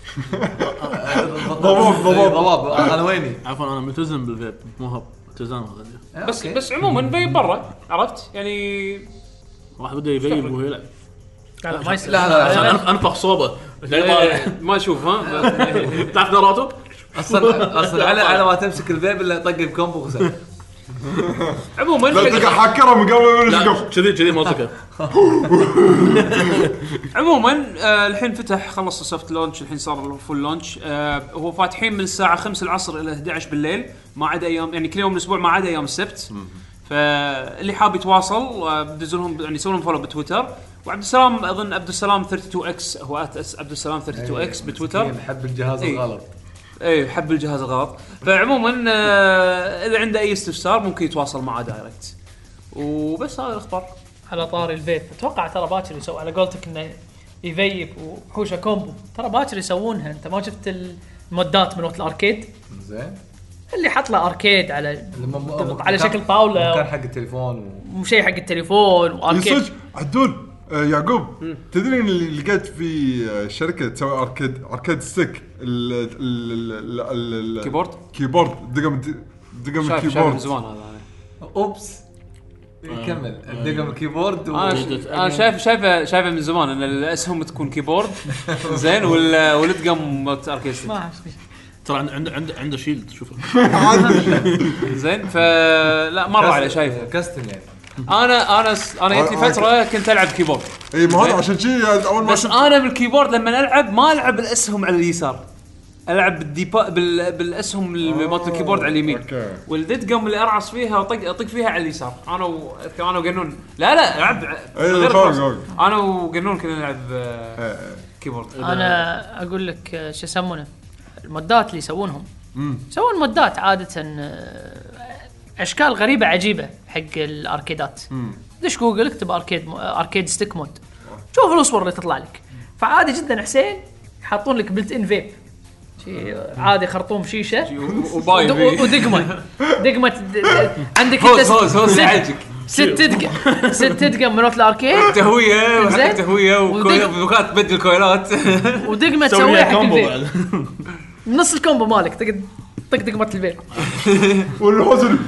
S4: ضباب ضباب
S5: ضباب انا ويني
S3: عفوا انا ملتزم بالفيب مو هب التزام هذا.
S1: بس بس عموما بي برا عرفت يعني
S3: واحد بده يبيب وهو يلعب.
S6: لا لا ما يصير.
S5: لا لا
S3: عشان
S5: لا
S3: أنف- انفخ صوبه
S1: إيه، ما اشوف ها
S3: تعرف ناروتو؟
S5: اصلا اصلا على على ما تمسك الفيب الا طق بكومبو وخسر.
S1: عموما
S4: لا تلقى حاكره من قبل ما يبلش
S3: لا
S4: يقف.
S3: كذي كذي موسيقى.
S1: عموما آه الحين فتح خلص السوفت لونش الحين صار فول لونش. آه هو فاتحين من الساعه خمسة العصر الى إحدى عشر بالليل ما عدا ايام يعني كل يوم الاسبوع ما عدا ايام السبت. فاللي حاب يتواصل آه بدزوا لهم يعني يسوون فولو بتويتر وعبد السلام اظن عبد السلام اثنين وثلاثين اكس هو عبد السلام اثنين وثلاثين اكس بتويتر.
S5: نحب الجهاز
S1: إيه.
S5: الغلط.
S1: اي حب الجهاز الغلط. فعموما آه اذا عنده اي استفسار ممكن يتواصل معه دايركت وبس. هذا الاخبار.
S6: على طاري الفيب اتوقع ترى باكر يسوي على قولتك انه يفيب وحوشه كومبو ترى باكر يسوونها. انت ما شفت المودات من وقت الاركيد
S5: زين
S6: اللي حط له اركيد على
S5: الم-
S6: على
S5: مكان-
S6: شكل طاوله
S5: مكان حق التليفون
S6: وشيء حق التليفون واركيد.
S4: يصج عدول آه، يعقوب تدري إن اللي لقيت في آه، شركه تسوي اركيد اركيد ستيك ال ال ال
S1: كيبورد؟
S4: كيبورد دقم دقم
S1: شايف شايف من
S4: الكيبورد
S1: زمان هذا أنا.
S5: اوبس كمل دقم الكيبورد و...
S1: انا ش- انا شايف شايفه شايفه من زمان ان الاسهم تكون كيبورد زين وال والدقم اركيستيك
S6: ما
S3: ترى عنده عنده عنده عنده شيلد شوفه.
S1: زين فلا مره على شايفه.
S5: كاستم يعني.
S1: انا انا س- انا جت لي فتره كنت العب كيبورد
S4: اي ما هذا
S1: زين.
S4: عشان شيء اول ما
S1: بس
S4: شفت
S1: انا بالكيبورد لما العب ما العب الاسهم على اليسار العب بالديبا بال... بالاسهم اللي مالت الكيبورد على اليمين
S4: أوكي.
S1: والدقم اللي ارعص فيها واطق اطق فيها على اليسار. انا و... انا وقنون لا لا العب
S4: أي
S1: غير
S4: فاهم،
S1: الكروس.
S4: فاهم.
S1: انا وقنون كنا نلعب آه، كيبورد.
S6: انا اقول لك آه، شو يسمونه المودات اللي يسوونهم يسوون مودات عاده آه، اشكال غريبه عجيبه حق الاركيدات. دش جوجل اكتب اركيد اركيد ستيك مود شوف الصور اللي تطلع لك. فعادي جدا حسين يحطون لك بلت ان فيب شيء عادي خرطوم شيشه
S1: وباي
S6: ود-
S1: فيه.
S6: ودقمه دقمه د- د- عندك
S1: هوز
S6: انت
S1: هوز هوز
S6: ست-
S1: يعجك
S6: ست دقم ست دقم من وقت الاركيد
S1: تهويه وحق
S6: زين.
S1: تهويه
S6: ودق-
S1: وكويلات تبدل كويلات.
S6: ودقمه
S3: سوي
S6: تسويها حق
S3: كومبو
S6: الفيب
S3: بعد.
S6: نص الكومبو مالك تقعد طق دقمه الفيب.
S4: والحزن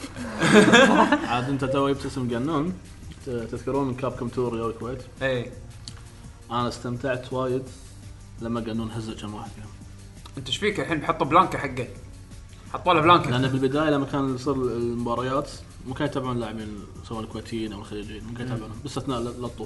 S3: عاد انت توي بتسم قنون ت- تذكرون من كاب كم تور ريال الكويت.
S1: اي
S3: انا استمتعت وايد لما قنون هزه كم واحد فيهم.
S1: انت ايش فيك الحين بحطوا بلانكا حقه حطوا له بلانكا
S3: لان بالبدايه لما كان يصير المباريات مو كانوا يتابعون اللاعبين سواء الكويتيين او الخليجيين مو كانوا يتابعونهم باستثناء للطوف.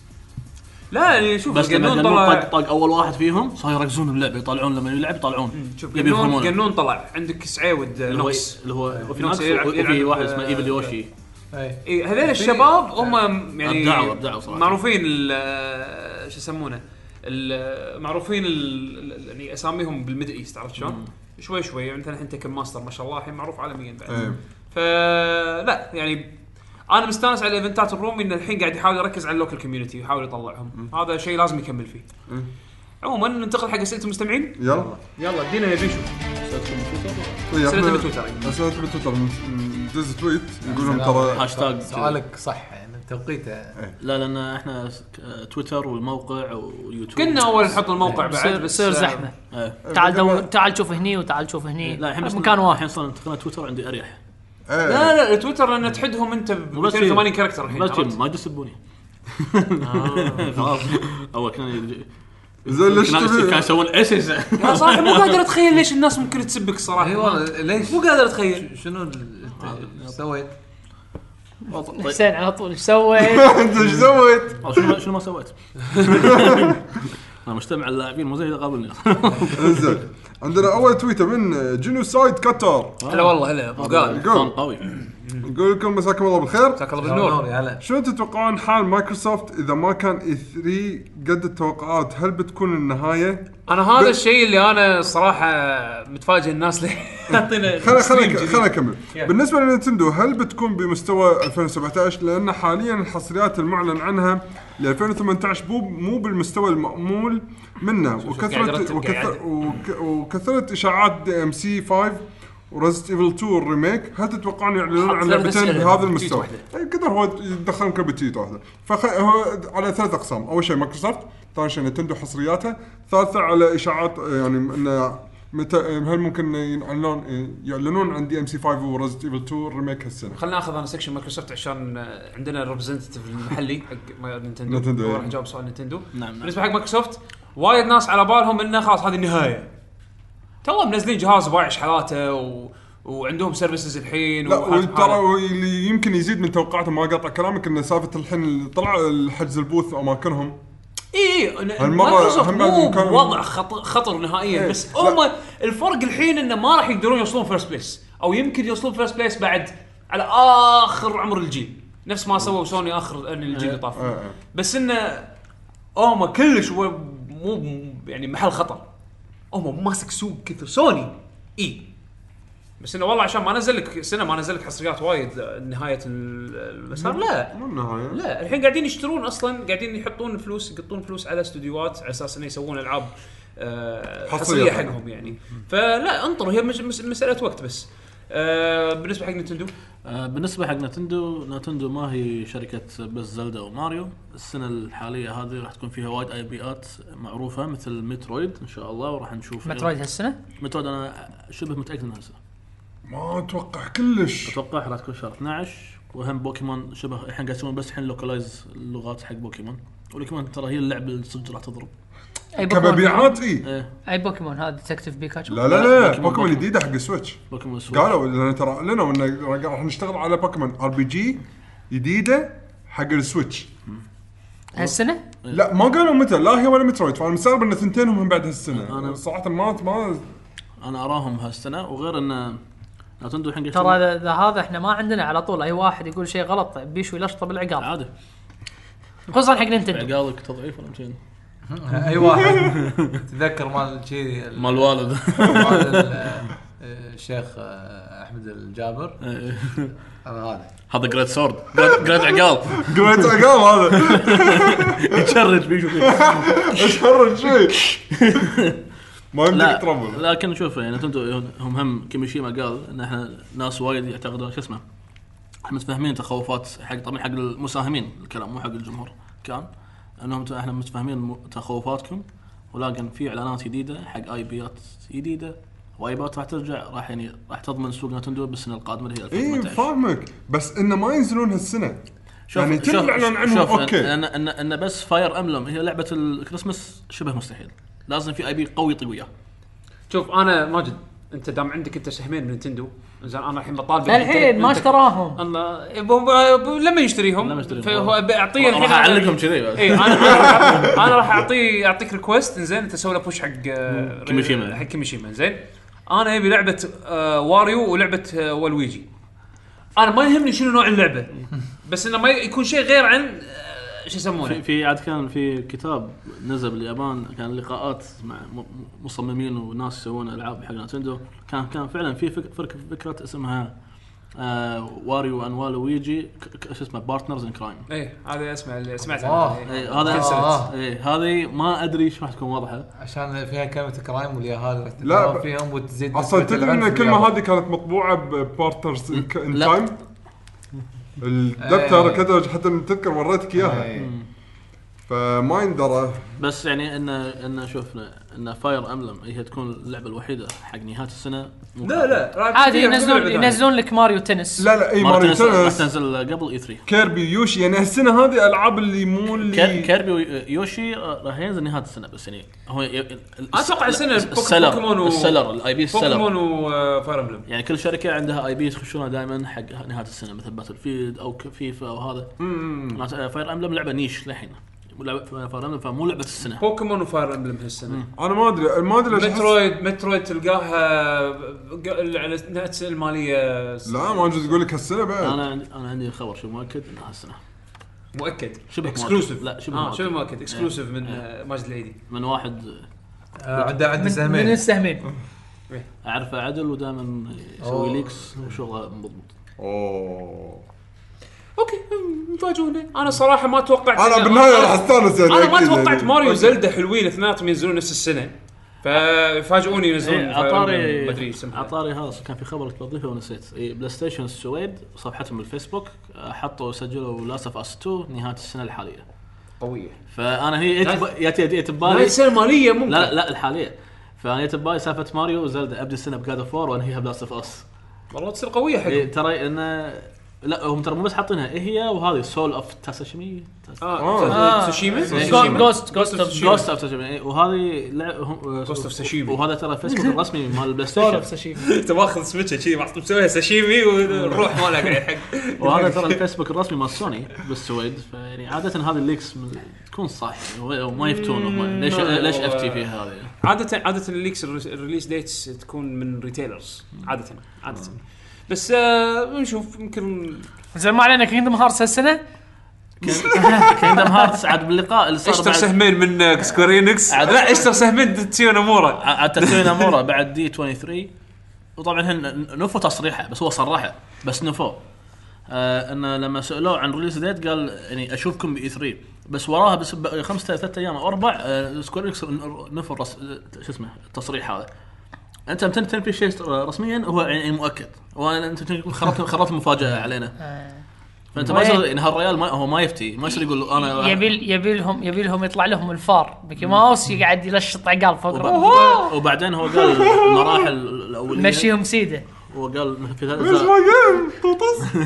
S1: لا يعني شوف
S3: بس لما
S1: قنون
S3: قنون طق
S1: طلع
S3: طق اول واحد فيهم صار يركزون باللعب يطلعون لما يلعب يطلعون
S1: شوف
S3: يبي
S1: قنون
S3: يفهمونه.
S1: قنون طلع عندك سعيود
S3: اللي هو
S1: نقص
S3: اللي هو وفي
S1: نقص
S3: نقص
S1: يلعب-
S3: وفي
S1: يلعب
S3: واحد
S1: ب-
S3: اسمه ايفل يوشي.
S5: اي
S1: اي هذول الشباب هم يعني
S3: أبدعوا- أبدعوا صراحة.
S1: معروفين ال- شو يسمونه ال- معروفين ال- ال- يعني اساميهم بالميدل ايست عرفت شلون؟ شوي شوي يعني مثلا الحين تكن ماستر ما شاء الله الحين معروف عالميا بعد.
S4: إيه.
S1: فلا يعني انا مستانس على الايفنتات الرومي ان الحين قاعد يحاول يركز على اللوكال كوميونتي ويحاول يطلعهم. هذا شيء لازم يكمل فيه. عموما ننتقل حق اسئله المستمعين.
S4: يلا
S1: يلا ادينا يا بيشو
S4: طيب
S1: اسئله
S4: احنا
S1: بالتويتر.
S4: اسئله بالتويتر ندز تويت نقول لهم ترى
S3: هاشتاج
S5: سؤالك صح يعني توقيته.
S3: لا لان احنا تويتر والموقع ويوتيوب
S1: كنا اول نحط الموقع بعد
S6: بس
S1: بس
S6: صير زحمه.
S3: ايه.
S6: تعال دور تعال شوف هني وتعال شوف هني
S3: لا الحين بس
S6: مكان واحد.
S3: الحين صار انتقلنا تويتر عندي اريح.
S4: إيه.
S1: لا لا تويتر لان تحدهم انت ب
S3: بس
S1: مئتين وثمانين كاركتر الحين
S3: بس
S1: عرفت؟
S3: ما يسبوني. خلاص اول كان يجي-
S4: زين ليش
S3: كان
S4: تبي
S3: كان يسوون ايش ايش
S1: يا صاحبي مو قادر اتخيل ليش الناس ممكن تسبك الصراحه.
S5: اي والله ليش
S1: مو قادر اتخيل.
S5: شنو ال- إيش سويت؟
S3: طيب
S6: حسين على طول ايش سويت؟
S4: انت ايش سويت؟
S3: شنو شنو ما سويت؟ انا مجتمع اللاعبين مو زي اللي قابلني.
S4: انزين عندنا اول تويته من جينوسايد كتر
S1: هلا والله هلا ابو قال
S3: فان قوي.
S4: نقول لكم مساكم الله بالخير.
S1: مساك الله بالنور.
S5: يا هلا.
S4: شو تتوقعون حال مايكروسوفت اذا ما كان اي ثري قد التوقعات؟ هل بتكون النهايه؟
S1: انا هذا الشيء اللي انا الصراحه متفاجئ الناس اللي يعطينا
S4: خلينا خلينا خلينا نكمل. بالنسبه لنينتندو هل بتكون بمستوى ألفين وسبعة عشر؟ لان حاليا الحصريات المعلن عنها ل ألفين وثمانية عشر مو مو بالمستوى المأمول منه، وكثرة وكثرة وكثرة اشاعات دي ام سي خمسة وريزنت ايفل تو الريميك. هل تتوقعون يعلنون عن لعبتين بهذا المستوى؟ يقدر هو يدخلهم كبتيت واحده. فهو على ثلاث اقسام. اول شيء مايكروسوفت، ثاني شيء نينتندو حصرياتها، ثالثا على اشاعات يعني ان متى هل ممكن يعلنون يعلنون عن دي ام سي خمسة وريزنت ايفل تو الريميك هالسنه.
S1: خلينا ناخذ انا سكشن مايكروسوفت عشان عندنا الريبريزنتيف المحلي حق نينتندو.
S4: نينتندو
S1: راح نجاوب سؤال نينتندو.
S3: نعم.
S1: بالنسبه حق مايكروسوفت وايد ناس على بالهم انه خلاص هذه النهايه. تو منزلين جهاز بايع حالاته و... وعندهم سيرفيسز الحين.
S4: لا وترى اللي يمكن يزيد من توقعاتهم، ما قاطع كلامك، ان سالفه الحين طلع الحجز البوث اماكنهم.
S1: اي مايكروسوفت مو
S4: كان...
S1: وضع خطر, خطر نهائيا. إيه. بس هم الفرق الحين انه ما راح يقدرون يوصلون فيرست بليس، او يمكن يوصلون فيرست بليس بعد على اخر عمر الجيل، نفس ما سووا سوني اخر الجيل اللي طاف.
S4: إيه.
S1: بس انه هم كلش مو يعني محل خطر. هم ماسك سوق كثر سوني. اي بس انه والله عشان ما نزل لك سنه ما نزل لك حصريات وايد نهايه المسار. لا
S4: مو النهايه.
S1: لا الحين قاعدين يشترون اصلا، قاعدين يحطون فلوس يقطون فلوس على استوديوهات على اساس انه يسوون العاب أه حصريه حقهم يعني. فلا انطروا، هي مساله وقت بس. أه بالنسبه حق نينتندو
S3: آه بالنسبه حق نينتندو نينتندو ما هي شركه بس زلدا وماريو. السنه الحاليه هذه راح تكون فيها وايد اي بيات معروفه مثل مترويد ان شاء الله، وراح نشوف
S6: مترويد هالسنه.
S3: مترويد انا شبه متاكد انها هالسنه،
S4: ما اتوقع كلش.
S3: اتوقع راح تكون شهر اثنا عشر. وهم بوكيمون شبه الحين قاعد يسوون بس الحين لوكالايز اللغات حق بوكيمون. ولكن ترى هي اللعبه اللي صدق راح تضرب
S4: كمبيعات. اي
S3: ايه.
S6: اي بوكيمون هذا ديتكتيف بيكاتشو.
S4: لا لا لا بوكيمون, بوكيمون جديده حق السويتش.
S3: بوكيمون سويتش
S4: قالوا لان ترى لنا انه راح نشتغل على بوكيمون ار بي جي جديده حق السويتش
S6: هالسنه.
S4: لا ما قالوا متى، لا هي ولا مترويد. فانا مستغرب ان ثنتينهم من بعد هالسنه. انا صراحه ما ما
S3: انا اراهم هالسنه. وغير ان نتندو الحين
S6: ترى هذا هذا احنا ما عندنا على طول اي واحد يقول شيء غلط بيشو يلشطه بالعقال
S3: عادي،
S6: خصوصا حق نينتندو.
S3: عقالك تضعيف ولا مشين.
S5: اي واحد تذكر مال شيء
S3: مال الوالد
S5: مال الشيخ احمد الجابر. هذا هذا
S3: هذا جريت سورد جريت عقال
S4: جريت عقال هذا
S3: يتشرج بيشو
S4: يتشرج شيء ما يمديك تربل.
S3: لكن شوف يعني نتندو هم هم كيميشيما قال ان احنا ناس وايد يعتقدون شو اسمه احنا متفاهمين تخوفات حق طبعا حق المساهمين، الكلام مو حق الجمهور، كان انهم احنا متفاهمين تخوفاتكم، ولكن في اعلانات جديده حق اي بيات جديده واي بيات راح ترجع، راح يعني راح تضمن سوق نتندو بالسنه القادمه اللي هي ألفين وثمانية عشر.
S4: اي فاهمك، بس انه ما ينزلون هالسنه يعني
S3: شوف
S4: تعلن عنهم. اوكي
S3: ان ان ان بس فاير امبلم هي لعبه الكريسماس شبه مستحيل، لازم في اي بي قوي يطق وياه.
S1: شوف انا ماجد انت دام عندك انت سهمين من نينتندو، زين انا الحين بطالب
S6: الحين ما اشتراهم
S1: الله لما يشتريهم فهو بيعطيه
S3: الحين اعلقهم كذي.
S1: اي انا انا راح اعطيه اعطيك ريكوست زين انت سوي له بوش حق
S3: كيميشيما
S1: حق كيميشيما زين. انا ابي لعبه واريو ولعبه والويجي، انا ما يهمني شنو نوع اللعبه بس انه ما يكون شيء غير عن شو يسمونه.
S3: في, في عاد كان في كتاب نزل باليابان، كان لقاءات مع مصممين وناس يسوون العاب حق نينتندو، كان كان فعلا في فكره فكره اسمها آه واريو انوال ويجي شو اسمه بارتنرز ان كرايم.
S1: اي هذا اسمع اللي سمعت
S5: عنه.
S3: إيه هذا آه. إيه هذه ما ادري شو راح تكون واضحه عشان
S5: فيها كلمه كرايم واليهال
S4: لا
S5: فيهم وتزيد.
S4: اصلا تدري ان الكلمه هذه كانت مطبوعه ببارتنرز ان تايم الدفتر كذا حتى نتذكر وريتك اياها. فما يندرى
S3: بس يعني ان ان شوفنا ان فاير امبلم هي تكون اللعبه الوحيده حق نهايه السنه.
S1: لا لا
S6: عادي ينزلون ينزلون لك ماريو تنس.
S4: لا لا اي ماريو تنس
S3: تنزل قبل اي ثري.
S4: كيربي يوشي يعني السنه هذه العاب اللي مو اللي
S3: كيربي يوشي راح ينزل نهايه السنه، بس يعني هو
S1: اتوقع السنه
S3: بوكيمون والسلر الاي بي السلر
S1: بوكيمون وفاير امبلم،
S3: يعني كل شركه عندها اي بي يخشونها دائما حق نهايه السنه مثل باتل فيلد او فيفا او هذا. فاير امبلم لعبه نيش للحين لعبه فاير امبلم فمو لعبه السنه.
S1: بوكيمون وفاير امبلم هالسنه.
S4: انا ما ادري ما ادري ليش أحس-
S1: مترويد مترويد تلقاها ق- على نفس الماليه.
S4: لا ما اجوز اقول لك هالسنه بعد.
S3: انا عندي انا عندي خبر شو مؤكد انها السنه
S1: مؤكد
S3: شبه
S1: اكسكلوسيف.
S3: مؤكد. لا شبه
S1: اه
S3: مؤكد.
S1: شبه مؤكد اكسكلوسيف من آه، ماجد العيدي.
S3: من واحد
S5: آه، عنده عنده
S6: من
S5: سهمين.
S6: السهمين.
S3: اعرفه عدل ودائما يسوي
S5: أوه.
S3: ليكس وشغله مضبوط.
S4: اوه
S1: اوكي مفاجئوني. انا صراحه ما توقعت
S4: انا بالنهايه راح استانس يعني.
S1: انا ما
S4: أكيد
S1: توقعت
S4: يعني.
S1: ماريو وزلدا حلوين اثنيناتهم ينزلون نفس السنه ففاجئوني ينزلون
S3: إيه،
S1: Fire Emblem
S3: عطاري
S1: ما ادري اسمها.
S3: عطاري هذا كان في خبر كنت بضيفه ونسيت. إيه، بلاي ستيشن السويد صفحتهم بالفيسبوك آه، حطوا سجلوا لاست اوف اس تو نهايه السنه الحاليه.
S1: قويه.
S3: فانا هي ياتي ياتي
S1: هاي
S3: ببالي
S1: السنه الماليه ممكن.
S3: لا لا الحاليه. فانا ياتي ببالي سالفه ماريو وزلدا ابدي السنه بجاد اوف وور وانهيها بلاست اوف اس.
S1: والله تصير قويه حلو.
S3: إيه ترى انه لا هم ترى مو بس حاطينها إيه هي وهذه سول اوف تاساشيمي
S1: اه تسوشيما
S6: جوست جوست اوف
S3: جوست اوف تاساشيمي وهذه
S1: جوست اوف ساشيمي.
S3: وهذا ترى فيسبوك الرسمي مال البلاي
S6: سول اوف
S3: ستيشن.
S6: ساشيمي.
S1: انت ماخذ سويتش شي محط مسويها ساشيمي والروح مالها قاعد يحق.
S3: وهذا ترى الفيسبوك الرسمي مال سوني بالسويد. فيعني عاده هذه الليكس من- تكون صح وما يفتون هم ليش ليش اف تي فيها هذه.
S1: عاده عاده الليكس الريليس ديتس تكون من ريتيلرز عاده عاده بس آه نشوف يمكن.
S6: زين ما علينا كينجدم هارتس هالسنه.
S3: كيندم هارتس عاد باللقاء اللي صار
S1: اشتر
S3: بعد
S1: سهمين من سكويرينكس. لا اشتر سهمين تسيو نامورا.
S3: عاد تسوينا مورا بعد دي ثلاثة وعشرين وطبعا هن نفوا تصريحه بس هو صرحه بس نفوا آه انه لما سالوه عن ريليز ديت قال يعني اشوفكم باي ثلاثة بس وراها بس خمسة ثلاثة ايام او اربع آه سكويرينكس نفوا رس... شو اسمه التصريح هذا. انت متى تنفي شيء رسميا هو يعني مؤكد وانا انت خربت خربت المفاجاه علينا. فانت ما يصير ان هالريال ما هو ما يفتي ما يصير يقول انا
S6: يبي يبي لهم يبي لهم يطلع لهم الفار ميكي ماوس يقعد يلشط عقال فوق
S3: وب- وبعدين هو قال المراحل الاوليه
S6: مشيهم سيده.
S3: هو قال في
S4: ايش
S3: ذا-
S4: ما جيم طوطس.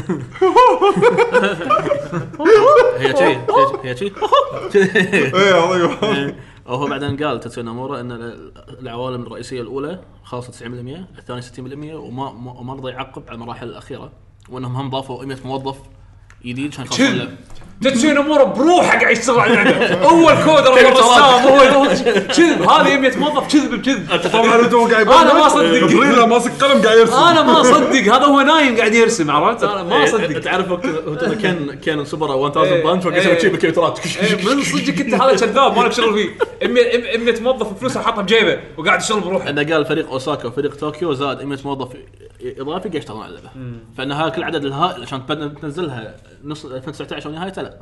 S3: هي شيء هي شيء
S4: ايه والله.
S3: وهو بعدين قال تاتسو نامورا ان العوالم الرئيسيه الاولى خلصت تسعين بالمئة الثانيه ستين بالمئة وما ما- وما رضى يعقب على المراحل الاخيره وانهم هم ضافوا مية موظف جديد عشان يخلصون اللعبه.
S1: تتسيو نامورا بروحه قاعد يشتغل على اللعبه. اول كودر اول رسام هو كذب. هذه مية موظف كذب بكذب.
S4: طبعا انت قاعد
S1: أنا ما أصدق.
S4: بريلا ماسك قلم قاعد يرسم.
S1: انا ما اصدق هذا هو نايم قاعد يرسم عرفت. انا ما اصدق.
S3: تعرف وقت كان كان سوبر ألف
S1: إيه،
S3: بانش وقاعد
S1: إيه.
S3: يسوي شيء بالكمبيوترات.
S1: إيه، من صدقك انت هذا كذاب ما لك شغل فيه. مية مية موظف فلوسه حاطها بجيبه وقاعد يشتغل بروحه.
S3: انه قال فريق اوساكا وفريق طوكيو زاد مية موظف اضافي قاعد يشتغلون على اللعبه. فان هذا كل عدد الهائل عشان تنزلها نص ألفين وتسعة عشر ونهايتها لا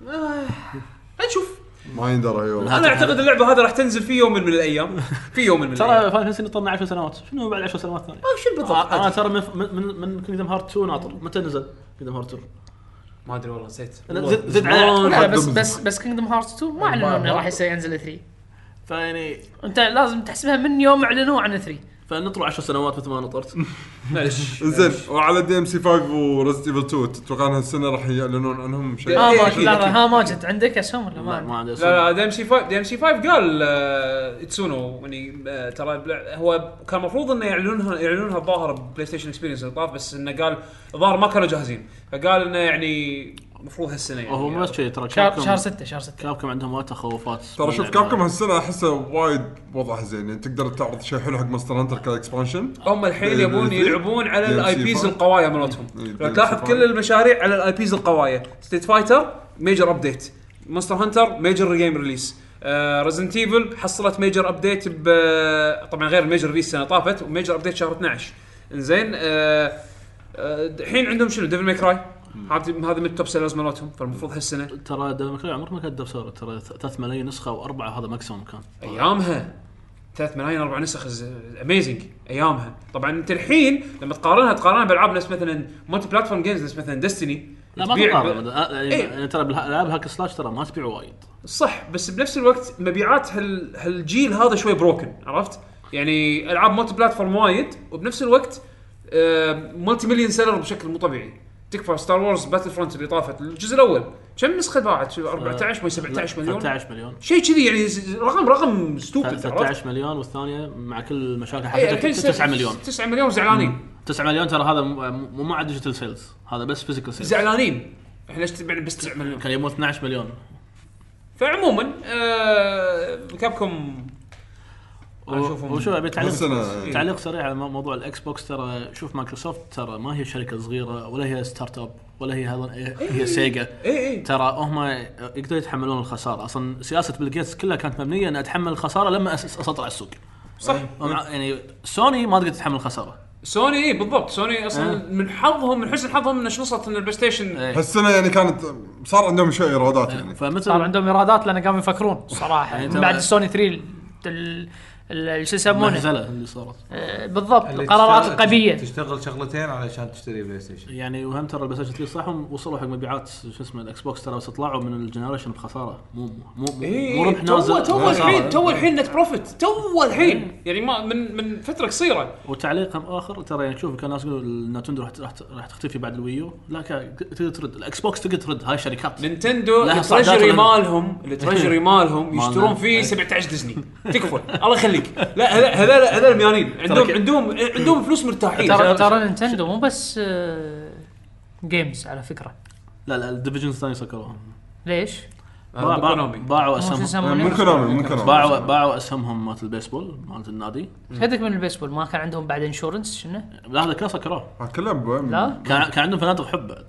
S1: نشوف.
S4: ما يندرى ايوه.
S1: انا اعتقد اللعبه هذه راح تنزل في يوم من الايام. في يوم من الايام.
S3: ترى فاينل فانتسي طلع عشر سنوات شنو بعد عشر سنوات ثانيه.
S1: شو بالضبط؟
S3: انا ترى من من من كينجدم هارت تو ناطر متى نزل كينجدم هارت تو
S1: ما ادري والله نسيت.
S3: زد زد على
S6: لا بس بس بس كينجدم هارتس تو ما اعلنوا انه راح يصير ينزل ثلاثة.
S3: فيعني
S6: انت لازم تحسبها من يوم اعلنوا عن ثلاثة.
S3: فنطلع عشر سنوات مثل ما نطرت.
S1: معلش.
S4: زين وعلى دي ام سي خمسة وريزنت ايفل اثنين تتوقع ان هالسنه راح يعلنون عنهم شيء؟
S6: ها
S1: إيه،
S6: ماجد
S1: أكيد،
S6: لا
S1: أكيد.
S6: ها ماجد عندك اسهم ولا
S3: لا
S6: ما
S3: ما عندي
S1: لا لا دي ام سي خمسة دي ام سي خمسة قال آه، اتسونو يعني آه، ترى البلع- هو كان المفروض انه يعلنونها يعلنونها الظاهر بلاي ستيشن اكسبيرينس اللي طاف بس انه قال الظاهر ما كانوا جاهزين فقال انه يعني المفروض هالسنه يعني.
S3: وهو مو بس شيء ترى
S6: شهر
S3: كابكم
S6: شهر ستة شهر ستة.
S3: كابكم عندهم وايد تخوفات.
S4: ترى شوف كابكم هالسنه احسه وايد وضعها زين يعني تقدر تعرض شيء حلو حق مونستر هانتر كاكسبانشن.
S1: هم الحين
S4: دي-
S1: يبون
S4: دي-
S1: يلعبون على
S4: دي-
S1: الاي
S4: دي-
S1: بيز
S4: دي-
S1: القوايا مالتهم.
S4: دي-
S1: لو
S4: دي-
S1: تلاحظ
S4: دي-
S1: كل المشاريع على الاي بيز القوايا. ستريت فايتر ميجر ابديت. مونستر هانتر ميجر جيم ريليس. ريزنت ايفل حصلت ميجر ابديت ب طبعا غير الميجر ريليس السنه طافت وميجر ابديت شهر اثناشر. انزين آه، آه، الحين عندهم شنو ديفل ماي كراي هذه هذه من التوب سيلرز مالتهم فالمفروض هالسنه
S3: ترى دبل ماكراي عمرك ما كانت دبسوره ترى ثلاث ملايين نسخه واربعه هذا ماكسيموم كان.
S1: ايامها ثلاث ملايين اربع نسخ اميزنج ايامها. طبعا انت الحين لما تقارنها تقارنها بالعاب نفس مثلا مالتي بلاتفورم جيمز نفس مثلا ديستني
S3: لا ما
S1: تبيع
S3: تقارن
S1: إيه.
S3: يعني ترى بالالعاب هاك سلاش ترى ما تبيع وايد
S1: صح بس بنفس الوقت مبيعات هال هالجيل هذا شوي بروكن عرفت يعني العاب مالتي بلاتفورم وايد وبنفس الوقت آه مالتي مليون سيلر بشكل مو طبيعي. تكفى ستار وورز باتل فرونت اللي طافت الجزء الاول كم نسخه باعت أربعة عشر ما سبعة عشر مليون
S3: ثلاثة عشر مليون
S1: شيء كذي يعني رقم رقم ستوبد
S3: ثلاثة عشر مليون والثانيه مع كل المشاكل
S1: أي
S3: حقتها تسعة مليون
S1: تسعة مليون زعلانين
S3: تسعة مليون ترى هذا مو مع ديجيتال سيلز هذا بس فيزيكال سيلز
S1: زعلانين احنا ايش تبيع بس تسعة مليون
S3: كان يبون اثنا عشر مليون
S1: فعموما آه كابكم
S3: اشوفهم وشو ابي تعليق
S4: أنا...
S3: تعليق سريع على موضوع الاكس بوكس. ترى شوف مايكروسوفت ترى ما هي شركه صغيره ولا هي ستارت اب ولا هي هذا هي سيجا. ترى هم يقدروا يتحملون الخساره. اصلا سياسه بيل جيتس كلها كانت مبنيه ان اتحمل الخساره لما اسيطر على السوق.
S1: صح.
S3: يعني سوني ما تقدر تتحمل الخساره.
S1: سوني ايه بالضبط. سوني اصلا أه. من حظهم من حسن حظهم ان شنصت ان البلاي ستيشن
S4: هالسنه يعني كانت صار عندهم شويه ايرادات يعني
S6: فمثل صار عندهم ايرادات لان قاموا يفكرون صراحه يعني بعد السوني ثري ال شو يسمونه
S3: اللي صارت
S6: آه بالضبط القرارات القبيه
S5: تشتغل شغلتين علشان تشتري بلاي ستيشن
S3: يعني. وهم ترى البلاي ستيشن صحهم وصلوا حق مبيعات شو اسمه الاكس بوكس ترى بس طلعوا من الجنريشن بخساره مو مو مو,
S1: إيه
S3: مو ربح نازل.
S1: تو الحين تو الحين نت بروفيت تو الحين يعني ما من من فتره قصيره.
S3: وتعليق اخر ترى يعني شوف كان الناس يقولوا النينتندو راح راح تختفي بعد الويو. لا تقدر ترد الاكس بوكس تقدر ترد. هاي شركات
S1: نينتندو التريجري مالهم التريجري مالهم يشترون فيه سبعة عشر ديزني تكفى الله يخليك. لا هذول هذول الميانين عندهم عندهم عندهم فلوس مرتاحين.
S6: ترى ترى نينتندو مو بس جيمز على فكره.
S3: لا لا الديفيجنز ثاني سكروهم.
S6: ليش؟
S3: باعوا اسهمهم
S4: ممكن ممكن
S3: باعوا باعوا اسهمهم مالت البيسبول مالت النادي.
S6: هذاك من البيسبول ما كان عندهم بعد انشورنس شنو؟
S3: لا هذا كله سكروه.
S4: كلام
S6: لا
S3: كان كان عندهم فنادق حب بعد.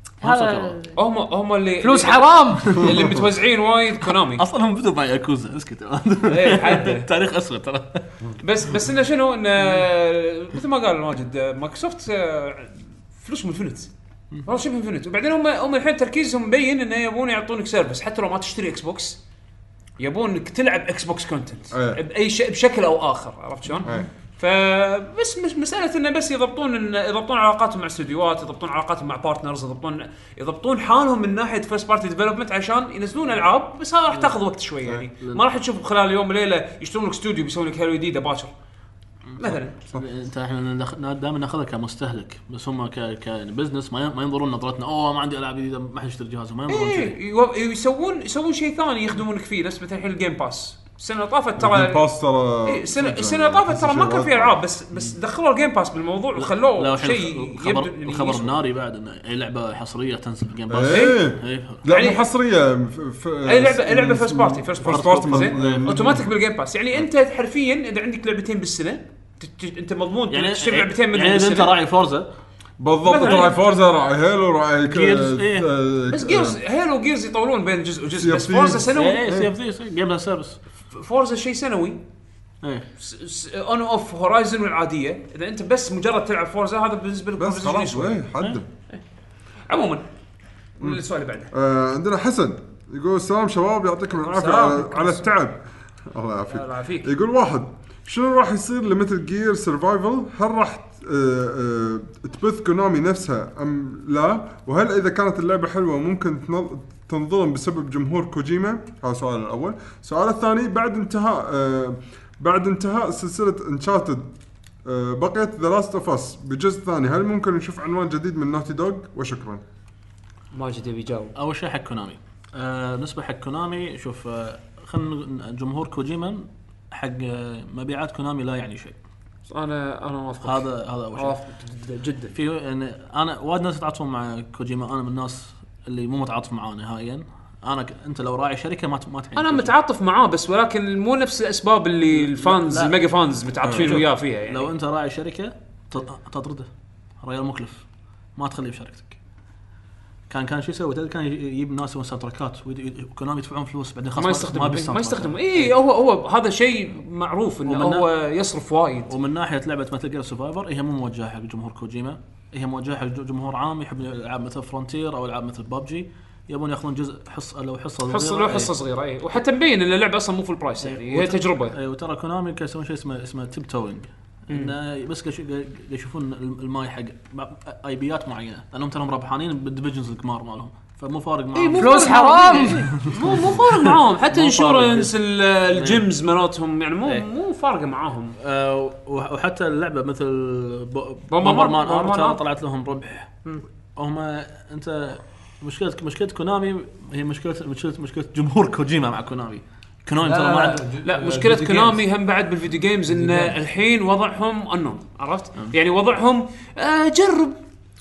S1: هم هم اللي
S6: فلوس حرام
S1: اللي متوزعين وايد كونامي
S3: اصلا هم بدوا مع ياكوزا اسكت.
S1: ايه حد
S3: تاريخ اسود ترى.
S1: بس بس انه شنو انه مثل ما قال ماجد مايكروسوفت فلوس انفنت والله شبه انفنت. وبعدين هم هم الحين تركيزهم مبين انه يبون يعطونك سيرفيس حتى لو ما تشتري اكس بوكس يبونك تلعب اكس بوكس كونتنت باي شيء بشكل او اخر. عرفت شلون؟ فبس مش مساله انه بس يضبطون إن يضبطون علاقاتهم مع استديوهات يضبطون علاقاتهم مع بارتنرز يضبطون يضبطون حالهم من ناحيه فيرست بارتي ديفلوبمنت عشان ينزلون العاب. بس هذا راح تاخذ وقت شوي يعني ما راح تشوف خلال يوم وليله يشترون لك استوديو بيسوون لك هالو جديده باكر مثلا.
S3: انت احنا دائما ناخذها كمستهلك بس هم ك كبزنس ما ما ينظرون نظرتنا اوه ما عندي العاب جديده ما حد يشتري جهازه ما ينظرون شيء.
S1: إيه يسوون يسوون شيء ثاني يخدمونك فيه. بس مثلا الحين الجيم باس السنه طافت ترى
S4: الباس ترى
S1: إيه السنه السنه طافت ترى ما كان في العاب بس بس دخلوا الجيم باس بالموضوع وخلوه شيء
S3: خبر الخبر الناري بعد ان اي لعبه حصريه تنزل في الجيم باس.
S4: ايه لعبه يعني حصريه
S1: اي لعبه لعبه فيرست بارتي فيرست بارتي زين اوتوماتيك بالجيم باس. يعني انت حرفيا اذا عندك لعبتين بالسنه انت مضمون يعني تشتري لعبتين منهم.
S3: يعني انت راعي فورزا
S4: بالضبط راعي فورزا راعي هيلو راعي
S3: جيرز. إيه.
S1: بس جيرز هيلو جيرز يطولون بين جزء وجزء بس فورزا سنوي.
S3: اي سي اف ذي جيم لها سيرفيس.
S1: فورزا شيء سنوي
S3: ايه
S1: اون اوف هورايزن والعاديه. اذا انت بس مجرد تلعب فورزا هذا بالنسبه لك
S4: بس خلاص ايه حد.
S1: عموما السؤال اللي بعده
S4: آه عندنا حسن يقول السلام شباب يعطيكم العافيه على, على التعب. الله يعافيك.
S1: يعافيك.
S4: يقول واحد شنو راح يصير لمثل جير سرفايفل؟ هل راح تبث كونامي نفسها ام لا؟ وهل اذا كانت اللعبه حلوه ممكن تنظلم بسبب جمهور كوجيما؟ هذا السؤال الاول. السؤال الثاني بعد انتهاء بعد انتهاء سلسله انشارتد بقيت ذا لاست اوف اس بجزء ثاني هل ممكن نشوف عنوان جديد من نوتي دوغ؟ وشكرا.
S1: ماجد يبي يجاوب.
S3: اول شيء حق كونامي آه بالنسبه حق كونامي شوف آه خلينا جمهور كوجيما حق مبيعات كونامي لا يعني شيء.
S1: انا انا موافق.
S3: هذا هذا اول شيء
S1: جدا.
S3: في يعني انا وايد ناس يتعاطفون مع كوجيما. انا من الناس اللي مو متعاطف معاه نهائيا. انا ك... انت لو راعي شركه ما ما تعين.
S1: انا متعاطف معاه بس ولكن مو نفس الاسباب اللي الفانز الميجا فانز متعاطفين وياه فيها يعني.
S3: لو انت راعي شركه تطرده ريال مكلف ما تخليه بشركتك. كان كان شو يسوي كان يجيب ناس وسنتركات وكونامي يدفعون فلوس بعدين خلاص
S1: ما يستخدم ما, ما يستخدم اي هو هو هذا شيء معروف انه هو يصرف وايد.
S3: ومن ناحيه لعبه مثل جير سرفايفر هي مو موجهه حق جمهور كوجيما. هي موجهه حق جمهور عام يحب العاب مثل فرونتير او العاب مثل بابجي يبون ياخذون جزء حصه لو حصه صغيره
S1: حصه لو حصه صغيره اي وحتى مبين ان اللعبه اصلا مو في البرايس يعني هي تجربه.
S3: اي وترى كونامي كانوا يسوون شيء اسمه اسمه تيب توينج إنه بس يشوفون الماي حق اي بيات معينه لانهم ترى ربحانين بالديفيجنز الكمار مالهم فمو فارق معهم.
S1: إيه فلوس حرام. مو مو فارق معهم حتى انشورنس الجيمز مالتهم يعني مو ايه. مو فارقه معاهم.
S3: أه وحتى اللعبه مثل بومبرمان ارتا طلعت لهم ربح. هم انت مشكله مشكله كونامي هي مشكله مشكله مشكله جمهور كوجيما مع كونامي. كونامي ترى ما عنده
S1: لا مشكله كونامي هم بعد بالفيديو جيمز ان الحين وضعهم انون عرفت أه. يعني وضعهم آه جرب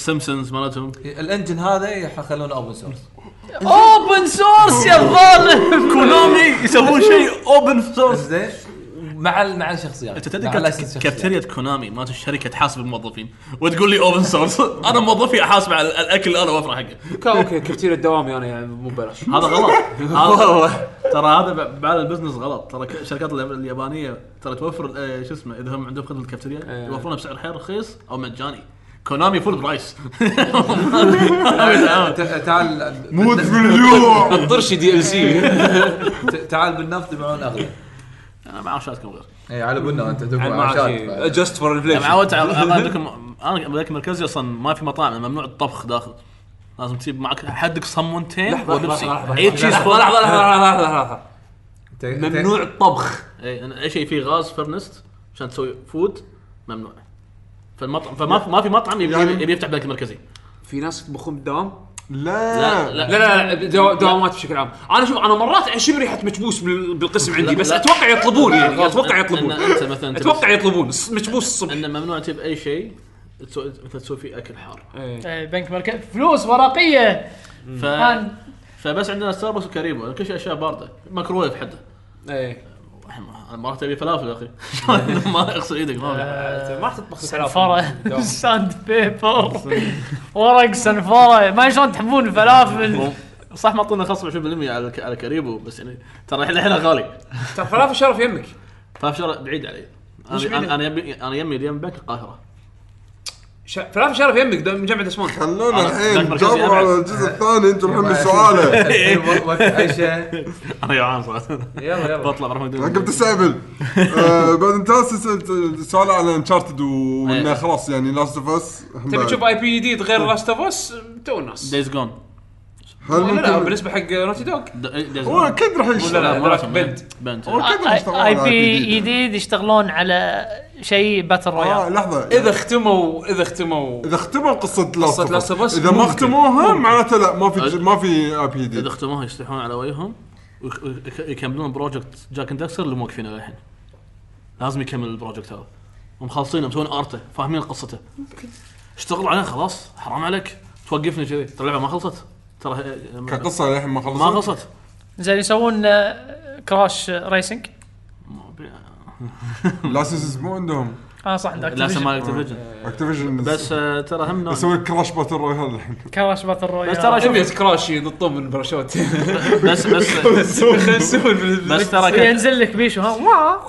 S3: السيمبسونز مالتهم.
S5: الانجن هذا يخلونه اوبن سورس.
S6: اوبن سورس يا ظالم.
S3: كونامي يسوون شيء اوبن سورس
S5: زين مع ال- مع الشخصيات.
S3: انت تدري
S5: مع
S3: كانت
S5: لايسنس الشخصيات.
S3: كافتيريا كونامي مالت الشركه تحاسب الموظفين وتقول لي اوبن سورس. انا موظفي احاسب على الاكل اللي انا وفره حقه.
S1: اوكي كثير الدوامي انا يعني مو ببلاش.
S3: هذا غلط. هذا ترى هذا بعد البزنس غلط. ترى الشركات اليابانيه ترى توفر آه، شو اسمه اذا هم عندهم خدمه الكافتيريا يوفرونها بسعر حيل رخيص او مجاني. كونامي فول برايس.
S5: ت- تعال
S4: موت بالجوع.
S1: الطرشي دي ال سي.
S5: ت- تعال بالنفط يبيعون اغلى.
S3: انا مع عشاتكم غير.
S5: اي على بالنا انت تقول
S1: ما
S5: عشان
S1: جاست فور
S3: انا
S1: انفليشن.
S3: معود عندكم انا بذاك مركزي اصلا ما في مطاعم ممنوع الطبخ داخل، لازم تجيب معك حدك صمونتين ولبسي اي شيء.
S1: لحظه لحظه لحظه لحظه ممنوع الطبخ.
S3: اي شيء فيه غاز فرنست عشان تسوي فود ممنوع. فالمطعم فما ما في مطعم يبي
S4: يعني-
S3: يبي يفتح بالك المركزي.
S1: في ناس يطبخون بالدوام.
S4: لا
S3: لا
S1: لا لا, لا دو- دوامات بشكل عام. انا شوف انا مرات اشم ريحه مكبوس بال- بالقسم عندي،
S3: لا،
S1: بس
S3: لا.
S1: اتوقع يطلبون يعني اتوقع
S3: إن-
S1: يطلبون
S3: إن انت مثلا
S1: اتوقع يطلبون مكبوس الصبح.
S3: ان ممنوع تجيب اي شيء تسوي مثلا تسوي فيه اكل حار.
S6: إيه، بنك مركز فلوس ورقيه.
S3: ف...
S6: كان
S3: فبس عندنا ستاربكس وكاريبو كل شيء اشياء بارده مايكروويف حده.
S1: ايه
S3: انا ما تبي فلافل يا اخي ما اغسل ايدك ما في.
S1: ما تطبخ
S6: سنفره ساند بيبر ورق سنفره. ما شلون تحبون الفلافل؟
S3: صح ما اعطونا خصم عشرين بالمية على على كاريبو بس يعني ترى الحين غالي.
S1: ترى فلافل شرف يمك.
S3: فلافل شرف بعيد علي. انا انا يبي انا يمي اليوم بنك القاهره.
S1: ش... فلافل شرف يمك من جامعه اسمون.
S4: خلونا
S3: آه،
S4: الحين
S3: مركزي
S4: جربوا
S3: أبعد.
S4: على الجزء الثاني. انتم الحين من سؤاله
S5: وقت عشاء
S3: انا جوعان صراحه
S1: يلا يلا
S3: بطلع بروح مدري
S4: عقب تستقبل. آه، بعد انت سؤال على انشارتد وانه
S3: إيه.
S4: خلاص يعني لاست اوف اس.
S1: تبي تشوف اي بي جديد غير لاست اوف اس تو الناس.
S3: دايز جون.
S4: هل
S1: لا لا
S4: ممكن
S1: بالنسبه حق نوتي دوغ
S4: هو اكيد راح
S1: لا
S4: يشتغل.
S1: لا دراك بنت.
S3: بنت
S4: هو اكيد راح يشتغل
S6: اي
S4: على
S6: بي
S4: جديد.
S6: جديد يشتغلون على شيء باتل
S4: اه
S6: رويال.
S4: لحظه
S1: اذا اختموا اذا اختموا
S4: اذا اختموا قصه
S1: قصة
S4: لاست
S1: Last of
S4: اوف
S1: Us
S4: اذا ما
S1: ممكن.
S4: اختموها معناته لا ما في ما في اي بي
S3: اذا
S4: جديد.
S3: اختموها يستحون على وجههم ويكملون بروجكت جاك اند داكستر اللي موقفينه للحين. لازم يكمل البروجكت هذا ومخلصينه مسوين ارته فاهمين قصته. اشتغلوا عليه خلاص حرام عليك توقفني كذي. ترى اللعبه ما خلصت ترى
S4: كقصه للحين ما خلصت.
S3: ما خلصت.
S6: زين يسوون آه، كراش ريسنج.
S4: لا سيسس مو عندهم
S6: اه صح عندك
S3: لا سما اكتيفيجن
S4: اكتيفيجن
S3: بس آه، ترى هم نوع-
S4: يسوي كراش باتل رويال الحين.
S6: كراش باتل رويال.
S3: بس ترى
S1: تبي
S3: شوف
S1: كراش ينطون من باراشوت.
S3: بس بس بس ترى ك-
S6: ينزل لك بيشو ها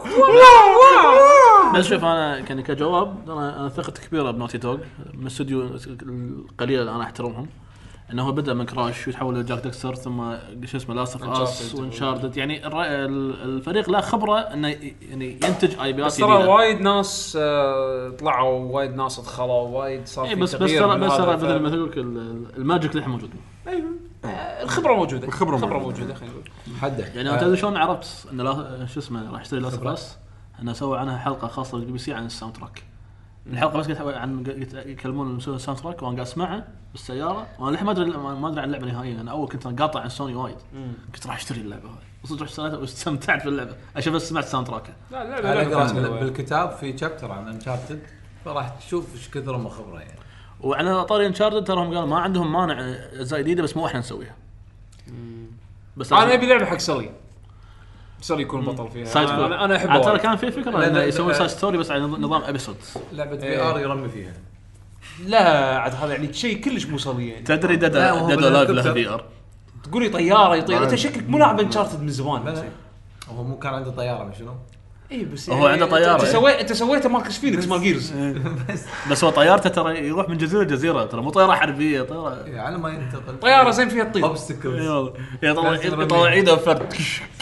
S3: بس شوف انا كان كجواب ترى انا ثقتي كبيره بنوتي دوغ من الاستوديو القليل اللي انا احترمهم انه هو بدا من كراش ويتحول لجاك دكستر ثم شو اسمه لاست اوف اس وانشارتد. يعني الر- ال- الفريق له خبره انه ي- يعني ينتج اي بيات
S1: بس ترى
S3: جديده.
S1: وايد ناس آه، طلعوا وايد ناس دخلوا وايد صار
S3: إيه
S1: في
S3: بس بس
S1: تغيير
S3: ترى
S1: من
S3: بس
S1: هذا،
S3: ترى
S1: ف-
S3: مثل ما تقول لك ال- الماجيك اللي موجود.
S1: آه، الخبره موجوده
S4: الخبرة
S1: الخبره
S4: موجودة.
S1: موجوده خلينا نقول.
S5: حده
S3: يعني انا تدري شلون عرفت ان لا شو اسمه راح اشتري لاست اوف اس؟ انه سووا عنها حلقه خاصه بالبي سي عن الساوند تراك. الحلقه بس قلت عن قلت يكلمون مسوي الساوند تراك وانا قاعد اسمعه بالسياره وانا للحين ما ادري ما ادري عن اللعبه نهائيا. انا اول كنت قاطع عن سوني وايد كنت راح اشتري اللعبه هاي وصدق رحت اشتريتها واستمتعت باللعبه عشان بس سمعت الساوند تراك.
S1: لا لا
S5: انا
S1: لا
S5: قرأت
S1: لا
S5: بالكتاب في شابتر عن انشارتد فراح تشوف ايش كثر هم خبره يعني.
S3: وعلى طاري انشارتد ترى هم قالوا ما عندهم مانع اجزاء جديده بس مو احنا نسويها. بس
S1: انا ابي لعبه حق سولي سولي يكون بطل فيها.
S3: سايد
S1: انا
S3: كول.
S1: انا, أنا
S3: عاد
S1: احبه
S3: ترى
S1: وايد.
S3: كان في فكره
S5: لا،
S3: انه
S5: لا،
S3: يسوون
S5: لا.
S3: سايد ستوري بس على نظام ابيسود.
S5: لعبه في
S1: إيه.
S5: ار يرمي فيها.
S1: لا عاد هذا يعني شيء كلش مو سولي يعني.
S3: تدري
S5: لا،
S3: دادا
S5: هو
S3: دادا لايف له
S5: بالهليكوبتر.
S3: في ار.
S1: تقولي طياره يطير انت شكلك مو لاعب انشارتد من
S5: لا
S1: زمان.
S5: لا هو مو كان عنده طياره مش شنو؟
S1: اي بس
S3: هو عنده طيارة،
S1: انت
S3: إيه.
S1: سويت انت سويته ماركس فينيكس مال جيرز.
S3: بس هو طيارته ترى يروح من جزيره لجزيره ترى مو طياره حربيه طياره.
S5: يعني على ما ينتقل
S1: طياره زين فيها تطير.
S3: اي
S5: اوبستكلز
S3: والله يطلع يطلع ايده فرد.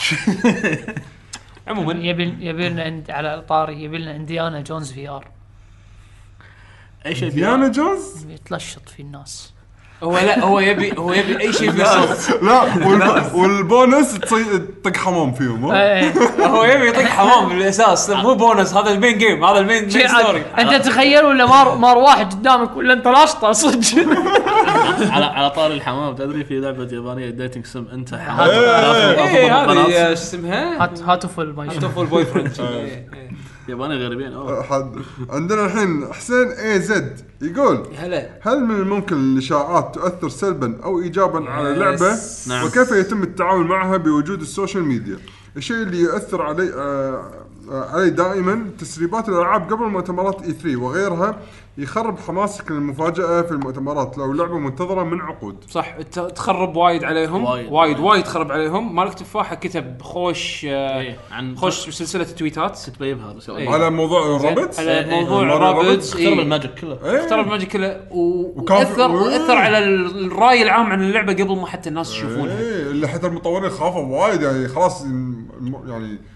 S1: عموما
S6: يبي يبي لنا عند على طاري يبي لنا انديانا جونز في ار
S3: اي شيء
S4: ديانا جونز.
S6: يتلشط في الناس.
S1: هو لا هو يبي هو يبي اي شيء بيصير.
S4: لا وال- والبونس تصي- تطق حمام فيهم ها؟
S6: إيه.
S1: هو يبي يطق حمام بالاساس مو بونس. هذا المين جيم هذا المين مين
S6: شيء
S1: ستوري.
S6: عاد- انت تخيل ولا مار مار واحد قدامك ولا انت لاشطه صدق.
S3: على على طار الحمام تدري في لعبه يابانيه ديتنج سم انت حمام
S1: ايه هذه شو اسمها؟
S6: هات هاتفل ما يشوف.
S1: توفل بوي فريند.
S3: ياباني غريبين أوه.
S4: حد عندنا الحين حسين اي زد يقول
S1: هلا
S4: هل من الممكن الاشاعات تؤثر سلبا او ايجابا على اللعبه؟
S3: نعم.
S4: وكيف يتم التعامل معها بوجود السوشيال ميديا؟ الشيء اللي يؤثر علي آه آه علي دائما تسريبات الالعاب قبل مؤتمرات اي ثري وغيرها يخرب حماسك للمفاجاه في المؤتمرات لو لعبه منتظره من عقود.
S1: صح ت- تخرب وايد عليهم
S3: وايد.
S1: وايد وايد تخرب عليهم. مالك تفاحه كتب خوش آه،
S3: إيه، عن
S1: خوش سلسله تويتات
S3: تبيب هذا سؤال.
S1: إيه.
S4: على موضوع الرابط
S1: على
S3: إيه،
S1: موضوع
S4: إيه.
S1: رابدز
S3: اخترب الماجيك كله.
S1: اخترب الماجيك كله و-
S4: وكان-
S1: واثر
S4: إيه.
S1: واثر على ال- الراي العام عن اللعبه قبل ما حتى الناس يشوفونها.
S4: ايه اللي حتى المطورين خافوا وايد يعني خلاص الم- يعني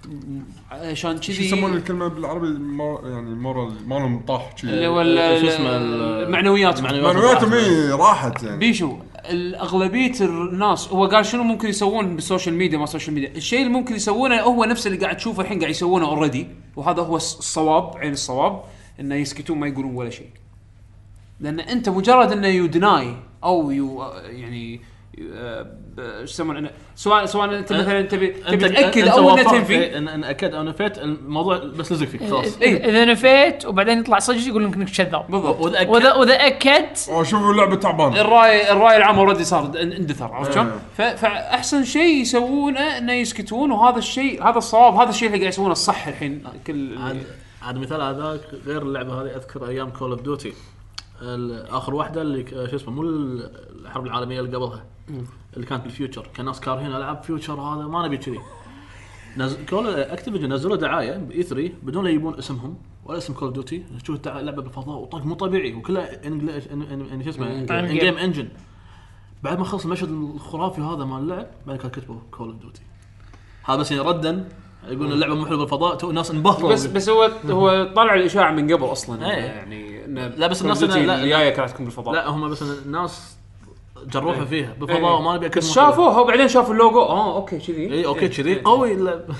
S1: عشان
S4: شو
S1: كذي
S4: يسمون الكلمه بالعربي ما يعني مورال مالهم طاح
S1: اللي
S4: شيء
S1: ولا
S3: شو اسمه ال-
S1: المعنويات
S4: معنوياتهم إيه راحت يعني
S1: بيشو الاغلبيه الناس هو قال شنو ممكن يسوون بالسوشيال ميديا ما السوشيال ميديا الشيء اللي ممكن يسوونه هو نفس اللي قاعد تشوفه الحين قاعد يسوونه اوريدي وهذا هو الصواب عين الصواب انه يسكتون ما يقولون ولا شيء لان انت مجرد انه يدناي او يو يعني ايش يسمونه سواء سواء انت مثلا تبي تبي تاكد او انه تنفي
S3: ان ان اكد او نفيت الموضوع بس لزق فيك خلاص
S1: إيه؟
S6: اذا نفيت وبعدين يطلع صدق يقول انك كذاب
S1: بالضبط
S6: واذا واذا اكد
S4: او شوفوا اللعبه تعبانه
S1: الراي الراي العام اوريدي صار اندثر عرفت شلون؟ فاحسن شيء يسوونه انه يسكتون وهذا الشيء هذا الصواب هذا الشيء اللي قاعد يسوونه الصح الحين كل
S3: عاد عاد مثال هذاك غير اللعبه هذه اذكر ايام كول اوف ديوتي اخر واحده اللي شو اسمه مو الحرب العالميه اللي قبلها اللي كانت بالفيوتشر كان ناس كارهين العاب فيوتشر هذا ما نبي كذي نز... كول اكتيفيجن نزلوا دعايه باي ثري بدون لا يجيبون اسمهم ولا اسم كول اوف ديوتي تشوف اللعبه بالفضاء وطاق مو طبيعي وكلها انجلش ان شو اسمه ان جيم انجن بعد ما خلص المشهد الخرافي هذا مال اللعب بعدين كان كتبوا كول اوف ديوتي هذا بس يعني ردا يقولون اللعبه مو حلوه بالفضاء تو الناس انبهروا
S1: بس بس هو هو طلع الاشاعه من قبل اصلا
S3: ايه.
S1: يعني إنه
S3: لا بس الناس
S1: Call of Duty
S3: لا
S1: الجايه كانت تكون بالفضاء
S3: لا هم بس الناس جروحوا
S1: ايه.
S3: فيها بالفضاء
S1: ايه.
S3: وما نبي اكد
S1: بس شافوها وبعدين شافوا اللوجو اه اوكي كذي
S3: اي اوكي كذي قوي اللعبه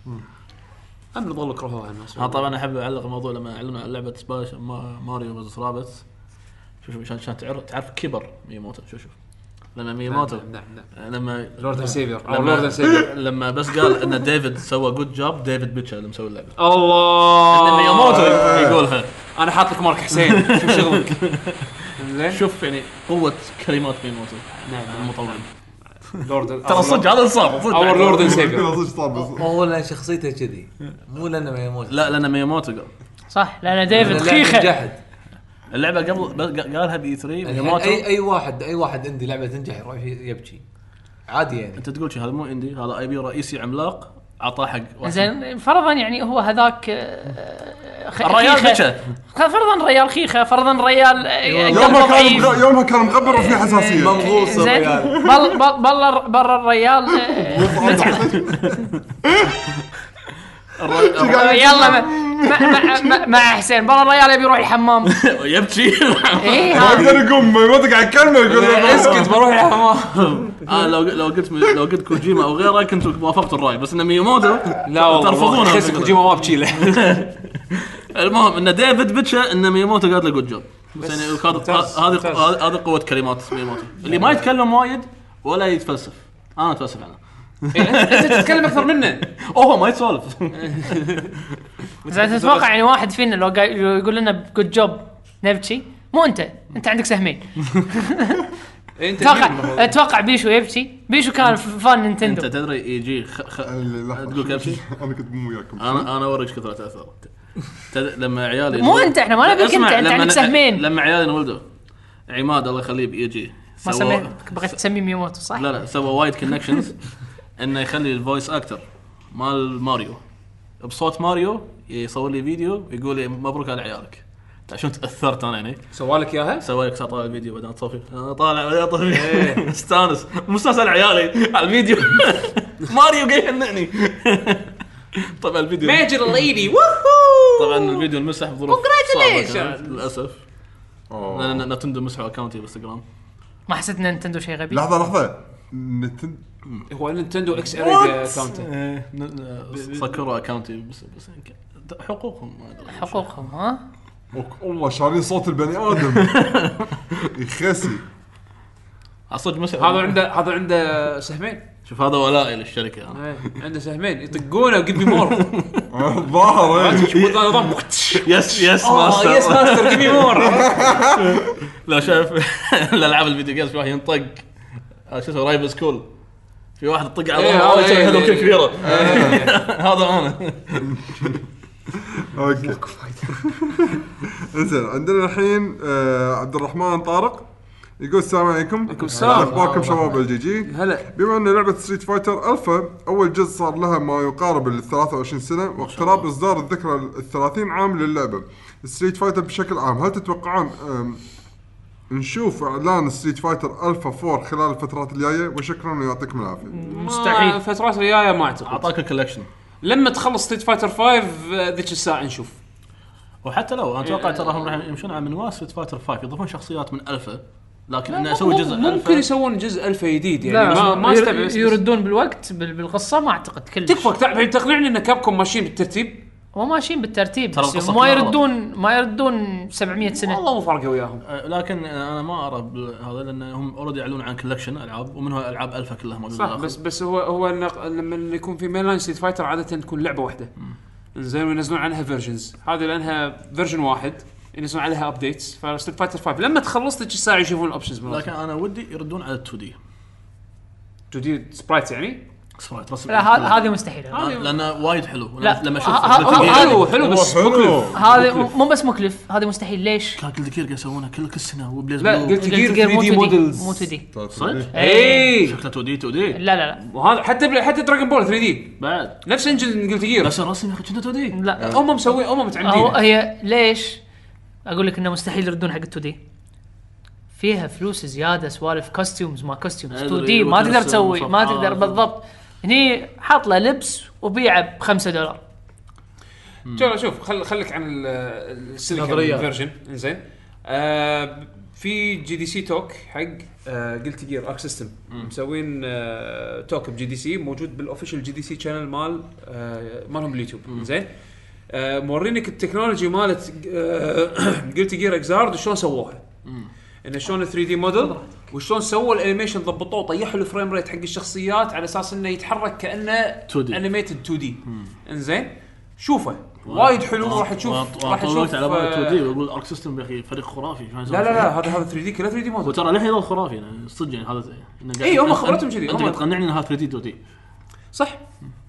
S1: هم يضلوا يكرهوها الناس
S3: ها طبعا احب اعلق الموضوع لما اعلنوا عن لعبه سباش ماريو فيرسس رابتس شوف شوف عشان عشان تعرف تعرف كبر مياموتو شوف شوف لما مياموتو
S1: نعم نعم
S3: لما
S1: لورد سيفير او
S3: لما-
S1: لورد سيفير
S3: لما بس قال ان ديفيد سوى جود جوب ديفيد بيتشر اللي مسوي اللعبه
S1: الله
S3: ان مياموتو يقولها
S1: انا حاط لك مارك حسين شوف شغلك زين
S3: شوف يعني قوه كلمات مياموتو
S1: نعم
S3: المطور
S1: لورد
S3: ترى صدق هذا صار صدق
S1: اور لورد سيفير
S4: صدق صار بس
S5: هو لان شخصيته كذي مو لانه ما يموت
S3: لا لان مياموتو قال
S6: صح لان ديفيد
S5: لأن
S6: خيخه
S5: جحد.
S3: اللعبه قبل بس قالها بي ثري
S5: يعني
S3: مياموتو
S5: اي اي واحد اي واحد عندي لعبه تنجح يروح يبكي عادي يعني
S3: انت تقول شيء هذا مو اندي هذا اي بي رئيسي عملاق اعطاه حق واحد.
S6: زين فرضا يعني هو هذاك آه، خ-
S3: الريال
S6: خيخة.
S3: بكى.
S6: فرضا ريال خيخه فرضا ريال آه،
S4: يومها
S6: قلبه ضعيف.
S4: كان يومها كان مغبر وفي حساسيه
S5: مغوص
S6: زين
S5: الريال
S6: بل بل بل برا الريال آه، يلا مع مع مع, مع حسين برا الريال يبي يروح الحمام
S3: يبكي
S6: اي
S4: ما
S6: ها
S4: يقدر يقوم ما يقدر قاعد يكلمه يقول له
S1: اسكت بروح الحمام
S3: آه لو لو قلت لو قلت كوجيما او غيره كنت وافقت الراي بس ان مياموتو
S1: لا والله
S3: ترفضونها
S1: خس كوجيما ما ابكي له
S3: المهم ان ديفيد بيتشا ان مياموتو قال له جود جوب بس يعني هذا
S1: ممتاز،
S3: هذه
S1: ممتاز.
S3: هذه قوه كلمات مياموتو اللي ما يتكلم وايد ولا يتفلسف انا اتفلسف عنه
S1: انت تتكلم اكثر منه
S3: اوه ما يتسولف
S6: زين تتوقع يعني واحد فينا لو قا- يقول لنا جود جوب نبكي مو انت انت عندك سهمين
S1: انت
S6: اتوقع اتوقع بيشو يبكي بيشو كان فان
S3: انت
S6: نينتندو
S3: تدري يجي خ... خ...
S4: لحظة.
S3: تقول كيف شيء؟
S4: انا كنت مو وياكم
S3: انا انا اوريك كثر تاثر تد... لما عيالي
S6: مو انت احنا ما نبيك انت
S3: اسمع،
S6: انت
S3: لما
S6: عندك
S3: ن-
S6: سهمين
S3: لما عيالي انولدوا عماد الله يخليه بيجي
S6: ما
S3: سوى-
S6: سميت بغيت تسمي ميموتو صح؟
S3: لا لا سوى وايد كونكشنز انه يخلي الفويس اكتر مال ماريو بصوت ماريو يصور لي فيديو يقول لي مبروك على عيالك عشان تاثرت انا يعني
S1: سوالك اياها
S3: سوى لك طالع الفيديو بعدين تصفي انا طالع بعدين اطفي استانس مستانس على عيالي على الفيديو ماريو قاعد يهنئني طبعا الفيديو
S1: ماجر الليدي ووهو
S3: طبعا الفيديو المسح بظروف صعبة
S1: Congratulations.
S3: كانت للاسف لان نتندو مسحوا اكونتي بالانستغرام
S6: ما حسيت ان نينتندو شيء غبي
S4: لحظه لحظه نتن...
S1: هو نينتندو اكس اري اكونت
S3: سكروا اكونتي بس بس حقوقهم ما ادري
S6: حقوقهم ها؟
S4: والله شارين صوت البني ادم يخسي
S3: صدق مسح
S1: هذا عنده هذا عنده سهمين
S3: شوف هذا ولائي للشركه انا
S1: إيه، عنده سهمين يطقونه وقد مور
S4: الظاهر
S1: نظام
S3: يس يس
S1: اه يس
S3: ماستر
S1: ماستر جيب مور
S3: لا شايف الالعاب الفيديو جيمز في واحد ينطق آه، شو اسمه رايفل سكول في واحد يطق على
S1: إيه،
S3: الله
S1: هذا إيه،
S3: هذا
S1: إيه.
S3: كبيره هذا انا
S4: اوكي انزين عندنا الحين آه، عبد الرحمن طارق يقول السلام عليكم عليكم
S1: السلام.
S4: اخباركم شباب الجي جي
S1: هلا
S4: بما ان لعبه ستريت فايتر الفا اول جزء صار لها ما يقارب ال ثلاثة وعشرين سنه واقتراب اصدار الذكرى ال ثلاثين عام للعبه ستريت فايتر بشكل عام هل تتوقعون آم، نشوف اعلان ستريت فايتر الفا فور خلال الفترات الجايه وشكرا ويعطيكم العافيه
S6: مستحيل.
S1: الفترات الجايه ما اعتقد
S3: اعطاك الكولكشن
S1: لما تخلص ستريت فايتر خمسة ذيك الساعه نشوف.
S3: وحتى لو انا اتوقع ترى هم راح يمشون على منوال ستريت فايتر خمسة يضيفون شخصيات من الفا، لكن انه اسوي جزء الفا
S1: ممكن يسوون جزء الفا جديد يعني ما ما
S6: ير-
S1: استبعد.
S6: يردون بالوقت بال- بالقصه ما اعتقد كلش.
S1: تكفى تعب تقنعني ان كابكم ماشيين بالترتيب.
S6: هو ماشيين بالترتيب
S3: ترى
S6: بس
S3: القصة
S6: ما
S3: كلها
S6: يردون ما يردون سبعمية سنه.
S1: والله مو فارقه وياهم.
S3: أه، لكن انا ما ارى بال- هذا لان هم اوريدي يعلنون عن كولكشن العاب ومنها العاب الفا كلها موجوده
S1: صح
S3: بالآخر.
S1: بس بس هو هو إنه لما يكون في مين لاين ستريت فايتر عاده تكون لعبه واحده زين وينزلون عنها فيرجنز. هذه لانها فيرجن واحد ينزلون عليها ابديتس. فستريت فايتر خمسة لما تخلص لك الساعه يشوفون الاوبشنز.
S3: لكن انا ودي يردون على تو دي
S1: تو دي سبرايت يعني
S3: سبرايت رسم.
S6: لا ه- هذه مستحيل.
S3: لانه وايد حلو.
S6: لا.
S3: لما اشوف
S6: ه- ه-
S3: Guilty Gear
S1: حلو حلو بس
S4: حلو
S6: هذه مو بس مكلف، هذه مستحيل. ليش؟
S3: كان كل ذكير يسوونها كل كل سنه وبليز
S1: لا
S3: بلو.
S1: قلت جير
S6: Gear مو
S1: ثري دي
S6: تو دي
S1: مودلز
S6: مو تو دي.
S3: صدق
S1: اي
S3: شكله تو دي تو دي
S6: لا لا لا
S1: وهذا حتى حتى دراجون بول ثري دي
S3: بعد
S1: نفس انجن قلت جير
S3: بس الرسم يا اخي كنا تو دي.
S6: لا.
S1: هم مسوي هم
S6: هو
S1: متعمدين.
S6: هي ليش اقول لك انه مستحيل يردون حق تو دي؟ فيها فلوس زياده، سوالف كوستيومز ما كوستيومز تو دي ما تقدر تسوي ما تقدر بالضبط. هني حاط له لبس وبيعه بخمسة دولار.
S1: شوف شوف خل خليك عن السيليكون فيرجن زين. آه في جي دي سي توك حق آه قلت جير ارك سيستم مسوين آه توك بجي دي سي موجود بالاوفيشال جي دي سي شانل مال آه مالهم باليوتيوب زين. آه مورينك التكنولوجي مالت آه قلت جير اكزارد شلون سووها. انه شلون ثري دي موديل وشلون سووا الانيميشن ضبطوه طيحوا الفريم ريت حق الشخصيات على اساس انه يتحرك كانه
S3: تو دي.
S1: انيميتد تو دي انزين. شوفه وايد حلو راح تشوف راح تشوف
S3: على بالي تو دي واقول ارك سيستم يا اخي فريق خرافي.
S1: لا لا لا هذا هذا ثري دي كله ثري دي موديل.
S3: وترى الحين هذا خرافي يعني صدق يعني هذا
S1: اي هم خبرتهم كذي.
S3: انت تقنعني ان هذا ثري دي تو دي
S1: صح.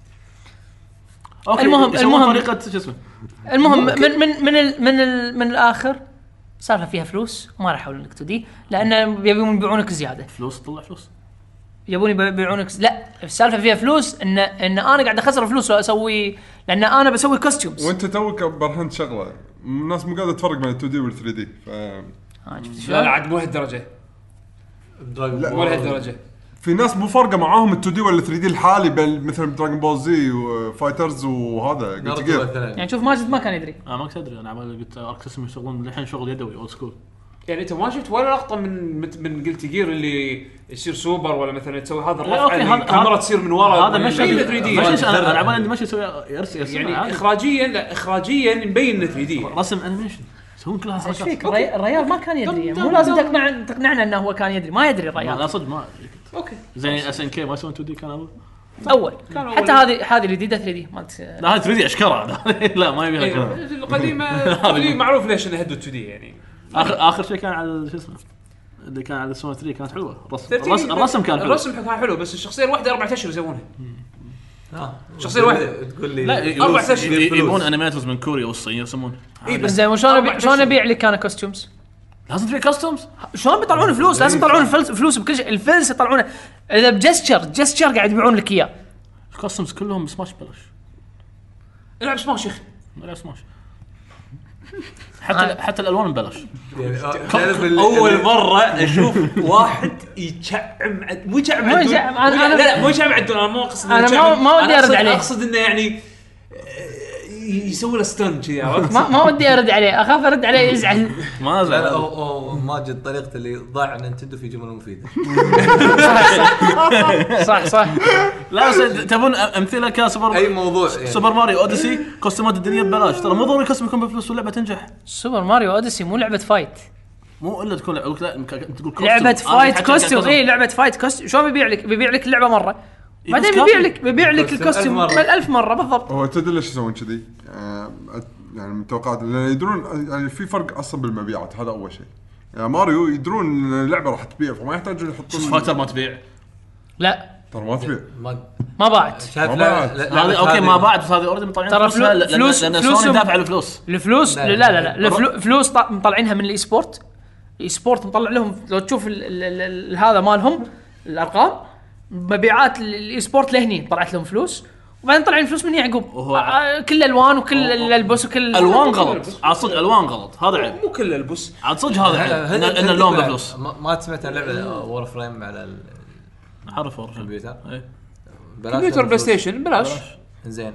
S3: أوكي.
S6: المهم- المهم-
S3: طريقه شو اسمه
S6: المهم من من من ال من ال من الاخر سالفه فيها فلوس وما راح يحولون لك تو دي لان يبون يبيعونك زياده.
S3: فلوس طلع فلوس
S6: يبون يبيعونك ز- لا السالفه فيها فلوس ان ان انا قاعد اخسر فلوس واسوي لان انا بسوي كوستيومز.
S4: وانت توك برهنت شغله الناس مو قاعده تفرق بين تو دي وال ثري دي ف
S1: لا لا عاد مو هالدرجه
S4: لا.
S1: مو لهالدرجه.
S4: في ناس مو فارقه معاهم ال تو دي ولا ثري دي الحالي بل مثل دراجون بول زي وفايترز وهذا قلت جير.
S6: يعني شوف ماجد ما كان يدري.
S3: انا ما كنت ادري انا عمال قلت ارك سيستم يشتغلون الحين شغل يدوي اولد سكول.
S1: يعني انت ما شفت ولا لقطه من من قلت جير اللي يصير سوبر ولا مثلا تسوي هذا
S3: لا،
S1: الرفع
S3: أوكي،
S1: اللي
S3: هذا-
S1: الكاميرا تصير من ورا
S3: هذا مش
S1: ثري دي
S3: مش انا انا عمال عندي ماشي يسوي يرسم
S1: يعني
S3: يعني
S1: اخراجيا لا اخراجيا مبين ثري دي.
S3: رسم انيميشن يسوون كلها
S6: ايش
S3: حركات.
S6: فيك الري- الريال ما كان يدري يعني مو لازم تقنع تقنعنا انه هو كان يدري ما يدري
S3: لا
S6: الريال
S3: صدق ما
S1: اوكي
S3: زين اس ان كي ما يسوون تو دي كان اول.
S6: اول.
S1: كان أول.
S6: حتى هذه هذه الجديده ثري دي مالت
S3: لا هذا ثري دي اشكره لا ما يبيها
S1: إيه،
S3: كلام.
S1: القديمه اللي معروف ليش انه هدوا تو دي يعني.
S3: اخر اخر شيء كان على شو اسمه اللي كان على سون ثري كانت حلوه الرسم
S1: ثري دي
S3: الرسم, الرسم كان حلو.
S1: الرسم كان حلو بس الشخصيه الواحده اربع اشهر يسوونها. شخصيه واحده
S5: تقول لي
S3: لا
S1: أربع أشهر
S3: يبون انيميترز من كوريا والصين يرسمون.
S1: اي بس
S6: زين وشلون
S1: أربع
S6: أبي- شلون
S1: أشهر.
S6: ابيع لك انا كوستيومز؟
S3: لازم في كاستمز.
S6: شلون بيطلعون فلوس؟ لازم يطلعون الفلوس فلوس بكل شيء. الفلس يطلعونه اذا بجستشر جستشر قاعد يبيعون لك اياه.
S3: الكاستمز كلهم سماش بلاش.
S1: العب سماش يا اخي.
S3: لا سماش حتى حتى الالوان ببلاش.
S1: اول مره اشوف واحد يتشعم عد- مو يتشعم
S6: مو
S1: عدول.
S6: يتشعم، أنا-
S1: لا
S6: أنا-
S1: لا لا مو يتشعم عدول. انا مو اقصد
S6: أنا
S1: إنه
S6: ما-
S1: يتشعم.
S6: ما ودي
S1: أنا
S6: أرد
S1: أقصد-
S6: عليه.
S1: اقصد انه يعني آه، يسوي له ستون كذي عرفت.
S6: ما ما ودي ارد عليه اخاف ارد عليه يزعل.
S3: ما
S5: لا لا
S3: زال
S5: أو أو ماجد طريقته اللي ضاع نينتندو في جمل مفيده.
S6: صح صح.
S3: لا بس تبون امثله كسوبر
S5: اي موضوع يعني.
S3: سوبر ماريو اوديسي كوستمات الدنيا ببلاش ترى مو ضروري كوستم يكون بفلوس واللعبه تنجح.
S6: سوبر ماريو اوديسي مو لعبه فايت.
S3: مو الا تكون لعبه لا انت تقول كوستم.
S6: لعبه
S3: أنا
S6: فايت
S3: حتى
S6: كوستيوم.
S3: قاعد
S6: اي لعبه فايت كوستيوم. شلون بيبيع لك؟ بيبيع لك اللعبه مره بعدين
S3: بس
S6: بيبيع
S3: كافي.
S6: لك بيبيع لك
S5: كوستيوم
S6: الكوستيوم
S5: ألف مرة.
S6: ألف مرة بالضبط.
S4: هو تدري ليش يسوون كذي؟ آه، يعني متوقعات لان يدرون يعني في فرق اصلا بالمبيعات. هذا اول شيء. يعني ماريو يدرون ان اللعبه راح تبيع فما يحتاجون يحطون
S3: فايتر ما تبيع.
S6: لا
S4: ترى ما تبيع.
S5: ما
S6: ما باعت.
S5: شايف
S4: ما
S5: لا
S4: بعد.
S5: لا
S3: هذه اوكي ما بعد بس هذه اوريدي مطلعين
S6: ترى
S3: فلوسها
S6: فلو-
S3: لأن-
S6: فلوس-
S3: لان
S6: فلوسهم-
S3: سوني دافع الفلوس.
S6: الفلوس
S5: لا،
S6: لا
S5: لا،
S6: لا لا,
S5: لا.
S6: الفلو- فلوس طا- مطلعينها من الاي سبورت. الاي سبورت مطلع لهم لو تشوف ال ال ال ال هذا مالهم الارقام مبيعات الاي سبورت لهني طلعت لهم فلوس وبعدين طلعين فلوس من يعقوب.
S3: وهو-
S6: آه، كل الالوان وكل البس وكل
S3: الوان غلط عاد صدق الوان غلط هذا عيب
S1: مو كل البس.
S3: عاد صدق هذا عيب ان إن اللون بفلوس.
S5: ما ما سمعت عن لعبه وور فريم على ال-
S3: عارف ورش
S5: الكمبيوتر
S3: إيه.
S5: بلاش
S1: كمبيوتر بلاي ستيشن بلاش.
S5: زين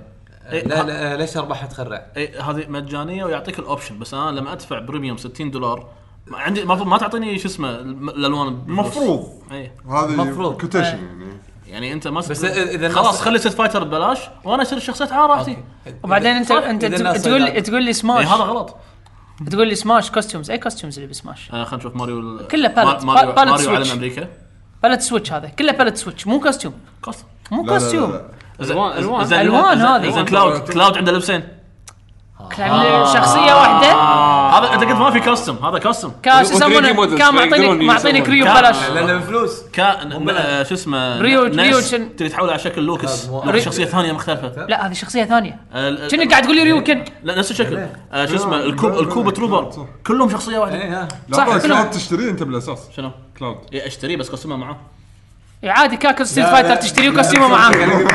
S5: لا لا ليش ارباحها تخرع؟
S3: اي هذه مجانيه ويعطيك الاوبشن، بس انا لما ادفع بريميوم ستين دولار ما عندي المفروض ما تعطيني شو اسمه الالوان
S4: المفروض
S3: اي
S4: هذه
S5: مفروض.
S4: كوتيشن يعني
S3: يعني انت ما
S5: بس اذا
S3: خلاص خلي ست فايتر ببلاش وانا اشتري الشخصيات على راحتي.
S6: وبعدين انت انت تقول تقول لي سماش،
S3: هذا غلط.
S6: تقول لي سماش كوستيومز، اي كوستيومز اللي بسماش؟
S3: آه خلينا نشوف ماريو
S6: كله بالت
S3: ماريو,
S6: بالت
S3: ماريو
S6: سويتش.
S3: علم امريكا
S6: بالت سويتش هذا كله بالت سويتش مو كوستيوم،
S3: كوست
S6: مو
S4: لا لا لا
S6: كوستيوم.
S4: لا.
S1: الوان الوان
S3: زين
S6: ألوان
S3: زين-
S6: هذه.
S3: زين كلاود كلاود عنده لبسين.
S6: كان شخصيه واحده
S3: هذا انت قلت ما في كاستم، هذا كاستم
S6: كان شو
S1: وثري دي
S6: يسمونه،
S1: مودلز،
S6: كان معطيني
S1: فيقدرون
S6: معطيني
S1: يسوون.
S6: كريو
S3: كان-
S6: ببلاش.
S5: لانه بفلوس.
S3: كان آه، شو اسمه
S6: ريو-
S3: ناس
S6: ريو شن-
S3: تري تحول على شكل لوكس
S5: مو-
S3: لوكس شخصيه ثانيه مختلفه.
S6: لا هذه شخصيه ثانيه.
S3: ال-
S6: كأنك قاعد تقول لي ريوكن.
S3: لا نفس الشكل. آه، شو اسمه الكوب الكوب تروبر كلهم شخصيه واحده.
S5: ايه ها
S4: لا
S6: صح،
S4: صح
S6: كلهم.
S4: كلاود تشتريه انت بالاساس
S3: شنو؟
S4: كلاود
S3: إيه اشتريه بس قسمه معاه.
S6: عادي كاكل ستريت فايتر تشتريه وكوستيمه معاه.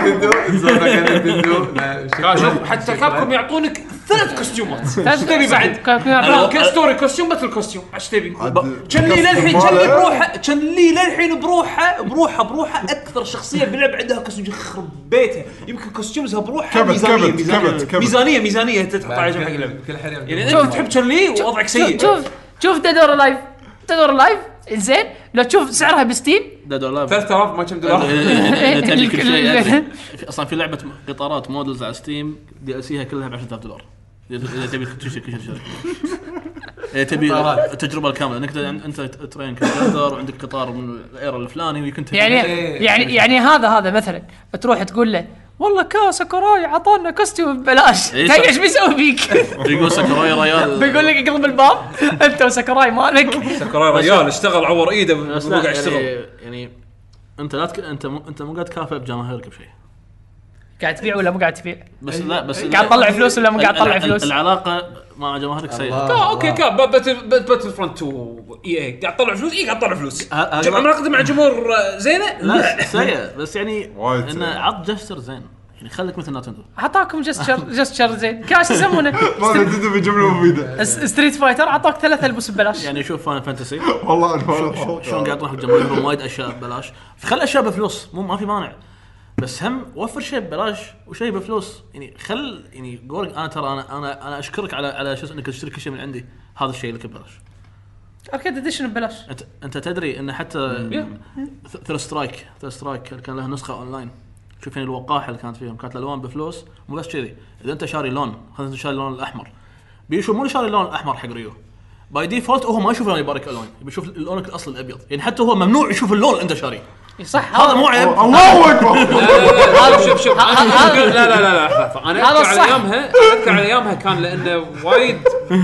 S1: شوف حتى كابكم يعطونك ثلاث كوستيومات.
S6: ثلاث
S1: تبي بعد
S6: كوستيومات.
S1: كل ستوري كوستيوم باتل كوستيوم ايش تبي؟
S4: عاد-
S1: كان لي للحين
S4: كاستم
S1: كان لي
S4: ماله.
S1: بروحه كان لي للحين بروحه بروحه بروحه اكثر شخصيه باللعب عندها كوستيوم يخرب بيتها. يمكن كوستيومها بروحها
S4: كبت-
S1: ميزانيه
S4: كبت-
S1: ميزانيه
S4: كبت- كبت.
S1: ميزانيه ميزانيه تحط على جنب حق اللعبه.
S5: كل حريم
S1: يعني انت تحب كان لي ووضعك سيء.
S6: شوف شوف ديدور لايف ديدور لايف زين لو تشوف سعرها بستيم
S3: ديد اور لايف
S1: ثلاثة آلاف ما كم دولار.
S3: تبي كل شيء أدري. في- اصلا في لعبه قطارات مودلز على ستيم دي ال سيها كلها ب عشرة آلاف دولار اذا تبي تشتري كل شيء. إيه تبي التجربه الكامله انك انت ترين كقطار وعندك قطار من الايرا الفلاني ويكون
S6: يعني يعني يعني هذا هذا مثلا تروح تقول له والله كا ساكوراي عطانا كوستيوم ببلاش،
S3: إيه
S6: تدري
S3: صح.
S6: ايش بيسوي فيك؟
S3: يقول ساكوراي ريال
S6: بيقول لك اقلب الباب انت وساكوراي مالك.
S1: ساكوراي رجال اشتغل عور ايده
S3: بس
S1: وقاعد
S3: لا
S1: يشتغل.
S3: يعني, يعني انت لا تك... انت م... انت مو قاعد تكافئ بجماهيرك بشيء.
S6: قاعد تبيع ولا مو قاعد تبيع؟
S3: بس لا بس
S6: قاعد تطلع فلوس ولا مو قاعد تطلع
S3: ال-
S6: فلوس؟
S3: العلاقه مع جماهيرك سيئه.
S1: كا اوكي كا باتل باتل فرونت تو اي اي قاعد تطلع فلوس. اي قاعد تطلع فلوس.
S3: ه-
S1: جمع علاقتي مع جمهور آه، زينه.
S3: لا سيء بس يعني
S4: وايد
S3: انه
S4: سيء.
S3: عط جستر زين يعني خليك مثل ناتندو.
S6: اعطاكم جستشر جستشر زين كاش يسمونه
S4: ما ندري بجمله مفيده
S6: س- ستريت فايتر اعطاك ثلاث البس ببلاش.
S3: يعني شوف فاين فانتسي
S4: والله انا
S3: شلون قاعد تروح الجماهير وايد اشياء ببلاش. خل اشياء بفلوس مو ما في مانع بس هم وفر شيء ببلاش وشيء بفلوس. يعني خل يعني قولك انا ترى انا انا انا اشكرك على على شو انك تشتري كل شيء من عندي. هذا الشيء لك ببلاش.
S6: اركيد اديشن ببلاش.
S3: انت انت تدري ان حتى ثر سترايك ثر سترايك كان له نسخه اونلاين. شوف يعني الوقاحه اللي كانت فيهم كانت الالوان بفلوس مو بس كذي. اذا انت شاري لون خلينا شاري اللون الاحمر بيشوف مو شاري اللون الاحمر حق ريو باي ديفولت هو ما يشوف لون يبارك الوان بيشوف لونك الاصلي الابيض. يعني حتى هو ممنوع يشوف اللون اللي انت شاريه.
S6: صح
S3: هذا مو عيب.
S4: الله اكبر
S1: هذا شوف شوف أنا- لا لا لا لا لحظة. انا
S6: هذا
S1: اذكر على
S6: صح.
S1: ايامها اذكر على ايامها كان لانه وايد.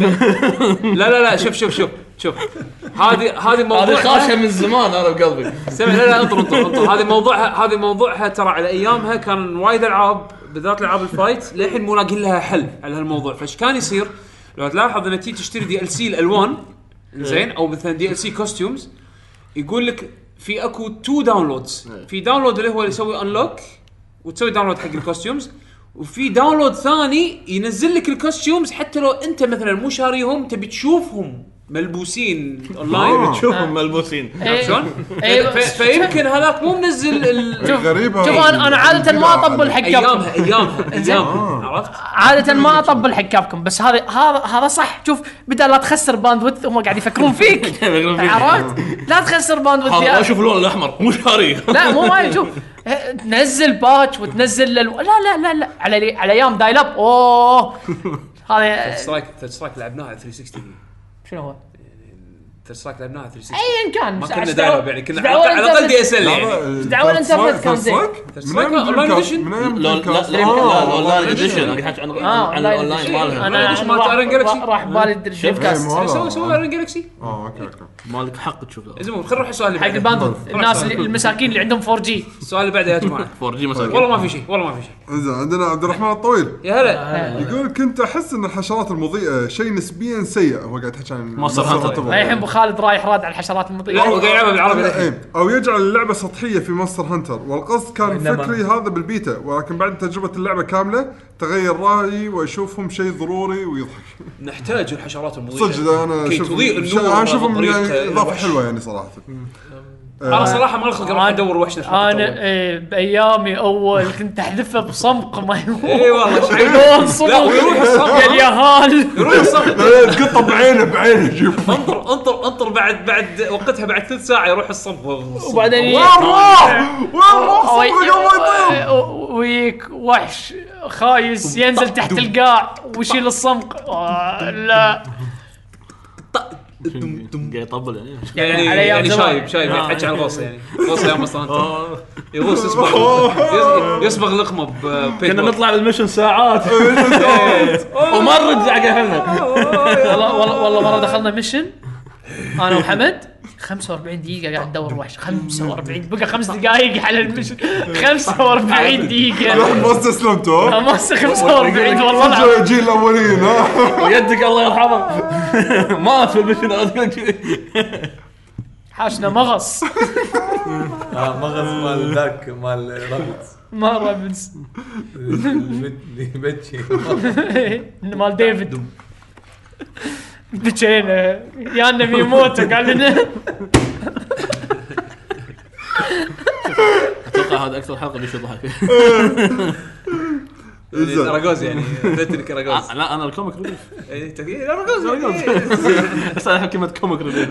S1: لا لا لا شوف شوف شوف شوف هذه هذه موضوع
S3: من زمان انا بقلبي.
S1: سمع. لا لا انطر انطر انطر هذه موضوعها هذه موضوعها ترى على ايامها كان وايد العاب بالذات العاب الفايت للحين مو لاقي لها حل على هالموضوع. فايش كان يصير لو تلاحظ ان تيجي تشتري دي ال سي الالوان زين او مثلا دي ال سي كوستيومز يقول لك في اكو تو داونلودز. في داونلود اللي هو اللي يسوي انلوك وتسوي داونلود حق الكوستيومز وفي داونلود ثاني ينزل لك الكوستيومز حتى لو انت مثلا مو شاريهم تبي تشوفهم ملبوسين اونلاين
S3: تشوفهم ملبوسين.
S1: شلون؟
S6: إيه،
S1: ف- فيمكن هذاك مو منزل ال-
S4: غريب هذا.
S6: شوف انا انا عاده ما اطبل حق كابكم.
S1: ايامها ايامها ايامها عرفت؟
S6: عاده ما اطبل حق كابكم بس هذا هذا هذا صح. شوف بدل لا تخسر باندويث هم قاعد يفكرون فيك عرفت؟ لا تخسر باندويث
S3: هذا
S6: يا-
S3: اشوف اللون الاحمر مو شاريه.
S6: لا مو ما شوف تنزل باتش وتنزل للو... لا لا لا لا على على ايام دايل اب اوه هذا
S1: سترايك سترايك لعبناها على ثلاثمية وستين.
S6: شنو هو؟
S1: سترايك لعبناها على ثلاثمية وستين.
S6: ايا كان
S1: ما
S6: إيش
S1: كنا
S6: دعوة-
S1: دايلوب يعني كنا
S6: إيش دعوة
S1: على الاقل دي
S6: الإنترنت؟
S1: اس ال يعني.
S6: دعوة الإنترنت كان زين.
S4: من ايام
S1: أونلاين إديشن؟
S4: من ايام
S3: لا لا
S4: الدريمكاست.
S3: لا اونلاين اديشن انا قاعد عن
S6: اه
S3: عن الاونلاين مالها.
S6: انا
S1: إيش مالت Iron Galaxy؟
S6: راح راح بالي الدريف كاست
S4: إيه، مو
S1: سوي
S4: هذا.
S1: سوي ايرون جالكسي.
S4: اه اوكي اوكي
S3: مالك حق تشوف ذا.
S1: زين خلينا نروح السؤال اللي
S6: حق
S1: بعده.
S6: الباندويث الناس اللي المساكين اللي عندهم فور جي.
S1: السؤال اللي بعده يا جماعه.
S3: فور جي مساكين.
S1: والله ما في شيء والله ما في شيء.
S4: زين عندنا عبد الرحمن الطويل
S1: يا هلا.
S4: يقول كنت احس ان الحشرات المضيئه شيء نسبيا سيء. هو قاعد يحكي عن
S3: Monster Hunter.
S6: الحين ابو خالد رايح راد على الحشرات المضيئه.
S1: لا وقاعد يلعبها بالعربي الحين.
S4: إيه. او يجعل اللعبه سطحيه في مونستر هانتر والقصد كان
S5: إنما.
S4: فكري هذا بالبيتا ولكن بعد تجربه اللعبه كامله تغير رايي واشوفهم شيء ضروري ويضحك.
S1: نحتاج الحشرات المضيئه
S4: صدق ده انا
S1: كي
S4: اشوف
S1: تضيء
S4: ش-
S1: النور
S4: انا اشوفهم
S1: بطريقة
S4: يعني اضافه
S1: الوحش.
S4: حلوه يعني صراحه.
S1: انا صراحه ما الخلق اروح ادور وحش نفس
S6: انا إيه بايامي اول كنت احذفها بصمق ما يروح.
S1: اي والله شعيب
S6: يروح صمق.
S1: لا ويروح الصمغ
S6: يا اليهال
S1: يروح الصمغ
S4: تقطه بعينه بعينه شوف
S1: انطر انطر انطر بعد بعد وقتها بعد ثلث ساعه يروح الصمغ
S6: وبعدين ي-
S4: وين راح وين راح
S6: أو ي-
S4: صبغ ما يطير
S6: ويك وحش خايس ينزل تحت القاع ويشيل الصمغ. آه، لا
S3: قاعد يطبل يعني
S1: يعني
S6: على أيام
S1: يعني
S6: زمان.
S1: شايب شايب
S3: آه.
S1: يحكي على الغوص يعني غوص يوم اصلا يغوص يصبغ يصبغ لقمه ببيت
S3: كنا نطلع بالمشن ساعات وما نرجع قهلنا.
S6: والله والله والله مره دخلنا ميشن انا وحمد خمسة وأربعين دقيقة قاعد ندور وحش. خمسة وأربعين بقى خمس دقائق على المشن. خمسة وأربعين دقيقة
S4: ما استسلمتوا ها
S6: ما خمسة وأربعين والله العظيم.
S4: الجيل الاولين ها
S3: ويدك الله يرحمه مات في المشن هذا كذي.
S6: حاشنا مغص
S5: اه مغص مال ذاك مال رابط
S6: مرة بنس
S5: اللي بتشي
S6: مال ديفيد بجينا يانا ميموتو قال لنا
S3: اتوقع هذا اكثر حلقه بيشو ضحك.
S1: اراغوز يعني ذاتني اراغوز
S3: لا انا الكوميك ريليف
S1: اي تقي اراغوز
S3: بس انا كلمه كوميك ريليف.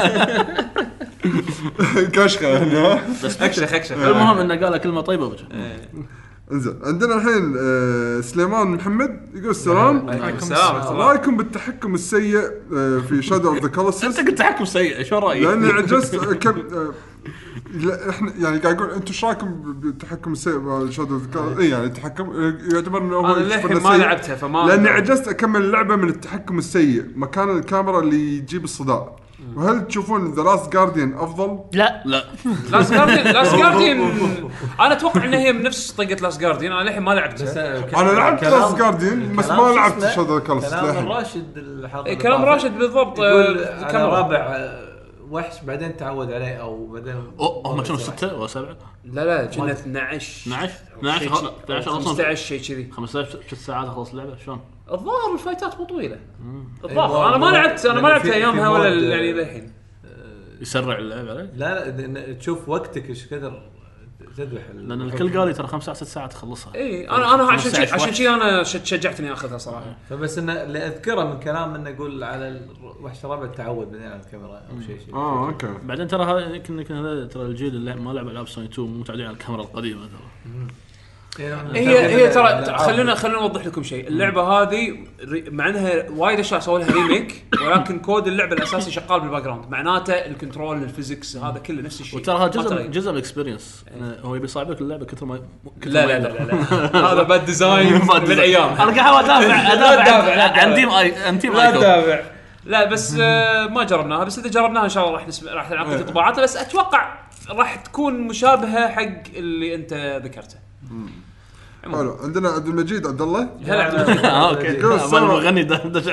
S4: كشخه هنا
S1: اكشخ اكشخ
S3: المهم انه قال كلمه طيبه وجه.
S4: انزين عندنا الحين آه، سليمان محمد يقول السلام
S1: السلام
S4: رايكم بالتحكم السيء آه، في شادو اوف ذا كولوسس
S3: انت قلت تحكم سيء شو رايك؟
S4: لاني عجزت آه، كم آه، لا احنا يعني قاعد اقول انتم ايش رايكم بالتحكم السيء بشادو اوف ذا كولوسس؟ اي يعني التحكم آه، يعتبر انه هو
S1: انا للحين ما لعبتها فما
S4: لاني عجزت اكمل اللعبه من التحكم السيء مكان الكاميرا اللي يجيب الصداع. وهل تشوفون ذا لاست جارديان افضل؟
S6: لا
S3: لا
S1: لاست جارديان لاست جارديان انا اتوقع ان هي نفس طقه لاست جارديان. انا للحين ما لعبتها.
S4: انا لعبت لاست جارديان بس ما لعبت شادو اوف ذا كولوسس
S5: كلام
S4: للحين.
S5: راشد الحلقه
S1: إيه، كلام راشد بالضبط.
S5: يقول
S1: آه،
S5: على
S1: كم
S5: رابع آه، وحش بعدين تعود عليه او بعدين
S3: اوه هم كانوا ستة ولا سبعة؟
S1: لا لا كنا اثنعش
S3: اثنعش اثنعش اثنعش اصلا
S1: خمسطعش شيء كذي.
S3: خمسة عشر ست ساعات اخلص اللعبه شلون؟
S1: الظاهر الفايتات مو طويله.
S5: أيوة،
S1: الظاهر انا ما لعبت انا ما
S5: لأن
S1: لعبت
S5: في-
S1: ايامها
S5: في
S1: ولا
S5: مود،
S1: يعني
S5: آه،
S1: للحين.
S3: يسرع اللعب عليك
S5: لا لا إن تشوف وقتك ايش كثر تذبح ال-
S3: لان الكل قال لي ترى خمس ست ساعات تخلصها.
S1: اي انا انا عشان
S3: خمسة
S1: شي
S3: عشر
S1: عشان
S3: وحش.
S1: شي انا شج- شجعتني اخذها صراحه.
S5: فبس انه اللي اذكره من كلام انه يقول على الوحش الرابع تعود بعدين على الكاميرا او شيء شيء
S4: اه اوكي
S3: بعدين ترى هذا يمكن يمكن هذا ترى الجيل اللي ما لعب العاب سوني تو مو متعودين على الكاميرا القديمه ترى.
S1: هي هي ترى خلينا خلينا نوضح لكم شيء. اللعبه هذه ري- مع انها وايد اشياء سووا لها ريميك ولكن كود اللعبه الاساسي شغال بالباك جراوند. معناته الكنترول الفيزكس هذا كله نفس الشيء.
S3: وترى هذا
S1: ما
S3: جزء
S1: تغير.
S3: جزء من الاكسبيرينس هو يبي يصعب لك اللعبه كثر ما كثر
S1: لا
S3: ما
S1: لا لا
S3: يقدر.
S1: لا, لا. هذا باد ديزاين من ايام.
S3: انا قاعد احاول ادافع ادافع عن تيم اي عن تيم ايكون.
S1: تابع. لا بس آه، ما جربناها بس اذا جربناها ان شاء الله راح نسمع راح نعطيك انطباعاتها بس اتوقع راح تكون مشابهه حق اللي انت ذكرته.
S4: حلو. عندنا عبد المجيد عبد الله
S1: هلا عبد المجيد.
S3: اه اوكي
S4: يقول
S3: انا
S4: السلام.
S3: بغني دش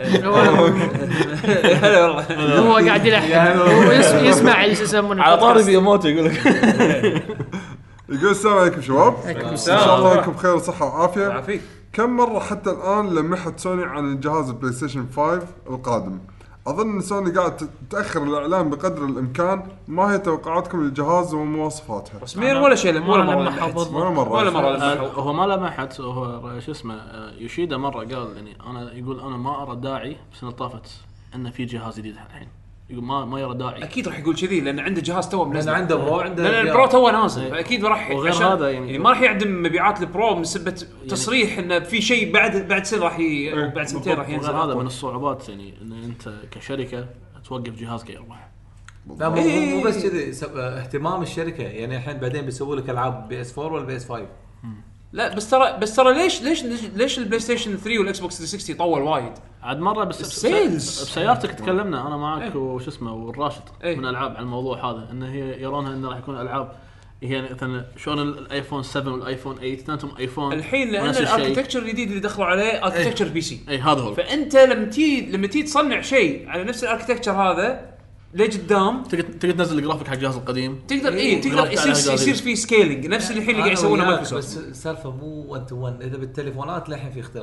S1: هلا والله.
S6: هو قاعد يلحن هو يس- يسمع ايش يسمونه
S3: على طاري بيموت يقول لك.
S4: يقول السلام عليكم شباب ان شاء الله انكم بخير وصحه وعافيه.
S1: عافيك.
S4: كم مره حتى الان لمحت سوني عن الجهاز البلاي ستيشن خمسة القادم؟ اظن ان سوني قاعد تاخر الاعلان بقدر الامكان. ما هي توقعاتكم للجهاز ومواصفاته؟
S1: رسميا ولا شيء ولا مره
S6: لما
S1: لمحت.
S6: حضر
S4: ولا مره
S1: ولا مره
S3: آه،
S1: لمحت.
S3: هو ما لمحت هو شو اسمه آه، يوشيدا مره قال يعني انا يقول انا ما ارى داعي بسنه طافت انه في جهاز جديد الحين يقول ما ما يرى داعي.
S1: اكيد راح يقول كذي لان عنده جهاز تو
S5: لان
S1: منزل.
S5: عنده برو عنده
S1: لان البرو تو نازل فاكيد راح
S3: وغير
S1: عشان-
S3: هذا يعني-
S1: يعني ما راح يعدم مبيعات البرو من سبه تصريح انه في شيء بعد بعد سنه راح ي... أو بعد سنتين راح ينزل.
S3: وغير هذا من الصعوبات يعني ان انت كشركه توقف جهازك يروح.
S5: لا مو,
S1: إيه.
S5: مو بس كذي سب- اهتمام الشركه يعني الحين بعدين بيسووا لك العاب بي اس فور ولا بي اس خمسة.
S1: لا بس ترى بس ترى ليش ليش ليش البلاي ستيشن ثري والاكس بوكس ثلاثمية وستين طول وايد؟
S3: عاد مره بس
S1: السيلز.
S3: بسيارتك تكلمنا انا معك
S1: إيه.
S3: وش اسمه والراشد
S1: إيه.
S3: من العاب على الموضوع هذا انه هي يرونها انه راح يكون العاب هي مثلا شلون الايفون سبعة والايفون ثمانية اثنينهم ايفون
S1: الحين لان
S3: ونفس الشيء.
S1: الاركتكتشر الجديد اللي دخلوا عليه اركتكتشر بي سي.
S3: اي هذا هو
S1: فانت لما تي لما تي تصنع شيء على نفس الاركتكتشر هذا لقدام
S3: تقدر تقدر تنزل الجرافيك حق الجهاز القديم.
S1: تقدر اي تقدر
S3: جرافيك على
S1: يصير
S3: هذا
S1: يصير في سكيلينج نفس اللي الحين اللي قاعد يسوونه
S5: أنا وياك،
S1: مايكروسوفت.
S5: بس السالفه مو واحد تو واحد اذا بالتليفونات للحين في اختلاف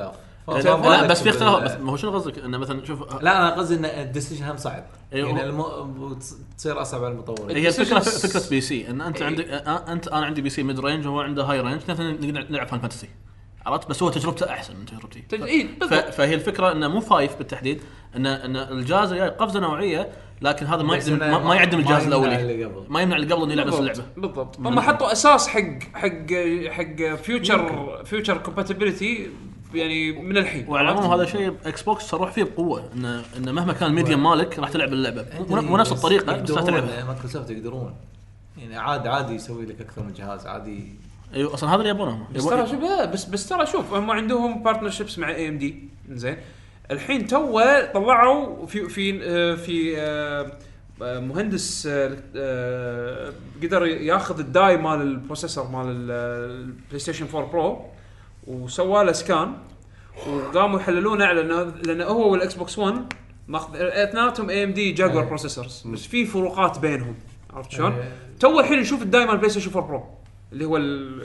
S3: لا بس في اختلاف بس ما هو شنو قصدك انه مثلا شوف
S5: لا انا قصدي ان الديسيجن هم صعب
S3: أيوه.
S5: يعني الم... تصير اصعب على المطور.
S3: هي الفكره فكره بي سي ان انت عندك انت انا عندي بي سي ميد رينج وهو عنده هاي رينج اثنين نقدر نلعب فان فانتسي عرفت بس هو تجربته احسن من تجربتي ف... فهي الفكره انه مو فايف بالتحديد ان ان الجهاز جاي قفزه نوعيه لكن هذا ما يعدم ما, ما يعدم الجهاز الاولي ما يمنع اللي قبل انه يلعب نفس اللعبه
S1: بالضبط. هم حطوا اساس حق حق حق فيوتشر فيوتشر كومباتيبلتي يعني من الحين.
S3: وعلى العموم هذا شيء اكس بوكس صروح فيه بقوه انه انه مهما كان الميديم مالك راح تلعب اللعبه ونفس الطريقه بس راح تلعبها.
S5: مايكروسوفت يقدرون يعني عادي عادي يسوي لك اكثر من جهاز عادي.
S3: ايوه اصلا هذا اللي يبونه
S1: بس ترى شوف بس بس ترى شوف هم عندهم بارتنرشيبس مع اي ام دي زين الحين تو طلعوا في في في مهندس قدر ياخذ الداي مال البروسيسور مال البلاي ستيشن فور برو وسوى له سكان وقاموا يحللونه على لانه لانه هو والاكس بوكس ون ماخذ اثنيناتهم اي ام دي جاكور بروسيسورز بس في فروقات بينهم عرفت شلون؟ تو الحين نشوف الداي مال البلاي ستيشن فور برو اللي هو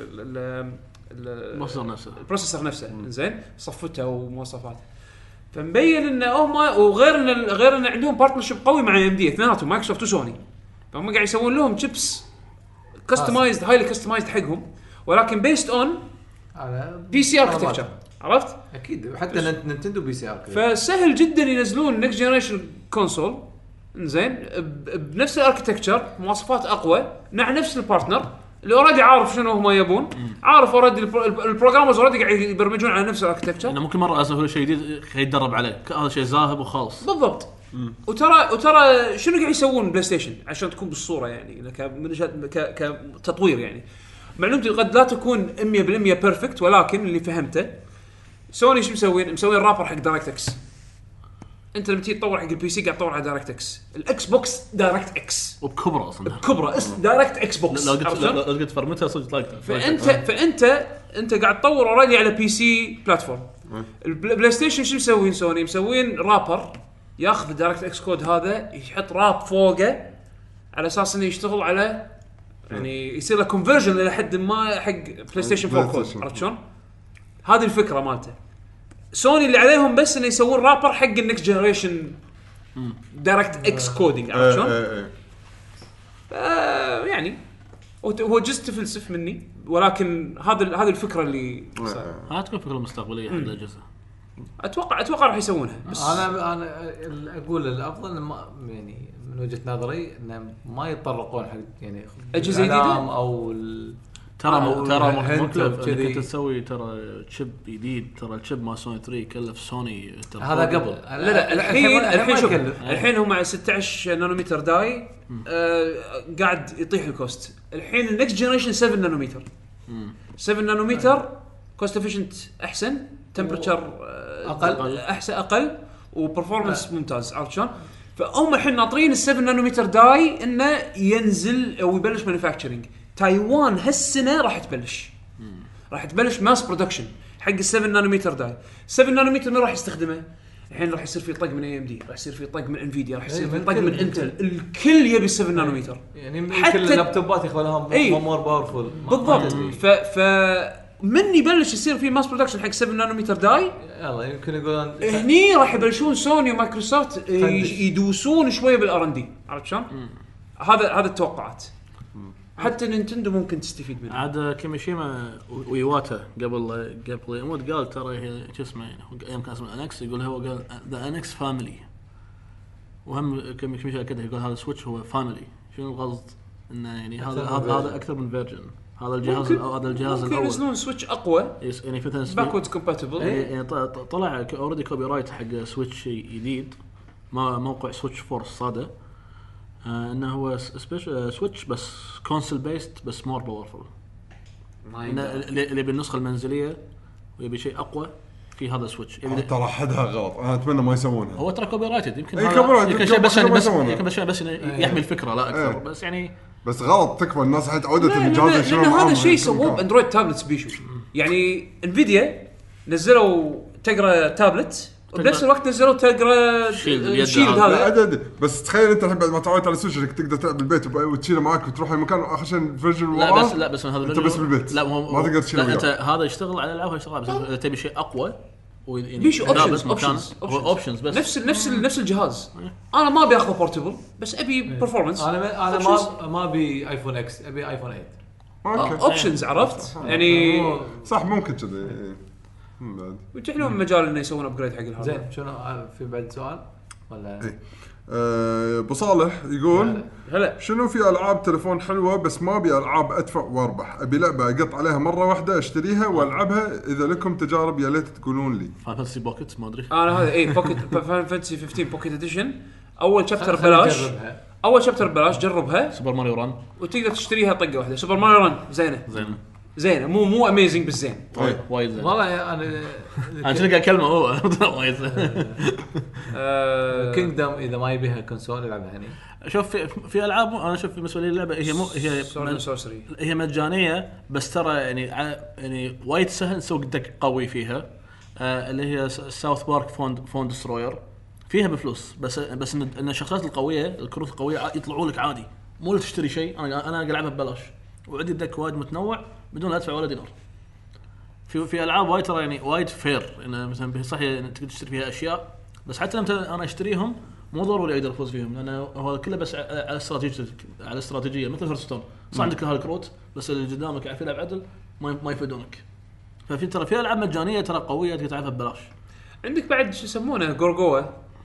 S3: البروسيسور نفسه
S1: البروسيسور نفسه زين صفته ومواصفاته فمبين انه هم وغير ان غير ان عندهم بارتنرشيب قوي مع ام دي اثنيناتهم مايكروسوفت وسوني فهم قاعد يسوون لهم شيبس كستمايزد هايلي كستمايزد حقهم ولكن بيست اون
S5: على
S1: بي سي اركتكتشر عرفت
S5: اكيد حتى نينتندو بي سي ار
S1: فسهل جدا ينزلون نكست جنريشن كونسول زين بنفس الاركتكتشر مواصفات اقوى مع نفس البارتنر اللي اوريدي عارف شنو هم يبون عارف اوريدي البروجرامرز اوريدي قاعد يبرمجون على نفس الاركتكتشر
S3: انه ممكن مره اسوي شيء جديد يتدرب عليه هذا شيء ذاهب وخالص
S1: بالضبط. وترى وترى شنو قاعد يسوون بلاي ستيشن عشان تكون بالصوره يعني ك كتطوير يعني معلومتي قد لا تكون مية بالمية بيرفكت ولكن اللي فهمته سوني شو مسوين مسوين رابر حق دايركت اكس انت لما تيجي تطور حق البي سي قاعد تطور على دايركت اكس الاكس بوكس دايركت اكس
S3: وبكبره اصلا
S1: بكبره اسم دايركت اكس بوكس
S3: لو قلت لو قلت فرمتها صدق لايكتها
S1: فانت فانت انت قاعد تطور اوريدي على بي سي بلاتفورم البلاي ستيشن شو مسوين سوني مسوين رابر ياخذ الدايركت اكس كود هذا يحط راب فوقه على اساس انه يشتغل على يعني يصير له كونفرجن الى حد ما حق بلاي ستيشن فور كود عرفت شلون هذه الفكره مالته سوني اللي عليهم بس انه يسوون رابر حق النكست جنريشن دايركت اكس كودينج عرفت شلون يعني هو جزء تفلسف مني ولكن هذا هذه الفكره اللي
S3: ها تكون فكره مستقبليه حق الاجهزه
S1: اتوقع اتوقع راح يسوونها بس
S5: انا انا اقول الافضل ما يعني من وجهه نظري انه ما يتطرقون حق يعني
S1: اجهزه جديده
S5: او
S3: ترى ترى مكلف انك تسوي ترى تشيب جديد ترى التشيب مال سوني ثري كلف سوني
S5: هذا قبل
S1: لا لا الحين الحين شوف الحين هم مع ستة عشر نانومتر داي آه قاعد يطيح الكوست الحين النكست جنريشن سبعة نانومتر سبعة نانومتر كوست افيشنت احسن تمبرتشر اقل احسن اقل وبرفورمانس ممتاز عرفت شلون فهم الحين ناطرين السبعة نانومتر داي انه ينزل او يبلش مانيفاكتشرينج تايوان هالسنه راح تبلش راح تبلش ماس برودكشن حق السبعة نانومتر داي سبعة نانومتر من راح يستخدمه الحين راح يصير في طق من اي ام دي راح يصير في طق من انفيديا راح يصير في طق من انتل الكل يبي سبعة نانومتر
S5: يعني كل اللابتوبات يخلونهم مور باورفول
S1: بالضبط ف ف من يبلش يصير في ماس برودكشن حق سبعة نانومتر داي
S5: يلا يمكن يقولون
S1: هني راح يبلشون سوني ومايكروسوفت يدوسون شويه بالار ان دي عرفت شلون هذا هذا التوقعات حتى نينتندو ممكن تستفيد منه
S3: عاد كيميشيما ويواتا قبل قبل يموت قال ترى هي شو اسمه ايام كان اسمه انكس يقول هو قال ذا انكس فاميلي وهم كيميشيما كده يقول هذا سويتش هو فاميلي شنو القصد انه يعني هذا هذا هذا اكثر من فيرجن هذا الجهاز هذا الجهاز الاول
S1: ينزلون سويتش اقوى
S3: يعني مثلا
S1: باكوردز كومباتبل
S3: يعني طلع اوريدي كوبي رايت حق سويتش جديد ما موقع سويتش فورس صاده آه انه هو سبيشال سويتش بس كونسول بيست بس مور باورفول اللي بالنسخه المنزليه ويبي شيء اقوى في هذا سويتش
S4: ترى حدها غلط انا اتمنى ما يسوونها
S3: هو ترى كوبي رايت يمكن
S4: هذا
S3: يمكن شيء بس بس يمكن بس بس يحمي الفكره لا اكثر بس يعني
S4: بس غلط تكفى الناس حتعودت الجهاز
S1: شنو هذا الشيء سووه باندرويد تابلتس بيشو يعني انفيديا نزلوا تقرا تابلت وبنفس الوقت نزلوا تقرا الشيلد هذا
S4: بس تخيل انت الحين بعد ما تعودت على سويتش انك تقدر تلعب بالبيت وتشيله معك وتروح المكان اخر شيء فيرجن
S3: لا بس لا بس هذا
S4: انت بس بالبيت
S3: لا هو
S4: ما تقدر تشيله
S3: انت هذا يشتغل على الالعاب يشتغل بس اذا تبي شيء اقوى
S1: بيشو اوبشنز اوبشنز
S3: اوبشنز بس
S1: نفس نفس نفس الجهاز. انا ما ابي اخذ بورتبل بس ابي برفورمانس.
S5: انا انا ما ما ابي ايفون اكس ابي ايفون ثمانية.
S4: اوكي
S1: اوبشنز عرفت يعني
S4: صح ممكن كذا بعد
S1: يتيح لهم مجال انه يسوون ابجريد حق الهاردوير.
S5: زين شنو في بعد سؤال ولا
S4: إيه. أه ابو صالح يقول
S1: هلا
S4: شنو في العاب تليفون حلوه بس ما ابي العاب ادفع واربح، ابي لعبه اقط عليها مره واحده اشتريها والعبها. اذا لكم تجارب يا ليت تقولون لي.
S3: فانتسي بوكيت ما ادري
S1: انا هذا اي بوكيت فانتسي خمسة عشر بوكيت اديشن اول شابتر ببلاش. اول شابتر ببلاش جربها.
S3: سوبر ماريو ران
S1: وتقدر تشتريها طقه واحده. سوبر ماريو ران زينه
S3: زينه
S1: زينه مو مو اميزنج بس زين
S3: وايد زين.
S5: والله انا
S3: انا تلقى كلمه هو وايد زين.
S5: كينجدم اذا ما يبيها كونسول يلعبها هني.
S3: شوف في, في العاب انا اشوف بالنسبه لي اللعبه هي مو هي
S1: سوري سوري
S3: هي مجانيه بس ترى يعني يعني وايد سهل تسوق دك قوي فيها. آه اللي هي ساوث بارك فوند فوند دستروير فيها بفلوس بس بس ان الشخصيات القويه الكروت القويه يطلعوا لك عادي مو تشتري شيء. انا انا العبها ببلاش وعندي دك وايد متنوع بدون لا ادفع ولا دينار. في في العاب وايد ترى يعني وايد فير انه مثلا صح تقدر تشتري فيها اشياء بس حتى لما انا اشتريهم مو ضروري اقدر افوز فيهم لانه هو كله بس على استراتيجيه على استراتيجيه مثل هيرستون. صح عندك هالكروت بس اللي قدامك عارف يلعب عدل ما ما يفيدونك. ففي ترى في العاب مجانيه ترى قويه تقدر تلعبها ببلاش.
S1: عندك بعد شو يسمونه جورجوا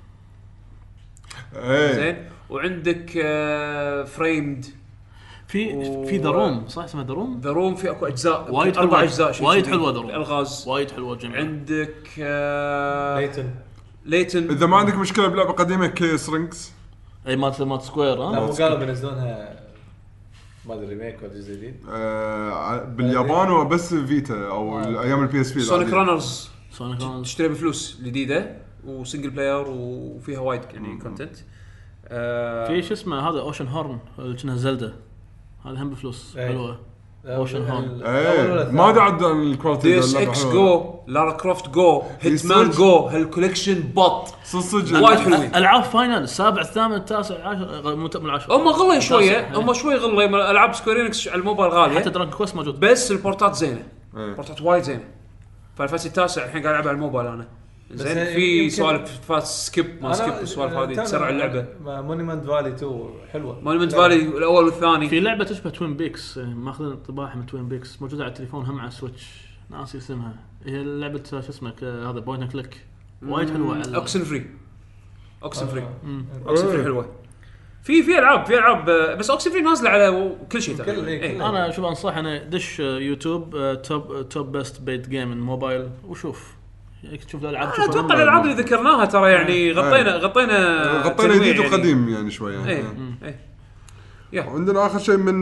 S4: ايه
S1: زين وعندك آه فريمد
S3: في
S1: و...
S3: في دروم صح اسمه دروم
S1: دروم في اكو اجزاء
S3: وايد
S1: اربع اجزاء شيء
S3: وايد حلوه دروم
S1: الغاز
S3: وايد حلوه جميله.
S1: عندك آه
S5: ليتن
S1: ليتن
S4: اذا ما عندك مشكله بلعبه قديمه كيس رينجز
S3: اي مات مات سكوير ها
S5: لا مو قالوا بينزلونها ما ادري ريميك ولا جزء جديد
S4: آه باليابان وبس فيتا او ايام البي اس بي.
S1: سونيك رانرز
S3: سونيك رانرز
S1: تشتري بفلوس جديده وسنجل بلاير وفيها وايد يعني كونتنت. آه
S3: في شو اسمه هذا اوشن هورن كأنها زلدة هذا هم بفلوس
S5: أي.
S3: حلوه اوشن هورن.
S4: ايه ما دعد الكواليتي
S1: ديس اكس جو لارا كروفت جو هيتمان جو هالكوليكشن بط
S4: صدق
S1: وايد حلوين.
S3: العاب فاينل السابع الثامن التاسع عشر من العشر
S1: هم غلي شويه هم شوي غلي العاب سكويرينكس على الموبايل غاليه
S3: حتى دراجون كويست موجود
S1: بس البورتات زينه
S4: إيه.
S1: بورتات وايد زينه. فالفاسي التاسع الحين قاعد العب على الموبايل انا زين في سوالف فات سكيب ما سكيب السوالف هذه تسرع اللعبه.
S5: مونيمنت فالي تو حلوه
S1: مونيمنت فالي الاول والثاني.
S3: في لعبه تشبه توين بيكس ماخذين طباعها من توين بيكس موجوده على التليفون هم على السويتش ناسي اسمها. هي لعبه شو اسمه هذا بوينت كليك وايد حلوه على
S1: اوكسن فري اوكسن فري اوكسن فري حلوه. في في العاب في العاب بس اوكسن فري نازله على كل شيء
S5: كل إيه.
S3: انا شوف انصح انا دش يوتيوب توب توب بيست بيت جيم من موبايل وشوف تشوف الالعاب.
S1: انا اتوقع الالعاب اللي ذكرناها ترى يعني غطينا غطينا
S4: غطينا جديد وقديم يعني شويه.
S1: ايه ايه
S4: عندنا اخر شيء من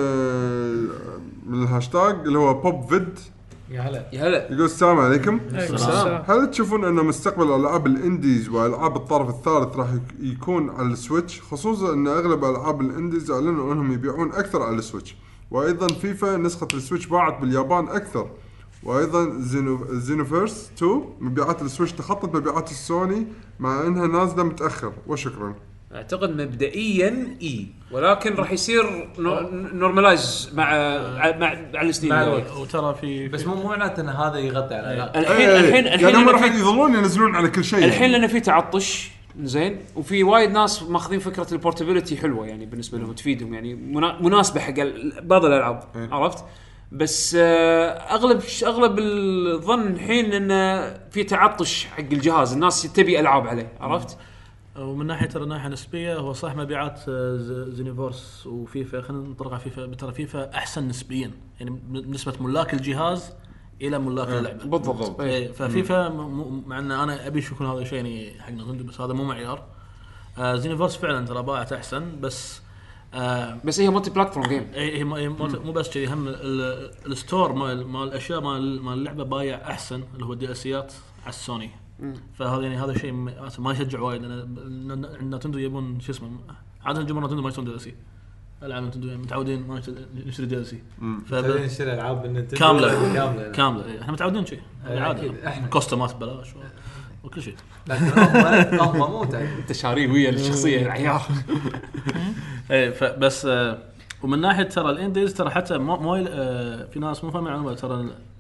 S4: من الهاشتاج اللي هو بوب فيد.
S5: يا هلا
S1: يا هلا
S4: يقول السلام عليكم.
S6: السلام.
S4: هل تشوفون ان مستقبل الالعاب الانديز والالعاب الطرف الثالث راح يكون على السويتش خصوصا ان اغلب العاب الانديز اعلنوا انهم يبيعون اكثر على السويتش وايضا فيفا نسخه السويتش باعت باليابان اكثر وايضا زينو زينوفيرس اثنين مبيعات السويتش تخطت مبيعات السوني مع انها نازله متاخر. وشكرا.
S1: اعتقد مبدئيا اي ولكن راح يصير نورمالايز مع مع على السنين
S3: وترى في
S5: بس مو معناته ان هذا يغطي على
S1: الحين الحين الحين
S4: يعني راح يظلون ينزلون على كل شيء
S1: الحين لانه في تعطش زين وفي وايد ناس ماخذين فكره البورتابيلتي حلوه يعني بالنسبه لهم تفيدهم يعني مناسبه حق بعض الالعاب عرفت. بس اغلب اغلب الظن الحين انه في تعطش حق الجهاز الناس تبي العاب عليه عرفت.
S3: ومن ناحيه ترى ناحيه نسبيه هو صح مبيعات زينيفورس وفيفا خلينا نطرق على فيفا ترى فيفا احسن نسبيا يعني بالنسبه ملاك الجهاز الى ملاك اللعبه
S1: بالضبط.
S3: إيه ففيفا مع ان انا ابي يكون هذا شيء يعني حق نتندو بس هذا مو معيار. آه زينيفورس فعلا ترى باعت احسن بس آه
S1: بس هي مالتي بلاتفورم جيم.
S3: هي مو بس كذي هم الستور مال مال الاشياء مال مال اللعبه بايع احسن اللي هو الدي اسيات على السوني. فهذا يعني هذا شيء ما يشجع وايد لان نتندو يبون شو اسمه عاده جمهور نتندو ما يشترون دي ال سي. العاب نتندو متعودين ما نشتري دي ال سي
S5: فنشتري العاب نتندو
S3: كامله
S5: كامله
S3: كامله احنا متعودين شيء عادي احنا كوستمات ببلاش وكل شيء
S5: لكن هم هم مو
S1: انت شاري ويا الشخصيه العيار.
S3: اي فبس ومن ناحيه ترى الانديز ترى حتى مو في ناس مو فاهمين عنه ترى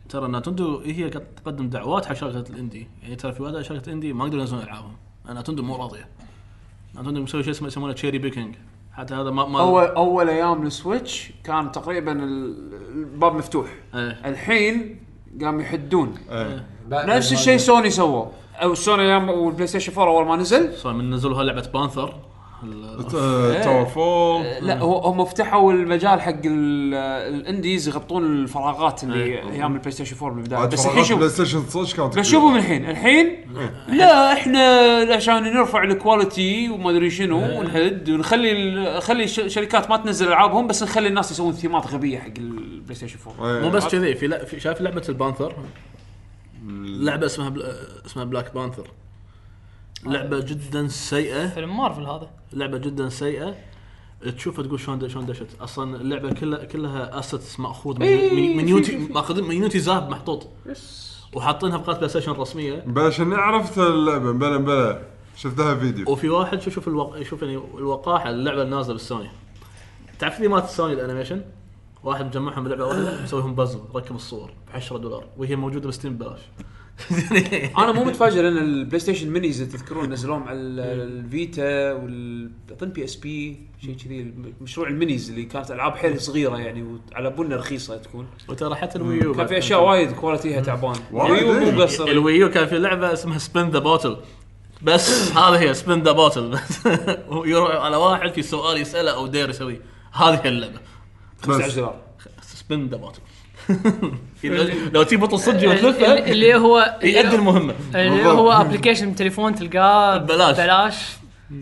S3: ترى ناتندو هي قد تقدم دعوات حق شركه الاندي، يعني ترى في واحده شركه اندي ما يقدرون ينزلون العابهم، ناتندو مو راضيه. ناتندو مسوي شيء اسمه يسمونه تشيري بيكينج، حتى هذا ما, ما
S1: اول اول ايام السويتش كان تقريبا الباب مفتوح.
S3: ايه.
S1: الحين قام يحدون.
S4: ايه.
S1: نفس الشيء سوني سووا، او سوني ايام والبلاي ستيشن فور اول ما نزل
S3: صار من نزلوا لعبه بانثر
S4: تاور فول.
S1: لا هو هم فتحوا المجال حق ال- الانديز يغطون الفراغات اللي ايام البلاي ستيشن فور بالبدايه. بس الحين شوف
S4: بلاي ستيشن صدق كانت
S1: بس شوفوا من الحين الحين لا احنا عشان نرفع الكواليتي وما ادري شنو ونحد ونخلي ال- نخلي الش- الشركات ما تنزل العابهم، بس نخلي الناس يسوون ثيمات غبيه حق البلاي ستيشن فور.
S3: مو بس كذي، في لا في شايف لعبه البانثر، لعبه اسمها بل... اسمها بلاك بانثر، لعبه جدا سيئه،
S6: فيلم مارفل هذا
S3: لعبه جدا سيئه. تشوفها تقول شلون شلون دشت. اصلا اللعبه كلها كلها اسيتس ماخوذ من من, من يوتي ماخذين من يوتي زاب محطوط وحاطينها بقناه بلاي ستيشن رسميه.
S4: بلاش اني عرفت اللعبه بلا بلا شفتها فيديو.
S3: وفي واحد شوف شوف الوق... شوف يعني الوقاحه اللعبه النازله بالسوني. تعرف لي مات السوني الانيميشن واحد مجمعهم بلعبه واحده مسويهم بازل ركب الصور ب عشرة دولار وهي موجوده بستيم ببلاش.
S1: انا مو متفاجئ لان البلاي ستيشن مينيز تذكرون نزلوهم على الفيتا وال اظن بي اس بي شيء كذي، مشروع المينيز اللي كانت العاب حيل صغيره يعني وعلى بنا رخيصه تكون.
S3: وترى حتى الويو
S1: كان في اشياء وايد كواليتيها تعبان. الويو مو قصر.
S3: الويو كان في لعبه اسمها سبين ذا بوتل، بس هذا هي سبين ذا بوتل يروح على واحد في سؤال يساله او دير يسوي، هذه هي اللعبه
S1: خمسة عشر دولار
S3: سبين ذا بوتل. لو تجيب بطل صدق وتلفه
S6: اللي هو
S3: يؤدي المهمه.
S6: اللي هو ابلكيشن تليفون تلقاه
S3: ببلاش.
S6: ببلاش.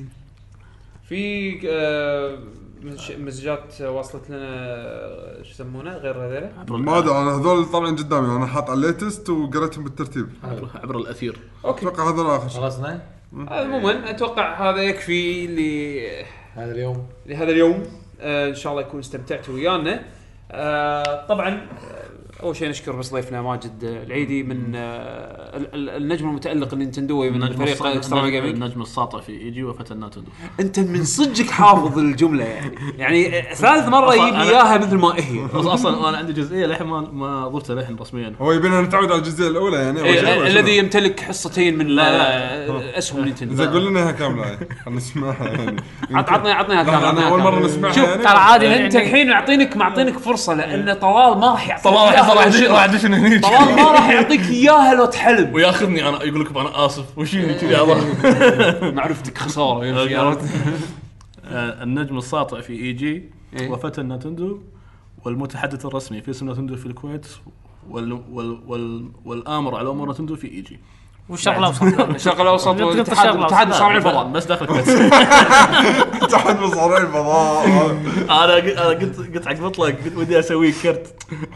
S1: في آه، مش- مسجات وصلت لنا شو يسمونه غير هذول.
S4: ما ادري انا هذول طالعين قدامي، انا حاط على الليتست وقريتهم بالترتيب.
S3: عبر الاثير.
S4: اتوقع هذول اخر شيء.
S5: خلصنا
S1: عموما اتوقع هذا يكفي ل
S5: هذا اليوم.
S1: لهذا اليوم. آه ان شاء الله يكون استمتعتوا ويانا. آه طبعا آه، اول شيء نشكر بس ضيفنا ماجد آه، العيدي من آه ال- ال- النجم المتالق النينتندوي من فريق اكسترا جيمنج.
S3: النجم الساطع في ايجي وفتى الناتندو.
S1: انت من صدقك حافظ الجمله يعني يعني آه، ثالث مره
S3: أصلاً
S1: يجيب لي
S3: أنا-
S1: اياها مثل ما هي.
S3: اصلا انا عندي جزئيه للحين ما ما ضفتها للحين رسميا.
S4: هو يبينا نتعود على الجزئيه الاولى يعني. أول شيء-
S1: إيه،
S4: أول شيء.
S1: الذي يمتلك حصتين من
S3: لا،
S1: آه، اسهم نينتندو.
S4: اذا قول لنا اياها كامله يعني خلينا نسمعها يعني.
S1: عط عطنا عطنا
S4: لا،
S1: كامل.
S4: أنا اول مره نسمعها
S1: شوف
S4: يعني.
S6: ترى عادي
S1: انت
S6: يعني
S1: الحين معطينك معطينك فرصه لان طلال ما راح يعطيك
S3: طلال
S1: إياها
S3: راح
S1: لو-
S3: راح ادش هني
S1: طلال ما راح يعطيك اياها لو تحلم.
S3: وياخذني انا يقول لكم انا اسف وشيني كذي هذا.
S1: معرفتك خساره يمشي عرفت.
S3: آه، النجم الساطع في اي جي
S1: إيه.
S3: وفتى الناتندو والمتحدث الرسمي في اسم ناتندو في الكويت وال وال وال والامر على امور ناتندو في اي جي.
S6: والشرق الاوسط.
S1: الشرق الاوسط
S6: نقطة
S1: والاتحاد
S6: الشرق
S1: الاتحاد
S6: الأوسط.
S1: صانع الفضاء.
S3: بس داخل الكويت.
S4: تحت مصاري الفضاء.
S3: انا انا قلت قلت حق مطلق قلت ودي اسوي كرت.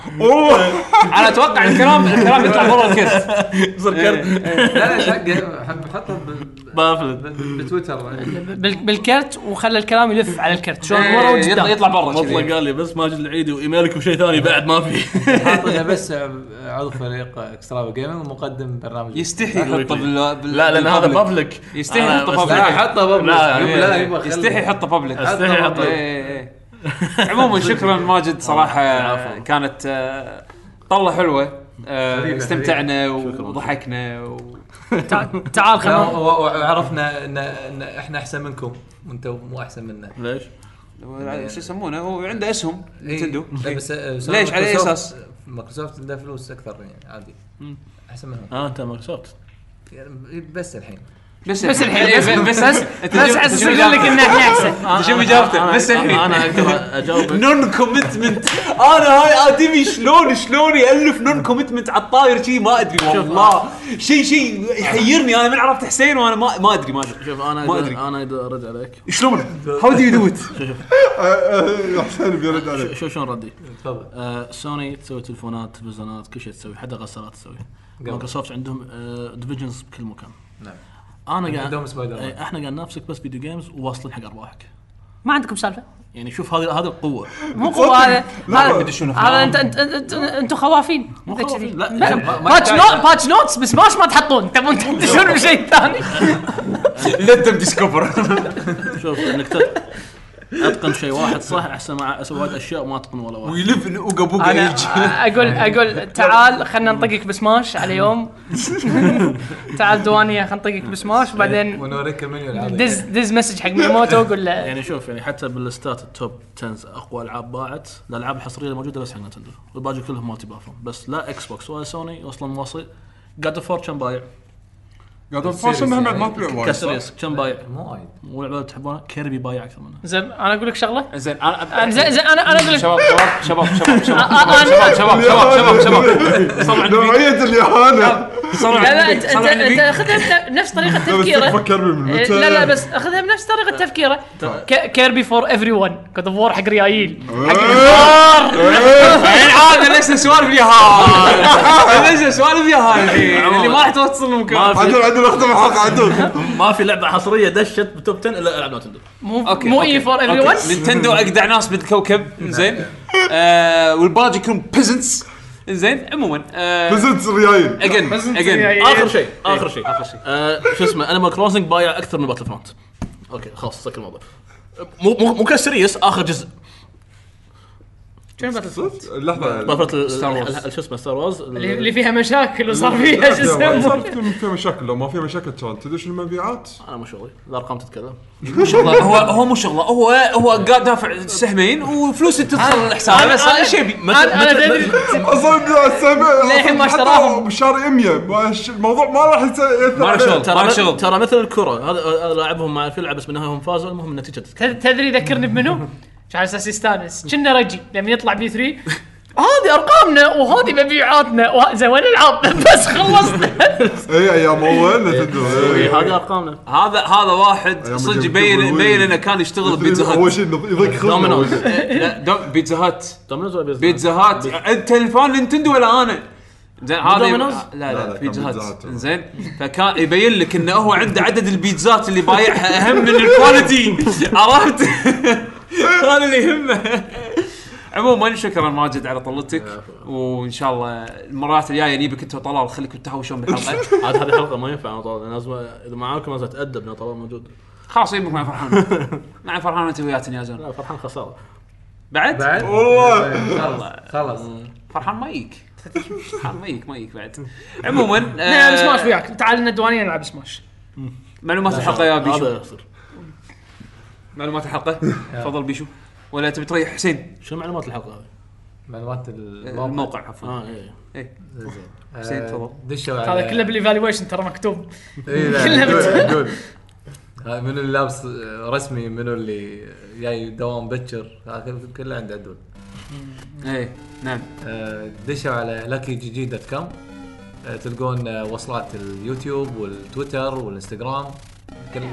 S1: انا اتوقع الكلام الكلام يطلع برا الكرت.
S3: يصير كرت
S5: لا لا حق حب حطه
S3: بافل.
S5: بتويتر.
S6: بال- بالكرت وخلى الكلام يلف على الكرت شلون ورا
S1: إيه، يطلع
S6: وقدام.
S1: يطلع برا
S3: مطلق قال لي بس ماجد العيدي وايميلك وشيء ثاني بعد ما في.
S5: حاطنا بس عضو فريق اكسترا جيمنج ومقدم برنامج.
S1: يستحي يحطه بال بال-
S3: لا لان هذا
S1: بالبابليك.
S3: بابليك.
S1: يستحي
S3: أنا
S1: يحطه
S3: بس-
S1: بابليك.
S5: لا حطه بابليك.
S3: لا،
S5: لا
S3: لا،
S5: يبغى خلي-
S1: يستحي يحطه بابليك.
S3: استحي يحطه.
S1: إيه، إيه. عموما شكرا ماجد صراحه
S3: العفو.
S1: كانت آه، طلة حلوه. آه،
S5: حبيبي،
S1: استمتعنا وضحكنا و...
S6: تع- تعال
S5: لا،
S6: خلنا
S5: و- و- وعرفنا ان ان احنا احسن منكم وانتم مو احسن منا.
S3: ليش؟
S1: شو يسمونه هو عنده اسهم نينتندو.
S5: لا بس آه،
S1: ليش؟ على أي
S5: مايكروسوفت-
S1: أساس؟
S5: مايكروسوفت عنده فلوس اكثر يعني عادي. احسن منهم
S3: اه انت مايكروسوفت.
S5: يعني بس الحين.
S1: بس
S6: بس الحين
S1: إيه،
S6: بس
S1: بس
S6: بس
S1: أنت
S6: بس
S1: شو-
S6: اساس
S1: شو
S6: اقول لك ان احنا احسن.
S1: انت شو اجابتك؟ بس الحين
S3: انا اقدر اجاوبك.
S1: نون كوميتمنت. انا هاي ادمي شلون شلون يالف نون كوميتمنت على الطاير شيء ما ادري والله شيء شيء يحيرني. انا من عرفت حسين وانا ما ما ادري ما ادري
S3: شوف انا
S1: ما أدري.
S3: انا اقدر ارد عليك.
S1: شلون هاو دو يو دو ات.
S4: حسين بيرد عليك.
S3: شوف شلون ردي.
S5: تفضل.
S3: آه سوني تسوي تلفونات تلفزيونات كل شيء تسوي حتى غسالات تسوي. مايكروسوفت عندهم آه ديفيجنز بكل مكان.
S5: نعم.
S3: انا قاعد
S5: عندهم سبايدر مان.
S3: إيه، احنا قاعد ننافسك بس فيديو جيمز وواصلين حق ارباحك.
S6: ما عندكم سالفه
S3: يعني شوف هذه هذه القوه.
S6: مو قوه هذا هذا
S1: بدشون
S6: هذا انت انت انت- انتم خوافين.
S3: مو
S6: أنت
S3: خوافين،
S6: كذي.
S3: لا،
S6: ب-
S3: ما-
S5: ما
S6: باتش
S5: يحتاج.
S6: نوت باتش نوتس بس ماش ما تحطون تبون تدشون بشيء ثاني.
S1: ليت ذم ديسكفر.
S3: شوف انك تد... اتقن شيء واحد صح احسن ما اسوي وايد اشياء ما اتقن ولا واحد.
S1: ويلف اوجا بوجا
S6: انا
S1: ايج.
S6: اقول اقول تعال خلنا نطقك بسماش على يوم. تعال دوانيه خلنا نطقك بسماش وبعدين
S5: ونوريك المنيو العادي.
S6: دز دز مسج حق ميموتو وقول له
S3: يعني شوف يعني حتى بالستات التوب عشرة اقوى العاب باعت الالعاب الحصريه الموجوده بس حق نتندو والباقي كلهم مالتي بلاتفورم بس لا اكس بوكس ولا سوني وصلا واصل. جاد اوف وور كم بايع؟
S4: قاعد الفاشن هم ما تبيع وايد.
S3: كسريس كم بايع؟
S5: مو وايد.
S3: مو لعبه تحبونها كيربي بايع اكثر منها.
S6: زين انا اقول لك شغله.
S1: زين انا
S6: زين زين انا انا اقول لك
S1: شباب شباب شباب شباب
S6: آه،
S1: شباب شباب شباب شباب شباب صلوا على النبي
S4: نوعية اليهانة
S1: صلوا
S6: لا لا
S1: على
S6: انت
S1: النبي
S6: انت
S1: صلوا على
S6: انت
S1: النبي.
S6: اخذها بنفس طريقه
S4: بس
S6: تفكيره.
S4: تفكر من
S6: إيه،
S4: متى؟
S6: لا لا بس اخذها بنفس طريقه تفكيره. ك- كيربي فور ايفري ون كود اوف وور حق ريايل حق الكبار.
S1: الحين عاد ليش سوالف اليهال ليش سوالف اليهال اللي ما راح توصل لمكان.
S4: عدل عدل اختم الحلقة عدل.
S3: ما في لعبه حصريه دشت بتوب عشرة الا العاب نتندو.
S6: مو
S1: أوكي،
S6: مو
S1: أوكي.
S6: اي فور ايفري ون.
S1: نينتندو اجدع ناس بالكوكب زين آه والباقي كلهم بيزنتس زين عموما
S4: بزنس ريايل.
S1: اجين اجين
S3: اخر شيء اخر شيء اخر شيء آه شو اسمه انيمال كروسنج بايع اكثر من باتل فرونت. اوكي خلاص سكر الموضوع. مو مو مو كسريس اخر جزء
S6: شنو باتل
S4: لحظة.
S3: باتل
S1: ستار وورز.
S3: شو اسمه ستار وورز
S6: اللي اللي فيها مشاكل وصار فيها شو
S4: صار
S6: اسمه.
S4: فيها مشاكل لو ما فيها مشاكل كان تدري شو المبيعات؟
S3: انا مو شغلي الارقام تتكلم.
S1: مو شغله هو هو مو شغله هو هو قاعد دافع سهمين وفلوس تدخل الحساب بس هذا شيء بي
S6: انا انا تدري
S4: اصلا السبع
S6: للحين ما اشتراهم.
S4: بشهر مية الموضوع ما راح يأثر
S1: ما له شغل.
S4: عليه.
S1: ما له شغل.
S3: ترى مثل الكره هذا هذا لاعبهم مع في لعبه بس بالنهايه هم فازوا المهم النتيجه تتكلم.
S6: تد- تدري ذكرني بمنو؟ مش على اساس يستانس كنا رجي لما يطلع بي ثري هذه ارقامنا وهذه مبيعاتنا وه- زين وين العاب بس خلصنا.
S4: اي ايام اول نتندو
S3: إيه، هذه ارقامنا.
S1: هذا هذا واحد
S4: أيام
S1: صدق
S4: الجيم
S1: يبين
S4: كيوب
S1: يبين انه كان يشتغل بيتزا
S4: اول
S1: هات.
S4: شيء يضيق
S3: دومينوز.
S4: خلقه.
S1: لا دو- بيتزا هات
S3: دومينوز ولا
S1: بيتزا هات انت الفان نينتندو ولا انا؟ زين هذا
S3: دومينوز؟
S1: لا
S4: لا،
S1: لا
S4: لا،
S1: بيتزا
S4: كان
S1: هات
S4: بيتزا هات.
S1: زين فكان يبين لك انه هو عنده عدد البيتزات اللي بايعها اهم من الكواليتي عرفت؟ هذا اللي يهمه. عموما شكرا ماجد على طلتك وان شاء الله المرات الجايه نجيبك انت وطلال خليكم تهاوشون بالحلقه.
S3: عاد هذه حلقه ما ينفع انا طال لازم اذا معاكم لازم اتادب لان طلال موجود.
S1: خلاص يبك مع فرحان مع فرحان انت وياتني يا زلمه
S3: لا فرحان خساره.
S1: بعد
S5: بعد
S4: والله
S5: خلص خلص.
S1: فرحان ما يجيك فرحان ما يجيك ما يجيك بعد. عموما
S6: نلعب سماش وياك تعال لنا الديوانيه نلعب سماش.
S1: معلومات الحلقه يا بيشو.
S3: هذا يصير.
S1: معلومات الحلقه تفضل بيشو ولا تبي تريح حسين؟
S3: شو معلومات الحلقه هذه؟
S5: معلومات الموقع.
S1: الموقع عفوا
S3: اه ايه
S1: ايه
S5: زين.
S1: حسين،
S5: آه،
S1: تفضل.
S5: دشوا
S6: هذا كله بالايفالويشن ترى مكتوب.
S5: إيه، لا،
S6: كله
S5: قول-
S6: بت-
S5: قول. آه، منو اللي لابس آه، رسمي منو اللي جاي دوام بكر هذا كله عنده عدول.
S1: ايه نعم
S5: آه، دشوا على لاكي جي جي دوت كوم تلقون آه، وصلات اليوتيوب والتويتر والانستغرام كل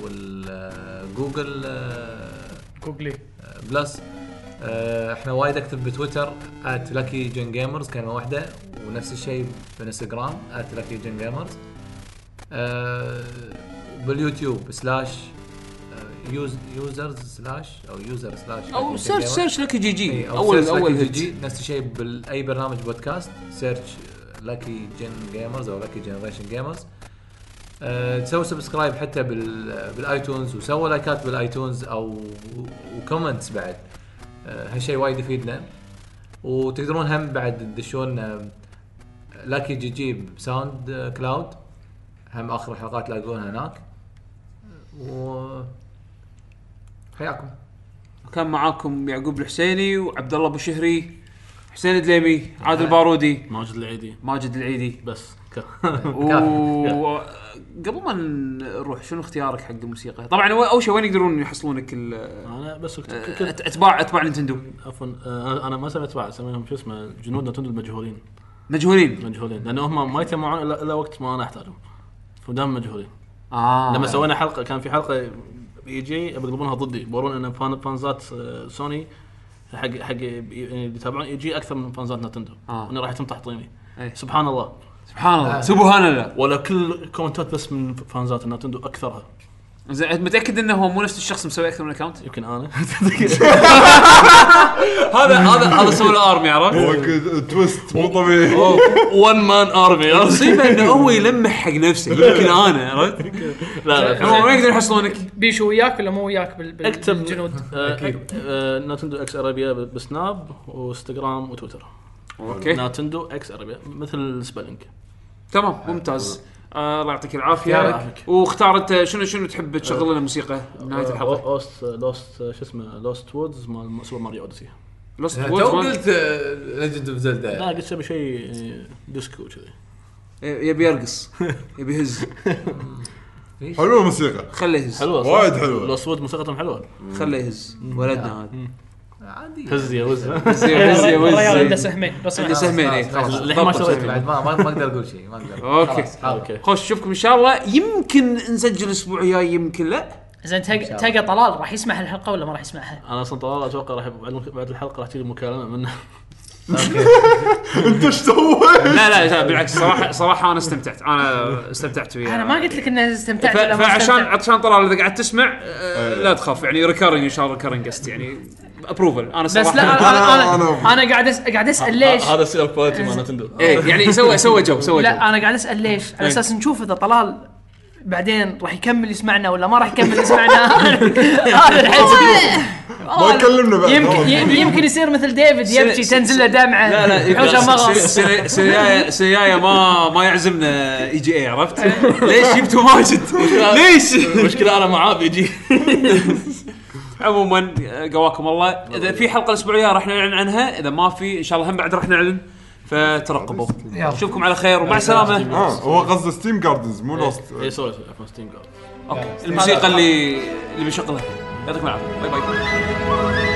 S5: والجوجل
S6: جوجلي
S5: بلس. آه، احنا وايد اكتب بتويتر ات لاكي جن جيمرز كلمه واحده ونفس الشيء بالانستغرام ات لاكي جن جيمرز. باليوتيوب سلاش يوز يوزرز سلاش او يوزر سلاش
S1: او سيرش سيرش لك جي جي
S5: إيه، أو
S1: اول
S5: search
S1: اول
S5: Lucky
S1: هيت.
S5: جي جي. نفس الشيء باي برنامج بودكاست سيرش لاكي جن جيمرز او لاكي جنريشن جيمرز. أه تسوي سبسكرايب حتى بال بالايتونز وسووا لايكات بالايتونز او وكومنتس بعد. أه هالشيء وايد يفيدنا. وتقدرون هم بعد تدشون أه لاكي جي جي بساوند أه كلاود هم اخر الحلقات تلاقونها هناك. و حياكم.
S1: كان معاكم يعقوب الحسيني وعبد الله ابو شهري حسين الدليمي عادل بارودي
S3: ماجد العيدي
S1: ماجد العيدي
S3: بس ك...
S1: وقبل ما نروح شنو اختيارك حق الموسيقى؟ طبعا هو اول شيء وين يقدرون يحصلونك
S3: انا بس كنت
S1: أت- اتباع اتباع نينتندو
S3: عفوا انا انا ما سميت اتباع اسميهم شو اسمه جنود نتندو المجهولين.
S1: مجهولين
S3: مجهولين لان هم ما يتجمعون الا الا وقت ما انا احتاجهم فدام مجهولين.
S1: اه
S3: لما سوينا حلقه كان في حلقه يجي بيقلبونها ضدي بورون ان فان فانزات سوني حق حق اللي يتابعون يجي اكثر من فانزات نتندو
S1: آه.
S3: وانا راح يتم تحطيني.
S1: أي.
S3: سبحان الله
S1: سبحان الله سبحان الله.
S3: ولا كل كومنتات بس من فانزات النتندو اكثرها.
S1: زين متاكد انه هو مو نفس الشخص مسوي اكثر من اكونت؟
S3: يمكن انا
S1: هذا هذا هذا سوى له ارمي عرفت.
S4: هو كذا تويست مو طبيعي.
S3: وان مان ارمي.
S1: المصيبه انه هو يلمح حق نفسه يمكن انا عرفت.
S3: لا لا
S1: هو ما يقدر يحصلونك.
S6: بيشو وياك ولا مو وياك بال- بال-
S3: اكتب
S6: بالجنود؟
S3: ناتندو اكس ارابيا بسناب وانستغرام وتويتر.
S1: اوكي
S3: ناتندو اكس ارابيا مثل سبيلينج.
S1: تمام ممتاز. آه، الله يعطيك العافيه.
S3: يعافيك.
S1: واختار انت شنو شنو تحب تشغل لنا موسيقى نهايه الحلقه.
S3: لوست لوست شو اسمه لوست وودز مال سوبر ماريو اوديسي.
S1: لوست
S5: تو قلت ليجند اوف زلدا.
S3: لا قلت شبي شيء ديسكو كذي.
S1: يبي يرقص يبي يهز.
S4: حلوه الموسيقى
S1: خليه يهز
S3: حلوه
S4: وايد حلوة.
S3: لوست وود موسيقتهم حلوه.
S1: خليه يهز ولدنا هذا.
S5: عادي
S3: هز يا وز.
S1: هز هز
S6: الرجال عنده
S1: هز
S6: سهمين بس
S1: عنده سهمين اي خلاص.
S3: الحين ما شريت
S5: بعد ما ما ما اقدر اقول شيء ما اقدر.
S1: اوكي
S3: اوكي.
S1: خوش نشوفكم ان شاء الله. يمكن نسجل الاسبوع الجاي يمكن لا.
S6: زين تلقى تلقى طلال راح يسمع الحلقه ولا ما راح يسمعها؟
S3: انا اصلا طلال اتوقع راح بعد بعد الحلقه راح تجي مكالمه منه.
S4: انت ايش سويت؟
S1: لا لا لا بالعكس صراحه صراحه انا استمتعت انا استمتعت وياه.
S6: انا ما قلت لك اني استمتعت
S1: ف-
S6: ولا ما
S1: فعشان
S6: استمتعت.
S1: عشان طلال اذا قاعد تسمع آه، لا تخاف يعني ريكارنج ان شاء الله ريكارنج قست يعني ابروفل. انا
S6: بس
S1: صراحه
S6: لا انا انا
S4: أنا-
S6: انا, أنا قاعد أس... قاعد اسال ليش.
S3: هذا السير كواليتي مال نتندو.
S1: ايه يعني سوى سوى جو سوى جو.
S6: لا انا قاعد اسال ليش على اساس نشوف اذا طلال بعدين راح يكمل يسمعنا ولا ما راح يكمل يسمعنا. هذا الحين
S4: ما كلمنا بعد.
S6: يمكن يم- يمكن يصير مثل ديفيد يبكي تنزل له دمعه.
S1: لا لا
S6: حوشه مغص.
S1: سيايا سيايا ما ما يعزمنا اي جي اي عرفت. ليش جبتوا ماجد ليش؟
S3: مشكله انا معاه بيجي.
S1: عموما قواكم الله. اذا في حلقه الاسبوعيه راح نعلن عنها. اذا ما في ان شاء الله هم بعد راح نعلن فترقبوا. نشوفكم على خير ومع السلامه.
S4: اه هو قصده ستيم جاردنز مو لوست.
S3: اي سوري عفوا ستيم جارد.
S1: اوكي الموسيقى اللي اللي بنشغلها. يعطيكم العافيه باي باي.